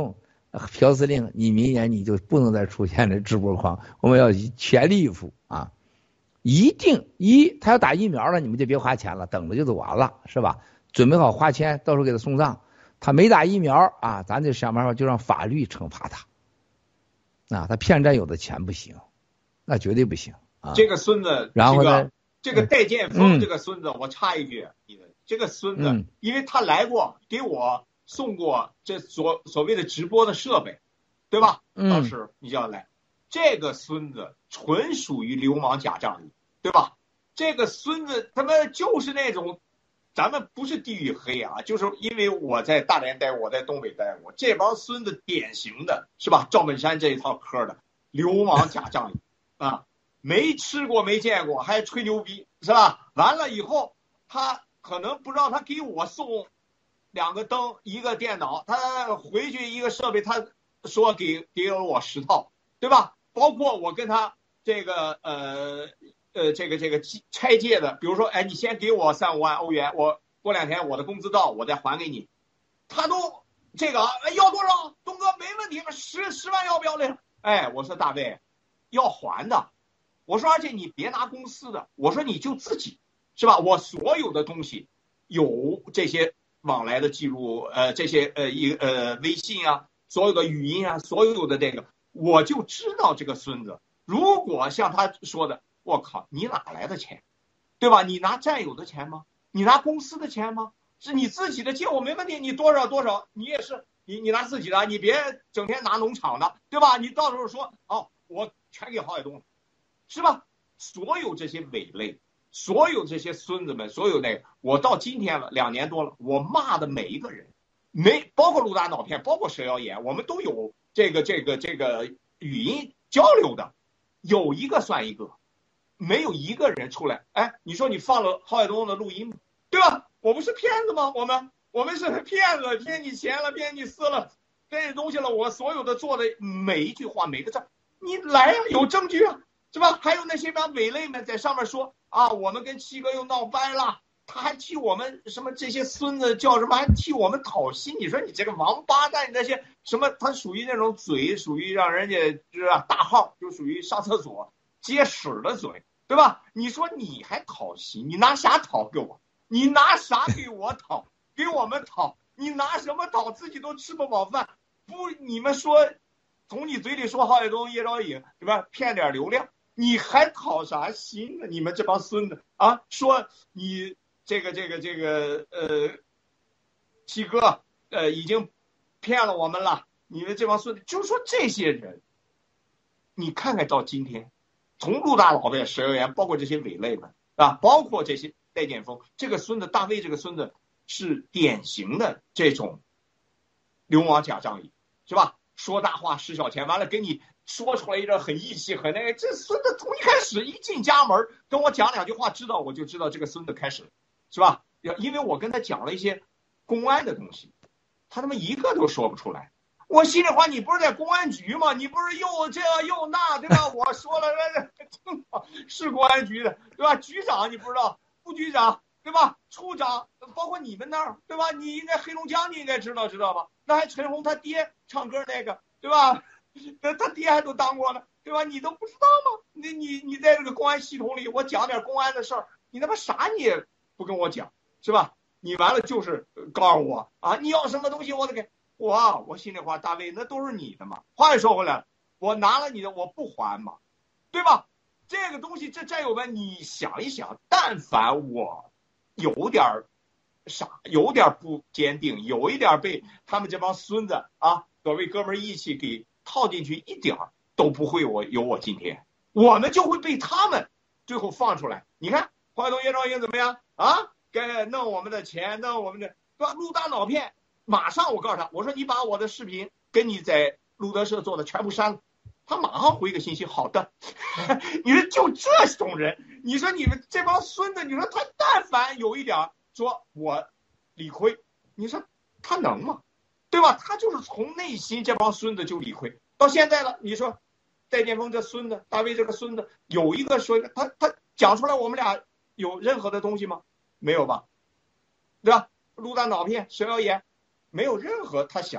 朴司令，你明年你就不能再出现这直播狂，我们要全力以赴啊！一定一他要打疫苗了，你们就别花钱了，等着就走完了，是吧？准备好花钱，到时候给他送葬。他没打疫苗啊，咱就想办法就让法律惩罚他。啊，他骗战友的钱不行，那绝对不行啊！ 这个孙子， 然后呢， 这个戴建峰这个孙子，我插一句，你的这个孙子， 嗯， 因为他来过，给我送过这所所谓的直播的设备，对吧？ 嗯， 老师，你叫他来，这个孙子纯属于流氓假仗义，对吧？这个孙子他妈就是那种，咱们不是地域黑啊，就是因为我在大连待，我在东北待过，这帮孙子典型的是吧？赵本山这一套嗑的流氓假仗义啊，没吃过没见过还吹牛逼是吧？完了以后他可能不知道他给我送两个灯一个电脑，他回去一个设备，他说给给了我十套，对吧？包括我跟他这个呃呃这个这个拆借的，比如说哎你先给我三五万欧元，我过两天我的工资到我再还给你，他都这个哎要多少？东哥没问题，十十万要不要来？哎，我说大卫要还的，我说而且你别拿公司的，我说你就自己是吧？我所有的东西有这些往来的记录，呃，这些呃一呃微信啊，所有的语音啊，所有的这个，我就知道这个孙子。如果像他说的，我靠，你哪来的钱，对吧？你拿战友的钱吗？你拿公司的钱吗？是你自己的借我没问题，你多少多少，你也是你你拿自己的，你别整天拿农场的，对吧？你到时候说哦，我全给郝海东，是吧？所有这些伪类。所有这些孙子们，所有那个，我到今天了，两年多了，我骂的每一个人，没包括陆大脑片，包括蛇妖言，我们都有这个这个这个语音交流的，有一个算一个，没有一个人出来，哎，你说你放了郝海东的录音吗？对吧？我不是骗子吗？我们我们是骗子，骗你钱了，骗你私了，骗你东西了，我所有的做的每一句话，每个字，你来啊，有证据啊，是吧？还有那些帮伪类们在上面说。啊，我们跟七哥又闹掰了，他还替我们什么这些孙子叫什么，还替我们讨薪。你说你这个王八蛋，那些什么，他属于那种嘴，属于让人家是吧大号，就属于上厕所接屎的嘴，对吧？你说你还讨薪，你拿啥讨给我？你拿啥给我讨？给我们讨？你拿什么讨？自己都吃不饱饭，不？你们说，从你嘴里说郝海东、叶兆颖，对吧？骗点流量。你还讨啥心呢？你们这帮孙子啊！说你这个这个这个呃，七哥呃已经骗了我们了。你们这帮孙子，就是说这些人，你看看到今天，从陆大老爷、石油员，包括这些伪类们啊，包括这些戴建峰这个孙子，大卫这个孙子是典型的这种流氓假仗义，是吧？说大话使小钱，完了给你。说出来一个很义气很那个，这孙子从一开始一进家门跟我讲两句话，知道我就知道这个孙子开始是吧？因为我跟他讲了一些公安的东西，他他妈一个都说不出来。我心里话，你不是在公安局吗？你不是又这又那，对吧？我说了，是公安局的，对吧？局长你不知道，副局长对吧？处长，包括你们那儿，对吧？你应该黑龙江你应该知道知道吧？那还陈红他爹唱歌那个，对吧？他他爹还都当过呢，对吧？你都不知道吗？你你你在这个公安系统里，我讲点公安的事儿，你他妈啥你也不跟我讲，是吧？你完了就是告诉我啊，你要什么东西我得给我，我心里话，大卫那都是你的嘛。话又说回来，我拿了你的我不还嘛，对吧？这个东西这战友们，你想一想，但凡我有点傻，有点不坚定，有一点被他们这帮孙子啊，所谓哥们义气给。套进去一点都不会我有我今天，我们就会被他们最后放出来。你看郝海东、叶兆英怎么样啊？该弄我们的钱，弄我们的对吧？录大脑片，马上我告诉他，我说你把我的视频跟你在路德社做的全部删了，他马上回个信息，好的。你说就这种人，你说你们这帮孙子，你说他但凡有一点说我理亏，你说他能吗？对吧？他就是从内心这帮孙子就理亏，到现在了。你说，戴建峰这孙子，大卫这个孙子，有一个说一个，他他讲出来，我们俩有任何的东西吗？没有吧？对吧？陆大脑片、蛇妖言，没有任何他想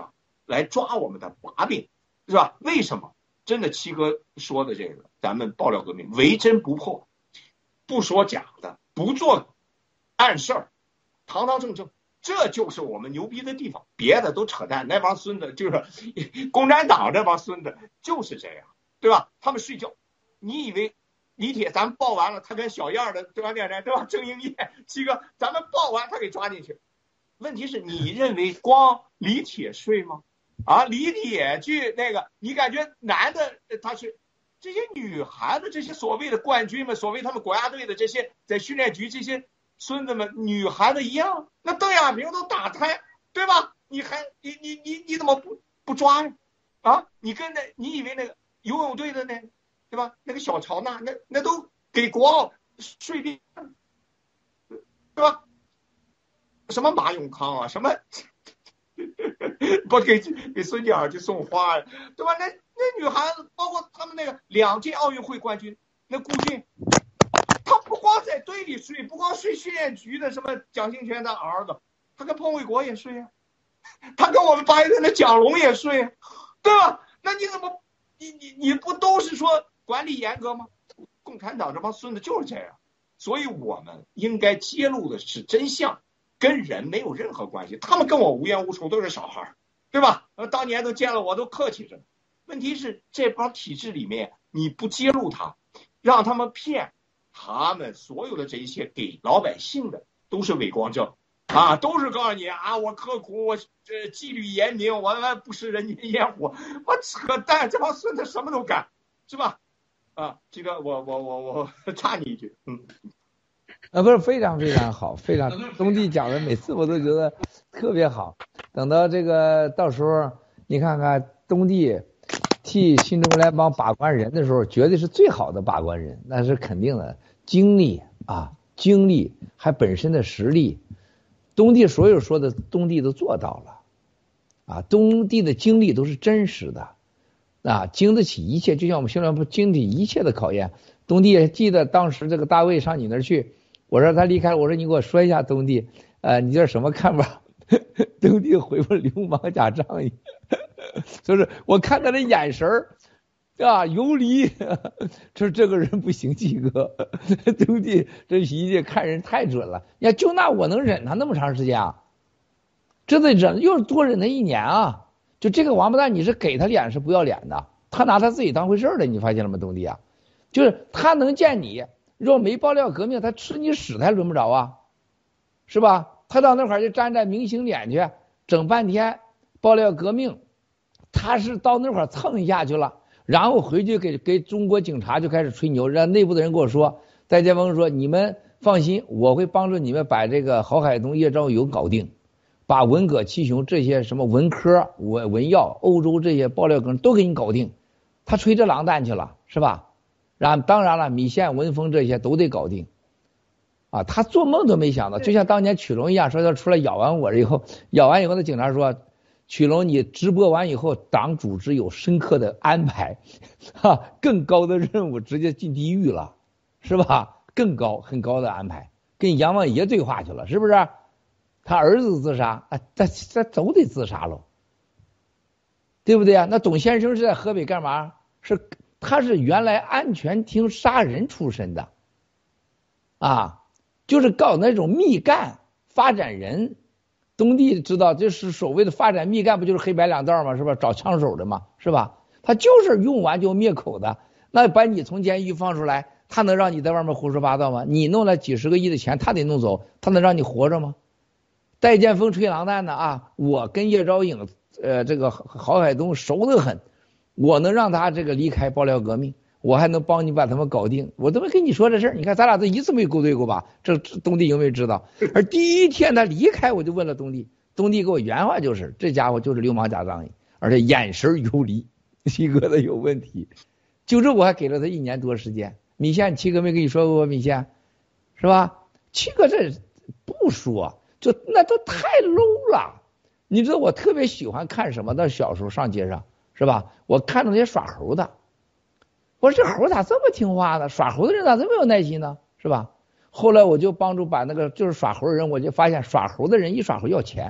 来抓我们的把柄，是吧？为什么？真的七哥说的这个，咱们爆料革命唯真不破，不说假的，不做暗事儿，堂堂正正，这就是我们牛逼的地方。别的都扯淡，那帮孙子就是共产党这帮孙子就是这样，对吧？他们睡觉，你以为李铁咱们报完了，他跟小样的中央电视台对吧？郑英业七哥，咱们报完他给抓进去。问题是你认为光李铁睡吗？啊，李铁去那个，你感觉男的他是这些女孩子，这些所谓的冠军们，所谓他们国家队的这些在训练局这些孙子们，女孩子一样，那邓亚萍都打胎，对吧？你还你你你你怎么不不抓呀？啊，你跟那你以为那个游泳队的那对吧？那个小乔娜那那都给国奥睡遍，对吧？什么马永康啊，什么不给给孙女儿去送花，对吧？那那女孩子，包括他们那个两届奥运会冠军，那顾俊，他不光在队里睡，不光睡训练局的什么蒋兴权的儿子，他跟彭伟国也睡啊，他跟我们八一队的蒋龙也睡啊，对吧？那你怎么你你你不都是说管理严格吗？共产党这帮孙子就是这样，所以我们应该揭露的是真相。跟人没有任何关系，他们跟我无冤无仇，都是小孩，对吧？当年都见了我都客气着。问题是这帮体制里面，你不揭露他，让他们骗，他们所有的这一切给老百姓的都是伪光正啊，都是告诉你啊，我刻苦，我这纪律严明，我不食人间烟火，我扯淡，这帮孙子什么都干，是吧？啊，这个我我我我插你一句，嗯。 啊，不是非常非常好，非常东帝讲的每次我都觉得特别好。等到这个到时候你看看东帝替新中国联邦把关人的时候，绝对是最好的把关人，那是肯定的。经历啊，经历还本身的实力，东帝所有说的东帝都做到了啊，东帝的经历都是真实的啊，经得起一切，就像我们新中国经得起一切的考验。东帝也记得当时这个大卫上你那儿去。我说他离开了，我说你给我说一下东帝，呃，你这什么看法？东帝回复流氓假仗义，就是我看他的眼神儿啊游离，说这个人不行，七哥，东帝这脾气看人太准了。你看就那我能忍他那么长时间啊？这得忍又多忍他一年啊！就这个王八蛋，你是给他脸是不要脸的，他拿他自己当回事儿的，你发现了吗？东帝啊，就是他能见你。若没爆料革命，他吃你屎他还轮不着啊，是吧？他到那块儿就沾沾明星脸去，整半天爆料革命，他是到那块儿蹭一下去了，然后回去给给中国警察就开始吹牛，让内部的人跟我说，戴建峰说你们放心，我会帮助你们把这个郝海东、叶兆勇搞定，把文革七雄这些什么文科、文文耀、欧洲这些爆料革命都给你搞定，他吹这狼蛋去了，是吧？然后当然了，米线、文峰这些都得搞定，啊，他做梦都没想到，就像当年曲龙一样，说他出来咬完我以后，咬完以后，那警察说，曲龙你直播完以后，党组织有深刻的安排，哈，更高的任务直接进地狱了，是吧？更高很高的安排，跟阎王爷对话去了，是不是？他儿子自杀，啊，他他都得自杀喽，对不对啊？那董先生是在河北干嘛？是。他是原来安全厅杀人出身的，啊，就是搞那种密干发展人。东帝知道，这是所谓的发展密干，不就是黑白两道吗？是吧？找枪手的嘛，是吧？他就是用完就灭口的。那把你从监狱放出来，他能让你在外面胡说八道吗？你弄了几十个亿的钱，他得弄走，他能让你活着吗？戴建峰吹狼蛋的啊！我跟叶兆颖，呃，这个郝海东熟得很。我能让他这个离开爆料革命，我还能帮你把他们搞定。我都没跟你说这事儿，你看咱俩都一次没勾兑过吧？这东帝有没有知道？而第一天他离开，我就问了东帝，东帝给我原话就是：这家伙就是流氓假仗义，而且眼神游离，七哥的有问题。就这我还给了他一年多时间。米线，七哥没跟你说过米线，是吧？七哥这不说，就那都太 low 了。你知道我特别喜欢看什么的？小时候上街上。是吧？我看到那些耍猴的，我说这猴咋这么听话呢？耍猴的人咋这么有耐心呢？是吧？后来我就帮助把那个就是耍猴的人，我就发现耍猴的人一耍猴要钱，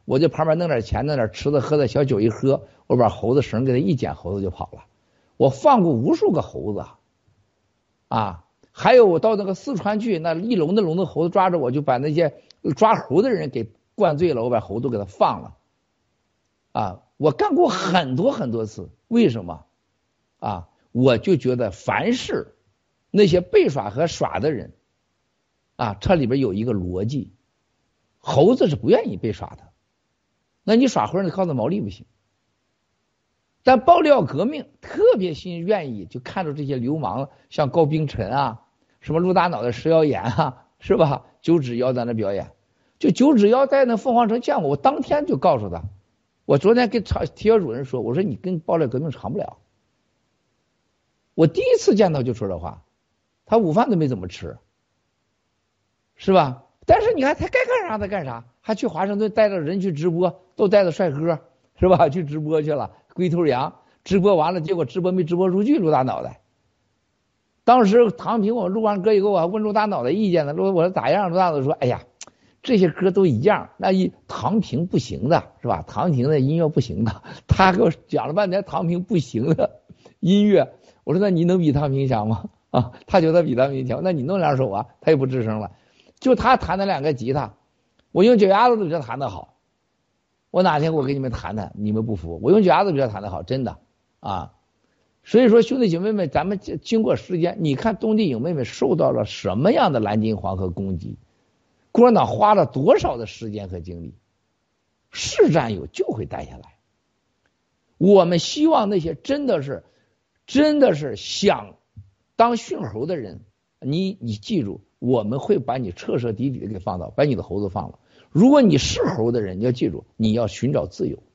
我就旁边弄点钱，弄点吃的喝的，小酒一喝，我把猴子绳给它一剪，猴子就跑了。我放过无数个猴子啊，还有我到那个四川去，那一笼的笼的猴子抓着我，就把那些抓猴的人给灌醉了，我把猴子给他放了啊。我干过很多很多次，为什么啊？我就觉得凡是那些被耍和耍的人啊，这里边有一个逻辑，猴子是不愿意被耍的，那你耍猴你靠着毛利不行。但爆料革命特别心愿意就看着这些流氓，像高冰晨啊，什么陆大脑的石耀岩啊，是吧？九指妖在那表演，就九指妖在那凤凰城见我，我当天就告诉他，我昨天跟体校主任说，我说你跟爆料革命长不了。我第一次见到就说这话，他午饭都没怎么吃，是吧？但是你看他该干啥他干啥，还去华盛顿带着人去直播，都带着帅哥，是吧？去直播去了。龟头羊直播完了，结果直播没直播出去，陆大脑袋。当时唐平我录完歌以后，我还问陆大脑袋意见呢，陆我说咋样？陆大脑袋说，哎呀，这些歌都一样，那一唐平不行的是吧？唐平的音乐不行的，他给我讲了半天唐平不行的音乐，我说那你能比唐平强吗？啊，他觉得比唐平强，那你弄两首啊，他也不吱声了。就他弹的两个吉他，我用脚丫子都比他弹得好。我哪天我给你们谈谈，你们不服，我用脚丫子比他谈得好，真的啊。所以说兄弟姐妹们，咱们经过时间，你看东帝影妹妹受到了什么样的蓝金黄和攻击，共产党花了多少的时间和精力，是战友就会带下来。我们希望那些真的是真的是想当驯猴的人，你你记住，我们会把你彻彻底底的给放倒，把你的猴子放了。如果你是猴的人，你要记住，你要寻找自由。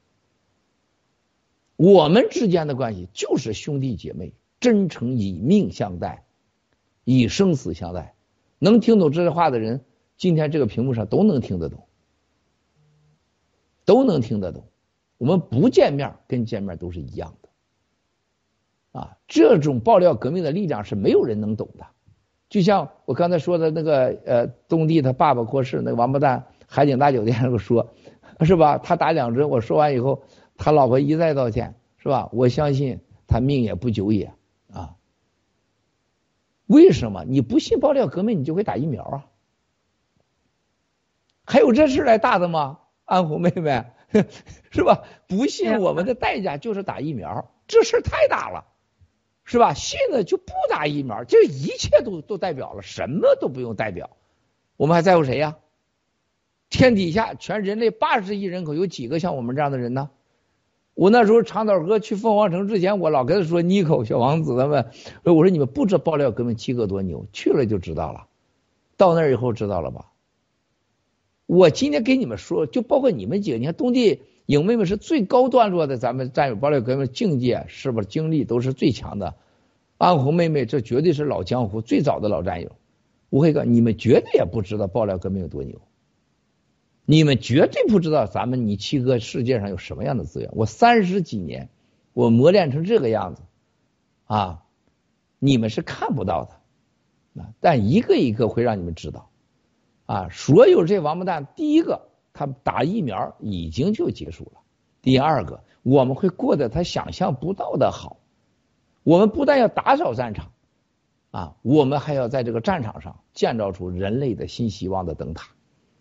我们之间的关系就是兄弟姐妹，真诚以命相待，以生死相待。能听懂这些话的人，今天这个屏幕上都能听得懂，都能听得懂。我们不见面跟见面都是一样的啊！这种爆料革命的力量是没有人能懂的。就像我刚才说的那个呃，东帝他爸爸过世，那个王八蛋海景大酒店那个说，是吧？他打两针，我说完以后，他老婆一再道歉，是吧？我相信他命也不久也啊。为什么你不信爆料革命，你就会打疫苗啊？还有这事来大的吗？安红妹妹，是吧？不信我们的代价就是打疫苗，这事太大了。是吧？信了就不打疫苗，这一切都都代表了，什么都不用代表。我们还在乎谁呀？天底下全人类八十亿人口，有几个像我们这样的人呢？我那时候长岛哥去凤凰城之前，我老跟他说妮蔻、小王子他们，我说你们不知道爆料革命七哥多牛，去了就知道了。到那儿以后知道了吧？我今天给你们说，就包括你们几个，你看东帝影妹妹是最高段落的，咱们战友爆料革命境界是不是经历都是最强的？安红妹妹这绝对是老江湖，最早的老战友。吴黑哥，你们绝对也不知道爆料革命有多牛，你们绝对不知道咱们你七哥世界上有什么样的资源。我三十几年，我磨练成这个样子啊，你们是看不到的啊，但一个一个会让你们知道啊。所有这王八蛋，第一个他打疫苗已经就结束了，第二个我们会过得他想象不到的好。我们不但要打扫战场啊，我们还要在这个战场上建造出人类的新希望的灯塔。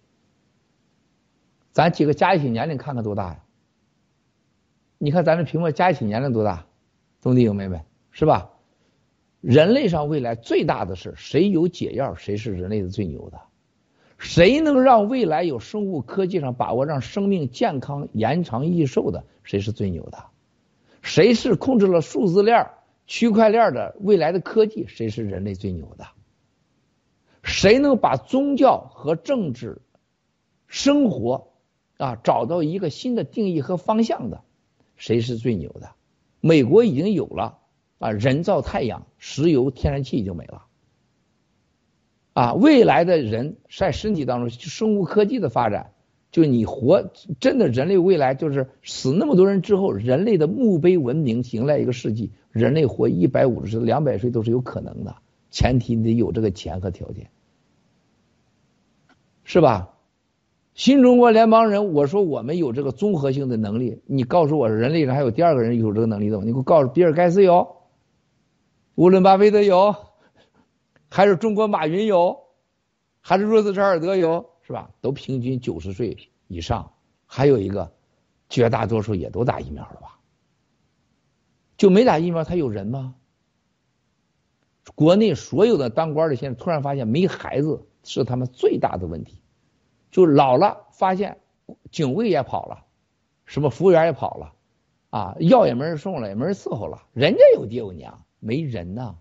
咱几个加一起年龄看看多大呀？你看咱这屏幕加一起年龄多大？东帝影妹妹是吧？人类上未来最大的是谁有解药，谁是人类的最牛的。谁能让未来有生物科技上把握让生命健康延长益寿的，谁是最牛的。谁是控制了数字链区块链的未来的科技，谁是人类最牛的。谁能把宗教和政治生活啊找到一个新的定义和方向的，谁是最牛的。美国已经有了啊人造太阳、石油、天然气已经没了啊，未来的人在身体当中生物科技的发展，就你活真的人类未来就是死那么多人之后，人类的墓碑文明迎来一个世纪，人类活一百五十岁两百岁都是有可能的，前提你得有这个钱和条件，是吧？ 新中国联邦人，我说我们有这个综合性的能力，你告诉我人类上还有第二个人有这个能力的吗？你给我告诉比尔盖茨有，沃伦巴菲特有，还是中国马云有，还是罗斯柴尔德有，是吧？都平均九十岁以上，还有一个绝大多数也都打疫苗了吧？就没打疫苗他有人吗？国内所有的当官的现在突然发现没孩子是他们最大的问题，就老了发现警卫也跑了，什么服务员也跑了，啊，药也没人送了，也没人伺候了，人家有爹有娘，没人呐。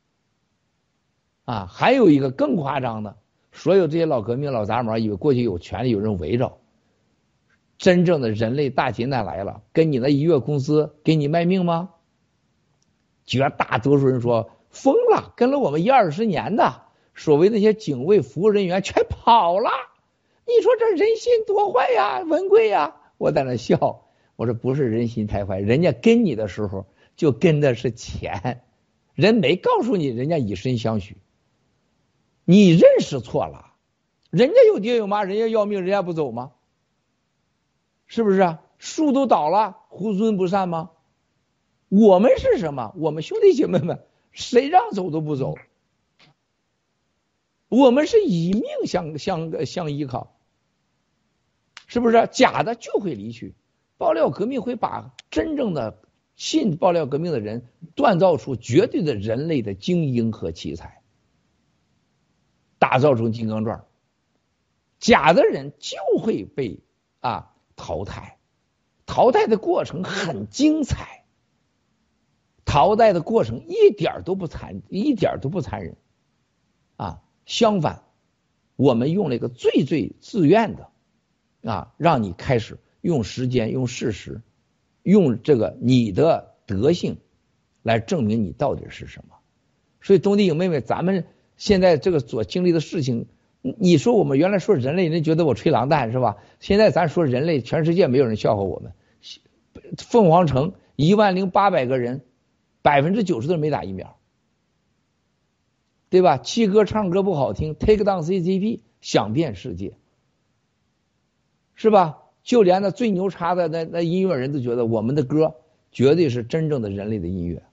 啊，还有一个更夸张的，所有这些老革命老杂毛以为过去有权利有人围着，真正的人类大劫难来了，跟你那一月工资给你卖命吗？绝大多数人说疯了，跟了我们一二十年的所谓那些警卫服务人员全跑了，你说这人心多坏呀，文贵呀！我在那笑，我说不是人心太坏，人家跟你的时候就跟的是钱，人没告诉你人家以身相许，你认识错了，人家有爹有妈，人家要命，人家不走吗？是不是？树都倒了，猢狲不散吗？我们是什么？我们兄弟姐妹们，谁让走都不走，我们是以命相相相依靠，是不是？假的就会离去，爆料革命会把真正的信爆料革命的人锻造出绝对的人类的精英和奇才，打造成金刚钻，假的人就会被啊淘汰，淘汰的过程很精彩，淘汰的过程一点都不残，一点都不残忍啊！相反，我们用了一个最最自愿的啊，让你开始用时间、用事实、用这个你的德性来证明你到底是什么。所以，东帝影妹妹，咱们现在这个所经历的事情，你说我们原来说人类，人觉得我吹狼蛋是吧？现在咱说人类，全世界没有人笑话我们。凤凰城一万零八百个人，百分之九十都没打疫苗，对吧？七哥唱歌不好听 ，Take down C C P， 响遍世界，是吧？就连那最牛叉的那那音乐人都觉得我们的歌绝对是真正的人类的音乐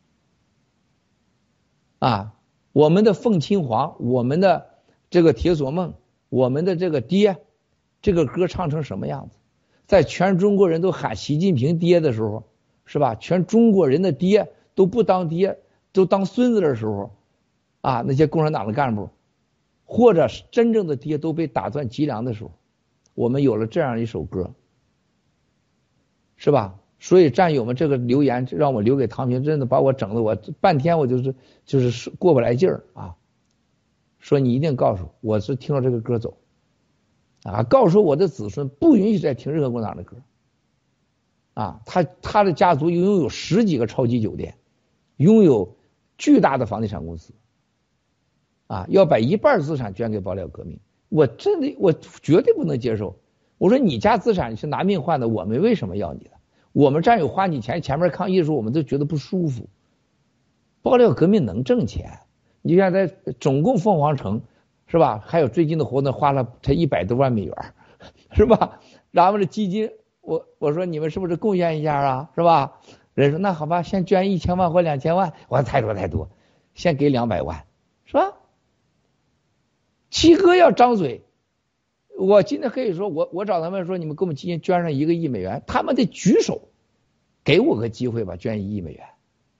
啊！我们的凤亲皇，我们的这个铁索梦，我们的这个爹，这个歌唱成什么样子？在全中国人都喊习近平爹的时候，是吧？全中国人的爹都不当爹，都当孙子的时候，啊，那些共产党的干部，或者是真正的爹都被打断脊梁的时候，我们有了这样一首歌，是吧？所以战友们这个留言让我留给唐平，真的把我整的我半天我就是就是过不来劲儿啊！说你一定告诉我是听到这个歌走啊，告诉我的子孙不允许再听任何共产党的歌啊！他他的家族拥有十几个超级酒店，拥有巨大的房地产公司啊，要把一半资产捐给爆料革命，我真的我绝对不能接受。我说你家资产是拿命换的，我们为什么要你的？我们战友花你钱，前面抗议的时候我们都觉得不舒服。爆料革命能挣钱，你看在总共凤凰城是吧？还有最近的活动花了才一百多万美元，是吧？然后这基金，我我说你们是不是贡献一下啊？是吧？人说那好吧，先捐一千万或两千万，我说太多太多，先给两百万，是吧？七哥要张嘴。我今天可以说，我我找他们说，你们给我们基金捐上一个亿美元，他们得举手，给我个机会吧，捐一亿美元，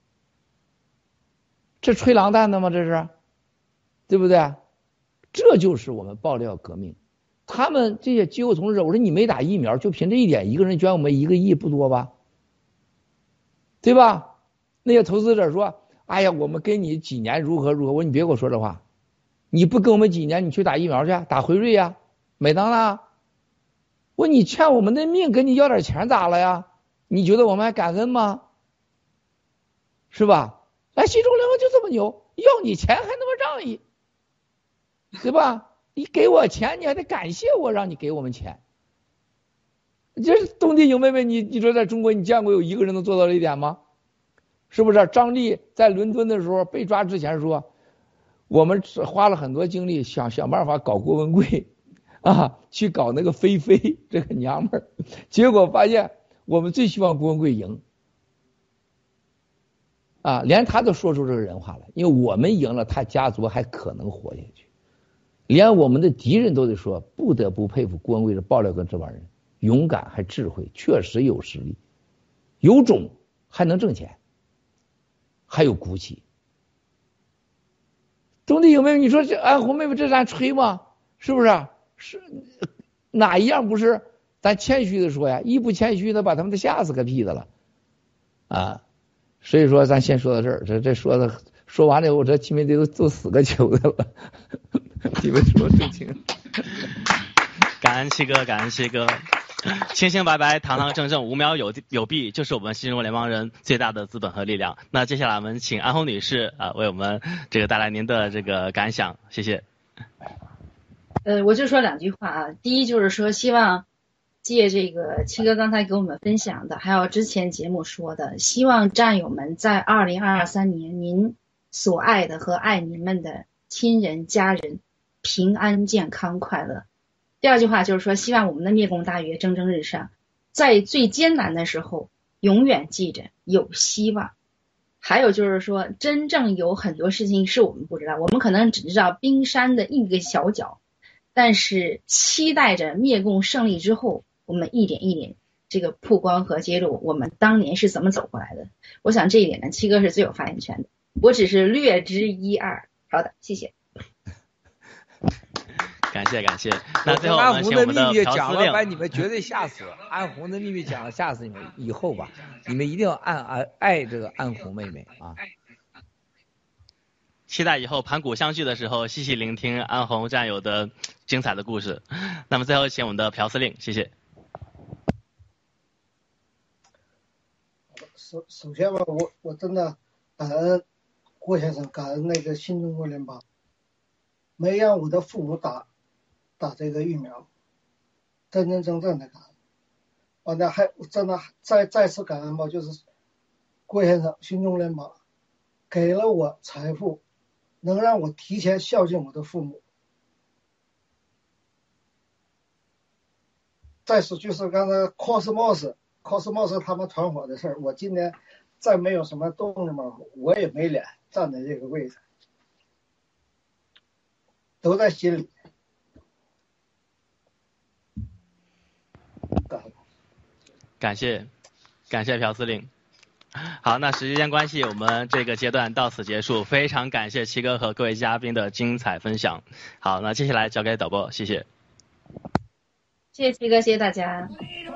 这吹狼蛋的吗？这是，对不对？这就是我们爆料革命。他们这些机构同志，我说你没打疫苗，就凭这一点，一个人捐我们一个亿不多吧？对吧？那些投资者说，哎呀，我们跟你几年如何如何，我说你别给我说这话，你不跟我们几年，你去打疫苗去，打辉瑞呀。美当娜，我你欠我们的命，跟你要点钱咋了呀？你觉得我们还感恩吗？是吧？来，习仲联盟就这么牛，要你钱还那么仗义，对吧？你给我钱，你还得感谢我，让你给我们钱。这是东帝影妹妹，你你说在中国你见过有一个人能做到这一点吗？是不是？张力在伦敦的时候被抓之前说，我们花了很多精力想想办法搞郭文贵。 啊，去搞那个菲菲这个娘们儿，结果发现我们最希望郭文贵赢，啊，连他都说出这个人话来，因为我们赢了，他家族还可能活下去。连我们的敌人都得说，不得不佩服郭文贵的爆料跟这帮人，勇敢还智慧，确实有实力，有种还能挣钱，还有骨气。兄弟有没有？你说这安红妹妹这咱吹吗？是不是、啊？是哪一样不是？咱谦虚的说呀，一不谦虚的把他们都吓死个屁的了啊！所以说咱先说到这儿，这这说的说完了以后，这亲妹弟都都死个球的了。你们说正经？ 感恩七哥，感恩七哥。清清白白，堂堂正正，无苗有有弊，就是我们新中国联邦人最大的资本和力量。那接下来我们请安红女士啊、呃，为我们这个带来您的这个感想，谢谢。 呃，我就说两句话啊。第一就是说，希望借这个七哥刚才给我们分享的，还有之前节目说的，希望战友们在二零二三年，您所爱的和爱您们的亲人家人平安健康快乐。第二句话就是说，希望我们的灭共大业蒸蒸日上，在最艰难的时候永远记着有希望。还有就是说，真正有很多事情是我们不知道，我们可能只知道冰山的一个小角，但是期待着灭共胜利之后，我们一点一点这个曝光和揭露我们当年是怎么走过来的。我想这一点呢，七哥是最有发言权的，我只是略知一二。好的，谢谢。 感谢感谢。那最后我们请我们的讲了，把你们绝对吓死了。安红的秘密讲了，吓死你们。以后吧，你们一定要爱爱爱这个安红妹妹啊！ 期待以后盘古相聚的时候，细细聆听安红战友的精彩的故事。那么最后请我们的朴司令，谢谢。 首首先吧，我我真的感恩郭先生，感恩那个新中国联邦，没让我的父母打打这个疫苗，真真正正的感恩。完了还真的再再次感恩吧，就是郭先生，新中国联邦给了我财富，能让我提前孝敬我的父母。再是就是刚才 Cosmos Cosmos 他们团伙的事儿，我今年再没有什么动静嘛，我也没脸站在这个位置，都在心里。 感谢，感谢朴司令。好，那时间关系，我们这个阶段到此结束。非常感谢七哥和各位嘉宾的精彩分享。好，那接下来交给导播，谢谢。 谢谢七哥，谢谢大家。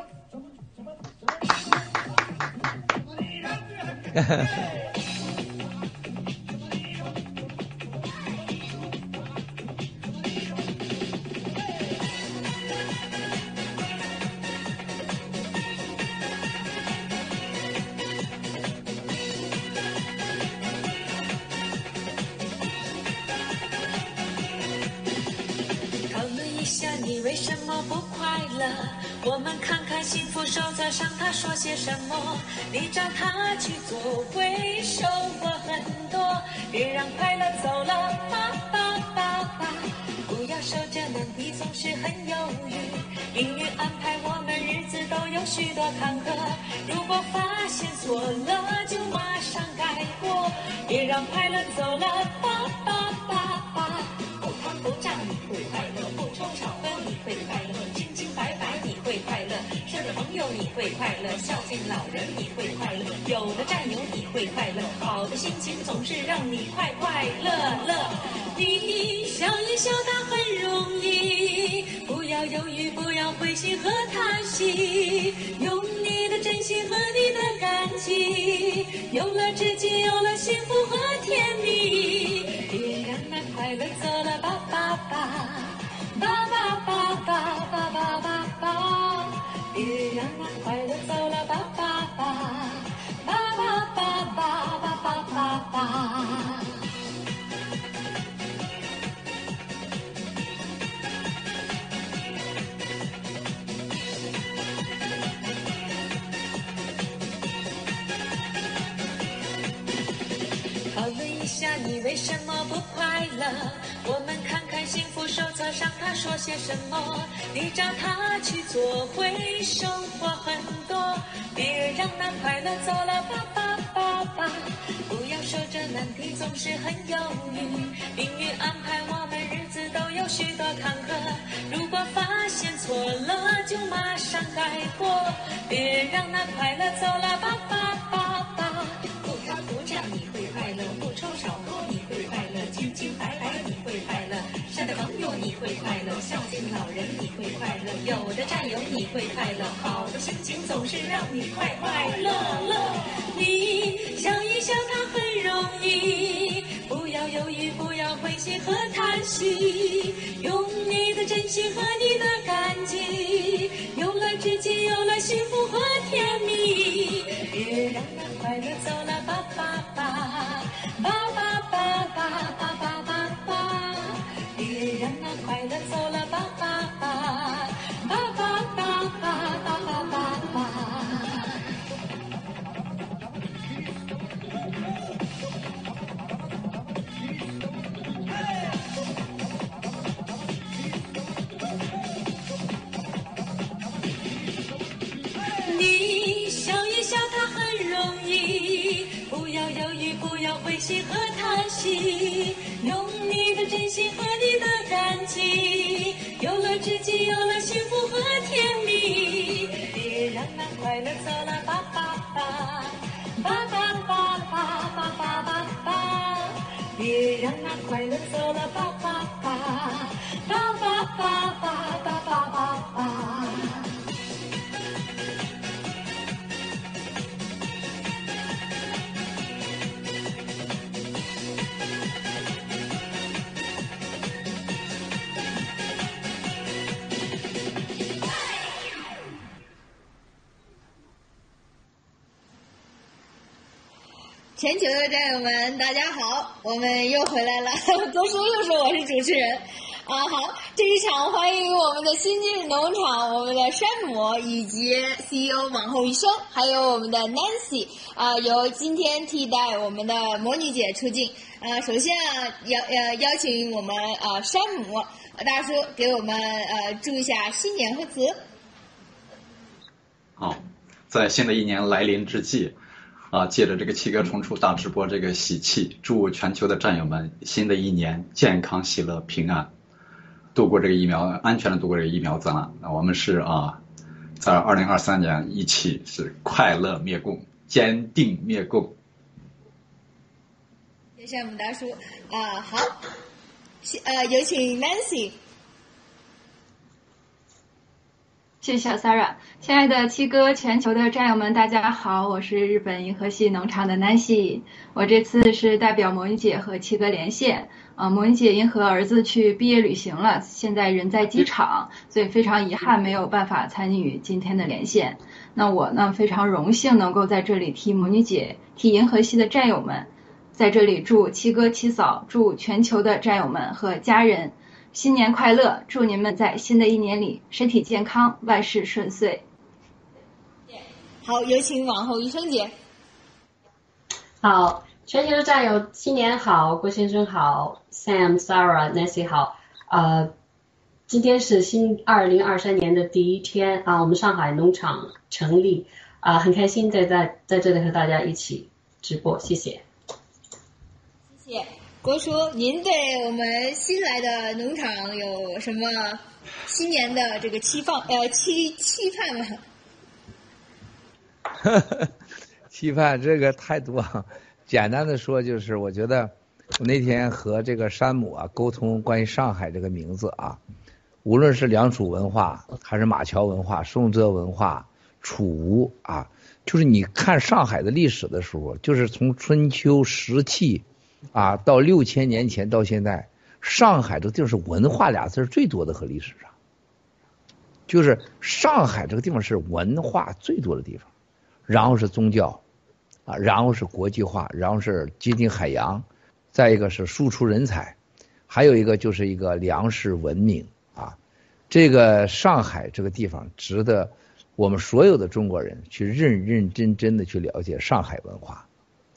你为什么不快乐？我们看看幸福手册上他说些什么，你找他去做会收获很多，别让快乐走了，吧吧吧吧，不要守着难题总是很犹豫，命运安排我们日子都有许多坎坷，如果发现错了就马上改过，别让快乐走了，吧吧吧吧，不贪不占你会快乐，不抽吵分你会快乐，清清白白你会快乐，生个朋友你会快乐，孝敬老人你会快乐，有了战友你会快乐，好的心情总是让你快快乐乐，你笑一笑它很容易，不要犹豫不要灰心和叹息，用你的真心和你的感激，有了知己有了幸福和甜蜜，别让那快乐走了吧吧吧吧吧吧吧吧吧吧吧，别让那快乐走了吧吧吧吧吧吧吧吧吧吧吧。讨论一下你为什么不快乐？我们看看幸福手册上他说些什么。你找他去做，会收获很多。别让那快乐走了吧吧吧吧。不要守着难题总是很犹豫。命运安排我们日子都有许多坎坷。如果发现错了，就马上改过。别让那快乐走了吧吧吧吧。不跳不跳你会快乐，不抽少喝你会快乐，清清白白你会快乐，善待朋友你会快乐，孝敬老人你会快乐，有的战友你会快乐，好的心情总是让你快快乐乐。你笑一笑它很容易，不要犹豫不要灰心和叹息，用你的真心和你的感激，有了知己有了幸福和甜蜜。别让那快乐走了吧吧吧吧吧吧吧吧吧吧吧，别让那快乐走了吧吧吧吧吧吧吧吧吧吧吧。你笑一笑它很容易，不要犹豫不要灰心和叹息，用你的真心和你的感激，有了知己有了幸福和甜蜜。别让那快乐走了吧吧吧吧吧吧吧吧吧吧吧，别让那快乐走了吧吧吧吧吧吧吧吧吧吧吧。 全球的战友们，大家好，我们又回来了。多说又说我是主持人啊。好，这一场欢迎我们的新晋农场，我们的山姆以及 C E O 往后余生，还有我们的 Nancy 啊，由今天替代我们的魔女姐出镜啊。首先啊，邀呃邀请我们啊山姆大叔给我们呃祝一下新年贺词。 好，在新的一年来临之际。啊，借着这个七哥重出大直播这个喜气，祝全球的战友们新的一年健康喜乐平安，度过这个疫苗安全的度过这个疫苗灾难。那我们是啊，在二零二三年一起是快乐灭共，坚定灭共。 谢谢我们大叔啊，好，呃，有请 Nancy。 谢谢小 Sarah， 亲爱的七哥，全球的战友们，大家好，我是日本银河系农场的 Nancy， 我这次是代表魔女姐和七哥连线，呃，魔女姐因和儿子去毕业旅行了，现在人在机场，所以非常遗憾没有办法参与今天的连线。那我呢，非常荣幸能够在这里替魔女姐、替银河系的战友们，在这里祝七哥、七嫂、祝全球的战友们和家人新年快乐，祝你们在新的一年里身体健康，万事顺遂。 好，有请往后余生姐。 好，全球的战友新年好，郭先生好 ，Sam、Sarah、Nancy 好。呃，今天是新二零二三年的第一天啊，我们上海农场成立啊，很开心在在在这里和大家一起直播，谢谢。 谢谢。国叔，您对我们新来的农场有什么新年的这个期放呃期期盼吗？ 期盼这个太多，简单的说就是，我觉得我那天和这个山姆啊沟通关于上海这个名字啊，无论是良渚文化还是马桥文化、宋浙文化、楚吴啊，就是你看上海的历史的时候，就是从春秋石器。啊，到六千年前到现在，上海这个地方是文化俩字最多的和历史上，就是上海这个地方是文化最多的地方，然后是宗教，啊，然后是国际化，然后是接近海洋，再一个是输出人才，还有一个就是一个粮食文明啊。这个上海这个地方值得我们所有的中国人去认认真真的去了解上海文化。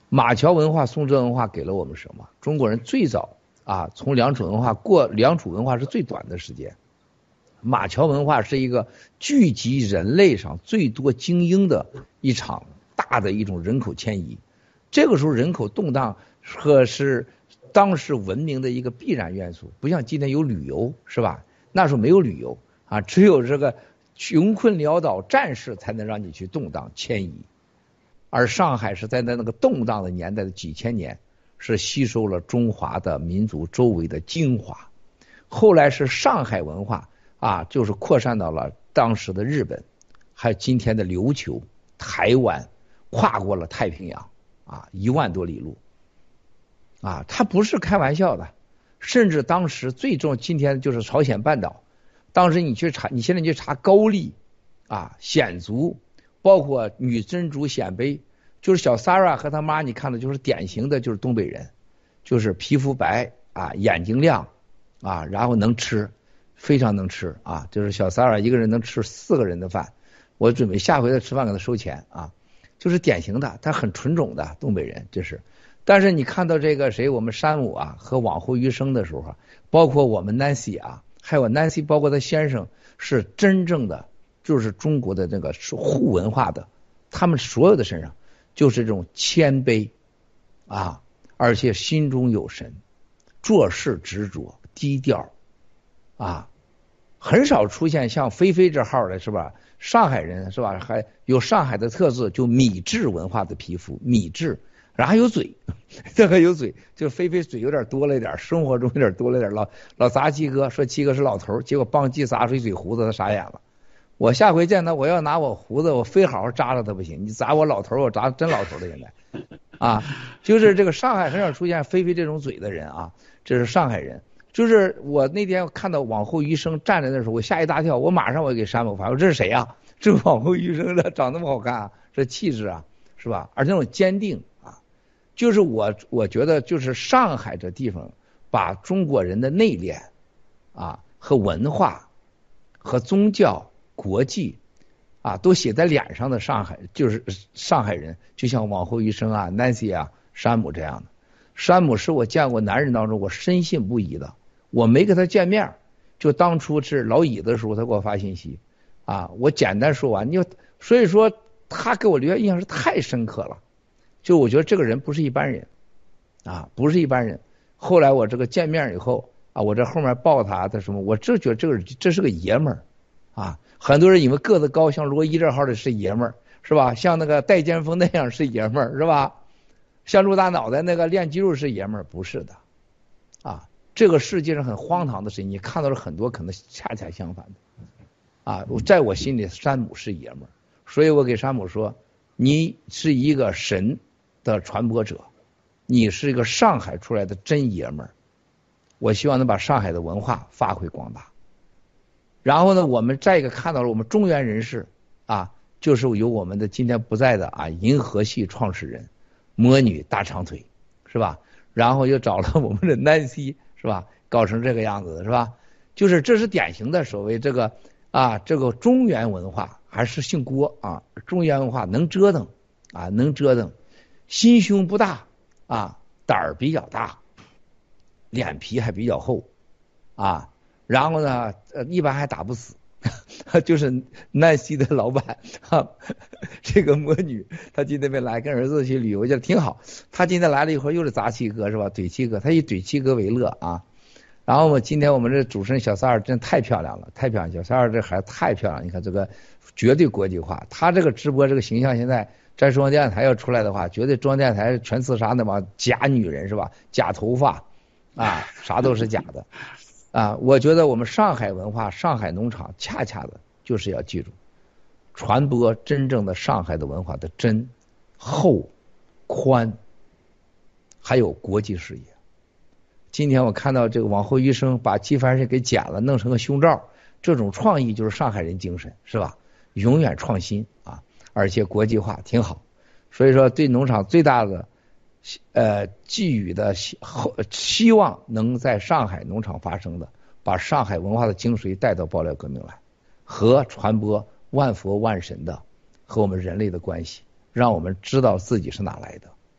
马桥文化、宋哲文化给了我们什么？中国人最早啊，从良渚文化过良渚文化是最短的时间。马桥文化是一个聚集人类上最多精英的一场大的一种人口迁移。这个时候人口动荡和是当时文明的一个必然元素，不像今天有旅游，是吧？那时候没有旅游啊，只有这个穷困潦倒战士才能让你去动荡迁移。而上海是在那个动荡的年代的几千年，是吸收了中华的民族周围的精华。后来是上海文化啊，就是扩散到了当时的日本，还有今天的琉球、台湾，跨过了太平洋啊，一万多里路啊，它不是开玩笑的。甚至当时最重，今天就是朝鲜半岛，当时你去查，你现在去查高丽啊、鲜族，包括女真族鲜卑，就是小 Sarah 和他妈，你看的就是典型的就是东北人，就是皮肤白啊，眼睛亮啊，然后能吃，非常能吃啊，就是小 Sarah 一个人能吃四个人的饭，我准备下回再吃饭给他收钱啊，就是典型的，他很纯种的东北人，这是。但是你看到这个谁，我们山姆啊和往后余生的时候，包括我们 Nancy 啊，还有 Nancy 包括他先生，是真正的就是中国的这个沪文化的，他们所有的身上就是这种谦卑啊，而且心中有神，做事执着低调啊，很少出现像菲菲这号的是吧？上海人是吧？还有上海的特质，就米质文化的皮肤，米质。然后还有嘴，这个有嘴，就菲菲嘴有点多了一点，生活中有点多了一点。老老砸七哥，说七哥是老头，结果帮鸡砸出一嘴胡子，他傻眼了。我下回见他，我要拿我胡子，我非好好扎着他不行。你砸我老头，我砸真老头了。现在啊，就是这个上海很少出现菲菲这种嘴的人啊，这是上海人。就是我那天看到往后余生站在那时候，我吓一大跳，我马上我给山姆发，我这是谁啊？这往后余生的长那么好看啊，这气质啊，是吧？而且那种坚定。就是我我觉得就是上海这地方把中国人的内敛啊和文化和宗教国际啊都写在脸上的上海，就是上海人，就像往后余生啊 Nancy 啊山姆这样的。山姆是我见过男人当中我深信不疑的，我没跟他见面，就当初是老乙的时候他给我发信息啊，我简单说完，你所以说他给我留下印象是太深刻了。就我觉得这个人不是一般人啊，不是一般人。后来我这个见面以后啊，我这后面抱他的什么，我这觉得这个这是个爷们儿啊。很多人以为个子高像罗伊这号的是爷们儿是吧？像那个戴尖峰那样是爷们儿是吧？像陆大脑袋那个练肌肉是爷们儿，不是的啊。这个世界上很荒唐的事情，你看到了很多可能恰恰相反的啊。在我心里，山姆是爷们儿，所以我给山姆说，你是一个神的传播者，你是一个上海出来的真爷们儿，我希望能把上海的文化发挥光大。然后呢，我们再一个看到了我们中原人士啊，就是有我们的今天不在的啊银河系创始人魔女大长腿是吧？然后又找了我们的 Nancy 是吧？搞成这个样子的是吧？就是这是典型的所谓这个啊这个中原文化，还是姓郭啊，中原文化能折腾啊能折腾。心胸不大啊，胆儿比较大，脸皮还比较厚啊，然后呢，呃，一般还打不死，就是南希的老板啊，这个魔女，她今天没来，跟儿子去旅游去了，挺好。她今天来了一会儿，又是砸七哥是吧？怼七哥，她以怼七哥为乐啊。然后我今天我们这主持人小三儿真太漂亮了，太漂亮，小三儿这孩子太漂亮，你看这个绝对国际化，她这个直播这个形象现在。在中央电视台要出来的话，绝对中央电视台全自杀那帮假女人是吧？假头发啊，啥都是假的啊！我觉得我们上海文化、上海农场恰恰的就是要记住，传播真正的上海的文化的真、厚、宽，还有国际视野。今天我看到这个往后余生把纪梵希给剪了，弄成个胸罩，这种创意就是上海人精神是吧？永远创新啊！而且国际化挺好，所以说对农场最大的呃寄予的希希望能在上海农场发生的，把上海文化的精髓带到爆料革命来，和传播万佛万神的和我们人类的关系，让我们知道自己是哪来的。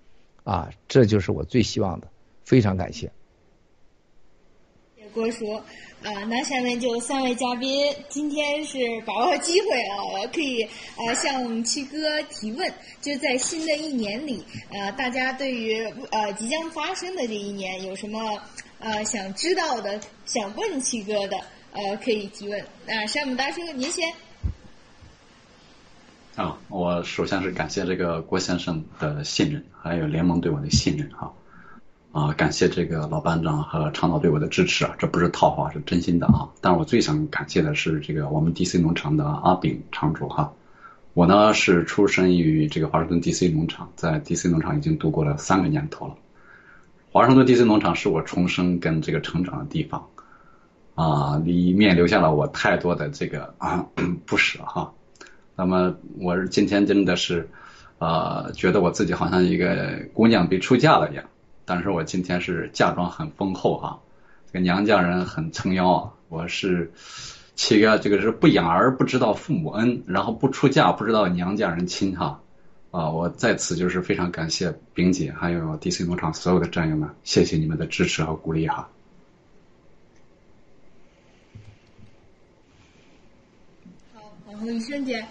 啊，这就是我最希望的，非常感谢。 谢谢郭叔。啊，那下面就三位嘉宾，今天是把握机会啊，可以啊向我们七哥提问。就在新的一年里，呃，大家对于呃即将发生的这一年有什么呃想知道的、想问七哥的，呃，可以提问。那山姆大叔您先。 啊，我首先是感谢这个郭先生的信任，还有联盟对我的信任哈。啊，感谢这个老班长和倡导对我的支持啊，这不是套话，是真心的啊。但是我最想感谢的是这个我们 D C 农场的阿炳场主哈。我呢是出生于这个华盛顿 D C 农场，在 D C 农场已经度过了三个年头了。华盛顿 D C 农场是我重生跟这个成长的地方啊，里面留下了我太多的这个啊不舍哈。那么我今天真的是啊，觉得我自己好像一个姑娘被出嫁了一样。但是我今天是嫁妆很丰厚哈，这个娘家人很撑腰啊。我是七个这个是不养儿不知道父母恩，然后不出嫁不知道娘家人亲哈啊！我在此就是非常感谢丙姐还有 D C 农场所有的战友们，谢谢你们的支持和鼓励哈。 好，然后雨生姐。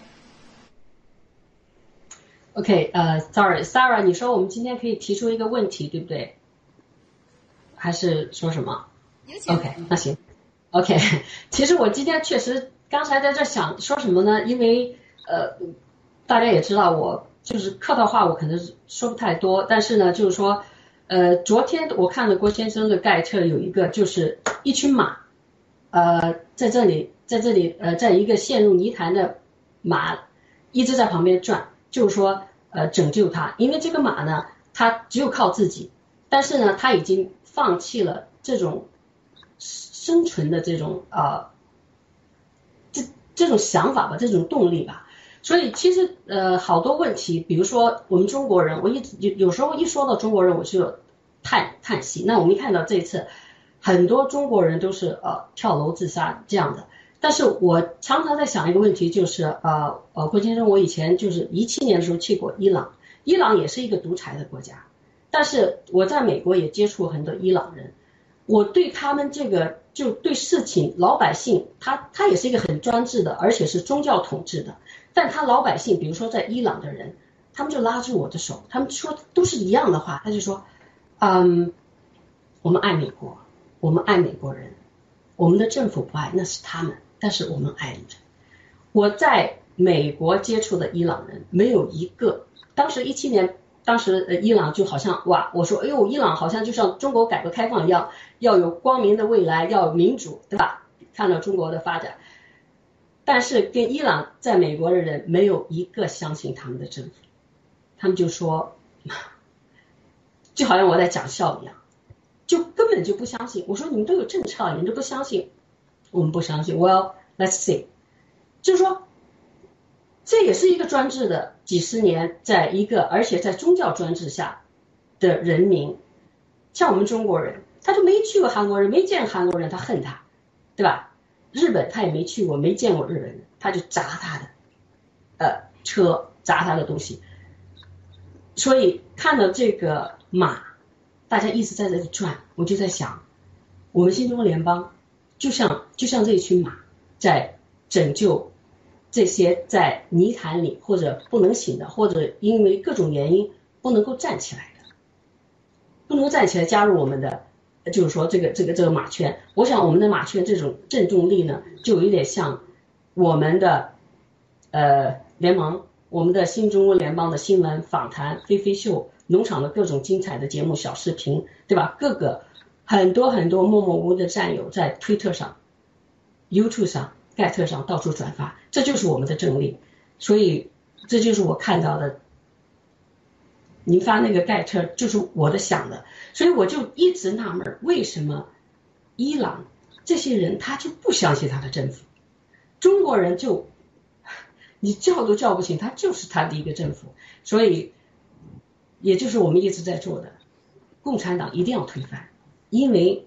OK， 呃 ，Sorry，Sarah， 你说我们今天可以提出一个问题，对不对？还是说什么 ？OK， 那行。OK， 其实我今天确实刚才在这想说什么呢？因为呃，大家也知道我就是客套话，我可能说不太多，但是呢，就是说，呃，昨天我看了郭先生的盖特有一个，就是一群马，呃，在这里，在这里，呃，在一个陷入泥潭的马一直在旁边转。就是说，呃，拯救他，因为这个马呢，它只有靠自己，但是呢，它已经放弃了这种生存的这种呃，这这种想法吧，这种动力吧。所以其实呃，好多问题，比如说我们中国人，我一有有时候一说到中国人，我就叹叹息。那我们一看到这一次，很多中国人都是呃跳楼自杀这样的。但是我常常在想一个问题，就是呃呃，郭先生，我以前就是一七年的时候去过伊朗，伊朗也是一个独裁的国家，但是我在美国也接触很多伊朗人，我对他们这个就对事情老百姓，他他也是一个很专制的，而且是宗教统治的，但他老百姓，比如说在伊朗的人，他们就拉住我的手，他们说都是一样的话，他就说，嗯，我们爱美国，我们爱美国人，我们的政府不爱，那是他们。但是我们爱着。我在美国接触的伊朗人没有一个，当时一七年，当时呃伊朗就好像哇，我说哎呦，伊朗好像就像中国改革开放一样，要有光明的未来，要有民主，对吧？看到中国的发展，但是跟伊朗在美国的人没有一个相信他们的政府，他们就说，就好像我在讲笑一样，就根本就不相信。我说你们都有政策，你们都不相信。我们不相信 ，Well, let's see， 就是说，这也是一个专制的几十年，在一个而且在宗教专制下的人民，像我们中国人，他就没去过韩国人，没见韩国人，他恨他，对吧？日本他也没去过，没见过日本人，他就砸他的呃车，砸他的东西。所以看到这个马，大家一直在这里转，我就在想，我们新中国联邦。就像就像这一群马在拯救这些在泥潭里或者不能醒的，或者因为各种原因不能够站起来的，不能站起来加入我们的，就是说这个这个这个马圈。我想我们的马圈这种正重力呢，就有点像我们的呃联盟，我们的新中国联邦的新闻访谈、飞飞秀、农场的各种精彩的节目、小视频，对吧？各个。很多很多默默无闻的战友在推特上、YouTube 上、盖特上到处转发，这就是我们的正力。所以这就是我看到的，您发那个盖特就是我的想的，所以我就一直纳闷，为什么伊朗这些人他就不相信他的政府，中国人就你叫都叫不醒，他就是他的一个政府。所以也就是我们一直在做的，共产党一定要推翻。因为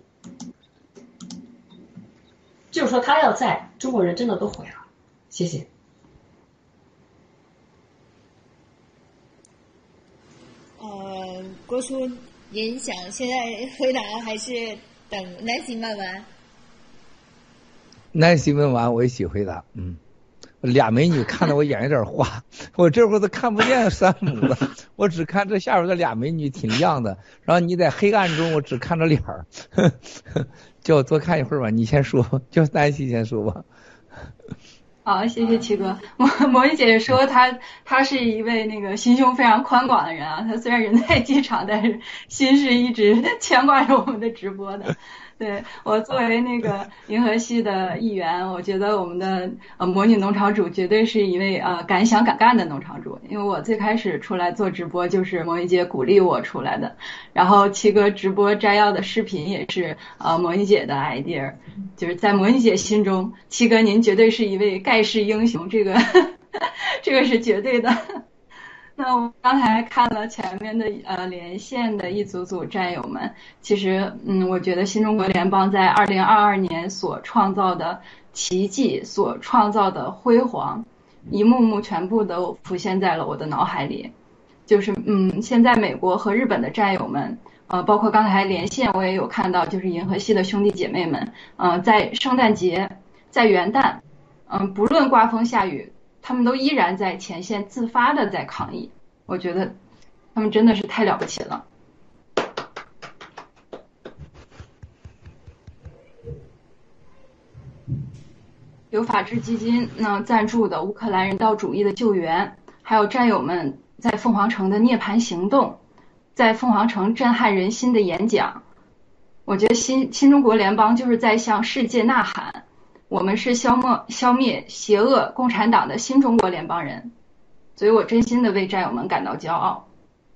就是说他要在，中国人真的都毁了。谢谢。 呃， 郭叔您想现在回答还是等 Nancy 问完 ？Nancy 问完我一起回答。嗯，俩美女看得我眼有点花，我这会儿都看不见山姆了，我只看这下边的俩美女挺亮的，然后你在黑暗中我只看着脸儿，叫我多看一会儿吧。你先说，叫 Nancy 先说吧。 好，谢谢七哥。魔魔芋姐说她她是一位那个心胸非常宽广的人啊，她虽然人在机场，但是心是一直牵挂着我们的直播的。对，我作为那个银河系的一员，我觉得我们的呃魔女农场主绝对是一位呃敢想敢干的农场主，因为我最开始出来做直播就是魔芋姐鼓励我出来的，然后七哥直播摘要的视频也是呃魔芋姐的 idea， 就是在魔芋姐心中，七哥您绝对是一位盖世英雄，这个这个是绝对的。那我刚才看了前面的呃连线的一组组战友们，其实嗯，我觉得新中国联邦在二零二二年所创造的奇迹，所创造的辉煌，一幕幕全部都浮现在了我的脑海里。就是嗯，现在美国和日本的战友们，呃，包括刚才连线我也有看到，就是银河系的兄弟姐妹们，呃，在圣诞节，在元旦，嗯、呃，不论刮风下雨，他们都依然在前线自发的在抗议，我觉得他们真的是太了不起了。有法治基金呢赞助的乌克兰人道主义的救援，还有战友们在凤凰城的涅槃行动，在凤凰城震撼人心的演讲，我觉得新新中国联邦就是在向世界呐喊，我们是消灭消灭邪恶共产党的新中国联邦人，所以我真心的为战友们感到骄傲。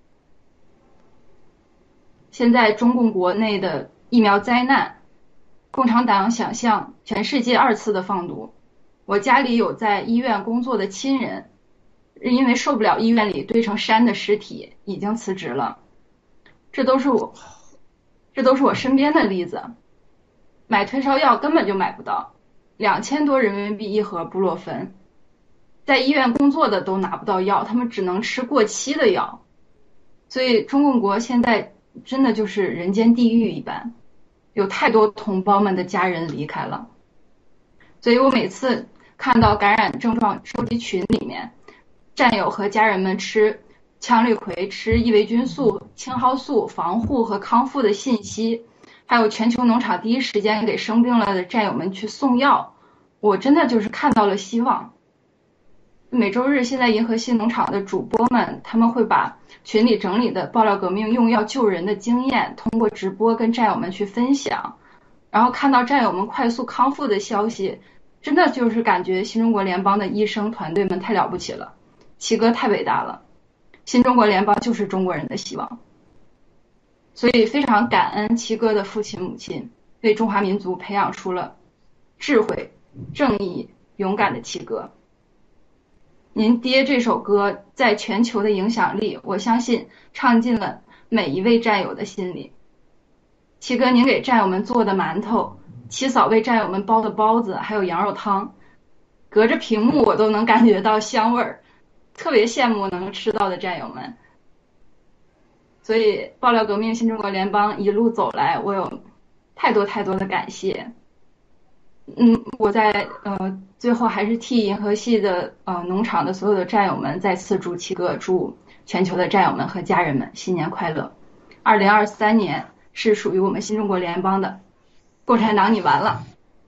现在中共国内的疫苗灾难，共产党想象全世界二次的放毒，我家里有在医院工作的亲人，因为受不了医院里堆成山的尸体，已经辞职了。这都是我这都是我身边的例子。买退烧药根本就买不到，两千多人民币一盒布洛芬，在医院工作的都拿不到药，他们只能吃过期的药。所以中共国现在真的就是人间地狱一般，有太多同胞们的家人离开了。所以我每次看到感染症状收集群里面战友和家人们吃羟氯喹、吃伊维菌素、青蒿素防护和康复的信息，还有全球农场第一时间给生病了的战友们去送药，我真的就是看到了希望。每周日现在银河系农场的主播们，他们会把群里整理的爆料革命用药救人的经验通过直播跟战友们去分享，然后看到战友们快速康复的消息，真的就是感觉新中国联邦的医生团队们太了不起了，七哥太伟大了，新中国联邦就是中国人的希望。所以非常感恩七哥的父亲母亲为中华民族培养出了智慧、正义、勇敢的七哥。您爹这首歌在全球的影响力，我相信唱进了每一位战友的心里。七哥您给战友们做的馒头，七嫂为战友们包的包子，还有羊肉汤，隔着屏幕我都能感觉到香味儿，特别羡慕能吃到的战友们。所以爆料革命新中国联邦一路走来，我有太多太多的感谢。嗯，我在呃最后还是替银河系的呃农场的所有的战友们再次祝七哥，祝全球的战友们和家人们新年快乐。二零二三年是属于我们新中国联邦的，共产党你完了。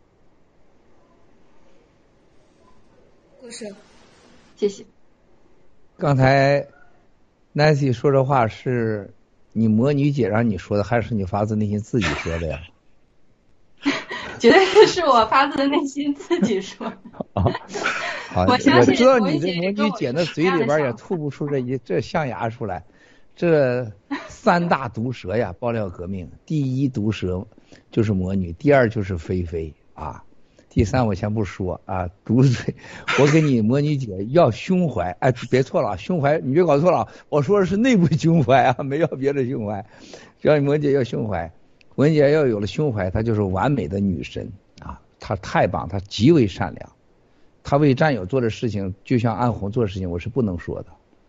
郭叔， 谢谢。 刚才 Nancy 说这话是你魔女姐让你说的，还是你发自内心自己说的呀？ 绝对是我发自内心自己说的。 好， 我相信我知道你这魔女姐那嘴里边也吐不出这一这象牙出来。这三大毒蛇呀，爆料革命，第一毒蛇就是魔女，第二就是菲菲啊，第三我先不说啊，毒嘴，我给你魔女姐要胸怀，哎，别错了，胸怀你别搞错了，我说的是内部胸怀啊，没要别的胸怀，只要魔女姐要胸怀。文姐要有了胸怀，她就是完美的女神啊！她太棒，她极为善良，她为战友做的事情，就像安红做的事情，我是不能说的。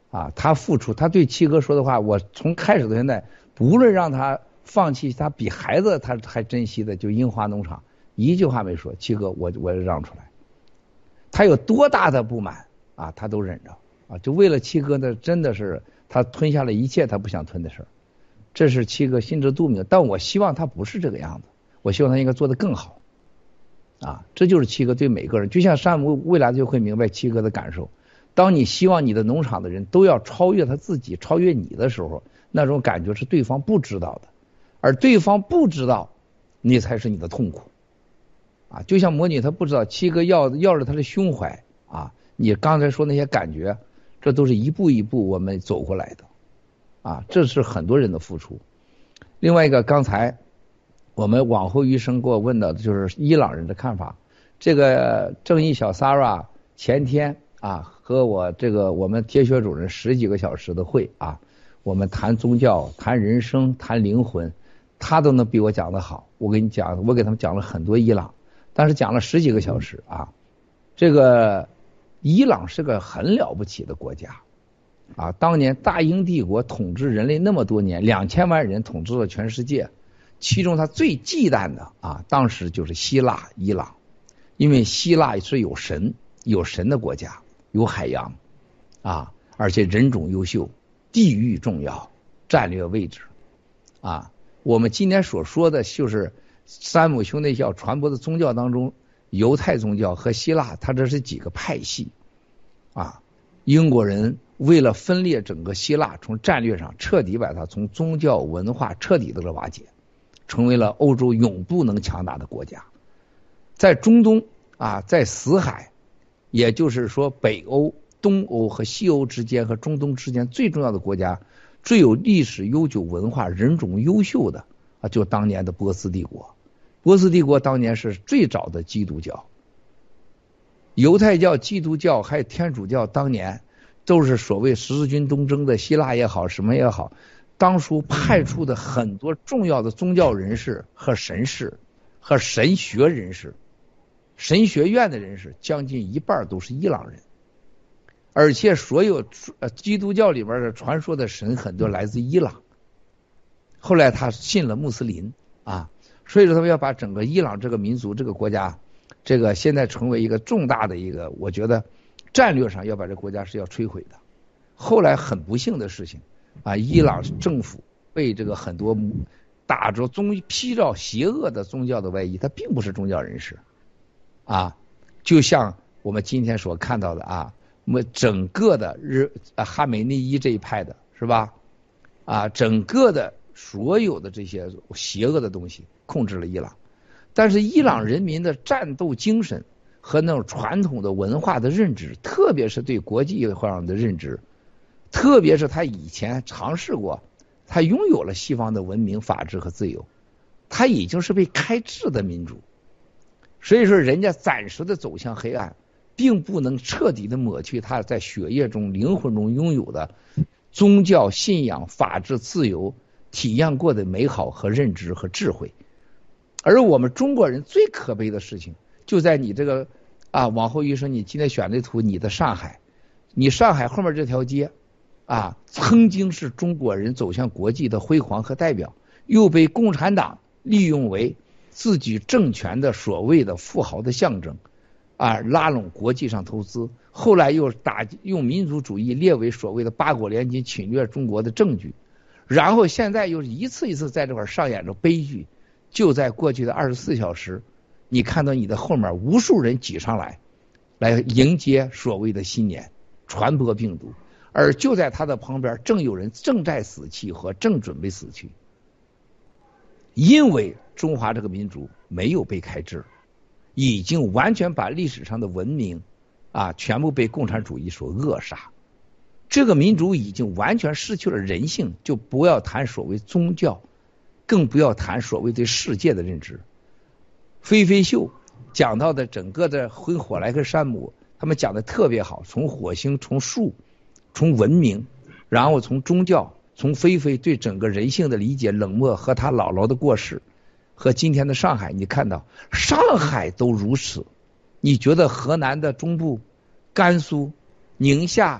啊，他付出，他对七哥说的话，我从开始到现在，不论让他放弃他比孩子他还珍惜的，就樱花农场，一句话没说，七哥我我让出来，他有多大的不满啊，他都忍着啊，就为了七哥呢，真的是他吞下了一切他不想吞的事儿，这是七哥心知肚明，但我希望他不是这个样子，我希望他应该做得更好啊，这就是七哥对每个人，就像山姆未来就会明白七哥的感受。当你希望你的农场的人都要超越他自己，超越你的时候，那种感觉是对方不知道的，而对方不知道，你才是你的痛苦啊！就像魔女她不知道七哥要要着她的胸怀啊，你刚才说那些感觉，这都是一步一步我们走过来的啊，这是很多人的付出。另外一个，刚才我们往后余生给我问的就是伊朗人的看法，这个正义小 Sarah 前天啊，和我这个我们铁血主任十几个小时的会啊，我们谈宗教、谈人生、谈灵魂，他都能比我讲得好。我给你讲，我给他们讲了很多伊朗，但是讲了十几个小时啊。这个伊朗是个很了不起的国家啊，当年大英帝国统治人类那么多年，两千万人统治了全世界，其中他最忌惮的啊，当时就是希腊、伊朗，因为希腊是有神、有神的国家。有海洋啊，而且人种优秀，地域重要，战略位置啊。我们今天所说的就是山姆兄弟教传播的宗教当中，犹太宗教和希腊，它这是几个派系啊。英国人为了分裂整个希腊，从战略上彻底把它从宗教文化彻底的瓦解，成为了欧洲永不能强大的国家。在中东啊，在死海。也就是说，北欧、东欧和西欧之间和中东之间最重要的国家，最有历史悠久文化、人种优秀的啊，就当年的波斯帝国。波斯帝国当年是最早的基督教、犹太教、基督教还有天主教，当年都是所谓十字军东征的希腊也好，什么也好，当初派出的很多重要的宗教人士和神士和神学人士。神学院的人士将近一半都是伊朗人，而且所有呃基督教里边的传说的神很多来自伊朗。后来他信了穆斯林啊，所以说他们要把整个伊朗这个民族这个国家，这个现在成为一个重大的一个，我觉得战略上要把这个国家是要摧毁的。后来很不幸的事情啊，伊朗政府被这个很多打着宗披着邪恶的宗教的外衣，他并不是宗教人士。啊，就像我们今天所看到的啊，我们整个的日啊哈梅内伊这一派的是吧？啊，整个的所有的这些邪恶的东西控制了伊朗，但是伊朗人民的战斗精神和那种传统的文化的认知，特别是对国际上的认知，特别是他以前尝试过，他拥有了西方的文明、法治和自由，他已经是被开智的民主。所以说人家暂时的走向黑暗，并不能彻底的抹去他在血液中、灵魂中拥有的宗教信仰、法治、自由体验过的美好和认知和智慧。而我们中国人最可悲的事情，就在你这个啊，往后余生你今天选的图，你的上海，你上海后面这条街啊，曾经是中国人走向国际的辉煌和代表，又被共产党利用为自己政权的所谓的富豪的象征啊，拉拢国际上投资，后来又打用民族主义列为所谓的八国联军侵略中国的证据，然后现在又一次一次在这块上演着悲剧。就在过去的二十四小时，你看到你的后面无数人挤上来，来迎接所谓的新年，传播病毒，而就在他的旁边，正有人正在死去和正准备死去，因为中华这个民族没有被开智，已经完全把历史上的文明啊全部被共产主义所扼杀。这个民族已经完全失去了人性，就不要谈所谓宗教，更不要谈所谓对世界的认知。飞飞秀讲到的整个的回火莱克山姆，他们讲的特别好，从火星，从树，从文明，然后从宗教，从菲菲对整个人性的理解，冷漠和他姥姥的过世，和今天的上海，你看到上海都如此，你觉得河南的中部、甘肃、宁夏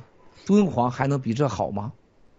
敦煌还能比这好吗？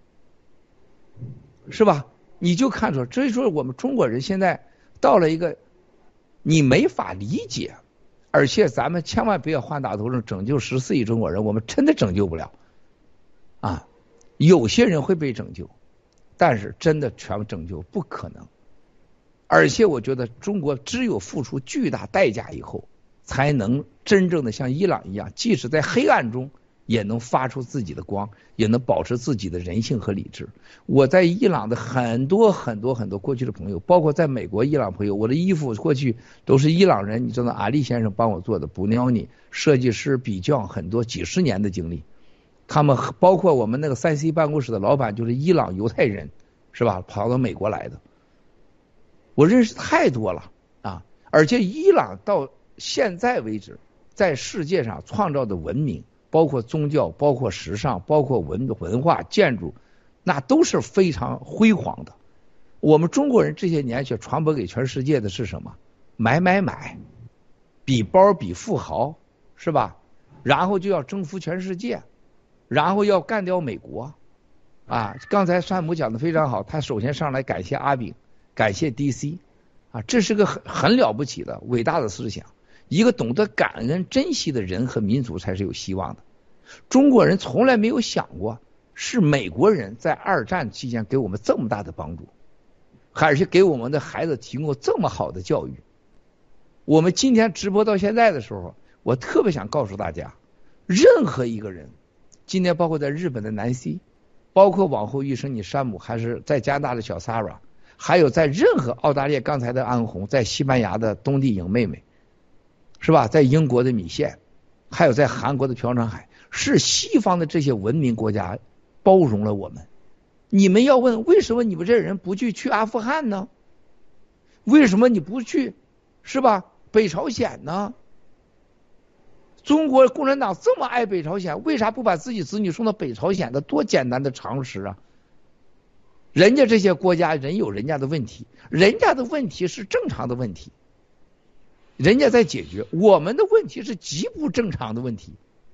是吧？你就看出，所以说我们中国人现在到了一个你没法理解，而且咱们千万不要换大头症拯救十四亿中国人，我们真的拯救不了啊！有些人会被拯救，但是真的全部拯救不可能。而且我觉得中国只有付出巨大代价以后，才能真正的像伊朗一样，即使在黑暗中也能发出自己的光，也能保持自己的人性和理智。我在伊朗的很多很多很多过去的朋友，包括在美国伊朗朋友，我的衣服过去都是伊朗人，你知道阿里先生帮我做的，布鸟尼设计师比匠，很多几十年的经历。他们包括我们那个三 C 办公室的老板就是伊朗犹太人，是吧？跑到美国来的。我认识太多了啊！而且伊朗到现在为止，在世界上创造的文明，包括宗教，包括时尚，包括文文化建筑，那都是非常辉煌的。我们中国人这些年却传播给全世界的是什么？买买买，比包比富豪，是吧？然后就要征服全世界，然后要干掉美国啊！刚才山姆讲的非常好，他首先上来感谢阿炳，感谢 D C 啊，这是个很很了不起的伟大的思想。一个懂得感恩珍惜的人和民族才是有希望的。中国人从来没有想过是美国人在二战期间给我们这么大的帮助，而且给我们的孩子提供这么好的教育。我们今天直播到现在的时候，我特别想告诉大家，任何一个人，今天包括在日本的南希，包括往后余生你山姆，还是在加拿大的小 Sarah， 还有在任何澳大利亚刚才的安红，在西班牙的东帝颖妹妹，是吧？在英国的米线，还有在韩国的朴成海，是西方的这些文明国家包容了我们。你们要问为什么你们这人不去去阿富汗呢？为什么你不去，是吧？北朝鲜呢？中国共产党这么爱北朝鲜，为啥不把自己子女送到北朝鲜的？多简单的常识啊！人家这些国家人有人家的问题，人家的问题是正常的问题，人家在解决，我们的问题是极不正常的问题。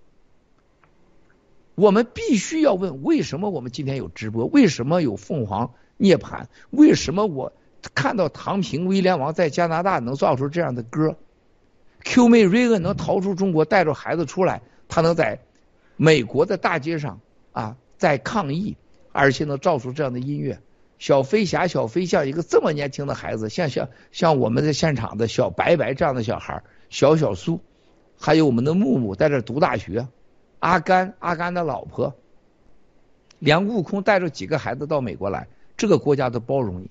我们必须要问，为什么我们今天有直播？为什么有凤凰涅槃？为什么我看到唐平威廉王在加拿大能造出这样的歌？ Q 妹瑞恩能逃出中国，带着孩子出来，他能在美国的大街上啊在抗议，而且能造出这样的音乐。小飞侠、小飞象，一个这么年轻的孩子，像像像我们在现场的小白白这样的小孩，小小苏，还有我们的木木在这读大学，阿甘阿甘的老婆，连悟空带着几个孩子到美国来，这个国家都包容你，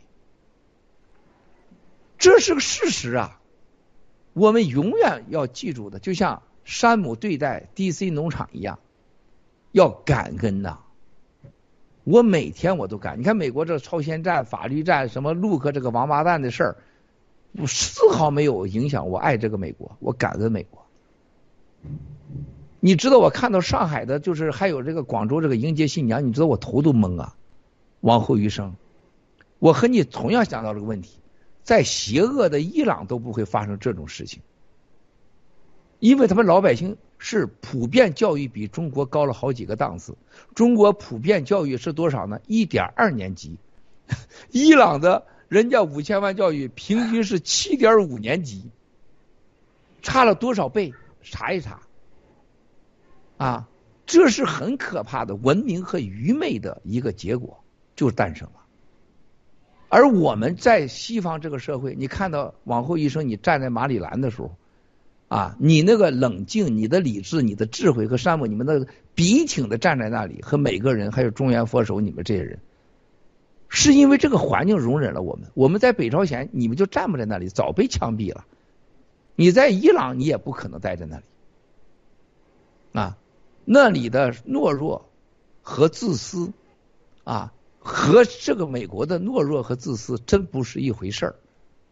这是个事实啊。我们永远要记住的，就像山姆对待 D C 农场一样，要感恩呐、啊。我每天我都感，你看美国这超限战、法律战，什么陆克这个王八蛋的事儿，我丝毫没有影响我爱这个美国，我感恩美国。你知道我看到上海的，就是还有这个广州这个迎接新娘，你知道我头都懵啊。往后余生，我和你同样想到这个问题。在邪恶的伊朗都不会发生这种事情，因为他们老百姓是普遍教育比中国高了好几个档次。中国普遍教育是多少呢？ 一点二 年级，伊朗的人家五千万教育平均是 七点五 年级，差了多少倍？查一查啊，这是很可怕的文明和愚昧的一个结果就诞生了。而我们在西方这个社会，你看到往后余生你站在马里兰的时候啊，你那个冷静，你的理智，你的智慧和山姆你们的笔挺的站在那里，和每个人还有中原佛手你们这些人，是因为这个环境容忍了我们。我们在北朝鲜你们就站不在那里，早被枪毙了。你在伊朗你也不可能待在那里啊，那里的懦弱和自私啊，和这个美国的懦弱和自私真不是一回事儿。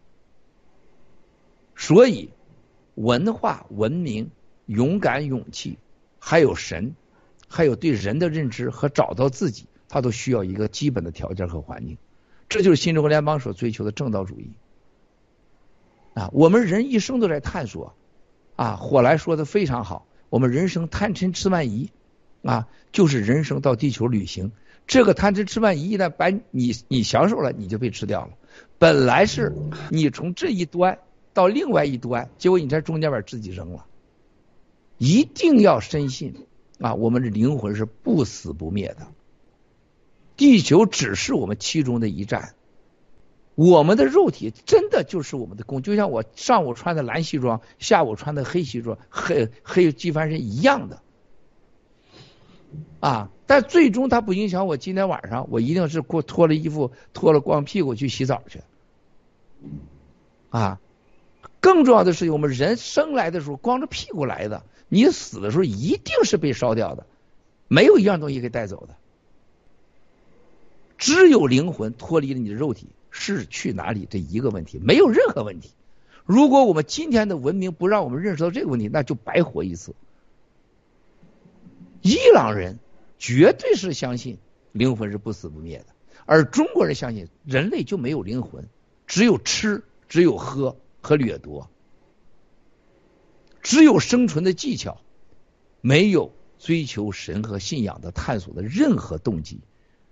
所以文化、文明、勇敢、勇气，还有神，还有对人的认知和找到自己，它都需要一个基本的条件和环境。这就是新中国联邦所追求的正道主义啊！我们人一生都在探索啊。火来说的非常好，我们人生贪嗔痴慢疑啊，就是人生到地球旅行。这个贪嗔痴慢疑一旦把你你享受了，你就被吃掉了。本来是你从这一端到另外一端，结果你在中间把自己扔了。一定要深信啊，我们的灵魂是不死不灭的，地球只是我们其中的一站。我们的肉体真的就是我们的工，就像我上午穿的蓝西装，下午穿的黑西装、黑黑机翻身一样的啊。但最终它不影响我今天晚上我一定是过脱了衣服脱了光屁股去洗澡去啊。更重要的是我们人生来的时候光着屁股来的，你死的时候一定是被烧掉的，没有一样东西给带走的。只有灵魂脱离了你的肉体，是去哪里这一个问题，没有任何问题。如果我们今天的文明不让我们认识到这个问题，那就白活一次。伊朗人绝对是相信灵魂是不死不灭的，而中国人相信人类就没有灵魂，只有吃，只有喝和掠夺，只有生存的技巧，没有追求神和信仰的探索的任何动机。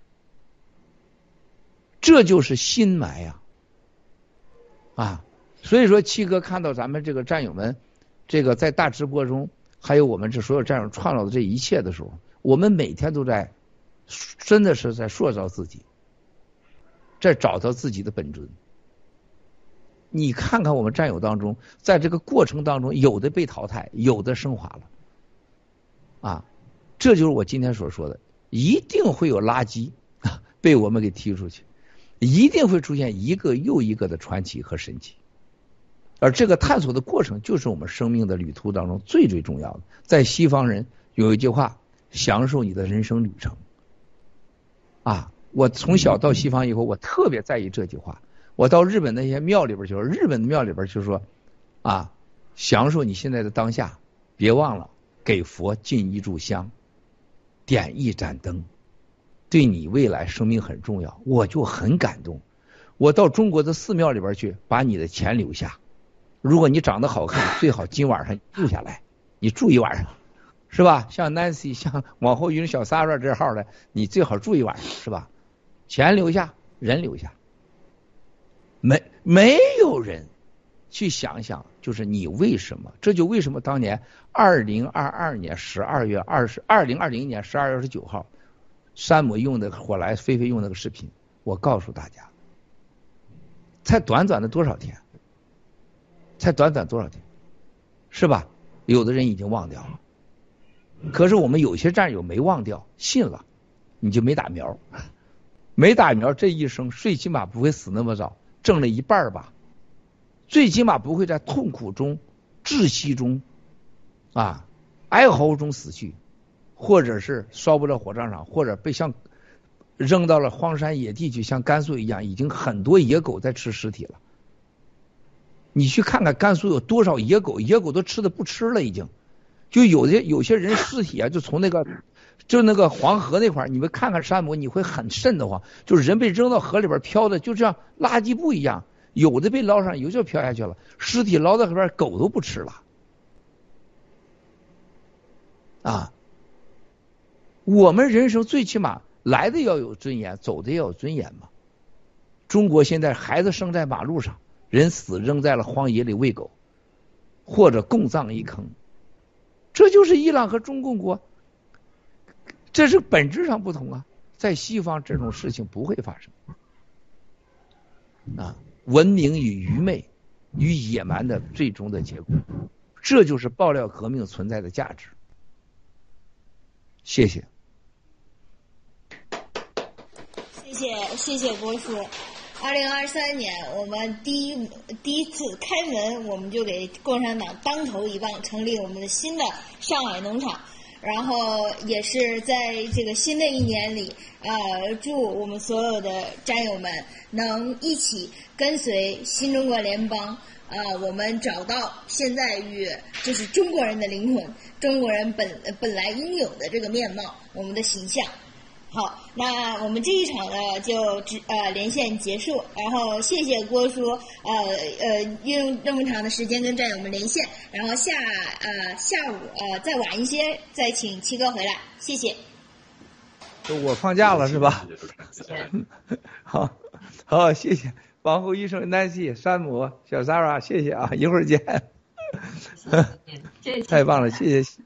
这就是心埋啊啊！所以说七哥看到咱们这个战友们这个在大直播中，还有我们这所有战友创造的这一切的时候，我们每天都在真的是在塑造自己，在找到自己的本尊。你看看我们战友当中，在这个过程当中，有的被淘汰，有的升华了啊！这就是我今天所说的，一定会有垃圾被我们给踢出去，一定会出现一个又一个的传奇和神奇。而这个探索的过程就是我们生命的旅途当中最最重要的。在西方人有一句话，享受你的人生旅程啊！我从小到西方以后，我特别在意这句话。我到日本那些庙里边去，日本的庙里边就说啊，享受你现在的当下，别忘了给佛敬一炷香，点一盏灯，对你未来生命很重要。我就很感动。我到中国的寺庙里边去，把你的钱留下，如果你长得好看，最好今晚上住下来，你住一晚上，是吧？像 Nancy 像往后云小 Sarah 这号的，你最好住一晚上，是吧？钱留下，人留下。没没有人去想想，就是你为什么？这就为什么当年二零二二年十二月二十，二零二零年十二月二十九号，山姆用的火来菲菲用那个视频，我告诉大家，才短短的多少天，才短短多少天，是吧？有的人已经忘掉了，可是我们有些战友没忘掉，信了，你就没打苗，没打苗，这一生最起码不会死那么早。挣了一半吧，最起码不会在痛苦中、窒息中、啊哀嚎中死去，或者是烧不到火葬场，或者被像扔到了荒山野地去，像甘肃一样，已经很多野狗在吃尸体了。你去看看甘肃有多少野狗，野狗都吃的不吃了，已经。就有些有些人尸体啊，就从那个就那个黄河那块儿，你们看看山姆，你会很瘆得慌。就是人被扔到河里边飘的，就像垃圾布一样，有的被捞上，有的就飘下去了。尸体捞到河边，狗都不吃了。啊，我们人生最起码来的要有尊严，走的要有尊严嘛。中国现在孩子生在马路上，人死扔在了荒野里喂狗，或者共葬一坑。这就是伊朗和中共国，这是本质上不同啊。在西方这种事情不会发生啊，文明与愚昧与野蛮的最终的结果，这就是爆料革命存在的价值。谢谢。 谢谢谢谢郭叔。二零二三年，我们第一第一次开门，我们就给共产党当头一棒，成立我们的新的上海农场。然后也是在这个新的一年里，呃，祝我们所有的战友们能一起跟随新中国联邦，呃，我们找到现在与就是中国人的灵魂，中国人本本来应有的这个面貌，我们的形象。 好，那我们这一场呢就直呃连线结束，然后谢谢郭叔，呃呃用这么长的时间跟战友们连线，然后下呃下午呃再晚一些再请七哥回来，谢谢。 我放假了是吧？好，好，谢谢王后医生、Nancy、山姆、小 Sarah， 谢谢啊，一会儿见。 谢谢， 太棒了，谢谢。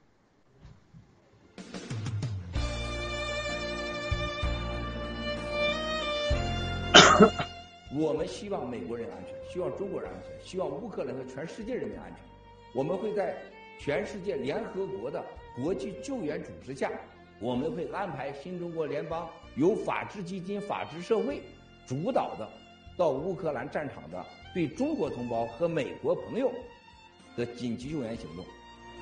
我们希望美国人安全，希望中国人安全，希望乌克兰和全世界人民安全。我们会在全世界联合国的国际救援组织下，我们会安排新中国联邦由法治基金、法治社会主导的到乌克兰战场的对中国同胞和美国朋友的紧急救援行动。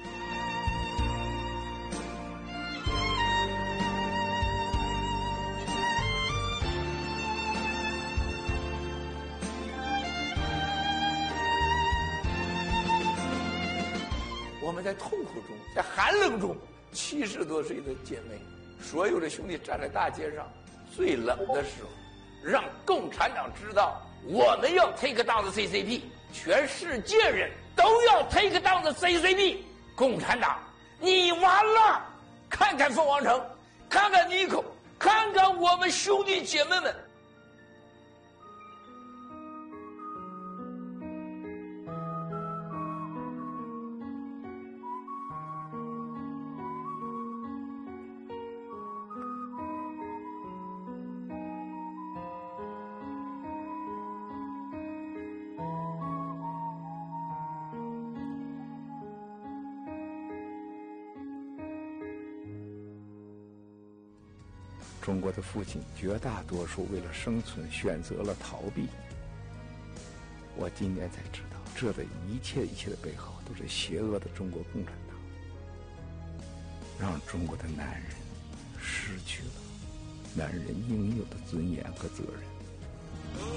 我们在痛苦中，在寒冷中，七十多岁的姐妹，所有的兄弟站在大街上，最冷的时候，让共产党知道我们要 take down the C C P， 全世界人都要 take down the C C P。共产党，你完了！看看凤凰城，看看尼口，看看我们兄弟姐妹们。中国的父亲绝大多数为了生存选择了逃避。我今年才知道，这的一切一切的背后都是邪恶的中国共产党，让中国的男人失去了男人应有的尊严和责任。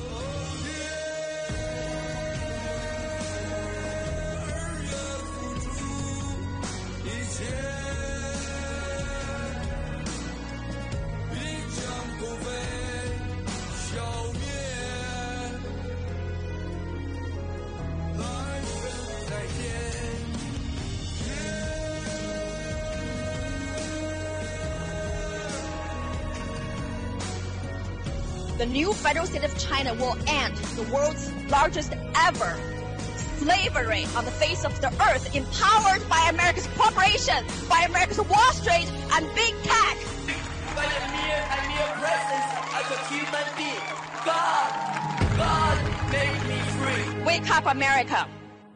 The new federal state of China will end the world's largest ever slavery on the face of the earth, empowered by America's corporation, by America's Wall Street and big tech. By the mere and mere presence of a human being, God, God made me free. Wake up, America.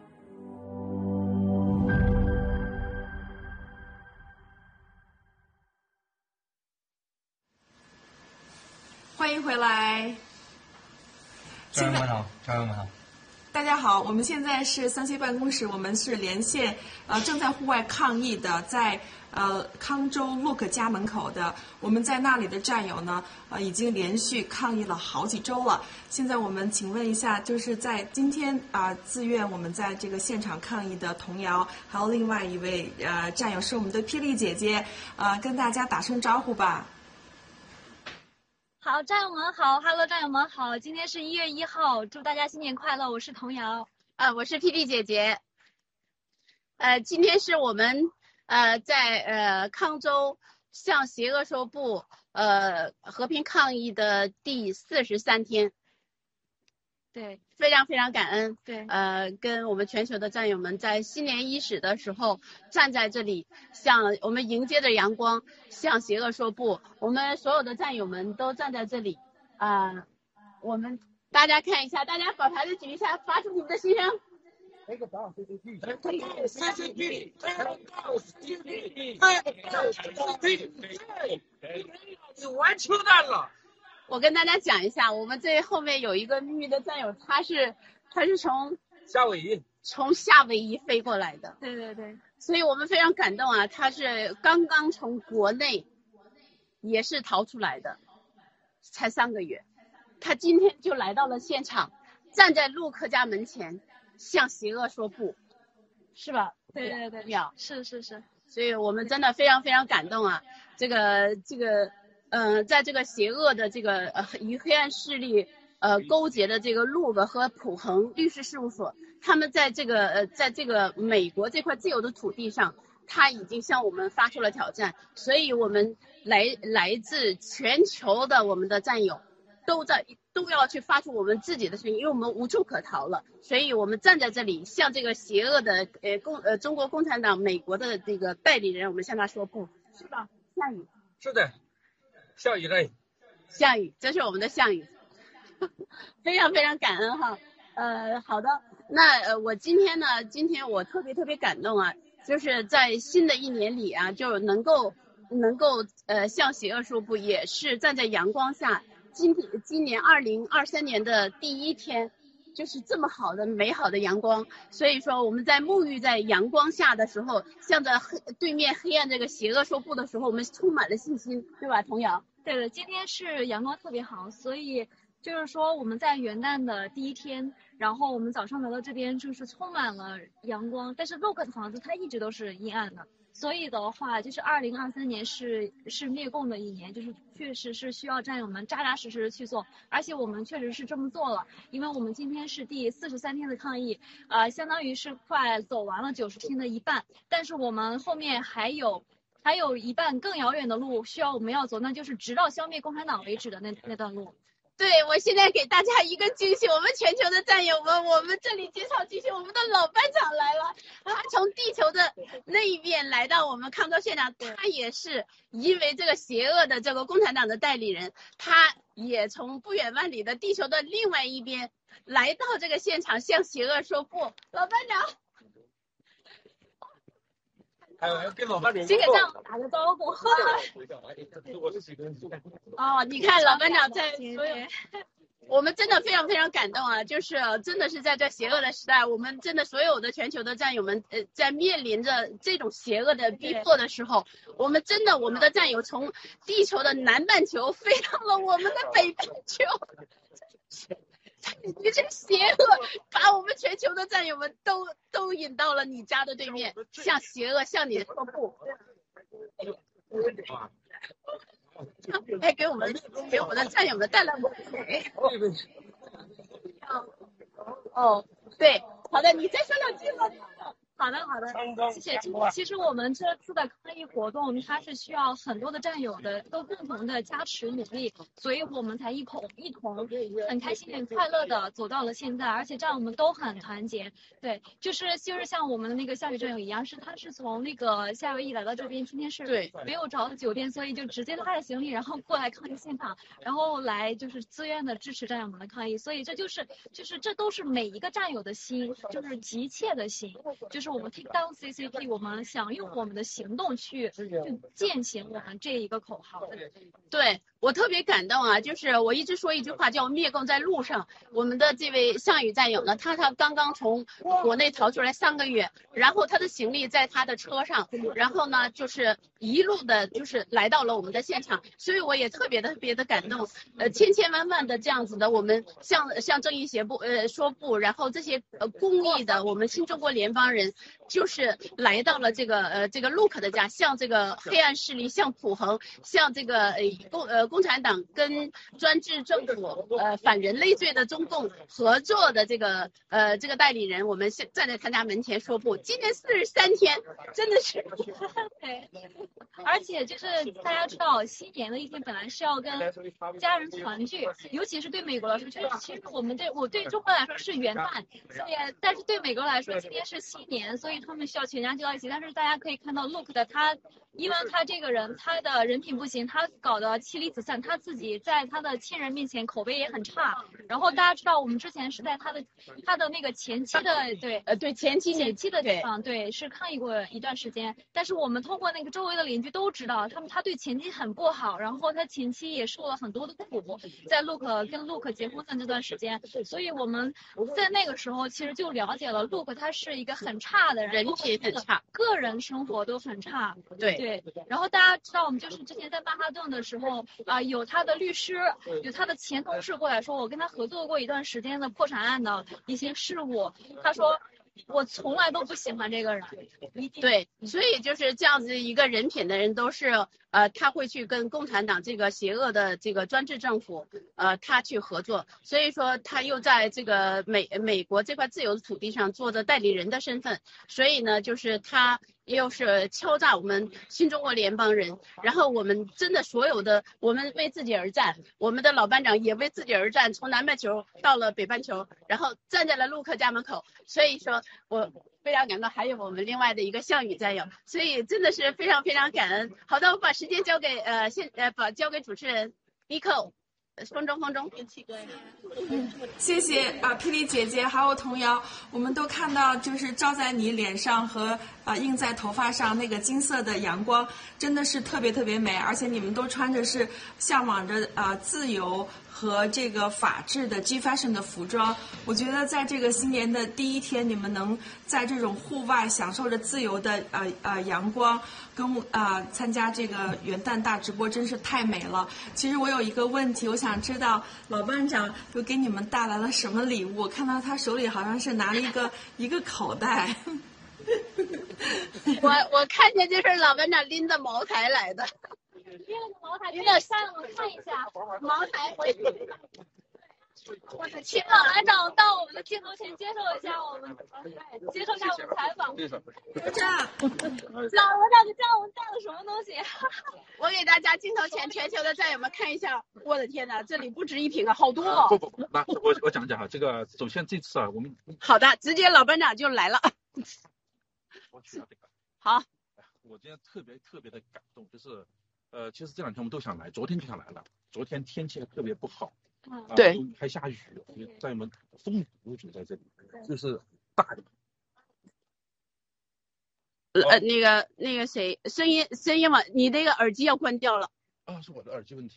欢迎回来， 战友们好，战友们好。 大家好，我们现在是三 C 办公室，我们是连线呃正在户外抗疫的，在呃康州洛克家门口的，我们在那里的战友呢呃已经连续抗疫了好几周了。现在我们请问一下，就是在今天啊、呃、自愿我们在这个现场抗疫的童瑶，还有另外一位呃战友是我们的霹雳姐姐，呃跟大家打声招呼吧。 好，战友们好 ，Hello， 战友们好，今天是一月一号，祝大家新年快乐！我是童瑶， 呃，我是霹雳姐姐，呃，今天是我们呃在呃康州向邪恶说不呃和平抗疫的第四十三天， 对， 非常非常感恩， 对， 呃，跟我们全球的战友们在新年伊始的时候站在这里，向我们迎接着阳光，向邪恶说不。我们所有的战友们都站在这里，啊、呃，我们大家看一下，大家把牌子举一下，发出你们的心声。 Take down C C P， Take down C C P， 你完车蛋了。 我跟大家讲一下，我们这后面有一个秘密的战友，他是他是从夏威夷从夏威夷飞过来的， 对对对， 所以我们非常感动啊，他是刚刚从国内也是逃出来的，才三个月，他今天就来到了现场，站在陆克家门前，向邪恶说不，是吧？ 对对对， 妙， 是是是， 所以我们真的非常非常感动啊，这个这个。 呃，在这个邪恶的这个呃与黑暗势力呃勾结的这个路格和普恒律师事务所，他们在这个呃在这个美国这块自由的土地上，他已经向我们发出了挑战，所以我们来来自全球的我们的战友都在都要去发出我们自己的声音，因为我们无处可逃了，所以我们站在这里，向这个邪恶的呃共呃中国共产党美国的这个代理人，我们向他说不，是吧？夏雨， 是的，项羽嘞， 项羽，这是我们的项羽，非常非常感恩哈。呃，好的，那呃我今天呢，今天我特别特别感动啊，就是在新的一年里啊，就能够能够呃向邪恶说不，也是站在阳光下。今天今年二零二三年的第一天，就是这么好的美好的阳光，所以说我们在沐浴在阳光下的时候，向着黑对面黑暗这个邪恶说不的时候，我们充满了信心，对吧，童谣？ 对的，今天是阳光特别好，所以就是说我们在元旦的第一天，然后我们早上来到这边就是充满了阳光，但是洛克的房子它一直都是阴暗的。所以的话，就是二零二三年是是灭共的一年，就是确实是需要战友们扎扎实实的去做，而且我们确实是这么做了，因为我们今天是第四十三天的抗疫，呃，相当于是快走完了九十天的一半，但是我们后面还有还有一半更遥远的路需要我们要走，那就是直到消灭共产党为止的那那段路。 对，我现在给大家一个惊喜，我们全球的战友们，我们这里介绍惊喜，我们的老班长来了，他从地球的那一边来到我们康州现场，他也是因为这个邪恶的这个共产党的代理人，他也从不远万里的地球的另外一边来到这个现场，向邪恶说不。老班长。 还有跟老班长先给战友打个招呼。哦，你看老班长在所有，我们真的非常非常感动啊！就是真的是在这邪恶的时代，我们真的所有的全球的战友们，呃，在面临着这种邪恶的逼迫的时候，我们真的我们的战友从地球的南半球飞到了我们的北半球。你这邪恶把我们全球的战友们都都引到了你家的对面，向邪恶向你说不。还给我们给我们的战友们带来温水。哦，对，好的，你再说两句吧。 好的，好的，谢谢。其实我们这次的抗疫活动，它是需要很多的战友的都共同的加持努力，所以我们才一同一同很开心、很快乐的走到了现在，而且战友们都很团结。对，就是就是像我们的那个夏雨战友一样，是他是从那个夏威夷来到这边，今天是没有找酒店，所以就直接拉着行李，然后过来抗疫现场，然后来就是自愿的支持战友们的抗疫。所以这就是就是这都是每一个战友的心，就是急切的心，就是。我们 take down C C P， 我们想用我们的行动去去践行我们这一个口号。 对，我特别感动啊！就是我一直说一句话叫灭共在路上。我们的这位项羽战友呢，他他刚刚从国内逃出来三个月，然后他的行李在他的车上，然后呢就是一路的就是来到了我们的现场，所以我也特别的特别的感动。呃，千千万万的这样子的，我们向向正义协不呃说不，然后这些呃公益的我们新中国联邦人。就是来到了这个呃这个陆可的家，向这个黑暗势力，向普恒，向这个呃共呃共产党跟专制政府呃反人类罪的中共合作的这个呃这个代理人，我们现站在他家门前说不。今年四十三天，真的是对，而且就是大家知道，新年的一天本来是要跟家人团聚，尤其是对美国来说，就是其实我们对我对中国来说是元旦，所以但是对美国来说，今天是新年。所以他们需要全家聚到一起，但是大家可以看到 Luke 的他，因为他这个人他的人品不行，他搞得妻离子散，他自己在他的亲人面前口碑也很差。然后大家知道我们之前是在他的他的那个前妻的对呃对前妻前妻的地方对是抗议过一段时间，但是我们通过那个周围的邻居都知道，他们他对前妻很不好，然后他前妻也受了很多的苦，在 Luke 跟 Luke 结婚的这段时间，所以我们在那个时候其实就了解了 Luke 他是一个很差。差的人品很差， 个人生活都很差。 对对，然后大家知道，我们就是之前在曼哈顿的时候啊、呃，有他的律师，有他的前同事过来说，我跟他合作过一段时间的破产案的一些事务。他说， 我从来都不喜欢这个人。 对，所以就是这样子一个人品的人，都是呃，他会去跟共产党这个邪恶的这个专制政府，呃，他去合作。所以说，他又在这个美美国这块自由的土地上做着代理人的身份，所以呢，就是他又是敲诈我们新中国联邦人，然后我们真的所有的，我们为自己而战，我们的老班长也为自己而战，从南半球到了北半球，然后站在了陆克家门口。所以说我非常感动，还有我们另外的一个项羽战友，所以真的是非常非常感恩。好的，我把时间交给呃现呃把交给主持人 Nico。风中风中，七哥呀， 谢谢啊，霹雳姐姐还有童谣，我们都看到就是照在你脸上和啊映在头发上那个金色的阳光，真的是特别特别美，而且你们都穿着是向往着啊自由和这个法治的 G Fashion 的服装。我觉得在这个新年的第一天，你们能在这种户外享受着自由的呃呃阳光，跟啊、呃、参加这个元旦大直播，真是太美了。其实我有一个问题，我想知道老班长又给你们带来了什么礼物？我看到他手里好像是拿了一个一个口袋。 我我看见就是老班长拎着茅台来的。 拎了个茅台，拎了山，我看一下茅台。请老班长到我们的镜头前接受一下我们，接受一下我们采访。 就这样， 老班长，你知道我们带了什么东西？ 我给大家镜头前全球的战友们看一下，我的天哪，这里不止一瓶啊，好多、哦。 不不不，那我我讲讲哈，这个首先这次啊，我们好的，直接老班长就来了。好， 我今天特别特别的感动，就是呃，其实这两天我们都想来，昨天就想来了，昨天天气还特别不好。 嗯，对， 啊、还下雨，在我们风雨就在这里，就是大的。 呃，那个那个谁，声音声音嘛，你那个耳机要关掉了。 啊，是我的耳机问题。